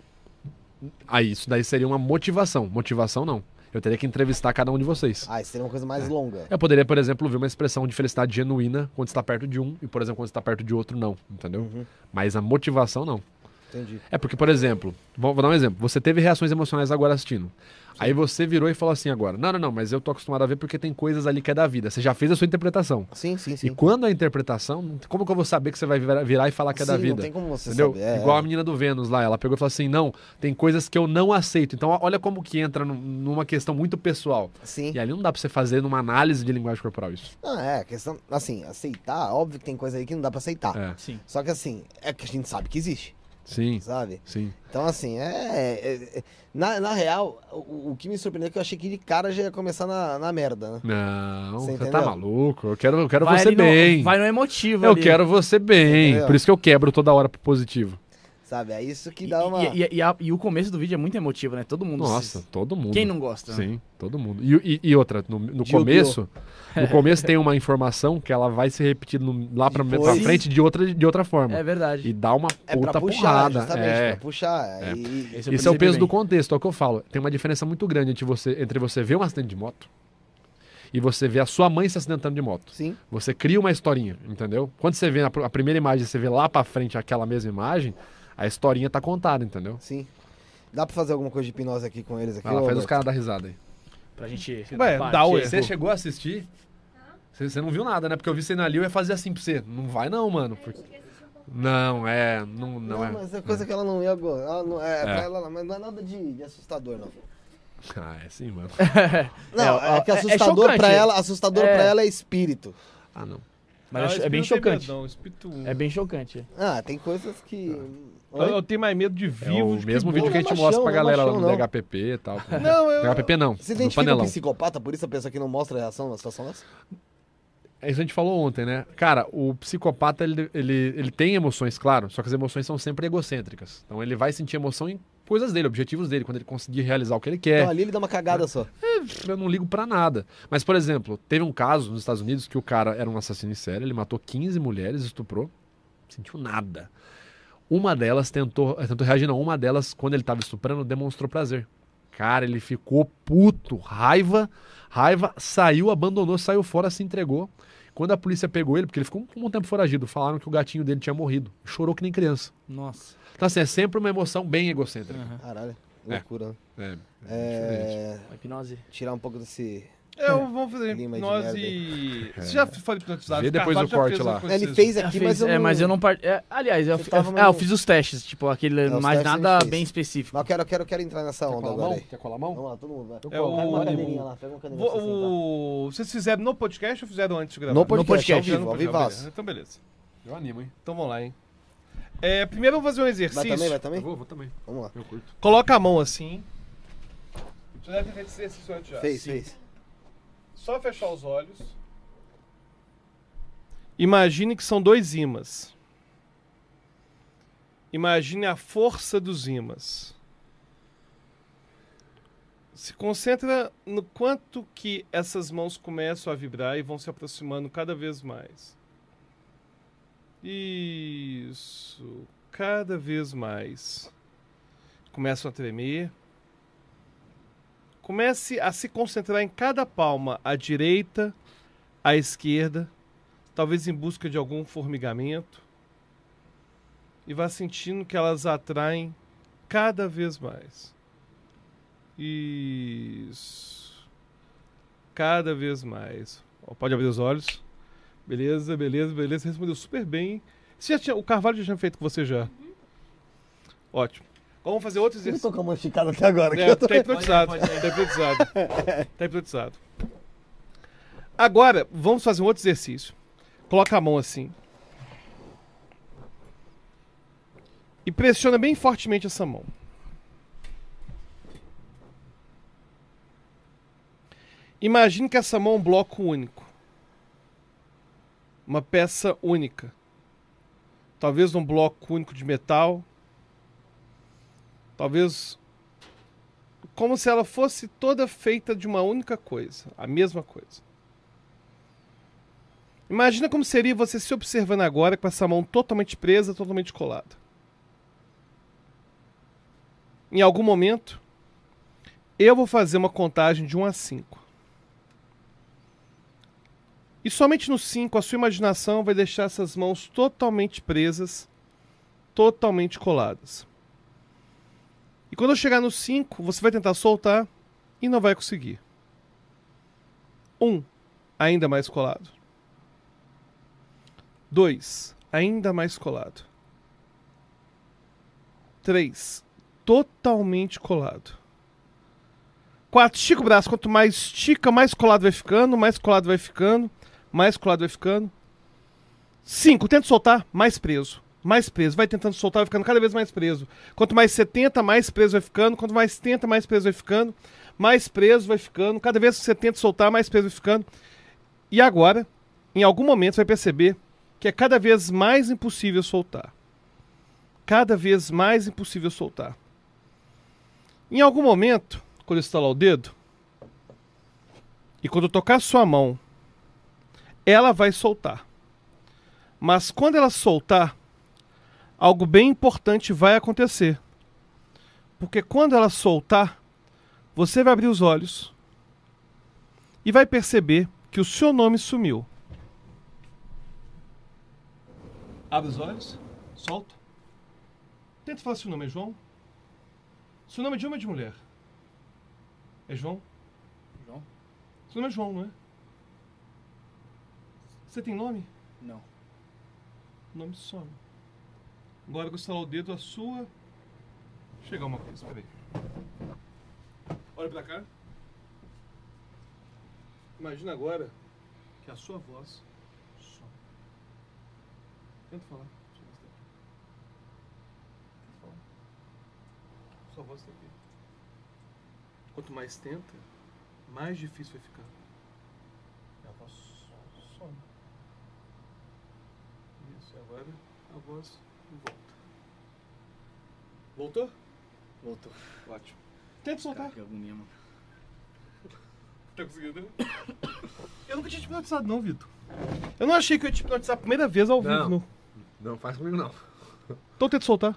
Aí isso daí seria uma motivação. Motivação não. Eu teria que entrevistar cada um de vocês. Ah, isso seria uma coisa mais longa. Eu poderia, por exemplo, ver uma expressão de felicidade genuína quando está perto de um e, por exemplo, quando está perto de outro, não. Entendeu? Uhum, Mas a motivação, não. entendi. É porque, por exemplo, vou, vou dar um exemplo. Você teve reações emocionais agora assistindo. Aí você virou e falou assim agora, não, não, não, mas eu tô acostumado a ver porque tem coisas ali que é da vida. Você já fez a sua interpretação. Sim, sim, E sim. quando a interpretação, como que eu vou saber que você vai virar, virar e falar que é da Sim, vida? não tem como você Entendeu? saber. É, Igual é. a menina do Vênus lá, ela pegou e falou assim, não, tem coisas que eu não aceito. Então olha como que entra num- numa questão muito pessoal. Sim. E ali não dá pra você fazer numa análise de linguagem corporal isso. Não, é, questão, assim, aceitar, óbvio que tem coisa aí que não dá pra aceitar. É, Sim. Só que assim, é que a gente sabe que existe, sim, sabe? sim. Então, assim, é. é- é- na, na real, o, o que me surpreendeu é que eu achei que de cara já ia começar na, na merda, né? Não, Você você tá entendeu? maluco. Eu quero, eu quero Vai você ali no- bem. vai no emotivo Eu ali. quero você bem. Entendeu? Por isso que eu quebro toda hora pro positivo. Sabe? É isso que E, dá uma. e- e- e a- e o começo do vídeo é muito emotivo, né? Todo mundo. Nossa, se- todo mundo. Quem não gosta? né? Sim, todo mundo. E, e- e outra, no, no Yu-Gi-Oh! começo, no começo tem uma informação que ela vai se repetir no- lá pra, Depois- pra frente de outra, de outra forma. É verdade. E dá uma É pra puta puxar, porrada. justamente, É. pra puxar. É. E- Esse eu Esse é o percebi peso bem. do contexto, é o que eu falo. Tem uma diferença muito grande entre você, entre você ver um acidente de moto e você ver a sua mãe se acidentando de moto. Sim. Você cria uma historinha, entendeu? Quando você vê a, pr- a primeira imagem, você vê lá pra frente aquela mesma imagem, a historinha tá contada, entendeu? Sim. Dá pra fazer alguma coisa de hipnose aqui com eles aqui? Ela ô, faz os Beto? caras dar risada aí. Pra gente. Ué, bater. dá o Você erro. chegou a assistir? Você, você não viu nada, né? Porque eu vi você na ali, eu ia fazer assim pra você. Não vai não, mano. porque- Não, é. Não, não, Não, é. mas é coisa que ela não ia gostar. Ela não, é, É. pra ela, não, mas não é nada de, de assustador, não. Ah, é sim, mano. Não, ó, é, que é- é assustador chocante. pra ela, assustador É. pra ela é espírito. Ah, não. Mas Ah, é, é bem espírito tem chocante. medo, não, espírito- É bem chocante. Ah, tem coisas que. Eu, Oi? eu tenho mais medo de É vivo. o de mesmo que vídeo que a gente Não é mostra pra machão, não é galera lá machão, no não. D H P P e tal. Não, eu- D H P P não. Você no identifica um panelão. psicopata, por isso a pessoa que não mostra a reação numa situação dessa? É isso que a gente falou ontem, né? Cara, o psicopata, ele, ele, ele tem emoções, claro, só que as emoções são sempre egocêntricas. Então ele vai sentir emoção em coisas dele, objetivos dele, quando ele conseguir realizar o que ele quer. Então ali ele dá uma cagada só. Eu não ligo pra nada. Mas, por exemplo, teve um caso nos Estados Unidos que o cara era um assassino em série, ele matou quinze mulheres, estuprou, não sentiu nada. Uma delas tentou, eh, tentou reagir, não, uma delas, quando ele tava estuprando, demonstrou prazer. Cara, ele ficou puto, raiva, raiva, saiu, abandonou, saiu fora, se entregou. Quando a polícia pegou ele, porque ele ficou um, um tempo foragido, falaram que o gatinho dele tinha morrido. Chorou que nem criança. Nossa. Então, assim, é sempre uma emoção bem egocêntrica. Caralho, É. loucura. né? É, é diferente. É, A hipnose. tirar um pouco desse. Eu vou fazer Clima de hipnose merda e... Você já foi hipnotizado? Vê depois Carvalho do já corte fez lá. uma coisa Ele assim. fez É, aqui, fez- mas eu não. é, mas eu não part... é, aliás, eu, Você fi- tava ah, eu no- fiz os testes, tipo, aquele, É, os mais testes nada ele fez. bem específico. Mas eu quero, eu quero, eu quero entrar nessa Quer onda colar a agora mão? aí. Quer colar a mão? Vamos lá, todo mundo. Vai. É Pega uma o... cadeirinha lá, pega uma cadeirinha pra você sentar. Vou- o... Vocês fizeram no podcast ou fizeram antes de gravar? No podcast, podcast, ao Fizeram vivo, no ao podcast, vivaço. beleza. Então, beleza. Eu animo, hein? Então, vamos lá, hein. É, primeiro, vamos fazer um Vai exercício. também, vai Eu também? vou, vou também. Vamos lá. Eu curto. Coloca a mão assim. Você deve ter feito esse exercício antes já. Fez, Sim. fez. Só fechar os olhos. Imagine que são dois ímãs. Imagine a força dos ímãs. Se concentra no quanto que essas mãos começam a vibrar e vão se aproximando cada vez mais. Isso. Cada vez mais. Começam a tremer. Comece a se concentrar em cada palma, à direita, à esquerda. talvez em busca de algum formigamento, e vá sentindo que elas atraem cada vez mais. Isso. Cada vez mais. Ó, pode abrir os olhos. Beleza, beleza, beleza. Você respondeu super bem. Você já tinha, o Carvalho já tinha feito com você já? Uhum. Ótimo. Vamos fazer outro Eu exercício. tô com a mão esticada até agora. que É, eu tô- tá hipnotizado. Pode ir, pode ir. Tá hipnotizado. Tá hipnotizado. Agora, vamos fazer um outro exercício. Coloca a mão assim. E pressiona bem fortemente essa mão. Imagine que essa mão é um bloco único. Uma peça única. Talvez um bloco único de metal. Talvez como se ela fosse toda feita de uma única coisa. A mesma coisa. Imagina como seria você se observando agora com essa mão totalmente presa, totalmente colada. Em algum momento, eu vou fazer uma contagem de um a cinco. E somente no cinco, a sua imaginação vai deixar essas mãos totalmente presas, totalmente coladas. E quando eu chegar no cinco, você vai tentar soltar e não vai conseguir. um, ainda mais colado. dois, ainda mais colado. três, totalmente colado. quatro, estica o braço. Quanto mais estica, mais colado vai ficando, mais colado vai ficando, mais colado vai ficando. cinco, tenta soltar, mais preso. Mais preso. Vai tentando soltar, vai ficando cada vez mais preso. Quanto mais você tenta, mais preso vai ficando. Quanto mais tenta, mais preso vai ficando. Mais preso vai ficando. Cada vez que você tenta soltar, mais preso vai ficando. E agora, em algum momento, você vai perceber que é cada vez mais impossível soltar. Cada vez mais impossível soltar. Em algum momento, quando eu estalar o dedo, e quando eu tocar a sua mão, ela vai soltar. Mas quando ela soltar, algo bem importante vai acontecer. Porque quando ela soltar, você vai abrir os olhos e vai perceber que o seu nome sumiu. Abre os olhos, solta. Tenta falar seu nome, é João? Seu nome é de homem ou de mulher? É João? João? Seu nome é João, não é? Você tem nome? Não. O nome some. Agora eu vou estalar o dedo, a sua... Chegar uma coisa, peraí. Olha pra cá. Imagina agora que a sua voz some. Tenta falar. Deixa eu ver se tá aqui. Tenta falar. Sua voz tá aqui. Quanto mais tenta, mais difícil vai ficar. E a voz some. Isso, e agora a voz volta. Voltou? Voltou. Ótimo. Tenta soltar. Cara, que agonia, mano. Tá conseguindo? Eu nunca tinha te hipnotizado não, Vitor. Eu não achei que eu ia te hipnotizar a primeira vez ao Não. vivo, não. Não faz comigo, não. Então tenta soltar.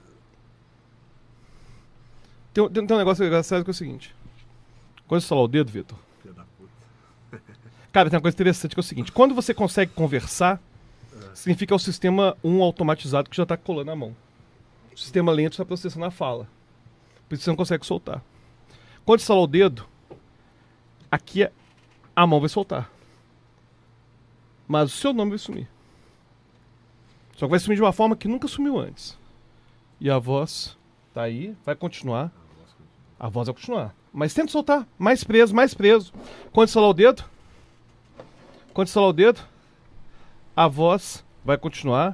Tem, um- tem, tem um negócio engraçado que é o seguinte. Quando você estalar o dedo, Vitor. Filha da puta. Cara, tem uma coisa interessante que é o seguinte. Quando você consegue conversar, significa que é o sistema um automatizado que já tá colando a mão. O sistema lento está processando a fala. Por isso você não consegue soltar. Quando você estalar o dedo, aqui é- a mão vai soltar. Mas o seu nome vai sumir. Só que vai sumir de uma forma que nunca sumiu antes. E a voz tá aí, vai continuar. A voz vai continuar. Mas tenta soltar. Mais preso, mais preso. Quando estalar o dedo, quando estalar o dedo, a voz vai continuar.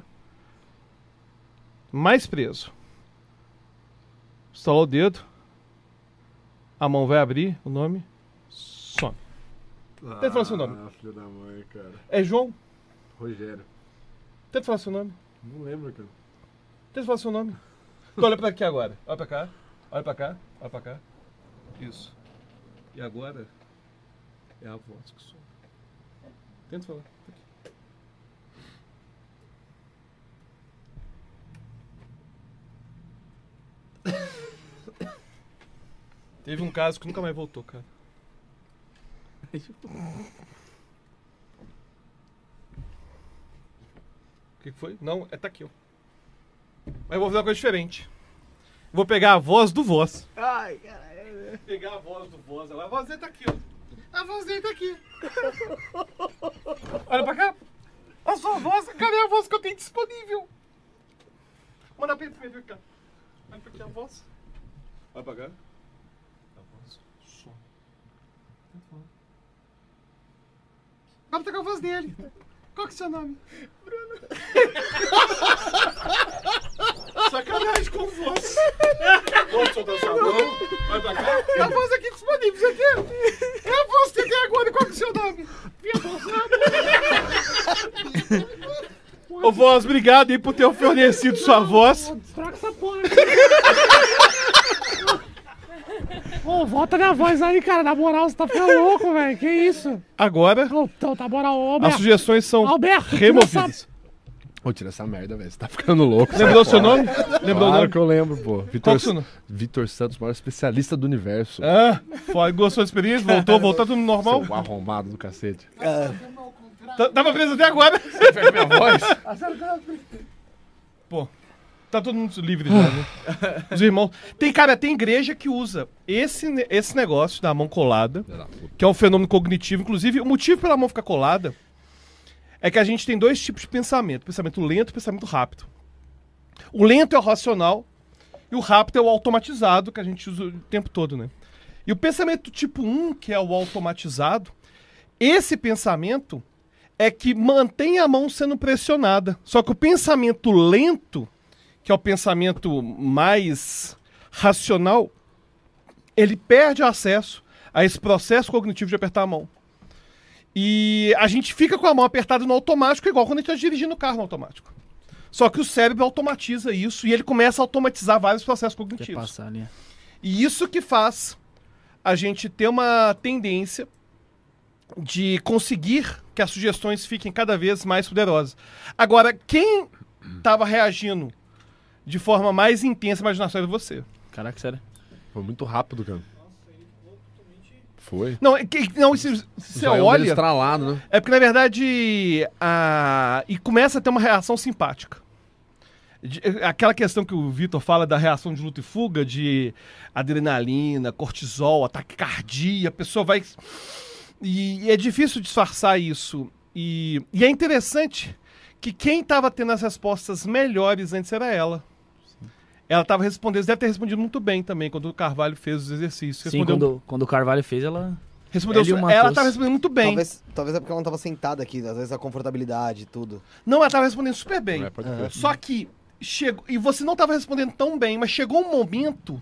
Mais preso. Estalou o dedo. A mão vai abrir, o nome some. Tenta falar seu nome. Ah, filho da mãe, cara. É João? Rogério. Tenta falar seu nome. Não lembro, cara. Tenta falar seu nome. Então, olha pra aqui agora. Olha pra cá. Olha pra cá. Olha pra cá. Isso. E agora é a voz que some. Tenta falar. Teve um caso que nunca mais voltou, cara. que que foi? Não, é tá aqui, ó. Mas eu vou fazer uma coisa diferente. Vou pegar a voz do voz. Ai, caralho. Vou pegar a voz do voz. A voz dele tá aqui, ó. A voz dele tá aqui. Olha pra cá. A sua voz, cadê a voz que eu tenho disponível? Manda pra ele primeiro, cá. Olha pra aqui a voz. Olha pra cá. A voz, som. Agora tá com a voz dele. Qual que é o seu nome? Bruno. Sacanagem com voz. Pode soltar sua mão. Vai pra cá. É a voz aqui disponível, você quer? É a voz que tem agora. Qual que é o seu nome? Minha voz. Ô, voz, obrigado aí por ter fornecido sua voz. Troca essa porra. Ô, volta minha voz aí, cara. Na moral, você tá ficando louco, velho. Que isso? Agora, Ô, então, tá moral, ô, as Alberto. sugestões são Alberto, tira removidas. Ô, tira essa merda, velho. Você tá ficando louco. Lembrou o seu nome? Lembrou o Claro nome? que eu lembro, pô. Qual Vitor, que é o seu nome? Vitor Santos, maior especialista do universo. Ah, foi, gostou da experiência? Voltou, voltou tudo normal? Seu arrombado do cacete. Tá- Tava preso até agora. Você fez minha voz? Pô, tá todo mundo livre já, né? Os irmãos. Tem, cara, tem igreja que usa esse, ne- esse negócio da mão colada, que é um fenômeno cognitivo. Inclusive, o motivo pela mão ficar colada é que a gente tem dois tipos de pensamento: pensamento lento e pensamento rápido. O lento é o racional e o rápido é o automatizado, que a gente usa o tempo todo, né? E o pensamento tipo um, que é o automatizado, esse pensamento é que mantém a mão sendo pressionada. Só que o pensamento lento, que é o pensamento mais racional, ele perde acesso a esse processo cognitivo de apertar a mão. E a gente fica com a mão apertada no automático, igual quando a gente está dirigindo o carro no automático. Só que o cérebro automatiza isso e ele começa a automatizar vários processos Quer cognitivos. passar ali. E isso que faz a gente ter uma tendência de conseguir que as sugestões fiquem cada vez mais poderosas. Agora, quem estava reagindo de forma mais intensa à imaginação era você. Caraca, sério. Foi muito rápido, cara. Foi. Não, é que- não se se você Já é um olha, deles estralado, né? é porque na verdade a... e começa a ter uma reação simpática. De- aquela questão que o Vitor fala da reação de luta e fuga, de adrenalina, cortisol, ataque cardíaco, a pessoa vai... E, e é difícil disfarçar isso. E, e é interessante que quem estava tendo as respostas melhores antes era ela. Ela estava respondendo, deve ter respondido muito bem também quando o Carvalho fez os exercícios. Sim, Respondeu, quando, quando o Carvalho fez, ela... respondeu ele e o ela Matheus. estava respondendo muito bem. Talvez, talvez é porque ela não tava sentada aqui, às vezes a confortabilidade e tudo. Não, ela estava respondendo super bem. É, pode crer. Só que chegou. E você não estava respondendo tão bem, mas chegou um momento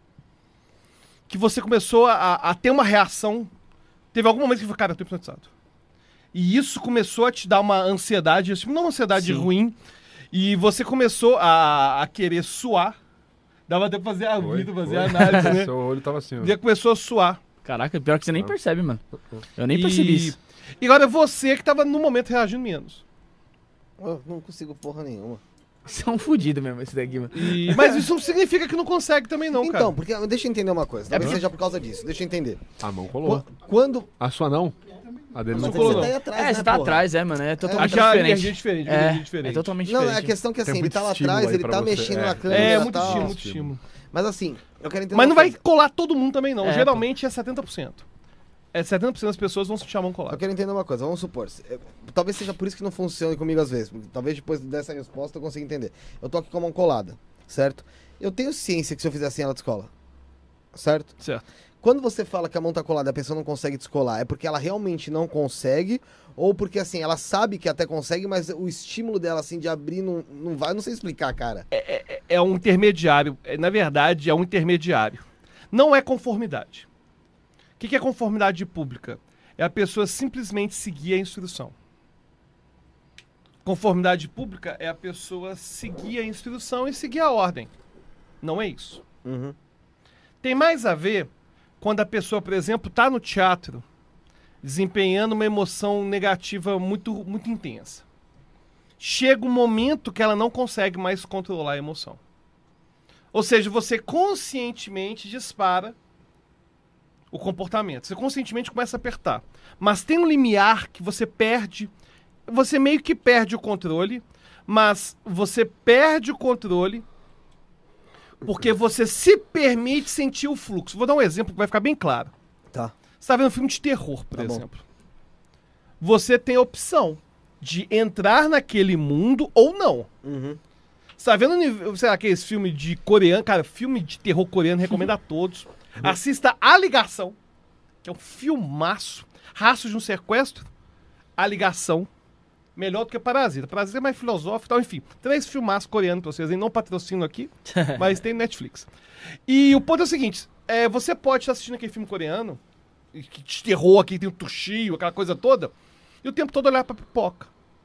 que você começou a, a ter uma reação. Teve algum momento que você falou, cara, eu tô hipnotizado. E isso começou a te dar uma ansiedade, tipo, não uma ansiedade Sim. ruim. E você começou a, a querer suar. Dava até pra fazer a Foi, vida, fazer foi. a análise, né? Seu olho tava assim, ó. E aí começou a suar. Caraca, pior que você nem percebe, mano. Eu nem E- percebi isso. E agora é você que tava no momento reagindo menos. Eu não consigo porra nenhuma. Você é um fudido mesmo, esse daqui, mano. E- Mas isso não significa que não consegue também, não, cara. Então, porque deixa eu entender uma coisa. Talvez porque- seja por causa disso. Deixa eu entender. A mão colou. Qu- Quando. A sua não? A dele não Mas colou, você colou. tá aí atrás, É, né, você tá porra? atrás, é, mano. É totalmente Aqui a diferente. energia é diferente, a É, energia é diferente. é totalmente Não, diferente. a questão que assim, Tem ele muito tá lá estímulo atrás, aí ele pra tá você, mexendo é. na câmera É, e muito tal. estímulo, muito estímulo. Mas assim, eu quero entender Mas uma não vai coisa. colar todo mundo também, não. É, Geralmente é setenta por cento. É setenta por cento das pessoas vão sentir a mão Eu colada. quero entender uma coisa, vamos supor, se- eh, talvez seja por isso que não funcione comigo às vezes, talvez depois dessa resposta eu consiga entender. Eu tô aqui com a mão colada, certo? Eu tenho ciência que se eu fizer assim ela descola, certo? Certo. Quando você fala que a mão tá colada e a pessoa não consegue descolar, é porque ela realmente não consegue, ou porque assim, ela sabe que até consegue, mas o estímulo dela assim de abrir não, não vai, eu não sei explicar, cara. É um intermediário. É, na verdade, é um intermediário. Não é conformidade. O que que é conformidade pública? É a pessoa simplesmente seguir a instrução. Conformidade pública é a pessoa seguir a instrução e seguir a ordem. Não é isso. Uhum. Tem mais a ver quando a pessoa, por exemplo, está no teatro desempenhando uma emoção negativa muito, muito intensa. Chega um momento que ela não consegue mais controlar a emoção. Ou seja, você conscientemente dispara o comportamento. Você conscientemente começa a apertar. Mas tem um limiar que você perde você meio que perde o controle, mas você perde o controle porque você se permite sentir o fluxo. Vou dar um exemplo que vai ficar bem claro. Tá. Você tá vendo um filme de terror, por Tá bom. exemplo. Você tem a opção de entrar naquele mundo ou não. Uhum. Você tá vendo, sei lá, aqueles filmes de coreano, cara, filme de terror coreano, recomendo a todos. Assista A Ligação, que é um filmaço, Rastros de um Sequestro, A Ligação, melhor do que Parasita. Parasita é mais filosófico e tal, enfim. Três filmaços coreanos pra vocês, hein? Não patrocino aqui, mas tem Netflix. E o ponto é o seguinte, é, você pode estar assistindo aquele filme coreano, que de terror aqui, tem o tuchio, aquela coisa toda, e o tempo todo olhar pra pipoca.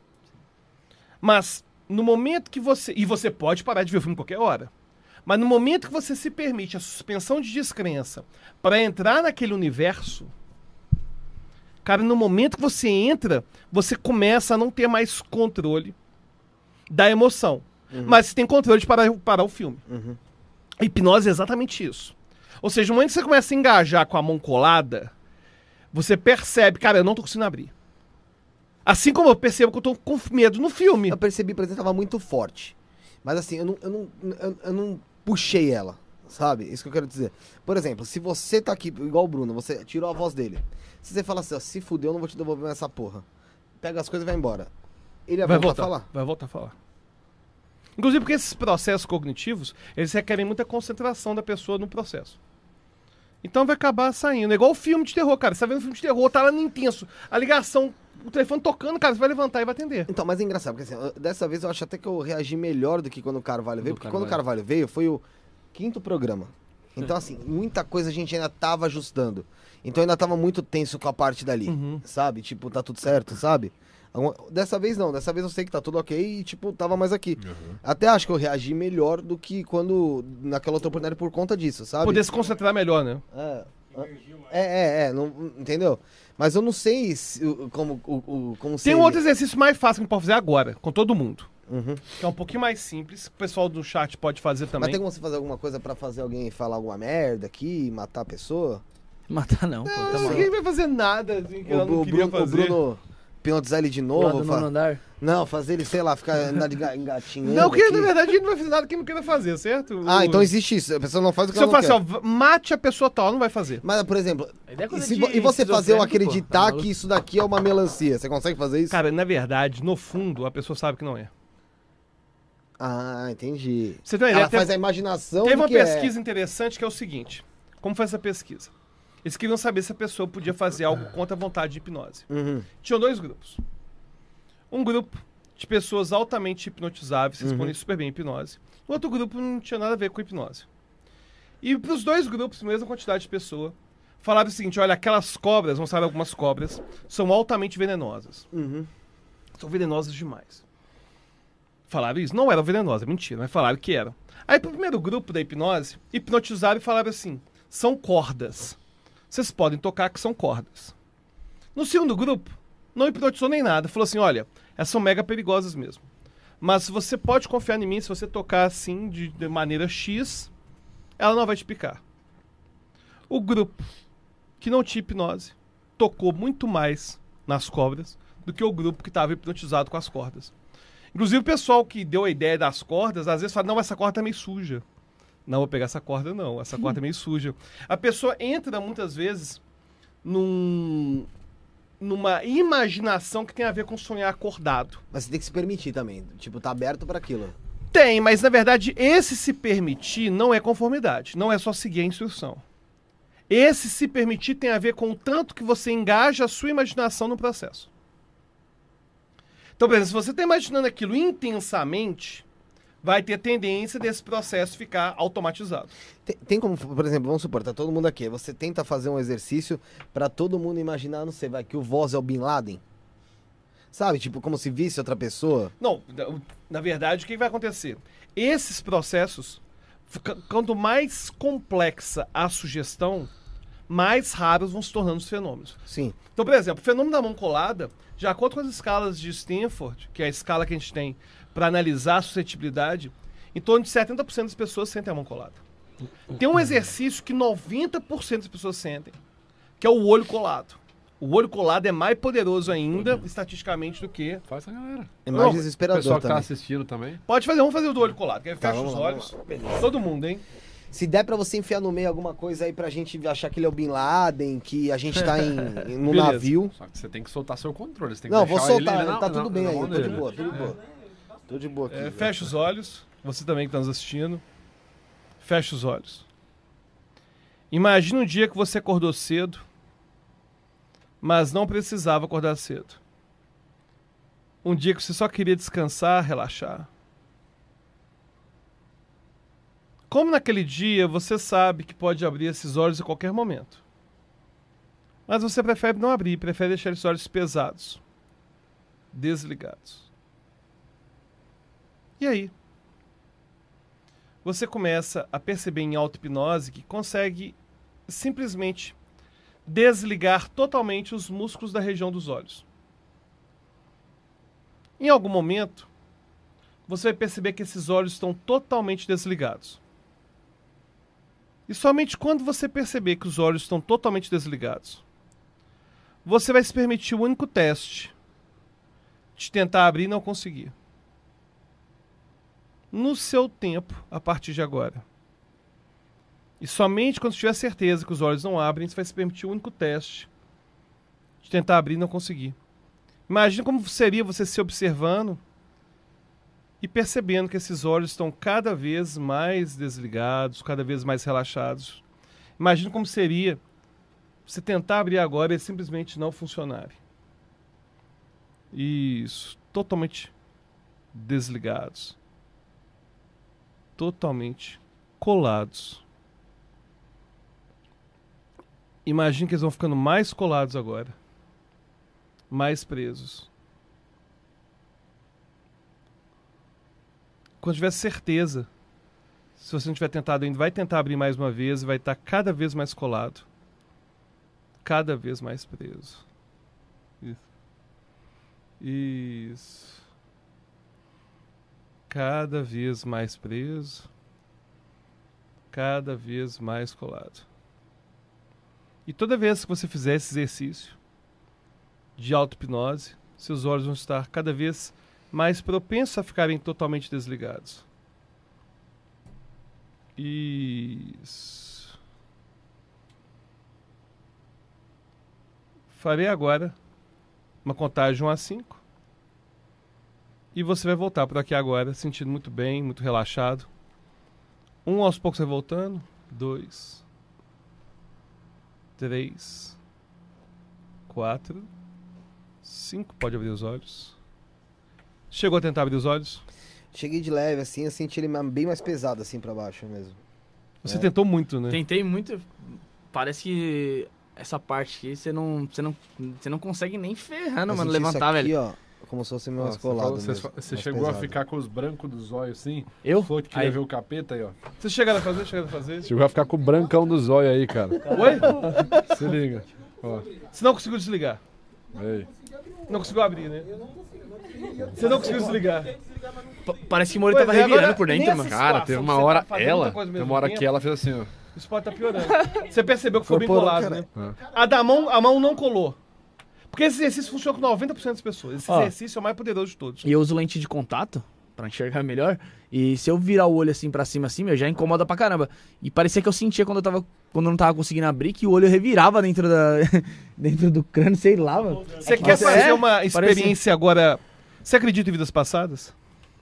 Mas, no momento que você... E você pode parar de ver o filme qualquer hora. Mas no momento que você se permite a suspensão de descrença para entrar naquele universo, cara, no momento que você entra, você começa a não ter mais controle da emoção. Uhum. Mas você tem controle de parar, parar o filme. Uhum. A hipnose é exatamente isso. Ou seja, no momento que você começa a engajar com a mão colada, você percebe, cara, eu não tô conseguindo abrir. Assim como eu percebo que eu tô com medo no filme. Eu percebi, por exemplo, que tava muito forte. Mas assim, eu não, eu não, eu, eu não puxei ela, sabe? Isso que eu quero dizer. Por exemplo, se você tá aqui, igual o Bruno, você tirou a voz dele. Se você fala assim, ó, se fudeu, eu não vou te devolver essa porra. Pega as coisas e vai embora. Ele vai, vai voltar, voltar a falar. Vai voltar a falar. Inclusive porque esses processos cognitivos, eles requerem muita concentração da pessoa no processo. Então vai acabar saindo. É igual o filme de terror, cara. Você tá vendo um filme de terror, tá lá no intenso. A ligação, o telefone tocando, cara, você vai levantar e vai atender. Então, mas é engraçado, porque assim, eu- dessa vez eu acho até que eu reagi melhor do que quando o Carvalho veio, Do porque quando o Carvalho. Carvalho veio foi o quinto programa. Então, assim, muita coisa a gente ainda tava ajustando. Então ainda tava muito tenso com a parte dali, Uhum. sabe? Tipo, tá tudo certo, sabe? Alguma- Dessa vez não, dessa vez eu sei que tá tudo ok e, tipo, tava mais aqui. Até acho que eu reagi melhor do que quando, naquela outra oportunidade, por conta disso, sabe? Poder se concentrar melhor, né? É, é, é, é, não, entendeu? Mas eu não sei se, o- como, o, o- como Tem seria. um outro exercício mais fácil que a gente pode fazer agora, com todo mundo. Uhum. Que é um pouquinho mais simples. O pessoal do chat pode fazer Mas também. tem como você fazer alguma coisa pra fazer alguém falar alguma merda aqui, matar a pessoa? Matar não, pô. Tá Não, maluco. ninguém vai fazer nada assim, que O, ela não o queria Bruno, o fazer. Bruno hipnotizar ele de Lá novo? do fa- nono andar. Não, fazer ele, sei lá, ficar andar de ga- engatinhando. Não, porque aqui. na verdade a gente não vai fazer nada que não queira fazer, certo? Ah, O- então existe isso. A pessoa não faz o que Se eu ela não falar assim, quer. ó, v- mate a pessoa tal, não vai fazer. Mas, por exemplo, A ideia é e, coisa se de vo- e você fazer eu esquizofrênico, pô. acreditar Tá que maluco? isso daqui é uma melancia? Você consegue fazer isso? Cara, na verdade, no fundo, a pessoa sabe que não é. Ah, entendi. Você tem uma Ela ideia? faz Teve, a imaginação teve do uma que pesquisa interessante que é o seguinte. Como foi essa pesquisa? Eles queriam saber se a pessoa podia fazer algo contra a vontade de hipnose. é. Uhum. Tinham dois grupos. Um grupo de pessoas altamente hipnotizáveis, Uhum. respondem super bem à hipnose. O outro grupo não tinha nada a ver com hipnose. E para os dois grupos, mesma quantidade de pessoa, falaram o seguinte, olha, aquelas cobras, mostraram algumas cobras, são altamente venenosas. Uhum. São venenosas demais. Falaram isso? Não eram venenosas, mentira, mas falaram que eram. Aí pro primeiro grupo da hipnose, hipnotizaram e falaram assim, são cordas. Vocês podem tocar que são cordas. No segundo grupo, não hipnotizou nem nada, falou assim, olha, essas são mega perigosas mesmo. Mas você pode confiar em mim, se você tocar assim, de, de maneira X, ela não vai te picar. O grupo que não tinha hipnose tocou muito mais nas cobras do que o grupo que estava hipnotizado com as cordas. Inclusive o pessoal que deu a ideia das cordas, às vezes fala, não, essa corda é meio suja. Não, vou pegar essa corda não, essa corda é meio suja. A pessoa entra muitas vezes num, numa imaginação que tem a ver com sonhar acordado. Mas você tem que se permitir também. Tipo, tá aberto pra aquilo. Tem, mas na verdade esse se permitir não é conformidade, não é só seguir a instrução. Esse se permitir tem a ver com o tanto que você engaja a sua imaginação no processo. Então, por exemplo, se você está imaginando aquilo intensamente, vai ter tendência desse processo ficar automatizado. Tem, tem como, por exemplo, vamos supor, tá todo mundo aqui. Você tenta fazer um exercício pra todo mundo imaginar, não sei, vai, que o Voz é o Bin Laden? Sabe? Tipo, como se visse outra pessoa. Não, na- na verdade, o que vai acontecer? Esses processos, fica- quanto mais complexa a sugestão, mais raros vão se tornando os fenômenos. Sim. Então, por exemplo, o fenômeno da mão colada, de acordo com as escalas de Stanford, que é a escala que a gente tem para analisar a suscetibilidade, em torno de setenta por cento das pessoas sentem a mão colada. Tem um exercício que noventa por cento das pessoas sentem, que é o olho colado. O olho colado é mais poderoso ainda, estatisticamente, do que... Faz a galera. É mais Não, O desesperador pessoal que tá também. assistindo também. Pode fazer, vamos fazer o do olho colado. Quer Tá, fecha vamos os lá, olhos. vamos lá. Beleza. Todo mundo, hein? Se der pra você enfiar no meio alguma coisa aí pra gente achar que ele é o Bin Laden, que a gente tá em, em- no Beleza. navio. Só que você tem que soltar seu controle. Você tem que Não, vou deixar soltar, ele na- tá na- tudo na bem aí, mão eu tô de dele. boa, tô de boa. Tô de boa aqui. É, velho. fecha os olhos. Você também que tá nos assistindo. Fecha os olhos. Imagina um dia que você acordou cedo, mas não precisava acordar cedo. Um dia que você só queria descansar, relaxar. Como naquele dia você sabe que pode abrir esses olhos a qualquer momento. Mas você prefere não abrir, prefere deixar esses olhos pesados, desligados. E aí? Você começa a perceber em auto-hipnose que consegue simplesmente desligar totalmente os músculos da região dos olhos. Em algum momento, você vai perceber que esses olhos estão totalmente desligados. E somente quando você perceber que os olhos estão totalmente desligados, você vai se permitir o único teste de tentar abrir e não conseguir. No seu tempo, a partir de agora. E somente quando tiver certeza que os olhos não abrem, você vai se permitir o único teste de tentar abrir e não conseguir. Imagina como seria você se observando e percebendo que esses olhos estão cada vez mais desligados, cada vez mais relaxados. Imagina como seria você tentar abrir agora e simplesmente não funcionarem. Isso, totalmente desligados. Totalmente colados. Imagina que eles vão ficando mais colados agora. Mais presos. Quando tiver certeza, se você não tiver tentado ainda, vai tentar abrir mais uma vez e vai estar cada vez mais colado. Cada vez mais preso. Isso. Isso. Cada vez mais preso. Cada vez mais colado. E toda vez que você fizer esse exercício de auto-hipnose, seus olhos vão estar cada vez mais propensos a ficarem totalmente desligados. Isso. Farei agora uma contagem um a cinco. E você vai voltar por aqui agora, sentindo muito bem, muito relaxado. Um aos poucos vai voltando. Dois. Três. Quatro. Cinco. Pode abrir os olhos. Chegou a tentar abrir os olhos? Cheguei de leve, assim, eu senti ele ma- bem mais pesado, assim, pra baixo mesmo. Você É. tentou muito, né? Tentei muito. Parece que essa parte aqui você não, você não, você não consegue nem ferrando, Eu mano, senti levantar, isso aqui, velho. ó, como se fosse mais Nossa, colado você, mesmo, você mais chegou a pesado. ficar com os brancos dos olhos assim? Eu? Foi que queria Aí. ver o capeta aí, ó. Vocês chegaram a fazer? Chegaram a fazer? Chegou a ficar com o brancão dos olhos aí, cara. Oi? Se liga. Ó, Você não conseguiu desligar? aí. Não conseguiu abrir, né? Você não conseguiu desligar. Pa- Parece que o Moro Pois tava é, revirando agora, por dentro, nessa mano. situação Cara, teve que uma você hora, tá fazendo ela, muita coisa ao teve mesmo uma hora que tempo, ela fez assim, ó. Isso pode estar piorando. Você percebeu que foi, Foi bem por- colado, cara. né? A da mão, a mão não colou. Porque esse exercício funciona com noventa por cento das pessoas. Esse Ó. exercício é o mais poderoso de todos. E eu uso lente de contato pra enxergar melhor. E se eu virar o olho assim pra cima, assim, meu, já incomoda pra caramba. E parecia que eu sentia quando eu tava. Quando eu não tava conseguindo abrir, que o olho revirava dentro da. dentro do crânio, sei lá, mano. Você É que quer você- fazer é, uma experiência agora... Você acredita em vidas passadas?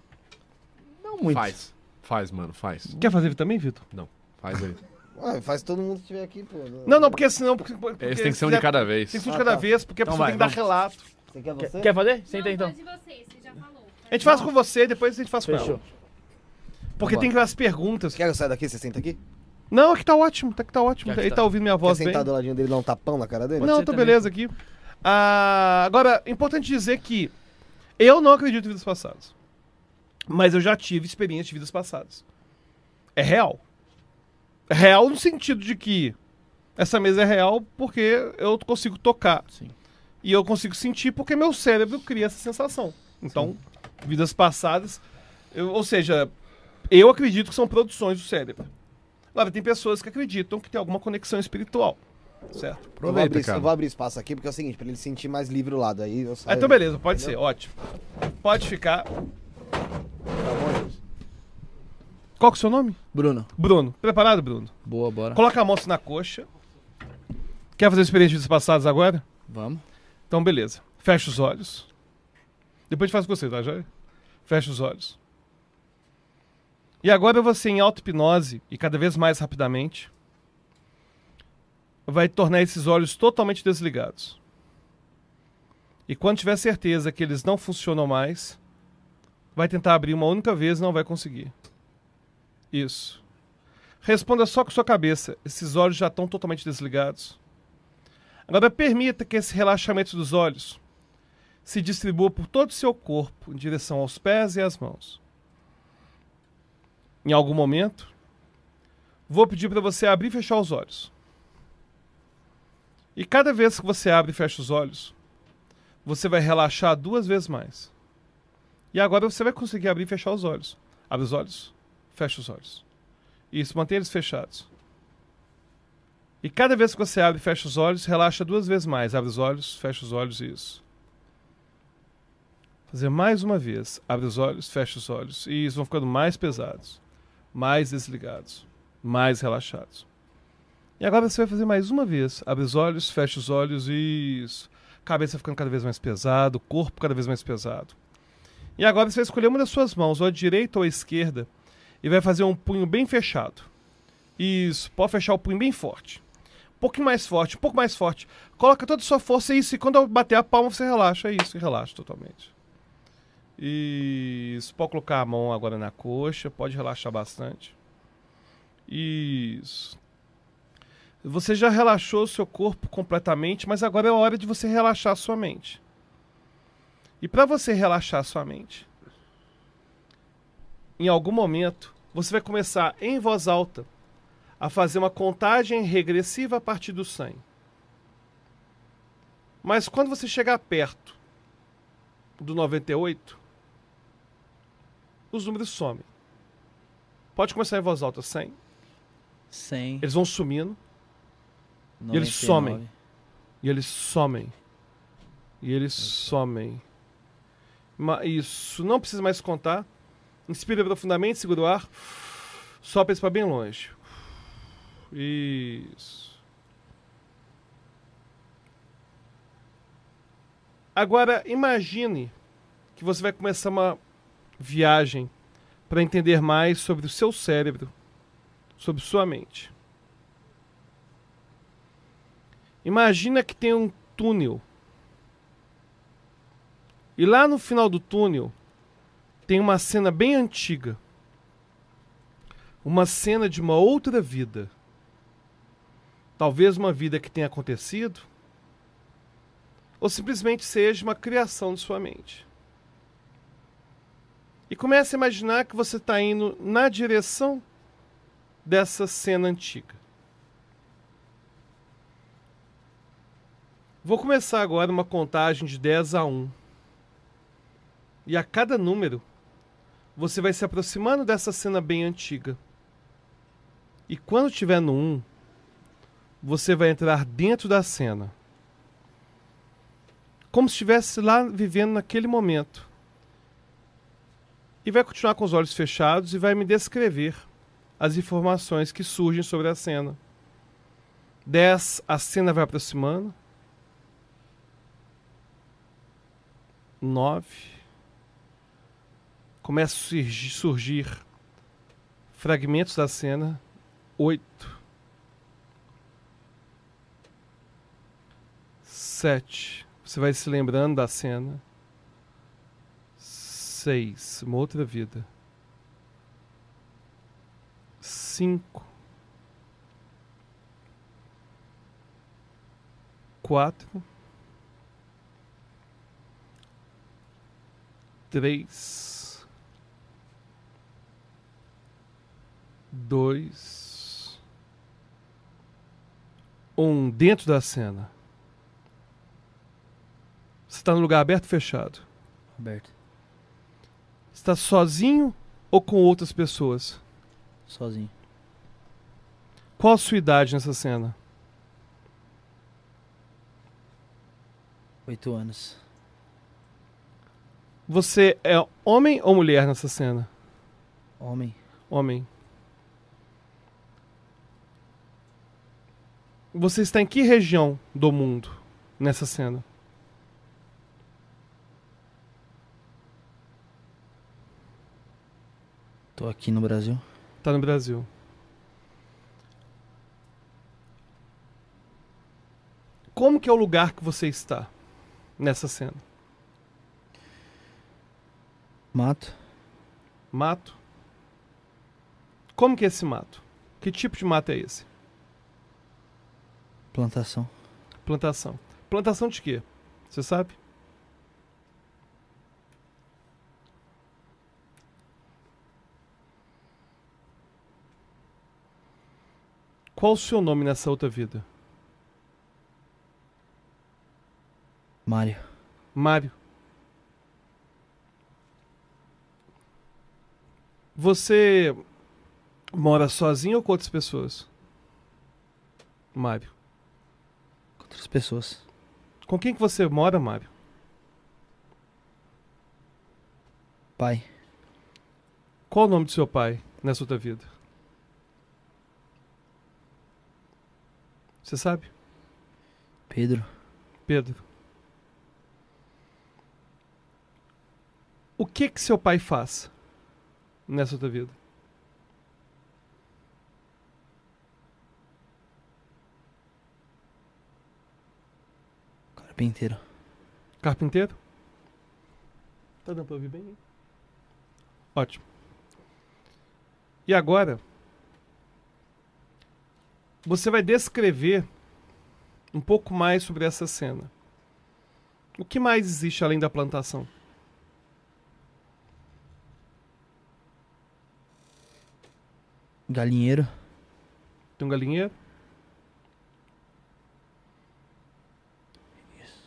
Não muito. Faz. Faz, mano, faz. Quer fazer também, Vitor? Faz aí. Ué, faz todo mundo que estiver aqui, pô. Não, não, porque senão... Porque, porque Esse tem que ser um se de cada vez. Tem que ser um de Ah, cada tá. vez, porque a Então pessoa vai, tem que dar vamos. Você relato. quer você? Quer, quer fazer? Senta aí Não, então. pode você, você já falou. A gente faz com você, depois a gente faz com Fechou. ela. Porque tem que as perguntas. Quer que eu saia daqui? Você senta aqui? Não, aqui tá ótimo, tá, aqui tá ótimo. Aqui Ele tá. tá ouvindo minha Quer voz bem. sentar do ladinho dele e dar um tapão na cara dele? Não, ser tô também. beleza aqui. Ah, agora, é importante dizer que eu não acredito em vidas passadas. Mas eu já tive experiência de vidas passadas. É real. É real no sentido de que essa mesa é real porque eu consigo tocar. Sim. E eu consigo sentir porque meu cérebro cria essa sensação. Então, vidas passadas... eu- ou seja, eu acredito que são produções do cérebro. Agora, tem pessoas que acreditam que tem alguma conexão espiritual. Certo? Eu vou, Aproveita, abrir, cara. eu vou abrir espaço aqui, porque é o seguinte, pra ele se sentir mais livre o lado. Aí eu Ah, saio. então beleza, pode ser, ótimo. Pode ficar. Tá bom, gente? Qual que é o seu nome? Bruno. Bruno. Preparado, Bruno? Boa, bora. Coloca a mão na coxa. Quer fazer experiência de vidas passadas agora? Vamos. Então, beleza. Fecha os olhos. Depois a gente faz com você, tá, Jair? Fecha os olhos. E agora você, em auto-hipnose, e cada vez mais rapidamente, vai tornar esses olhos totalmente desligados. E quando tiver certeza que eles não funcionam mais, vai tentar abrir uma única vez e não vai conseguir. Isso. Responda só com sua cabeça. Esses olhos já estão totalmente desligados. Agora permita que esse relaxamento dos olhos se distribua por todo o seu corpo, em direção aos pés e às mãos. Em algum momento, vou pedir para você abrir e fechar os olhos. E cada vez que você abre e fecha os olhos, você vai relaxar duas vezes mais. E agora você vai conseguir abrir e fechar os olhos. Abre os olhos, fecha os olhos. Isso, mantenha eles fechados. E cada vez que você abre e fecha os olhos, relaxa duas vezes mais. Abre os olhos, fecha os olhos, isso. Fazer mais uma vez. Abre os olhos, fecha os olhos. E isso, vão ficando mais pesados, mais desligados, mais relaxados. E agora você vai fazer mais uma vez. Abre os olhos, fecha os olhos, isso. Cabeça ficando cada vez mais pesado, corpo cada vez mais pesado. E agora você vai escolher uma das suas mãos, ou a direita ou a esquerda, e vai fazer um punho bem fechado. Isso, pode fechar o punho bem forte. Um pouquinho mais forte, um pouco mais forte. Coloca toda a sua força, isso, e quando eu bater a palma você relaxa, é isso, e relaxa totalmente. Isso, pode colocar a mão agora na coxa, pode relaxar bastante. Isso. Você já relaxou o seu corpo completamente, mas agora é a hora de você relaxar a sua mente. E para você relaxar a sua mente, em algum momento, você vai começar em voz alta a fazer uma contagem regressiva a partir do cem. Mas quando você chegar perto do noventa e oito, os números somem. Pode começar em voz alta, cem. cem. Eles vão sumindo. E eles noventa e nove. somem. E eles somem. E eles somem. Ma- Isso. Não precisa mais contar. Inspira profundamente, segura o ar. Sopra isso para bem longe. Isso. Agora, imagine que você vai começar uma viagem para entender mais sobre o seu cérebro, sobre sua mente. Imagina que tem um túnel. E lá no final do túnel tem uma cena bem antiga. Uma cena de uma outra vida. Talvez uma vida que tenha acontecido, ou simplesmente seja uma criação de sua mente. E comece a imaginar que você está indo na direção dessa cena antiga. Vou começar agora uma contagem de dez a um. E a cada número, você vai se aproximando dessa cena bem antiga. E quando estiver no um, você vai entrar dentro da cena. Como se estivesse lá vivendo naquele momento. E vai continuar com os olhos fechados e vai me descrever as informações que surgem sobre a cena. dez, a cena vai aproximando. nove. Começa a surgir, surgir fragmentos da cena. oito. sete. Você vai se lembrando da cena. seis. Uma outra vida. cinco. quatro. três. dois. um. Dentro da cena. Você está no lugar aberto ou fechado? Aberto. Você está sozinho ou com outras pessoas? Sozinho. Qual a sua idade nessa cena? Oito anos. Você é homem ou mulher nessa cena? Homem. Homem. Você está em que região do mundo nessa cena? Tô aqui no Brasil. Tá no Brasil. Como que é o lugar que você está nessa cena? Mato. Mato? Como que é esse mato? Que tipo de mato é esse? Plantação. Plantação. Plantação de quê? Você sabe? Qual o seu nome nessa outra vida? Mário. Mário. Você mora sozinho ou com outras pessoas? Mário. Com outras pessoas. Com quem que você mora, Mário? Pai. Qual o nome do seu pai nessa outra vida? Você sabe? Pedro. Pedro. O que que seu pai faz nessa outra vida? Carpinteiro. Carpinteiro? Tá dando pra ouvir bem? Ótimo. E agora, você vai descrever um pouco mais sobre essa cena. O que mais existe além da plantação? Galinheiro. Tem um galinheiro? Isso.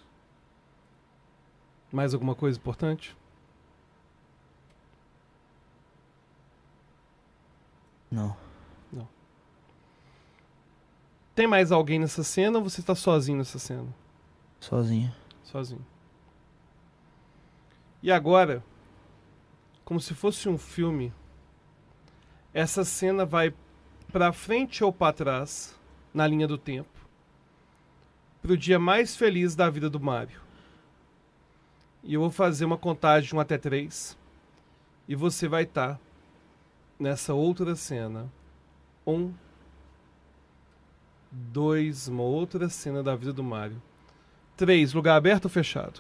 Mais alguma coisa importante? Não. Tem mais alguém nessa cena ou você está sozinho nessa cena? Sozinho. Sozinho. E agora, como se fosse um filme, essa cena vai para frente ou para trás na linha do tempo, pro dia mais feliz da vida do Mário. E eu vou fazer uma contagem de um até três e você vai estar nessa outra cena. Um, dois, uma outra cena da vida do Mário. Três, lugar aberto ou fechado?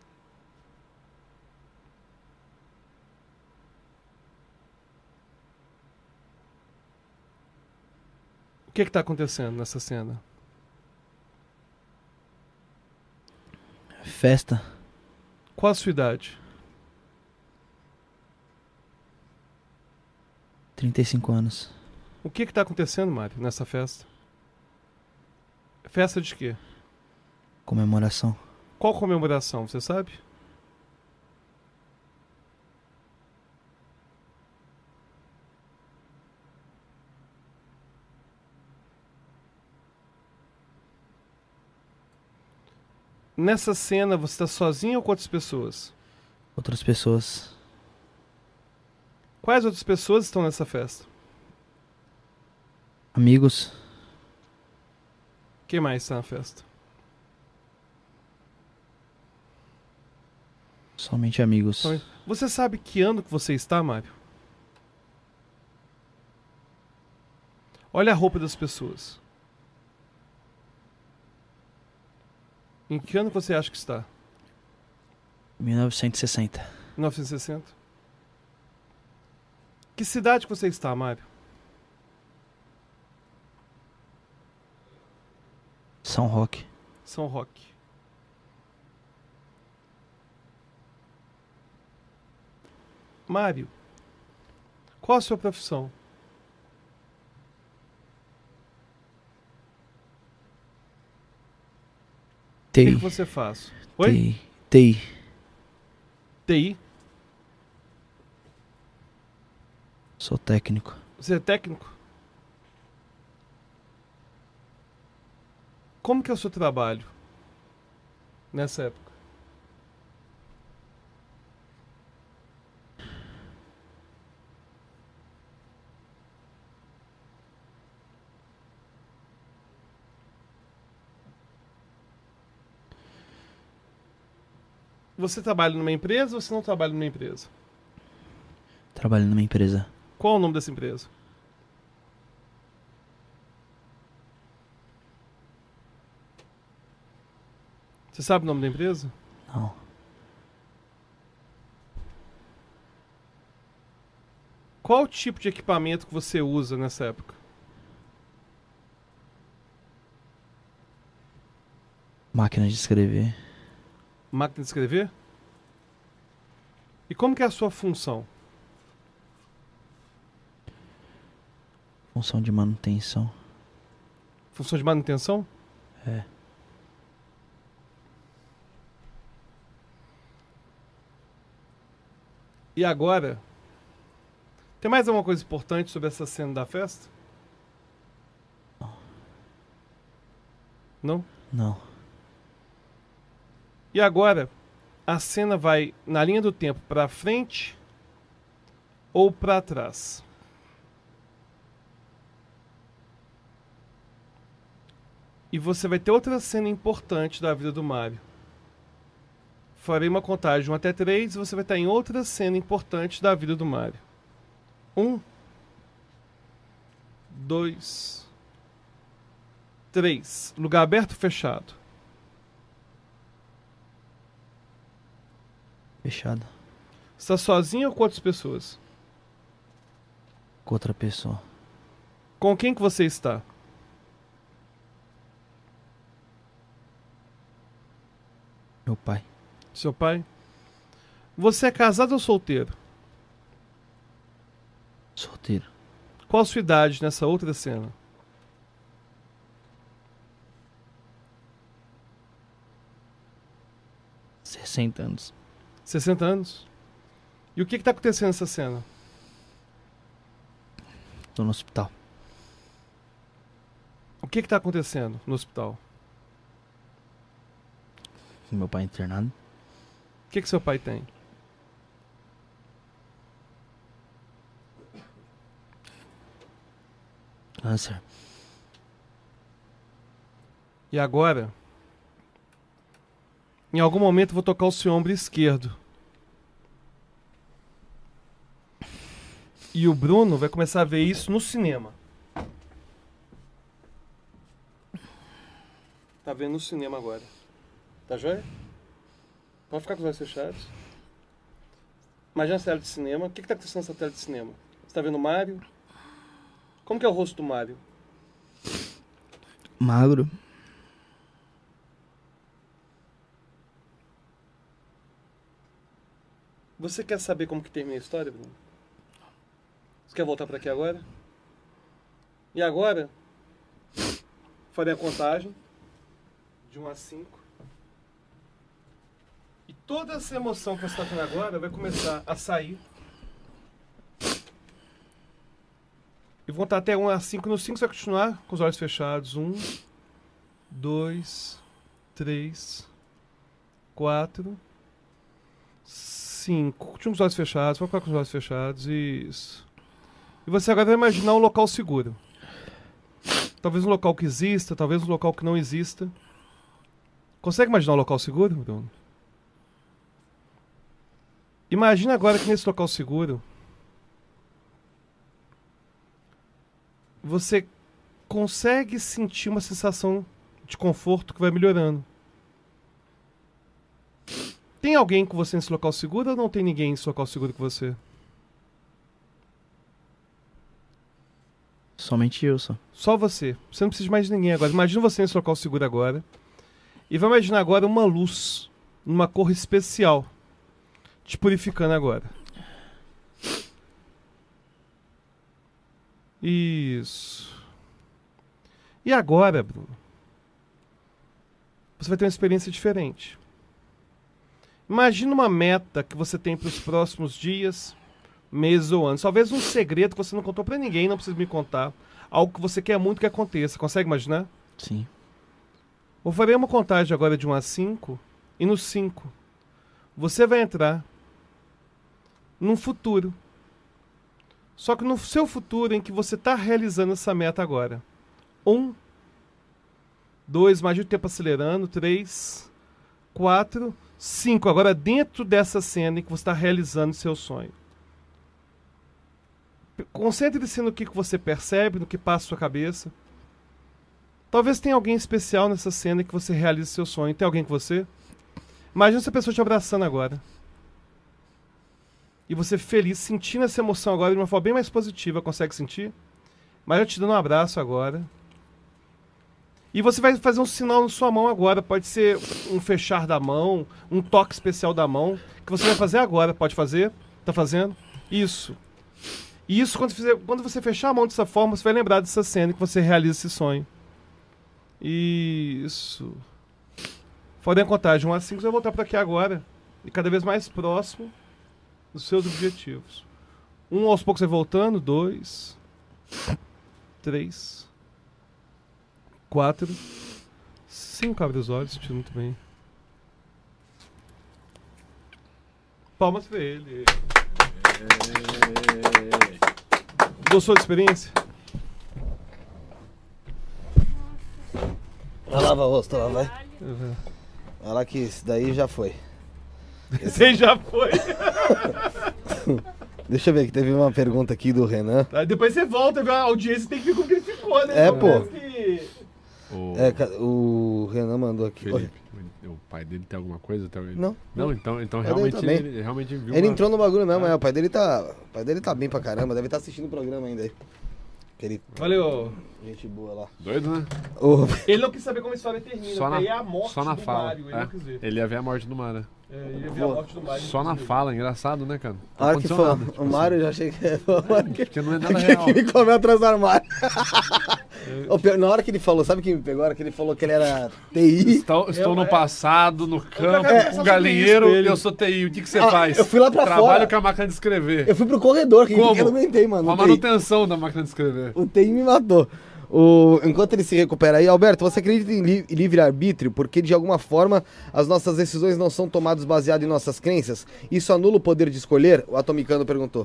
O que está acontecendo nessa cena? Festa. Qual a sua idade? trinta e cinco anos. O que está acontecendo, Mário, nessa festa? Festa de quê? Comemoração. Qual comemoração, você sabe? Nessa cena, você está sozinho ou com outras pessoas? Outras pessoas. Quais outras pessoas estão nessa festa? Amigos. Quem mais está na festa? Somente amigos. Somente- Você sabe que ano que você está, Mário? Olha a roupa das pessoas. Em que ano você acha que está? mil novecentos e sessenta. mil novecentos e sessenta? Que cidade que você está, Mário? São Roque. São Roque. Mário, qual a sua profissão? O que, T I. que você faz? Oi? T I. T I. T I? Sou técnico. Você é técnico? Como que é o seu trabalho? nessa época? Você trabalha numa empresa ou você não trabalha numa empresa? Trabalho numa empresa. Qual é o nome dessa empresa? Você sabe o nome da empresa? Não. Qual o tipo de equipamento que você usa nessa época? Máquina de escrever. Máquina de escrever? E como que é a sua função? Função de manutenção. Função de manutenção? É. E agora? Tem mais alguma coisa importante sobre essa cena da festa? Não? Não. E agora, a cena vai na linha do tempo para frente ou para trás? E você vai ter outra cena importante da vida do Mario. Farei uma contagem de um até três e você vai estar em outra cena importante da vida do Mario. Um. Dois. Três. Lugar aberto ou fechado? Fechado. Você está sozinho ou com outras pessoas? Com outra pessoa. Com quem que você está? Meu pai. Seu pai? Você é casado ou solteiro? Solteiro. Qual a sua idade nessa outra cena? sessenta anos. sessenta anos? E o que está acontecendo nessa cena? Tô no hospital. O que está acontecendo no hospital? Meu pai é internado. O que, que seu pai tem? Câncer. E agora? Em algum momento eu vou tocar o seu ombro esquerdo. E o Bruno vai começar a ver isso no cinema. Tá vendo no cinema agora. Tá joia? Pode ficar com os olhos fechados. Imagina a tela de cinema. O que, que tá acontecendo nessa tela de cinema? Você tá vendo o Mario? Como que é o rosto do Mario? Magro. Você quer saber como que termina a história, Bruno? Você quer voltar para aqui agora? E agora, farei a contagem de um a cinco. E toda essa emoção que você está tendo agora vai começar a sair. E vou contar até um a cinco. No cinco você vai continuar com os olhos fechados. um, dois, três, quatro, cinco. Continua com os olhos fechados. Vai ficar com os olhos fechados. Isso. E você agora vai imaginar um local seguro. Talvez um local que exista, talvez um local que não exista. Consegue imaginar um local seguro, Bruno? Imagina agora que nesse local seguro você consegue sentir uma sensação de conforto que vai melhorando. Tem alguém com você nesse local seguro ou não tem ninguém nesse local seguro com você? Somente eu, só. Só você. Você não precisa de mais de ninguém agora. Imagina você nesse local seguro agora. E vai imaginar agora uma luz, numa cor especial, te purificando agora. Isso. E agora, Bruno, você vai ter uma experiência diferente. Imagina uma meta que você tem para os próximos dias, meses ou anos. Talvez um segredo que você não contou para ninguém, não precisa me contar. Algo que você quer muito que aconteça. Consegue imaginar? Sim. Eu farei uma contagem agora de um a cinco E no cinco, você vai entrar num futuro. Só que no seu futuro em que você está realizando essa meta agora. Um, dois, imagina o tempo acelerando. Três, quatro, cinco. Agora dentro dessa cena em que você está realizando seu sonho. Concentre-se no que você percebe, no que passa na sua cabeça. Talvez tenha alguém especial nessa cena que você realize seu sonho. Tem alguém com você? Imagina essa pessoa te abraçando agora. E você feliz, sentindo essa emoção agora de uma forma bem mais positiva. Consegue sentir? Imagina te dando um abraço agora. E você vai fazer um sinal na sua mão agora. Pode ser um fechar da mão, um toque especial da mão. Que você vai fazer agora. Pode fazer? Tá fazendo? Isso. E isso, quando, fizer, quando você fechar a mão dessa forma, você vai lembrar dessa cena que você realiza esse sonho. Isso. Fora a contagem, um a cinco, você vai voltar para aqui agora. E cada vez mais próximo dos seus objetivos. Um, aos poucos, vai voltando. Dois. Três. Quatro. Cinco, abre os olhos, sentindo muito bem. Palmas pra ele. Gostou da experiência? Vai lavar o rosto lá, vai. Olha lá que isso daí já foi. Você já foi. Deixa eu ver que teve uma pergunta aqui do Renan. Aí depois você volta, viu? A audiência tem que ver como que ele ficou, né? É, pô. Que... O É, ca- o Renan mandou aqui. Felipe, o pai dele tem alguma coisa? Tem... Não. Não, então, então O pai dele realmente, também. ele, realmente viu Ele uma- entrou no bagulho mesmo, é. O pai dele tá. O pai dele tá bem pra caramba, deve estar assistindo o programa ainda aí. Aquele Valeu. gente boa lá. Doido, né? Ô, Ele não quis saber como a história termina. Só na, Aí é a morte só na do fala. Mário, ele é. não quis ver. Ele ia ver a morte do Mário. É, ele ia ver a morte do Mário. Só na inclusive. fala, engraçado, né, cara? a hora que aconteceu foi nada, tipo o assim. Mário, eu já achei que foi o Mário que, Porque não é nada que, real. que me comeu atrás do armário. Ô, pior, na hora que ele falou, sabe o que me pegou? Na hora que ele falou que ele era T I. Estou, estou Eu- no é- passado, no campo, quero com conversar o sobre galinheiro, isso com e ele. eu sou T I. O que, que você Ah, faz? eu fui lá pra Trabalho fora. com a máquina de escrever. Eu fui pro corredor, que, Como? que eu não aguentei, mano. Com a O T I. manutenção da máquina de escrever. O T I me matou. O... Enquanto ele se recupera aí, Alberto, você acredita em li- livre-arbítrio? Porque de alguma forma as nossas decisões não são tomadas baseado em nossas crenças? Isso anula o poder de escolher? O Atomicano perguntou.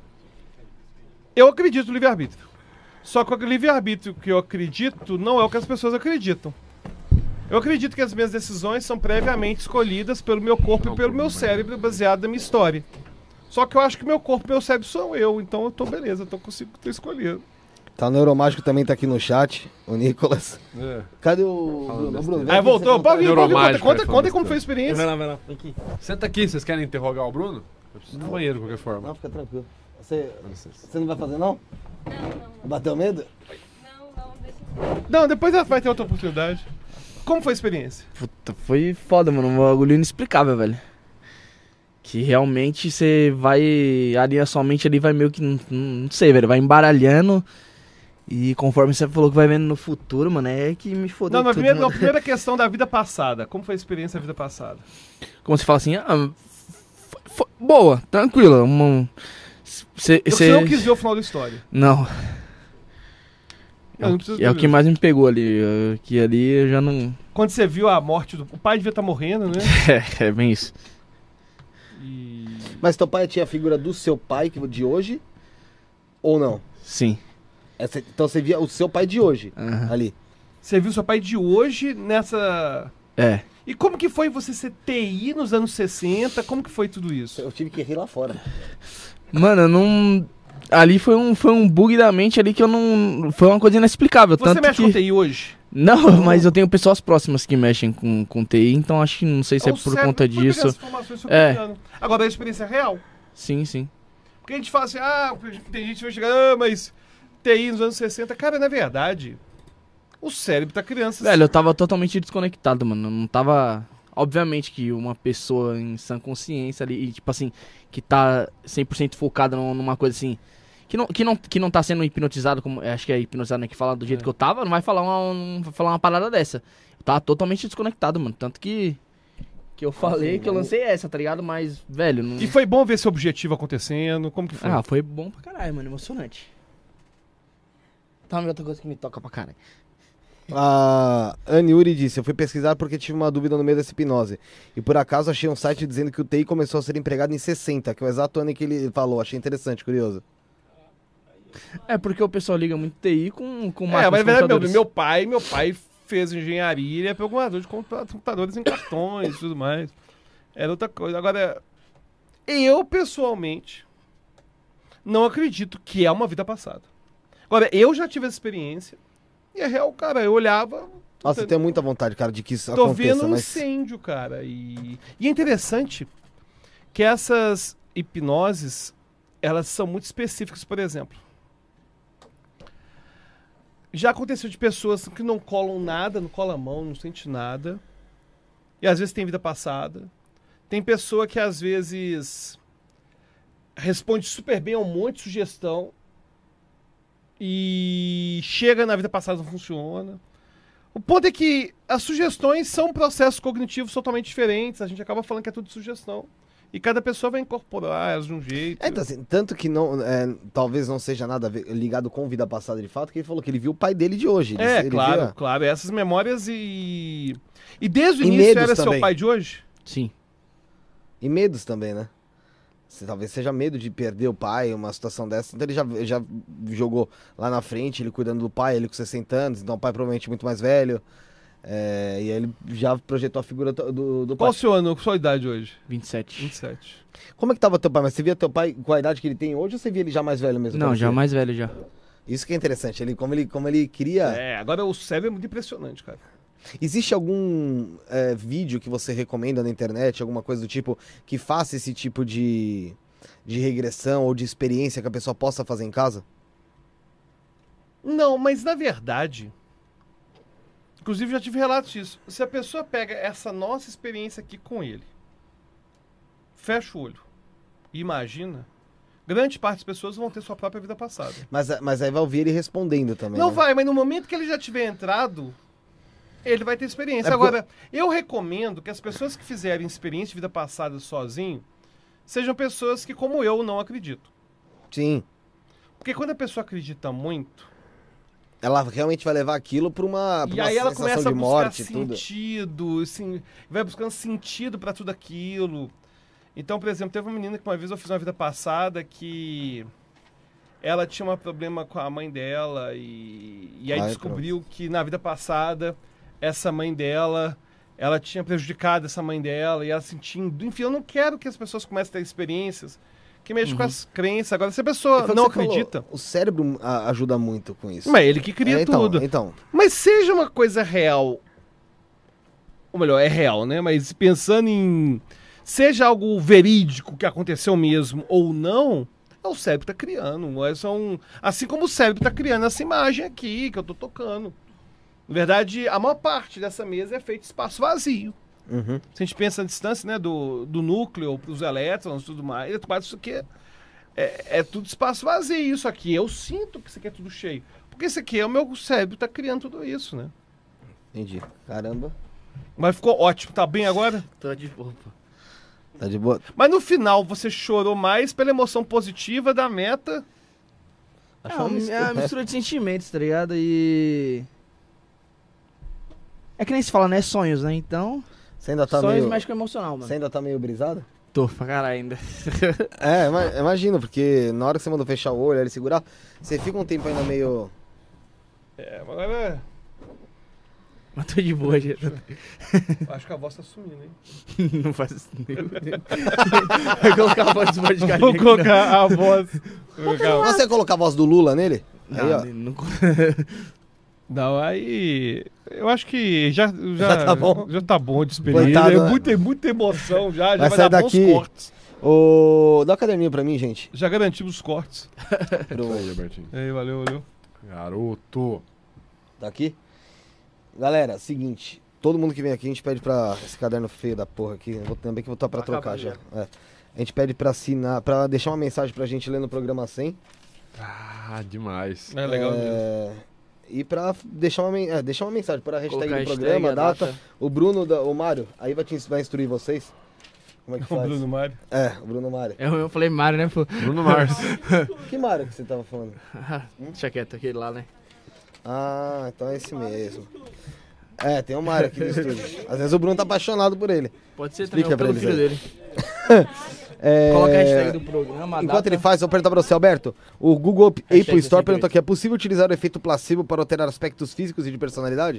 Eu acredito no livre-arbítrio. Só que o livre-arbítrio que eu acredito não é o que as pessoas acreditam. Eu acredito que as minhas decisões são previamente escolhidas pelo meu corpo e pelo meu cérebro, baseado na minha história. Só que eu acho que meu corpo e meu cérebro sou eu, então eu tô beleza, eu tô consigo ter escolhido. Tá, o Neuromágico também tá aqui no chat, o Nicolas. É. Cadê o Falando Bruno? besteira. Bruno, vem Aí aqui pra voltou, você contar. pode vir, pode vir, conta, Neuromágico, conta, é, conta como falando foi a experiência. Vai lá, vai lá. Aqui. Senta aqui, vocês querem interrogar o Bruno? Eu preciso do banheiro, de qualquer forma. Não, fica tranquilo. Você, Dá licença. você não vai fazer, não? Não, não, Bateu medo? não, não, deixa eu... Não, depois vai ter outra oportunidade. Como foi a experiência? Puta, foi foda, mano. Um bagulho inexplicável, velho. Que realmente você vai. Ali a sua mente ali vai meio que. Não, não sei, velho. Vai embaralhando. E conforme você falou que vai vendo no futuro, mano, é que me fodeu. Não, mas tudo, primeiro, mano. a primeira questão da vida passada. Como foi a experiência da vida passada? Como você fala assim, ah, foi- foi boa, tranquila. Uma, cê, Eu cê- não quis ver o final da história. Não. É, Eu não o, preciso que- é o ver que isso. mais me pegou ali. é, Que ali eu já não. Quando você viu a morte do... O pai devia estar morrendo, né? É, é bem isso. E... Mas teu pai tinha a figura do seu pai que- de hoje? Ou não? Sim. Essa- então você via o seu pai de hoje Aham. ali. Você viu seu pai de hoje nessa... É. E como que foi você ser T I nos anos sessenta? Como que foi tudo isso? Eu tive que rir lá fora. Mano, eu não. Ali foi um, foi um bug da mente ali que eu não. Foi uma coisa inexplicável. Você tanto mexe que... com T I hoje? Não, mas eu tenho pessoas próximas que mexem com, com T I, então acho que não sei se é O por cérebro conta foi pegar disso. essas informações sobre É. o piano. Agora, a experiência real. Sim, sim. Porque a gente fala assim, ah, tem gente que vai chegar, ah, mas T I nos anos sessenta. Cara, na verdade, o cérebro da criança... Velho, eu tava totalmente desconectado, mano. Eu não tava. Obviamente que uma pessoa em sã consciência ali, e, tipo assim, que tá cem por cento focada num- numa coisa assim. Que não, que, não, que não tá sendo hipnotizado, como. Acho que é hipnotizado, né? Que fala do jeito É. que eu tava, não vai falar uma, não vai falar uma parada dessa. Eu tava totalmente desconectado, mano. Tanto que. Que eu falei que eu lancei essa, tá ligado? Mas, velho. Não... E foi bom ver esse objetivo acontecendo? Como que foi? Ah, foi bom pra caralho, mano. Emocionante. Tá, uma outra coisa que me toca pra caralho. A Anne Yuri disse, eu fui pesquisar porque tive uma dúvida no meio dessa hipnose. E por acaso achei um site dizendo que o T I começou a ser empregado em sessenta, que é o exato ano em que ele falou. Achei interessante, curioso. É porque o pessoal liga muito T I com, com É, máquinas mas é verdade, meu, computadores. meu pai, meu pai fez engenharia, ele é programador de computa- computadores em cartões e tudo mais. Era outra coisa. Agora, eu pessoalmente não acredito que é uma vida passada. Agora, eu já tive essa experiência e é real, cara, eu olhava... Nossa, eu tenho muita vontade, cara, de que isso Tô aconteça, vendo um mas... incêndio, cara. E, e é interessante que essas hipnoses, elas são muito específicas, por exemplo. Já aconteceu de pessoas que não colam nada, não colam a mão, não sente nada. E às vezes tem vida passada. Tem pessoa que às vezes responde super bem a um monte de sugestão e chega na vida passada não funciona. O ponto é que as sugestões são processos cognitivos totalmente diferentes. A gente acaba falando que é tudo sugestão. E cada pessoa vai incorporar elas de um jeito. É, então, assim, tanto que não, é, talvez não seja nada a ver- ligado com vida passada de fato, que ele falou que ele viu o pai dele de hoje. Ele- É, ele claro, viu a- claro. Essas memórias e... E desde o E início medos era seu também. pai de hoje? Sim. E medos também, né? Se, talvez seja medo de perder o pai, uma situação dessa. Então ele já, já jogou lá na frente, ele cuidando do pai, ele com sessenta anos, então o pai provavelmente muito mais velho. É, e aí ele já projetou a figura do, do, do pai. Qual o seu ano, sua idade hoje? vinte e sete. vinte e sete. Como é que tava teu pai? Mas você via teu pai com a idade que ele tem hoje ou você via ele já mais velho mesmo? Não, quando já via? mais velho já. Isso que é interessante, ele, como, ele, como ele queria... É, agora o cérebro é muito impressionante, cara. Existe algum é, vídeo que você recomenda na internet, alguma coisa do tipo, que faça esse tipo de, de regressão ou de experiência que a pessoa possa fazer em casa? Não, mas na verdade... Inclusive já tive relatos disso. Se a pessoa pega essa nossa experiência aqui com ele, fecha o olho e imagina, grande parte das pessoas vão ter sua própria vida passada. Mas, mas aí vai ouvir ele respondendo também, Não né? vai, mas no momento que ele já tiver entrado, ele vai ter experiência. É porque- Agora, eu recomendo que as pessoas que fizerem experiência de vida passada sozinho sejam pessoas que, como eu, não acreditam. Sim. Porque quando a pessoa acredita muito, Ela realmente vai levar aquilo pra uma, pra e uma aí ela sensação começa a de buscar morte e tudo. sentido, assim, vai buscando sentido pra tudo aquilo. Então, por exemplo, teve uma menina que uma vez eu fiz uma vida passada que ela tinha um problema com a mãe dela e, e aí Ai, descobriu que na vida passada essa mãe dela, ela tinha prejudicado essa mãe dela e ela sentindo... Enfim, eu não quero que as pessoas comecem a ter experiências que mexem com as crenças. Agora, se a E pessoa foi o que não você falou, acredita... o cérebro a- ajuda muito com isso. Mas é ele que cria É, então, tudo. Então, Mas seja uma coisa real, ou melhor, é real, né? Mas pensando em... Seja algo verídico que aconteceu mesmo ou não, é o cérebro que tá criando. É só um- Assim como o cérebro tá criando essa imagem aqui que eu tô tocando. Na verdade, a maior parte dessa mesa é feita de espaço vazio. uhum. Se a gente pensa na distância, né, do, do núcleo para os elétrons e tudo mais, isso aqui é, é, é tudo espaço vazio. Isso aqui, eu sinto que isso aqui é tudo cheio. Porque isso aqui é o meu cérebro tá criando tudo isso, né? Entendi. Caramba. Mas ficou ótimo, tá bem agora? Tô de boa. pô. Tá de boa. Mas no final você chorou mais pela emoção positiva da meta. É Achou uma, isso? é uma mistura de sentimentos, tá ligado? E... É que nem se fala, né? Sonhos, né? Então, Você ainda tá sonhos meio... mexem com o emocional, mano. Você ainda tá meio brisado? Tô pra caralho ainda. É, ima- imagino, porque na hora que você mandou fechar o olho, ele segurar, você fica um tempo ainda meio... É, mas agora Mas tô de boa, já. acho que a voz tá sumindo, hein? Não faz isso. Vai colocar a voz do podcast. Vou aqui, colocar a voz. Vou colocar- Você colocar a voz do Lula nele? Não, Aí, ó. não, não... Não, aí. Eu acho que já, já, Já tá bom. Já tá bom de experiência. Coitado, É né? muita, muita emoção já. Já Vai vai, sair dar daqui. bons cortes. Ô, dá uma caderninha pra mim, gente. Já garantimos os cortes. Pro... Aí, Albertinho. Aí, valeu, valeu. Garoto. Tá aqui? Galera, seguinte. Todo mundo que vem aqui, a gente pede pra... Esse caderno feio da porra aqui, eu vou também que botar pra Vai trocar acabar já. já. É. A gente pede pra assinar, pra deixar uma mensagem pra gente ler no programa cem. Ah, demais. É legal mesmo. É... E pra deixar uma, men- é, deixar uma mensagem, por a hashtag Colocar do hashtag, programa, a a data. data. O Bruno, da- o Mário, aí vai, te, vai instruir vocês. Como é que O faz? Bruno Mário. É, o Bruno Mário. Eu, eu falei Mário, né, pô? Bruno Mars. Que Mário que você tava falando? Deixa quieto, aquele lá, né? Ah, então é esse mesmo. É, tem o Mário aqui no estúdio. Às vezes o Bruno tá apaixonado por ele. Pode ser Explica também, pra pelo eles filho aí. dele. É... Coloca a hashtag do programa. a Enquanto data. ele faz, eu vou perguntar pra você, Alberto. O Google Apple Hashtag Store sessenta e perguntou oito. aqui: é possível utilizar o efeito placebo para alterar aspectos físicos e de personalidade?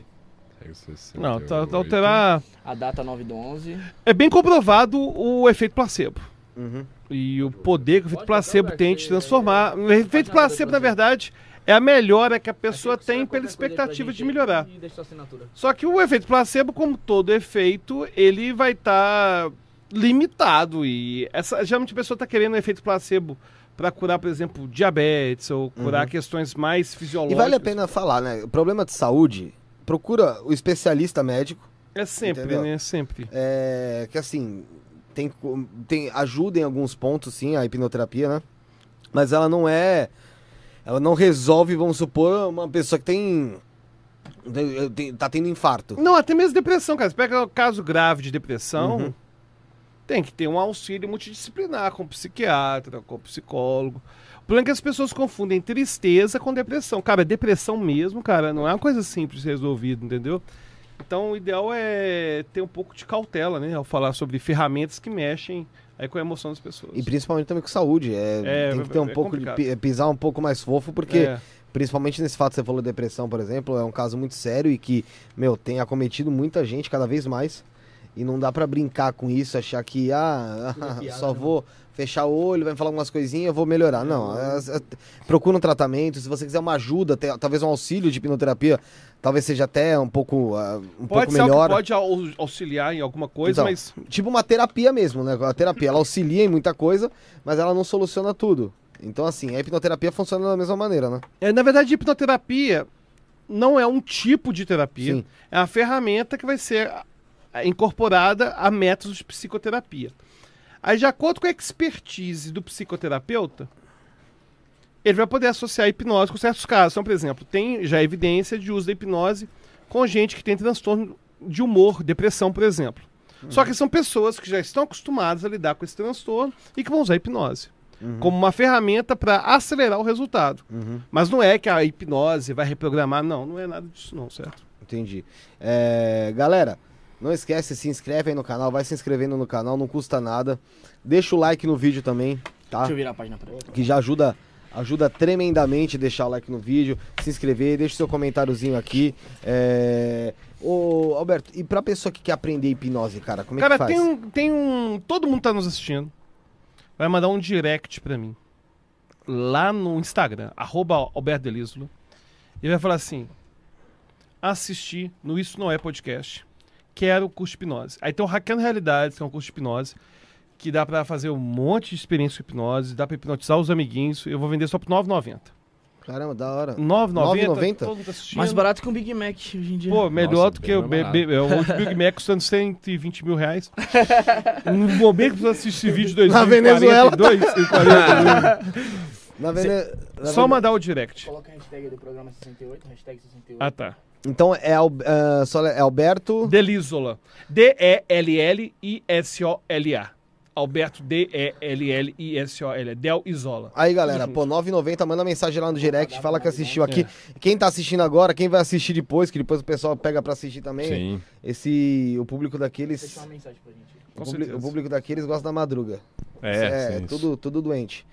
Não, tá, tá alterar... A data nove do onze. É bem comprovado o efeito placebo. Uhum. E o poder que o efeito placebo tem de transformar. O efeito placebo, na verdade, é a melhora que a pessoa tem pela expectativa de melhorar. Só que o efeito placebo, como todo efeito, ele vai estar limitado. E essa, geralmente a pessoa está querendo um efeito placebo para curar, por exemplo, diabetes ou curar Uhum. questões mais E fisiológicas. vale a pena falar, né? O problema de saúde, procura o especialista médico, É sempre, Entendeu? né? Sempre. é, que assim, tem, tem, ajuda em alguns pontos, sim, a hipnoterapia, né? Mas ela não é... Ela não resolve, vamos supor, uma pessoa que tem... tem- tem- tá tendo infarto. Não, até mesmo depressão, cara. Você pega o caso grave de depressão, Uhum. tem que ter um auxílio multidisciplinar com psiquiatra, com psicólogo. O problema é que as pessoas confundem tristeza com depressão. Cara, depressão mesmo, cara, não é uma coisa simples de resolvida, entendeu? Então, o ideal é ter um pouco de cautela, né? Ao falar sobre ferramentas que mexem aí com a emoção das pessoas. E principalmente também com saúde. É, É, tem que ter um é pouco de complicado. pi- pisar um pouco mais fofo, porque É. principalmente nesse fato que você falou de depressão, por exemplo, é um caso muito sério e que, meu, tem acometido muita gente cada vez mais. E não dá pra brincar com isso, achar que, ah, só vou fechar o olho, vai me falar algumas coisinhas, eu vou melhorar. Não, é, é, procura um tratamento, se você quiser uma ajuda, te- talvez um auxílio de hipnoterapia, talvez seja até um pouco, ah, um Pode pouco ser algo melhor. que pode au- auxiliar em alguma coisa, Então, mas Tipo uma terapia mesmo, né? A terapia, ela auxilia em muita coisa, mas ela não soluciona tudo. Então, assim, a hipnoterapia funciona da mesma maneira, né? É, na verdade, hipnoterapia não é um tipo de terapia, Sim. é uma ferramenta que vai ser ah, incorporada a métodos de psicoterapia. Aí, de acordo com a expertise do psicoterapeuta, ele vai poder associar a hipnose com certos casos. Então, por exemplo, tem já evidência de uso da hipnose com gente que tem transtorno de humor, depressão, por exemplo. Só que são pessoas que já estão acostumadas a lidar com esse transtorno e que vão usar a hipnose como uma ferramenta para acelerar o resultado. Uhum. Mas não é que a hipnose vai reprogramar, não, não é nada disso não, certo? Entendi. É, galera, não esquece, se inscreve aí no canal, vai se inscrevendo no canal, não custa nada. Deixa o like no vídeo também, tá? Deixa eu virar a página pra ele. Que já ajuda, ajuda tremendamente deixar o like no vídeo, se inscrever, deixa seu comentáriozinho aqui. É... Ô, Alberto, e pra pessoa que quer aprender hipnose, cara, como é Cara, que faz? tem um, tem um... Todo mundo tá nos assistindo. Vai mandar um direct pra mim. Lá no Instagram, arroba Alberto Delísolo. E vai falar assim, assisti no Isso Não É Podcast, quero curso de hipnose. Aí tem o Hackeando Realidades, que é um curso de hipnose, que dá pra fazer um monte de experiência com hipnose, dá pra hipnotizar os amiguinhos. Eu vou vender só por nove reais e noventa centavos. Caramba, da hora. nove reais e noventa nove reais e centavos, noventa? todo mundo tá assistindo. Mais barato que um Big Mac hoje em dia. Pô, melhor Nossa, do bem que o mais Be- Be- é, o Big Mac custando cento e vinte mil reais. No momento que você assistir esse vídeo de dois Na mil e Venezuela, quarenta e dois, e quarenta e dois, Na Vene... na só Vene- mandar o direct. Coloca a hashtag do programa sessenta e oito, hashtag sessenta e oito. Ah, tá. Então é, Al... ah, só é Alberto... Delísola. D E L L I S O L A. Alberto D E L L I S O L A. Del Isola. Aí, galera, pô, nove reais e noventa, manda mensagem lá no direct, fala que assistiu aqui. É. Quem tá assistindo agora, quem vai assistir depois, que depois o pessoal pega pra assistir também. Sim. Esse, o público daqueles, Deixa uma mensagem pra gente. o, Com publi- certeza. o público daqueles gosta da madruga. É, é sim, tudo, tudo doente.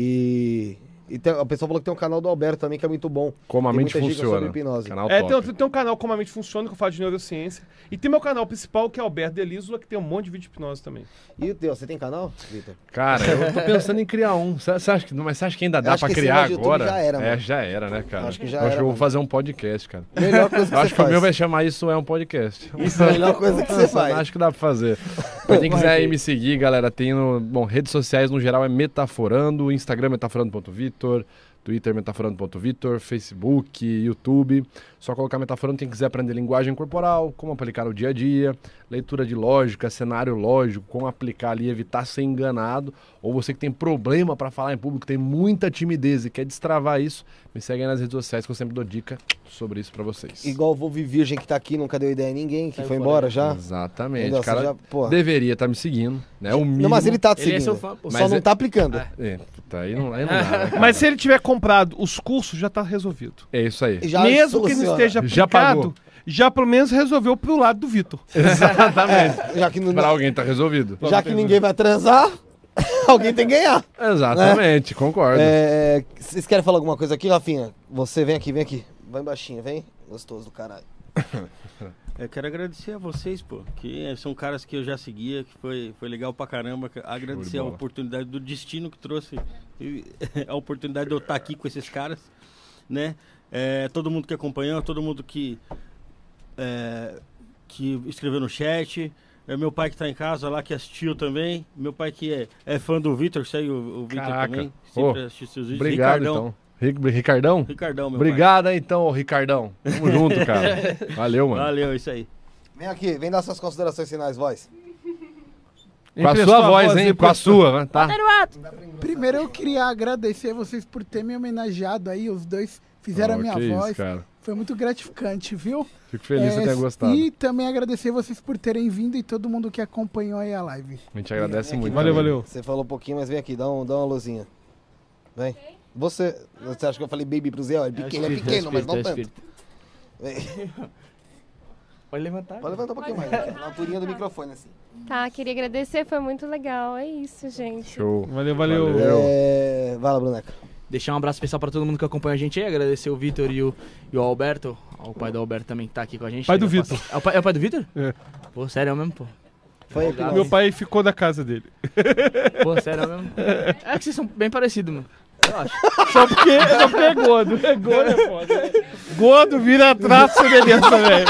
E, e tem, a pessoa falou que tem um canal do Alberto também, que é muito bom. Como a Tem mente muita dica funciona. sobre hipnose. Canal É, top. tem, tem um canal Como a Mente Funciona, que eu falo de neurociência. E tem meu canal principal, que é Alberto Delísolo, que tem um monte de vídeo de hipnose também. E o teu, você tem canal, Vitor? Cara, eu tô pensando em criar um. Você você acha que, mas você acha que ainda Eu dá acho pra que esse criar negócio de YouTube agora? já era, é, mano. já era, né, cara? Acho que já eu acho era, que eu vou mano. fazer um podcast, cara. Melhor coisa que Eu você acho que o faz. meu vai chamar Isso É um Podcast. Isso é a melhor coisa que você faz. Acho que dá pra fazer. Pra quem quiser aí me seguir, galera, tem no. Bom, redes sociais no geral é Metaforando, Instagram metaforando ponto vitor, Twitter metaforando ponto vitor, Facebook, YouTube. Só colocar Metaforando quem quiser aprender linguagem corporal, como aplicar no dia a dia, leitura de lógica, cenário lógico, como aplicar ali, evitar ser enganado. Ou você que tem problema pra falar em público, tem muita timidez e quer destravar isso, me segue aí nas redes sociais que eu sempre dou dica sobre isso pra vocês. Igual o Volvi Virgem que tá aqui, nunca deu ideia a ninguém, que Saiu foi fora, embora né? já. Exatamente, Entendeu? Você cara. já, pô. Deveria estar me seguindo, né? O mínimo. Não, mas ele tá te Ele é seguindo. seu fã, pô. Só Mas não é- tá aplicando. É, puta, aí não, aí não dá, né, cara? Mas se ele tiver como comprado os cursos, já tá resolvido. É isso aí. Já Mesmo que não soluciona. esteja Já aplicado, pagou. já pelo menos resolveu pro lado do Vitor. Exatamente. É, já que, não, Pra alguém tá resolvido. já que ninguém vai transar, alguém tem que ganhar. Exatamente, concordo. É, vocês querem falar alguma coisa aqui, Rafinha? Você vem aqui, vem aqui. Vai embaixinho, vem. Gostoso do caralho. Eu quero agradecer a vocês, pô, que são caras que eu já seguia, que foi, foi legal pra caramba. Agradecer a bola. oportunidade do destino que trouxe e a oportunidade de eu estar aqui com esses caras, né? É, todo mundo que acompanhou, todo mundo que, é, que escreveu no chat. É, meu pai que tá em casa lá, que assistiu também. Meu pai que é, é fã do Vitor, segue o, o Vitor Caraca. também. Sempre Ô, assiste seus vídeos. Obrigado, Ricardão. então. Ric- Ricardão? Ricardão, meu pai. Obrigado, hein, então, ô, Ricardão. Tamo junto, cara. Valeu, mano. Valeu, isso aí. Vem aqui, vem dar suas considerações finais, voz. Com a Emprestou sua voz, voz, hein? Com a emprestou. sua, tá? Primeiro eu queria agradecer vocês por terem me homenageado aí, os dois fizeram Oh, a minha que voz. Isso, cara. Foi muito gratificante, viu? Fico feliz que É, você tenha gostado. E também agradecer vocês por terem vindo e todo mundo que acompanhou aí a live. A gente agradece Vem aqui, muito. Valeu, também. valeu. Você falou um pouquinho, mas vem aqui, dá, um, dá uma luzinha. Vem. Você, você acha que eu falei baby pro Zé? Ó, Ele, pequeno, ele é pequeno, mas não tanto. Vem. Pode levantar. Pode levantar um pouquinho mais, aqui, na alturinha do microfone, assim. Tá, queria agradecer, foi muito legal. É isso, gente. Show. Valeu, valeu. Valeu. É... Vai lá, Bruneca. Deixar um abraço especial pra todo mundo que acompanha a gente aí. Agradecer o Vitor e o, e o Alberto. O pai do Alberto também tá aqui com a gente. Pai do Ele Vitor. passa- É o pai, é o pai do Vitor? É. Pô, sério é mesmo, pô. Foi aqui, Meu pai ficou da casa dele. Pô, sério é mesmo. É que vocês são bem parecidos, mano. Eu acho. Só porque, só porque é gordo. É gordo é foda. Gordo vira traço semelhança, velho.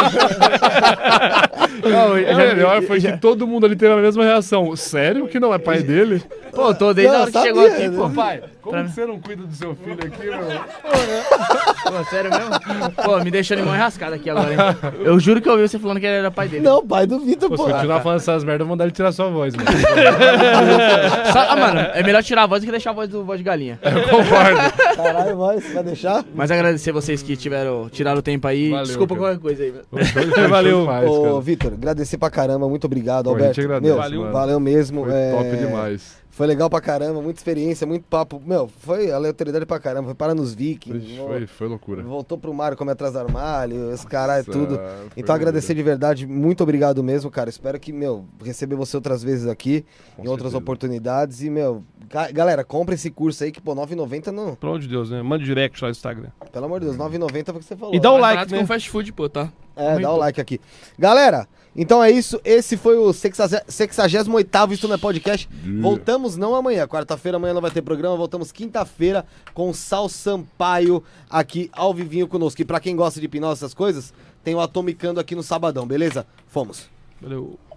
Não, eu O já- melhor foi que todo mundo ali teve a mesma reação. Sério que não é pai dele? Pô, tô desde Não, a hora que sabia, chegou aqui, né? pô. Pai, como Pra que mim. você não cuida do seu filho aqui, meu? Pô, sério mesmo? Pô, me deixou de mão enrascada aqui agora, hein? Eu juro que eu ouvi você falando que ele era pai dele. Não, pai do Vitor, Pô, pô. se continuar falando essas merdas, eu vou mandar ele tirar sua voz, mano. Só- ah, mano, é melhor tirar a voz do que deixar a voz do voz de galinha. Concordo. Caralho, voz, vai deixar? Mas agradecer vocês que tiveram, tiraram o tempo aí. Valeu, Desculpa cara. qualquer coisa aí, velho. Valeu. Demais, Ô, cara. Vitor, agradecer pra caramba, muito obrigado, Pô, a gente Alberto. agradece, Meu, Valeu. mano. valeu mesmo. Foi é, top demais. Foi legal pra caramba, muita experiência, muito papo. Meu, foi aleatoriedade pra caramba, foi parar nos Vikings. Ixi, Foi, foi loucura. Voltou pro Mário comer atrás do armário, esse caralho, Nossa, tudo. foi Então agradecer doido. de verdade, muito obrigado mesmo, cara. Espero que, meu, receber você outras vezes aqui, Com em outras certeza. oportunidades. E, meu, ga- galera, compra esse curso aí que, pô, nove reais e noventa centavos não. Pelo amor de Deus, né? Manda direct lá no Instagram. Pelo amor de Deus, nove reais e noventa centavos foi o que você falou. E dá o Mais like, barato que né? um fast food, pô, tá? É, dá o like aqui. Galera, então é isso. Esse foi o sexagésimo oitavo Isso Não É Podcast. Voltamos não amanhã. Quarta-feira, amanhã não vai ter programa. Voltamos quinta-feira com o Sal Sampaio aqui ao vivinho conosco. E pra quem gosta de hipnose, essas coisas, tem o Atomicando aqui no sabadão, beleza? Fomos. Valeu.